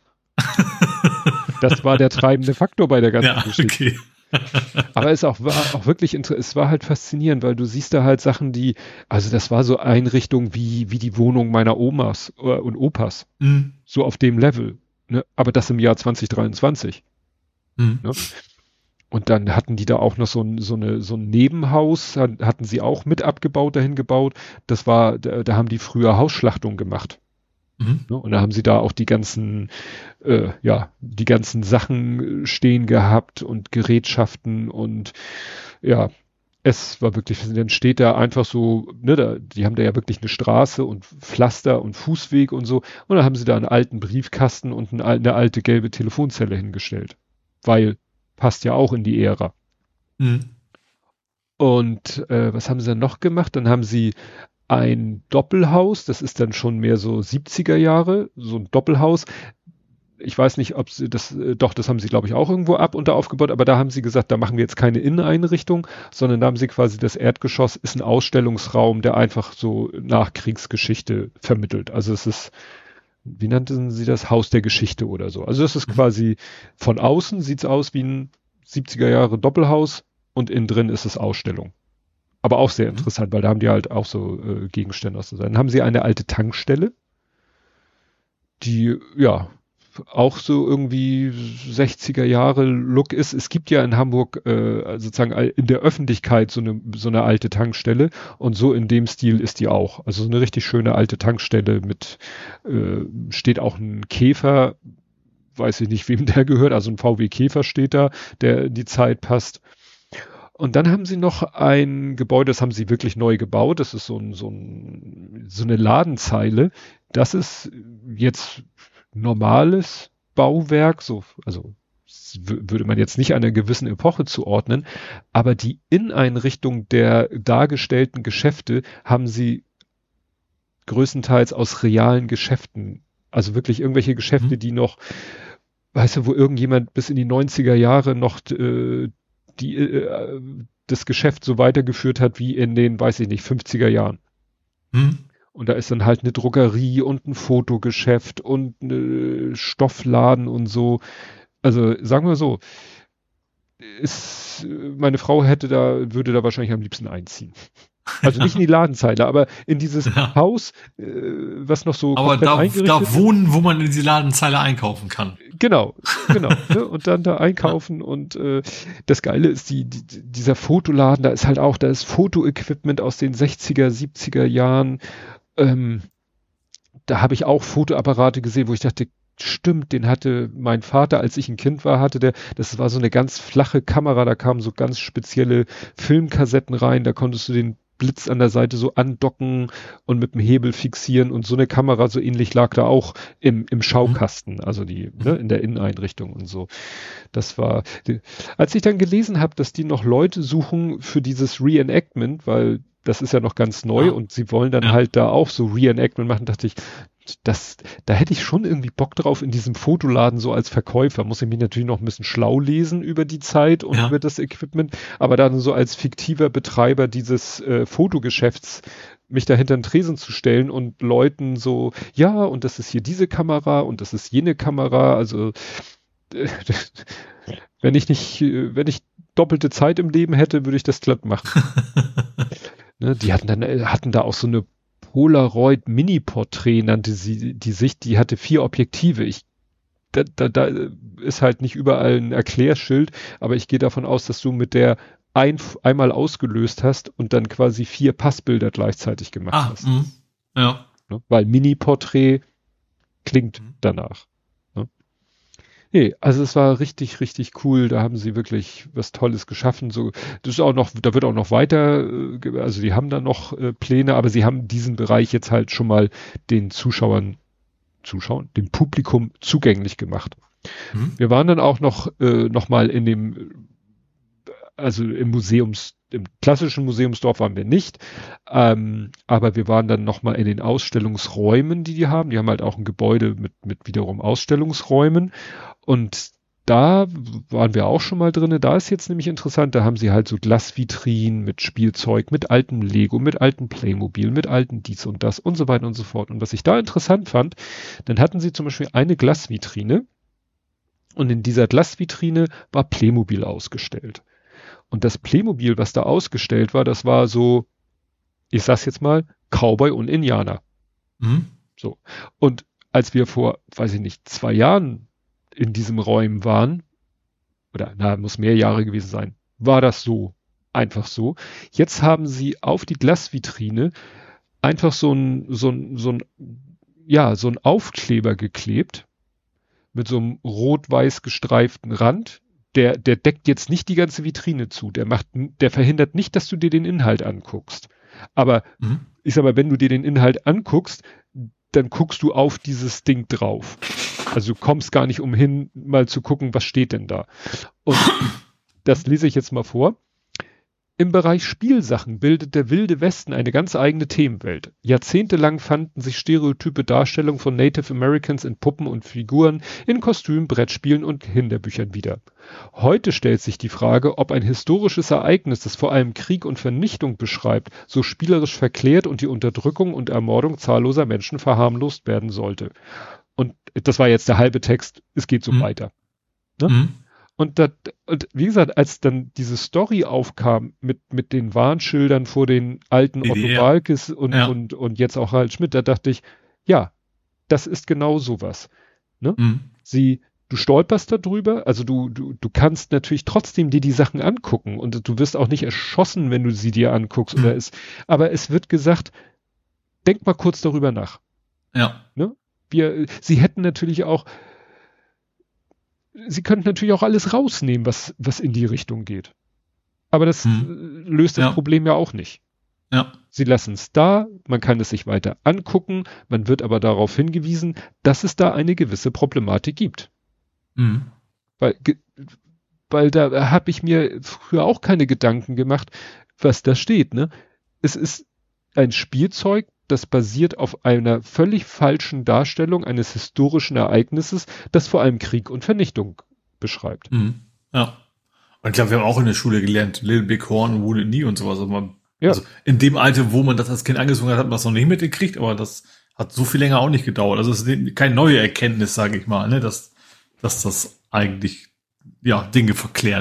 Das war der treibende Faktor bei der ganzen Ja, Geschichte. okay. Aber es auch, war auch wirklich, inter- es war halt faszinierend, weil du siehst da halt Sachen, die, also das war so Einrichtung wie, wie die Wohnung meiner Omas äh, und Opas. Mhm. So auf dem Level. Ne? Aber das im Jahr zwanzig dreiundzwanzig. Mhm. Ne? Und dann hatten die da auch noch so ein, so eine, so ein Nebenhaus, hat- hatten sie auch mit abgebaut, dahin gebaut. Das war, da, da haben die früher Hausschlachtung gemacht. Mhm. Ne? Und da haben sie da auch die ganzen, äh, ja, die ganzen Sachen stehen gehabt und Gerätschaften, und ja, es war wirklich, dann steht da einfach so, ne, da, die haben da ja wirklich eine Straße und Pflaster und Fußweg und so, und dann haben sie da einen alten Briefkasten und eine, eine alte gelbe Telefonzelle hingestellt. Weil, passt ja auch in die Ära. Mhm. Und äh, was haben sie dann noch gemacht? Dann haben sie ein Doppelhaus, das ist dann schon mehr so siebziger Jahre, so ein Doppelhaus. Ich weiß nicht, ob sie das, äh, doch, das haben sie, glaube ich, auch irgendwo ab und da aufgebaut, aber da haben sie gesagt, da machen wir jetzt keine Inneneinrichtung, sondern da haben sie quasi, das Erdgeschoss ist ein Ausstellungsraum, der einfach so Nachkriegsgeschichte vermittelt. Also es ist, wie nannten sie das? Haus der Geschichte oder so. Also es ist Mhm. quasi, von außen sieht's aus wie ein siebziger Jahre Doppelhaus, und innen drin ist es Ausstellung. Aber auch sehr Mhm. interessant, weil da haben die halt auch so äh, Gegenstände aus. Dann haben sie eine alte Tankstelle, die ja auch so irgendwie sechziger Jahre Look ist. Es gibt ja in Hamburg äh, sozusagen in der Öffentlichkeit so eine so eine alte Tankstelle, und so in dem Stil ist die auch. Also so eine richtig schöne alte Tankstelle mit äh, steht auch ein Käfer, weiß ich nicht, wem der gehört, also ein V W Käfer steht da, der in die Zeit passt. Und dann haben sie noch ein Gebäude, das haben sie wirklich neu gebaut. Das ist so ein, so ein, so eine Ladenzeile. Das ist jetzt normales Bauwerk, so, also s- w- würde man jetzt nicht einer gewissen Epoche zuordnen, aber die Inneneinrichtung der dargestellten Geschäfte haben sie größtenteils aus realen Geschäften, also wirklich irgendwelche Geschäfte, Mhm. die noch, weißt du, wo irgendjemand bis in die neunziger Jahre noch äh, die äh, das Geschäft so weitergeführt hat wie in den, weiß ich nicht, fünfziger Jahren. Mhm. Und da ist dann halt eine Druckerie und ein Fotogeschäft und eine Stoffladen und so. Also sagen wir so, ist, meine Frau hätte da, würde da wahrscheinlich am liebsten einziehen. Also nicht in die Ladenzeile, aber in dieses Ja. Haus, äh, was noch so Aber komplett da, eingerichtet da ist. wohnen, wo man in die Ladenzeile einkaufen kann. Genau, genau. Ne? Und dann da einkaufen und äh, das Geile ist, die, die, dieser Fotoladen, da ist halt auch, da ist Fotoequipment aus den sechziger, siebziger Jahren. Ähm, da habe ich auch Fotoapparate gesehen, wo ich dachte, stimmt, den hatte mein Vater, als ich ein Kind war, hatte der, das war so eine ganz flache Kamera, da kamen so ganz spezielle Filmkassetten rein, da konntest du den Blitz an der Seite so andocken und mit dem Hebel fixieren und so eine Kamera, so ähnlich lag da auch im, im Schaukasten, also die, ne, in der Inneneinrichtung und so. Das war, die, als ich dann gelesen habe, dass die noch Leute suchen für dieses Reenactment, weil das ist ja noch ganz neu Ja. und sie wollen dann Ja. halt da auch so Reenactment machen, dachte ich, das, da hätte ich schon irgendwie Bock drauf in diesem Fotoladen so als Verkäufer. Muss ich mich natürlich noch ein bisschen schlau lesen über die Zeit und Ja. über das Equipment, aber dann so als fiktiver Betreiber dieses äh, Fotogeschäfts mich da hinter den Tresen zu stellen und Leuten so, ja, und das ist hier diese Kamera und das ist jene Kamera, also äh, wenn ich nicht, äh, wenn ich doppelte Zeit im Leben hätte, würde ich das glatt machen. Ne, die hatten dann, äh, hatten da auch so eine Polaroid Mini-Porträt, nannte sie die sich, die hatte vier Objektive. Ich, da, da, da ist halt nicht überall ein Erklärschild, aber ich gehe davon aus, dass du mit der ein, einmal ausgelöst hast und dann quasi vier Passbilder gleichzeitig gemacht Ah, hast. mh. Ja. Ne? Weil Mini-Porträt klingt Mhm. danach. Ne? Nee, also es war richtig, richtig cool. Da haben sie wirklich was Tolles geschaffen. So, das ist auch noch, da wird auch noch weiter, äh, ge- also die haben da noch äh, Pläne, aber sie haben diesen Bereich jetzt halt schon mal den Zuschauern, Zuschauern, dem Publikum zugänglich gemacht. Mhm. Wir waren dann auch noch, äh, noch mal in dem, also im Museums, im klassischen Museumsdorf waren wir nicht, ähm, aber wir waren dann noch mal in den Ausstellungsräumen, die die haben. Die haben halt auch ein Gebäude mit, mit wiederum Ausstellungsräumen und da waren wir auch schon mal drinne. Da ist jetzt nämlich interessant, da haben sie halt so Glasvitrinen mit Spielzeug, mit altem Lego, mit alten Playmobil, mit alten dies und das und so weiter und so fort. Und was ich da interessant fand, dann hatten sie zum Beispiel eine Glasvitrine und in dieser Glasvitrine war Playmobil ausgestellt. Und das Playmobil, was da ausgestellt war, das war so, ich sag's jetzt mal, Cowboy und Indianer. Mhm. So. Und als wir vor, weiß ich nicht, zwei Jahren in diesem Räumen waren, oder na, muss mehr Jahre gewesen sein, war das so, einfach so. Jetzt haben sie auf die Glasvitrine einfach so ein, so ein, so ein, ja, so ein Aufkleber geklebt mit so einem rot-weiß gestreiften Rand. Der, der deckt jetzt nicht die ganze Vitrine zu. Der macht, der verhindert nicht, dass du dir den Inhalt anguckst. Aber Mhm. ich sag mal, wenn du dir den Inhalt anguckst, dann guckst du auf dieses Ding drauf. Also du kommst gar nicht umhin, mal zu gucken, was steht denn da. Und das lese ich jetzt mal vor. Im Bereich Spielsachen bildet der Wilde Westen eine ganz eigene Themenwelt. Jahrzehntelang fanden sich stereotype Darstellungen von Native Americans in Puppen und Figuren, in Kostümen, Brettspielen und Kinderbüchern wieder. Heute stellt sich die Frage, ob ein historisches Ereignis, das vor allem Krieg und Vernichtung beschreibt, so spielerisch verklärt und die Unterdrückung und Ermordung zahlloser Menschen verharmlost werden sollte. Und das war jetzt der halbe Text, es geht so Mhm. weiter. Ne? Mhm. Und, das, und wie gesagt, als dann diese Story aufkam mit, mit den Warnschildern vor den alten D D R. Otto Walkes und, Ja. und, und jetzt auch Harald Schmidt, da dachte ich, ja, das ist genau sowas. Ne? Mhm. Sie, du stolperst da drüber, also du, du, du kannst natürlich trotzdem dir die Sachen angucken und du wirst auch nicht erschossen, wenn du sie dir anguckst. Mhm. Oder es, aber es wird gesagt, denk mal kurz darüber nach. Ja. Wir, sie hätten natürlich auch, sie könnten natürlich auch alles rausnehmen, was, was in die Richtung geht. Aber das Hm. äh, löst das Ja. Problem ja auch nicht. Ja. Sie lassen es da, man kann es sich weiter angucken, man wird aber darauf hingewiesen, dass es da eine gewisse Problematik gibt. Mhm. Weil, ge- weil da habe ich mir früher auch keine Gedanken gemacht, was da steht. Ne? Es ist ein Spielzeug, das basiert auf einer völlig falschen Darstellung eines historischen Ereignisses, das vor allem Krieg und Vernichtung beschreibt. Mhm. Ja. Und ich glaube, wir haben auch in der Schule gelernt, Little Big Horn, Wounded Knee und sowas. Also, man, Ja. also in dem Alter, wo man das als Kind angesungen hat, hat man das noch nicht mitgekriegt, aber das hat so viel länger auch nicht gedauert. Also es ist keine neue Erkenntnis, sage ich mal, ne, dass, dass das eigentlich ja Dinge verklärt.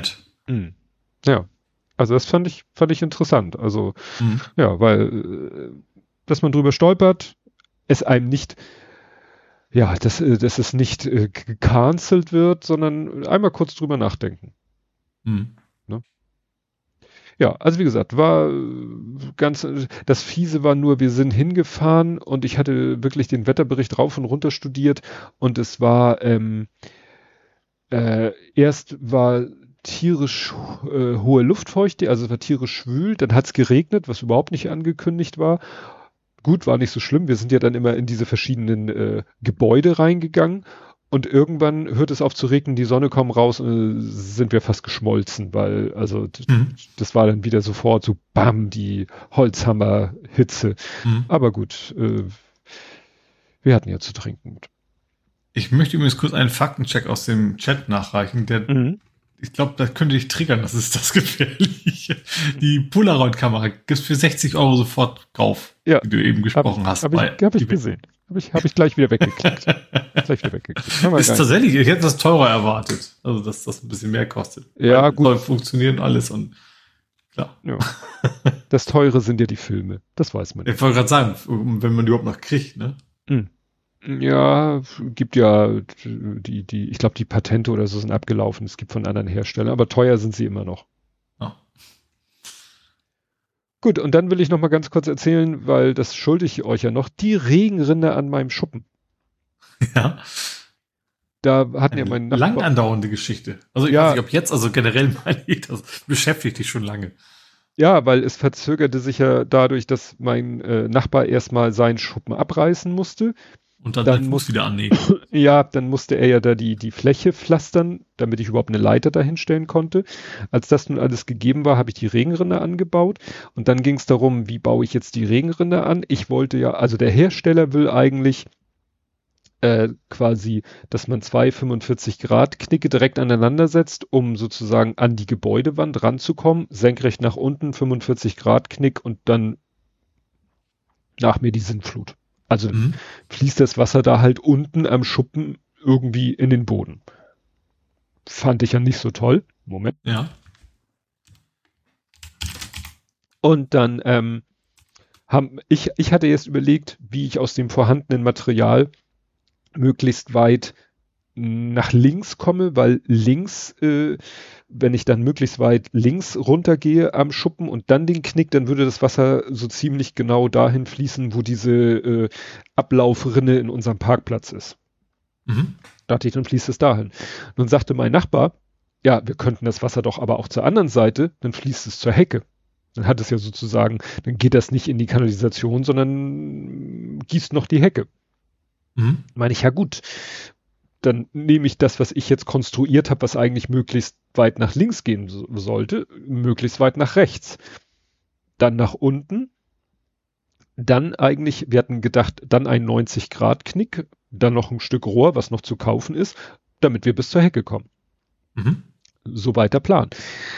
Mhm. Ja. Also das fand ich, fand ich interessant. Also, mhm. ja, weil, dass man drüber stolpert, es einem nicht, ja, dass, dass es nicht äh, gecancelt wird, sondern einmal kurz drüber nachdenken. Mhm. Ne? Ja, also wie gesagt, war ganz, das Fiese war nur, wir sind hingefahren und ich hatte wirklich den Wetterbericht rauf und runter studiert und es war, ähm, äh, erst war tierisch äh, hohe Luftfeuchte, also es war tierisch schwül, dann hat es geregnet, was überhaupt nicht angekündigt war. Gut, war nicht so schlimm, wir sind ja dann immer in diese verschiedenen äh, Gebäude reingegangen und irgendwann hört es auf zu regnen, die Sonne kommt raus und äh, sind wir fast geschmolzen, weil also mhm. das war dann wieder sofort so bam, die Holzhammer-Hitze. Mhm. Aber gut, äh, wir hatten ja zu trinken. Ich möchte übrigens kurz einen Faktencheck aus dem Chat nachreichen, der mhm. ich glaube, das könnte dich triggern, das ist das Gefährliche. Die Polaroid-Kamera gibt's für sechzig Euro sofort drauf, ja, wie du eben gesprochen hab, hast. Habe ich, hab ich gesehen. Habe ich, hab ich gleich wieder weggeklickt. gleich wieder weggeklickt. Ist tatsächlich, ich hätte das teurer erwartet. Also, dass das ein bisschen mehr kostet. Ja, Weil gut. Soll funktionieren alles und klar. Ja. Das Teure sind ja die Filme. Das weiß man. Ich wollte gerade sagen, wenn man die überhaupt noch kriegt, ne? Mhm. Ja, gibt ja die, die, ich glaube, die Patente oder so sind abgelaufen. Es gibt von anderen Herstellern, aber teuer sind sie immer noch. Oh. Gut, und dann will ich noch mal ganz kurz erzählen, weil das schulde ich euch ja noch, die Regenrinne an meinem Schuppen. Ja. Da hatten Eine ja mein Nachbar... Lang andauernde Geschichte. Also ich ja, weiß nicht, ob jetzt, also generell meine ich, das beschäftigt dich schon lange. Ja, weil es verzögerte sich ja dadurch, dass mein äh, Nachbar erstmal seinen Schuppen abreißen musste. Und dann, dann muss wieder annehmen. Ja, dann musste er ja da die, die Fläche pflastern, damit ich überhaupt eine Leiter dahin stellen konnte. Als das nun alles gegeben war, habe ich die Regenrinne angebaut. Und dann ging es darum, wie baue ich jetzt die Regenrinne an? Ich wollte ja, also der Hersteller will eigentlich äh, quasi, dass man zwei fünfundvierzig Grad Knicke direkt aneinander setzt, um sozusagen an die Gebäudewand ranzukommen, senkrecht nach unten, fünfundvierzig Grad Knick und dann nach mir die Sintflut. Also mhm. fließt das Wasser da halt unten am Schuppen irgendwie in den Boden. Fand ich ja nicht so toll. Moment. Ja. Und dann ähm, haben ich ich hatte jetzt überlegt, wie ich aus dem vorhandenen Material möglichst weit nach links komme, weil links, äh, wenn ich dann möglichst weit links runtergehe am Schuppen und dann den Knick, dann würde das Wasser so ziemlich genau dahin fließen, wo diese äh, Ablaufrinne in unserem Parkplatz ist. Mhm. Dachte ich, dann fließt es dahin. Nun sagte mein Nachbar, ja, wir könnten das Wasser doch aber auch zur anderen Seite, dann fließt es zur Hecke. Dann hat es ja sozusagen, dann geht das nicht in die Kanalisation, sondern gießt noch die Hecke. Mhm. Meine ich, ja gut, dann nehme ich das, was ich jetzt konstruiert habe, was eigentlich möglichst weit nach links gehen so, sollte, möglichst weit nach rechts. Dann nach unten, dann eigentlich, wir hatten gedacht, dann ein neunzig Grad Knick, dann noch ein Stück Rohr, was noch zu kaufen ist, damit wir bis zur Hecke kommen. Mhm. Soweit der Plan.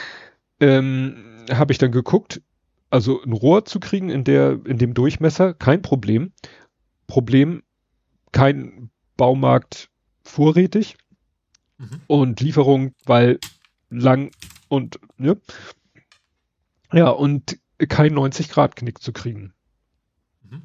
Ähm, habe ich dann geguckt, also ein Rohr zu kriegen in der, in dem Durchmesser, kein Problem. Problem, kein Baumarkt vorrätig mhm. und Lieferung, weil lang und ne? Ja, und kein neunzig Grad Knick zu kriegen. Mhm.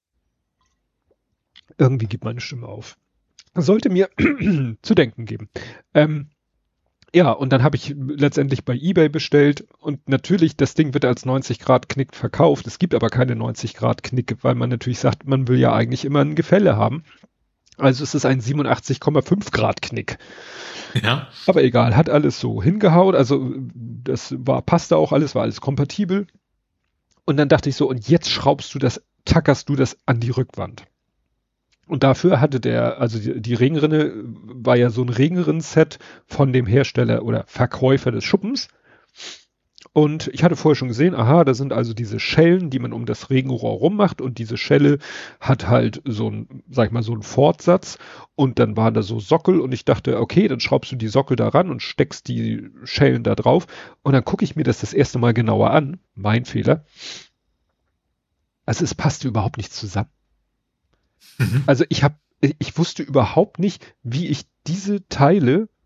Irgendwie gibt meine Stimme auf. Sollte mir zu denken geben. Ähm, ja, und dann habe ich letztendlich bei eBay bestellt und natürlich, das Ding wird als neunzig Grad Knick verkauft. Es gibt aber keine neunzig Grad Knick, weil man natürlich sagt, man will ja eigentlich immer ein Gefälle haben. Also es ist ein siebenundachtzig Komma fünf Grad Knick. Ja. Aber egal, hat alles so hingehaut. Also das war, passte auch alles, war alles kompatibel. Und dann dachte ich so, und jetzt schraubst du das, tackerst du das an die Rückwand. Und dafür hatte der, also die, die Regenrinne war ja so ein Regenrinnen-Set von dem Hersteller oder Verkäufer des Schuppens. Und ich hatte vorher schon gesehen, aha, da sind also diese Schellen, die man um das Regenrohr rummacht und diese Schelle hat halt so ein, sag ich mal, so einen Fortsatz und dann waren da so Sockel und ich dachte, okay, dann schraubst du die Sockel da ran und steckst die Schellen da drauf und dann gucke ich mir das das erste Mal genauer an, mein Fehler. Also es passte überhaupt nicht zusammen. Mhm. Also ich habe, ich wusste überhaupt nicht, wie ich diese Teile,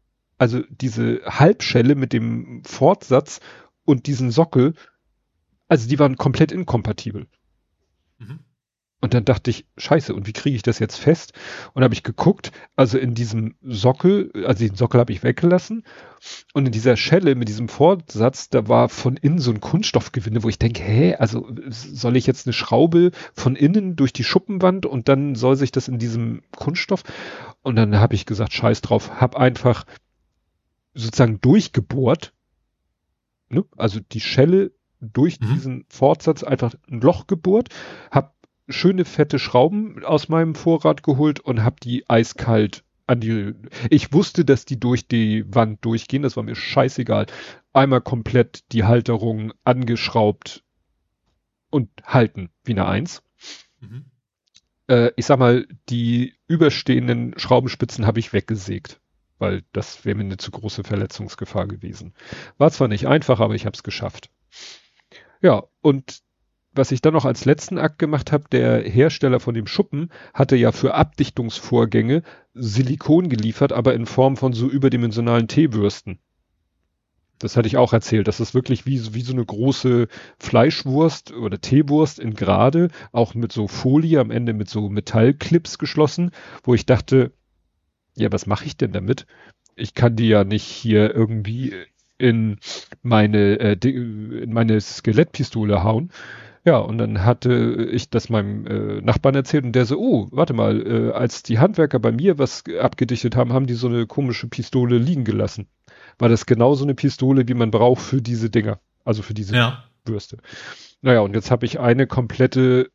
also diese Halbschelle mit dem Fortsatz und diesen Sockel, also die waren komplett inkompatibel. Mhm. Und dann dachte ich, scheiße, und wie kriege ich das jetzt fest? Und habe ich geguckt, also in diesem Sockel, also den Sockel habe ich weggelassen und in dieser Schelle mit diesem Fortsatz, da war von innen so ein Kunststoffgewinde, wo ich denke, hä, also soll ich jetzt eine Schraube von innen durch die Schuppenwand und dann soll sich das in diesem Kunststoff? Und dann habe ich gesagt, scheiß drauf, habe einfach sozusagen durchgebohrt, ne? Also die Schelle durch mhm. diesen Fortsatz einfach ein Loch gebohrt, habe schöne fette Schrauben aus meinem Vorrat geholt und habe die eiskalt an die, ich wusste, dass die durch die Wand durchgehen, das war mir scheißegal. Einmal komplett die Halterung angeschraubt und halten, wie eine Eins. Mhm. Äh, ich sag mal, die überstehenden Schraubenspitzen habe ich weggesägt, weil das wäre mir eine zu große Verletzungsgefahr gewesen. War zwar nicht einfach, aber ich habe es geschafft. Ja, und was ich dann noch als letzten Akt gemacht habe, der Hersteller von dem Schuppen hatte ja für Abdichtungsvorgänge Silikon geliefert, aber in Form von so überdimensionalen Teewürsten. Das hatte ich auch erzählt. Das ist wirklich wie, wie so eine große Fleischwurst oder Teewurst in Gerade, auch mit so Folie am Ende mit so Metallclips geschlossen, wo ich dachte, ja, was mache ich denn damit? Ich kann die ja nicht hier irgendwie in meine, äh, in meine Skelettpistole hauen. Ja, und dann hatte ich das meinem äh, Nachbarn erzählt und der so, oh, warte mal, äh, als die Handwerker bei mir was abgedichtet haben, haben die so eine komische Pistole liegen gelassen. War das genau so eine Pistole, wie man braucht für diese Dinger, also für diese ja. Würste. Naja, und jetzt habe ich eine komplette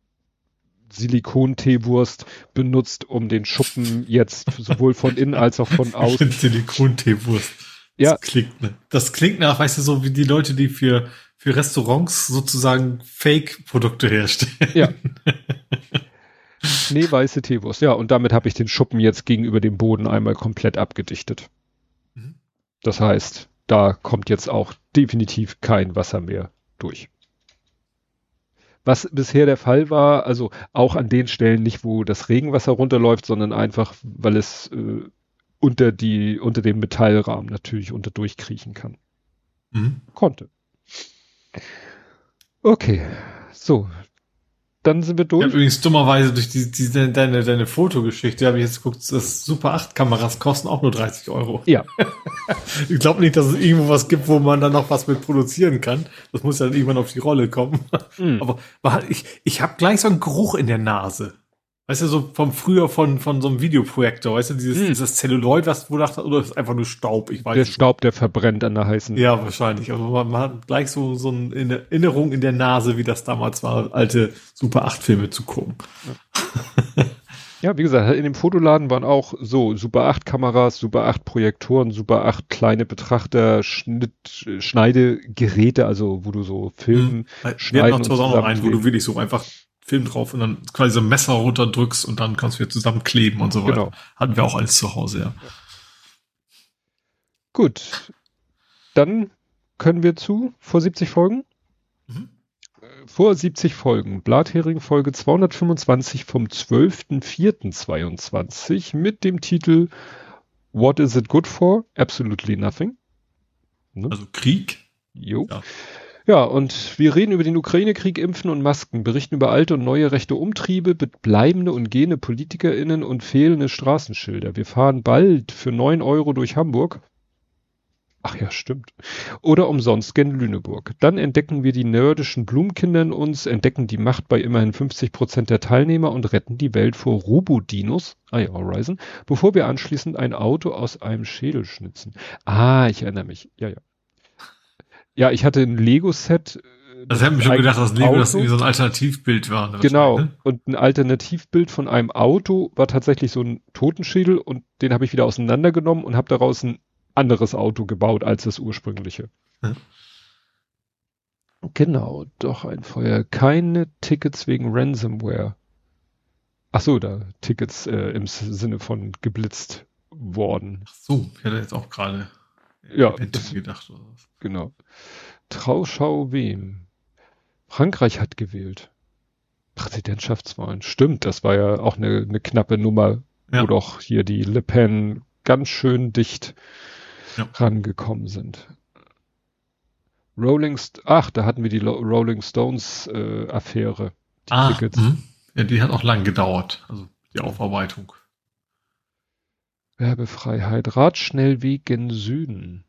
Silikon-Teewurst benutzt, um den Schuppen jetzt sowohl von innen als auch von außen. Silikon-Teewurst. Das ja. klingt, ne? Das klingt nach, weißt du, so wie die Leute, die für für Restaurants sozusagen Fake-Produkte herstellen. Ja. Schneeweiße Teewurst. Ja, und damit habe ich den Schuppen jetzt gegenüber dem Boden einmal komplett abgedichtet. Mhm. Das heißt, da kommt jetzt auch definitiv kein Wasser mehr durch. Was bisher der Fall war, also auch an den Stellen nicht, wo das Regenwasser runterläuft, sondern einfach, weil es äh, unter die, unter dem Metallrahmen natürlich unter durchkriechen kann. Mhm. Konnte. Okay, so, dann sind wir durch. Ich habe übrigens dummerweise durch die, die, deine, deine Fotogeschichte, habe ich jetzt geguckt, das Super acht Kameras kosten auch nur dreißig Euro. Ja. Ich glaube nicht, dass es irgendwo was gibt, wo man dann noch was mit produzieren kann. Das muss ja dann irgendwann auf die Rolle kommen. Mhm. Aber ich, ich habe gleich so einen Geruch in der Nase. Weißt du, so vom früher von, von so einem Videoprojektor, weißt du, dieses, hm. dieses Zelluloid, was du dachtest, oder ist einfach nur Staub, ich weiß nicht. Der Staub, der verbrennt an der heißen. Ja, wahrscheinlich. Aber man, man hat gleich so, so eine Erinnerung in der Nase, wie das damals war, alte Super acht Filme zu gucken. Ja. Ja, wie gesagt, in dem Fotoladen waren auch so Super acht Kameras, Super acht Projektoren, Super acht kleine Betrachter, Schnitt, Schneidegeräte, also wo du so Filmen hm. schneiden und zusammen. Auch noch einen, wo du wirklich so einfach Film drauf und dann quasi so ein Messer runterdrückst und dann kannst du wieder zusammenkleben und so weiter. Genau. Hatten wir auch alles zu Hause, ja. Gut. Dann können wir zu vor siebzig Folgen. Mhm. Vor siebzig Folgen. Blathering Folge zweihundertfünfundzwanzig vom zwölfter vierter zweiundzwanzig mit dem Titel What is it good for? Absolutely nothing. Ne? Also Krieg. Jo. Ja. Ja, und wir reden über den Ukraine-Krieg, Impfen und Masken, berichten über alte und neue rechte Umtriebe, bleibende und gehende PolitikerInnen und fehlende Straßenschilder. Wir fahren bald für neun Euro durch Hamburg. Ach ja, stimmt. Oder umsonst gen Lüneburg. Dann entdecken wir die nerdischen Blumenkinder in uns, entdecken die Macht bei immerhin fünfzig Prozent der Teilnehmer und retten die Welt vor Robodinos, ah ja, Horizon, bevor wir anschließend ein Auto aus einem Schädel schnitzen. Ah, ich erinnere mich. Ja, ja. Ja, ich hatte ein Lego-Set. Das hätte mich schon gedacht, dass Lego Auto. Das irgendwie so ein Alternativbild war. Genau. Ne? Und ein Alternativbild von einem Auto war tatsächlich so ein Totenschädel und den habe ich wieder auseinandergenommen und habe daraus ein anderes Auto gebaut als das ursprüngliche. Hm. Genau, doch ein Feuer. Keine Tickets wegen Ransomware. Ach so, da Tickets äh, im Sinne von geblitzt worden. Ach so, ich hatte jetzt auch gerade ja, gedacht. Oder was. Genau. Trauschau wem? Frankreich hat gewählt. Präsidentschaftswahlen. Stimmt, das war ja auch eine, eine knappe Nummer, ja. Wo doch hier die Le Pen ganz schön dicht ja. rangekommen sind. Rolling, St- ach, da hatten wir die Lo- Rolling Stones äh, Affäre. Die Ah, Tickets. mh. Ja, die hat auch lang gedauert, also die Aufarbeitung. Werbefreiheit, Radschnellweg gen Süden.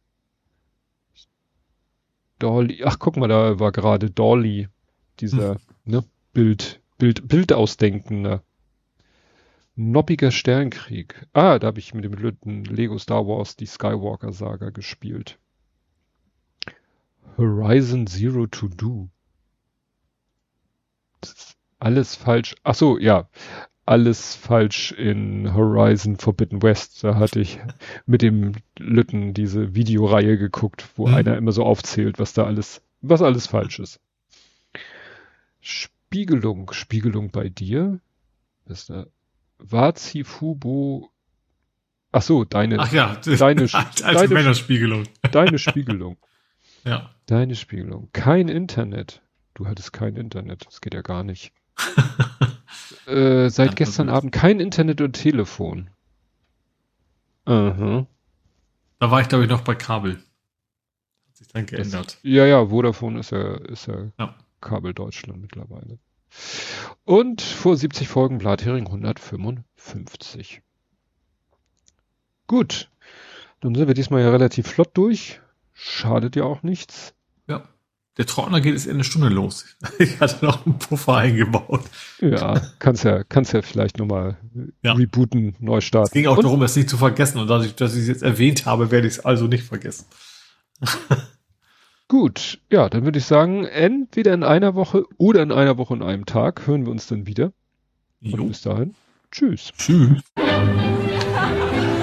Dolly, ach guck mal, da war gerade Dolly, dieser Hm. ne, Bild, Bild, Bildausdenkender. Noppiger Sternkrieg. Ah, da habe ich mit dem Lütten Lego Star Wars die Skywalker Saga gespielt. Horizon Zero to Do. Das ist alles falsch. Ach so, ja. Alles falsch in Horizon Forbidden West. Da hatte ich mit dem Lütten diese Videoreihe geguckt, wo Hm. einer immer so aufzählt, was da alles, was alles falsch ist. Spiegelung. Spiegelung bei dir? Was ist da? Wazifubo. Ach so, deine, Ach ja, deine, alte deine, Männerspiegelung. deine Spiegelung. Ja. Deine Spiegelung. Kein Internet. Du hattest kein Internet. Das geht ja gar nicht. äh, seit Ganz gestern verrückt. Abend kein Internet und Telefon. Aha. Da war ich, glaube ich, noch bei Kabel. Hat sich dann geändert. Das, ja, ja, Vodafone ist ja, ist ja, Ja. Kabel Deutschland mittlerweile. Und vor siebzig Folgen Blathering hundertfünfundfünfzig. Gut. Dann sind wir diesmal ja relativ flott durch. Schadet ja auch nichts. Ja. Der Trockner geht jetzt in eine Stunde los. Ich hatte noch einen Puffer eingebaut. Ja, kannst ja, kannst ja vielleicht nochmal Ja. rebooten, neu starten. Es ging auch Und- darum, es nicht zu vergessen. Und dadurch, dass ich es jetzt erwähnt habe, werde ich es also nicht vergessen. Gut, ja, dann würde ich sagen, entweder in einer Woche oder in einer Woche und einem Tag hören wir uns dann wieder. Und Jo. bis dahin, tschüss. Tschüss.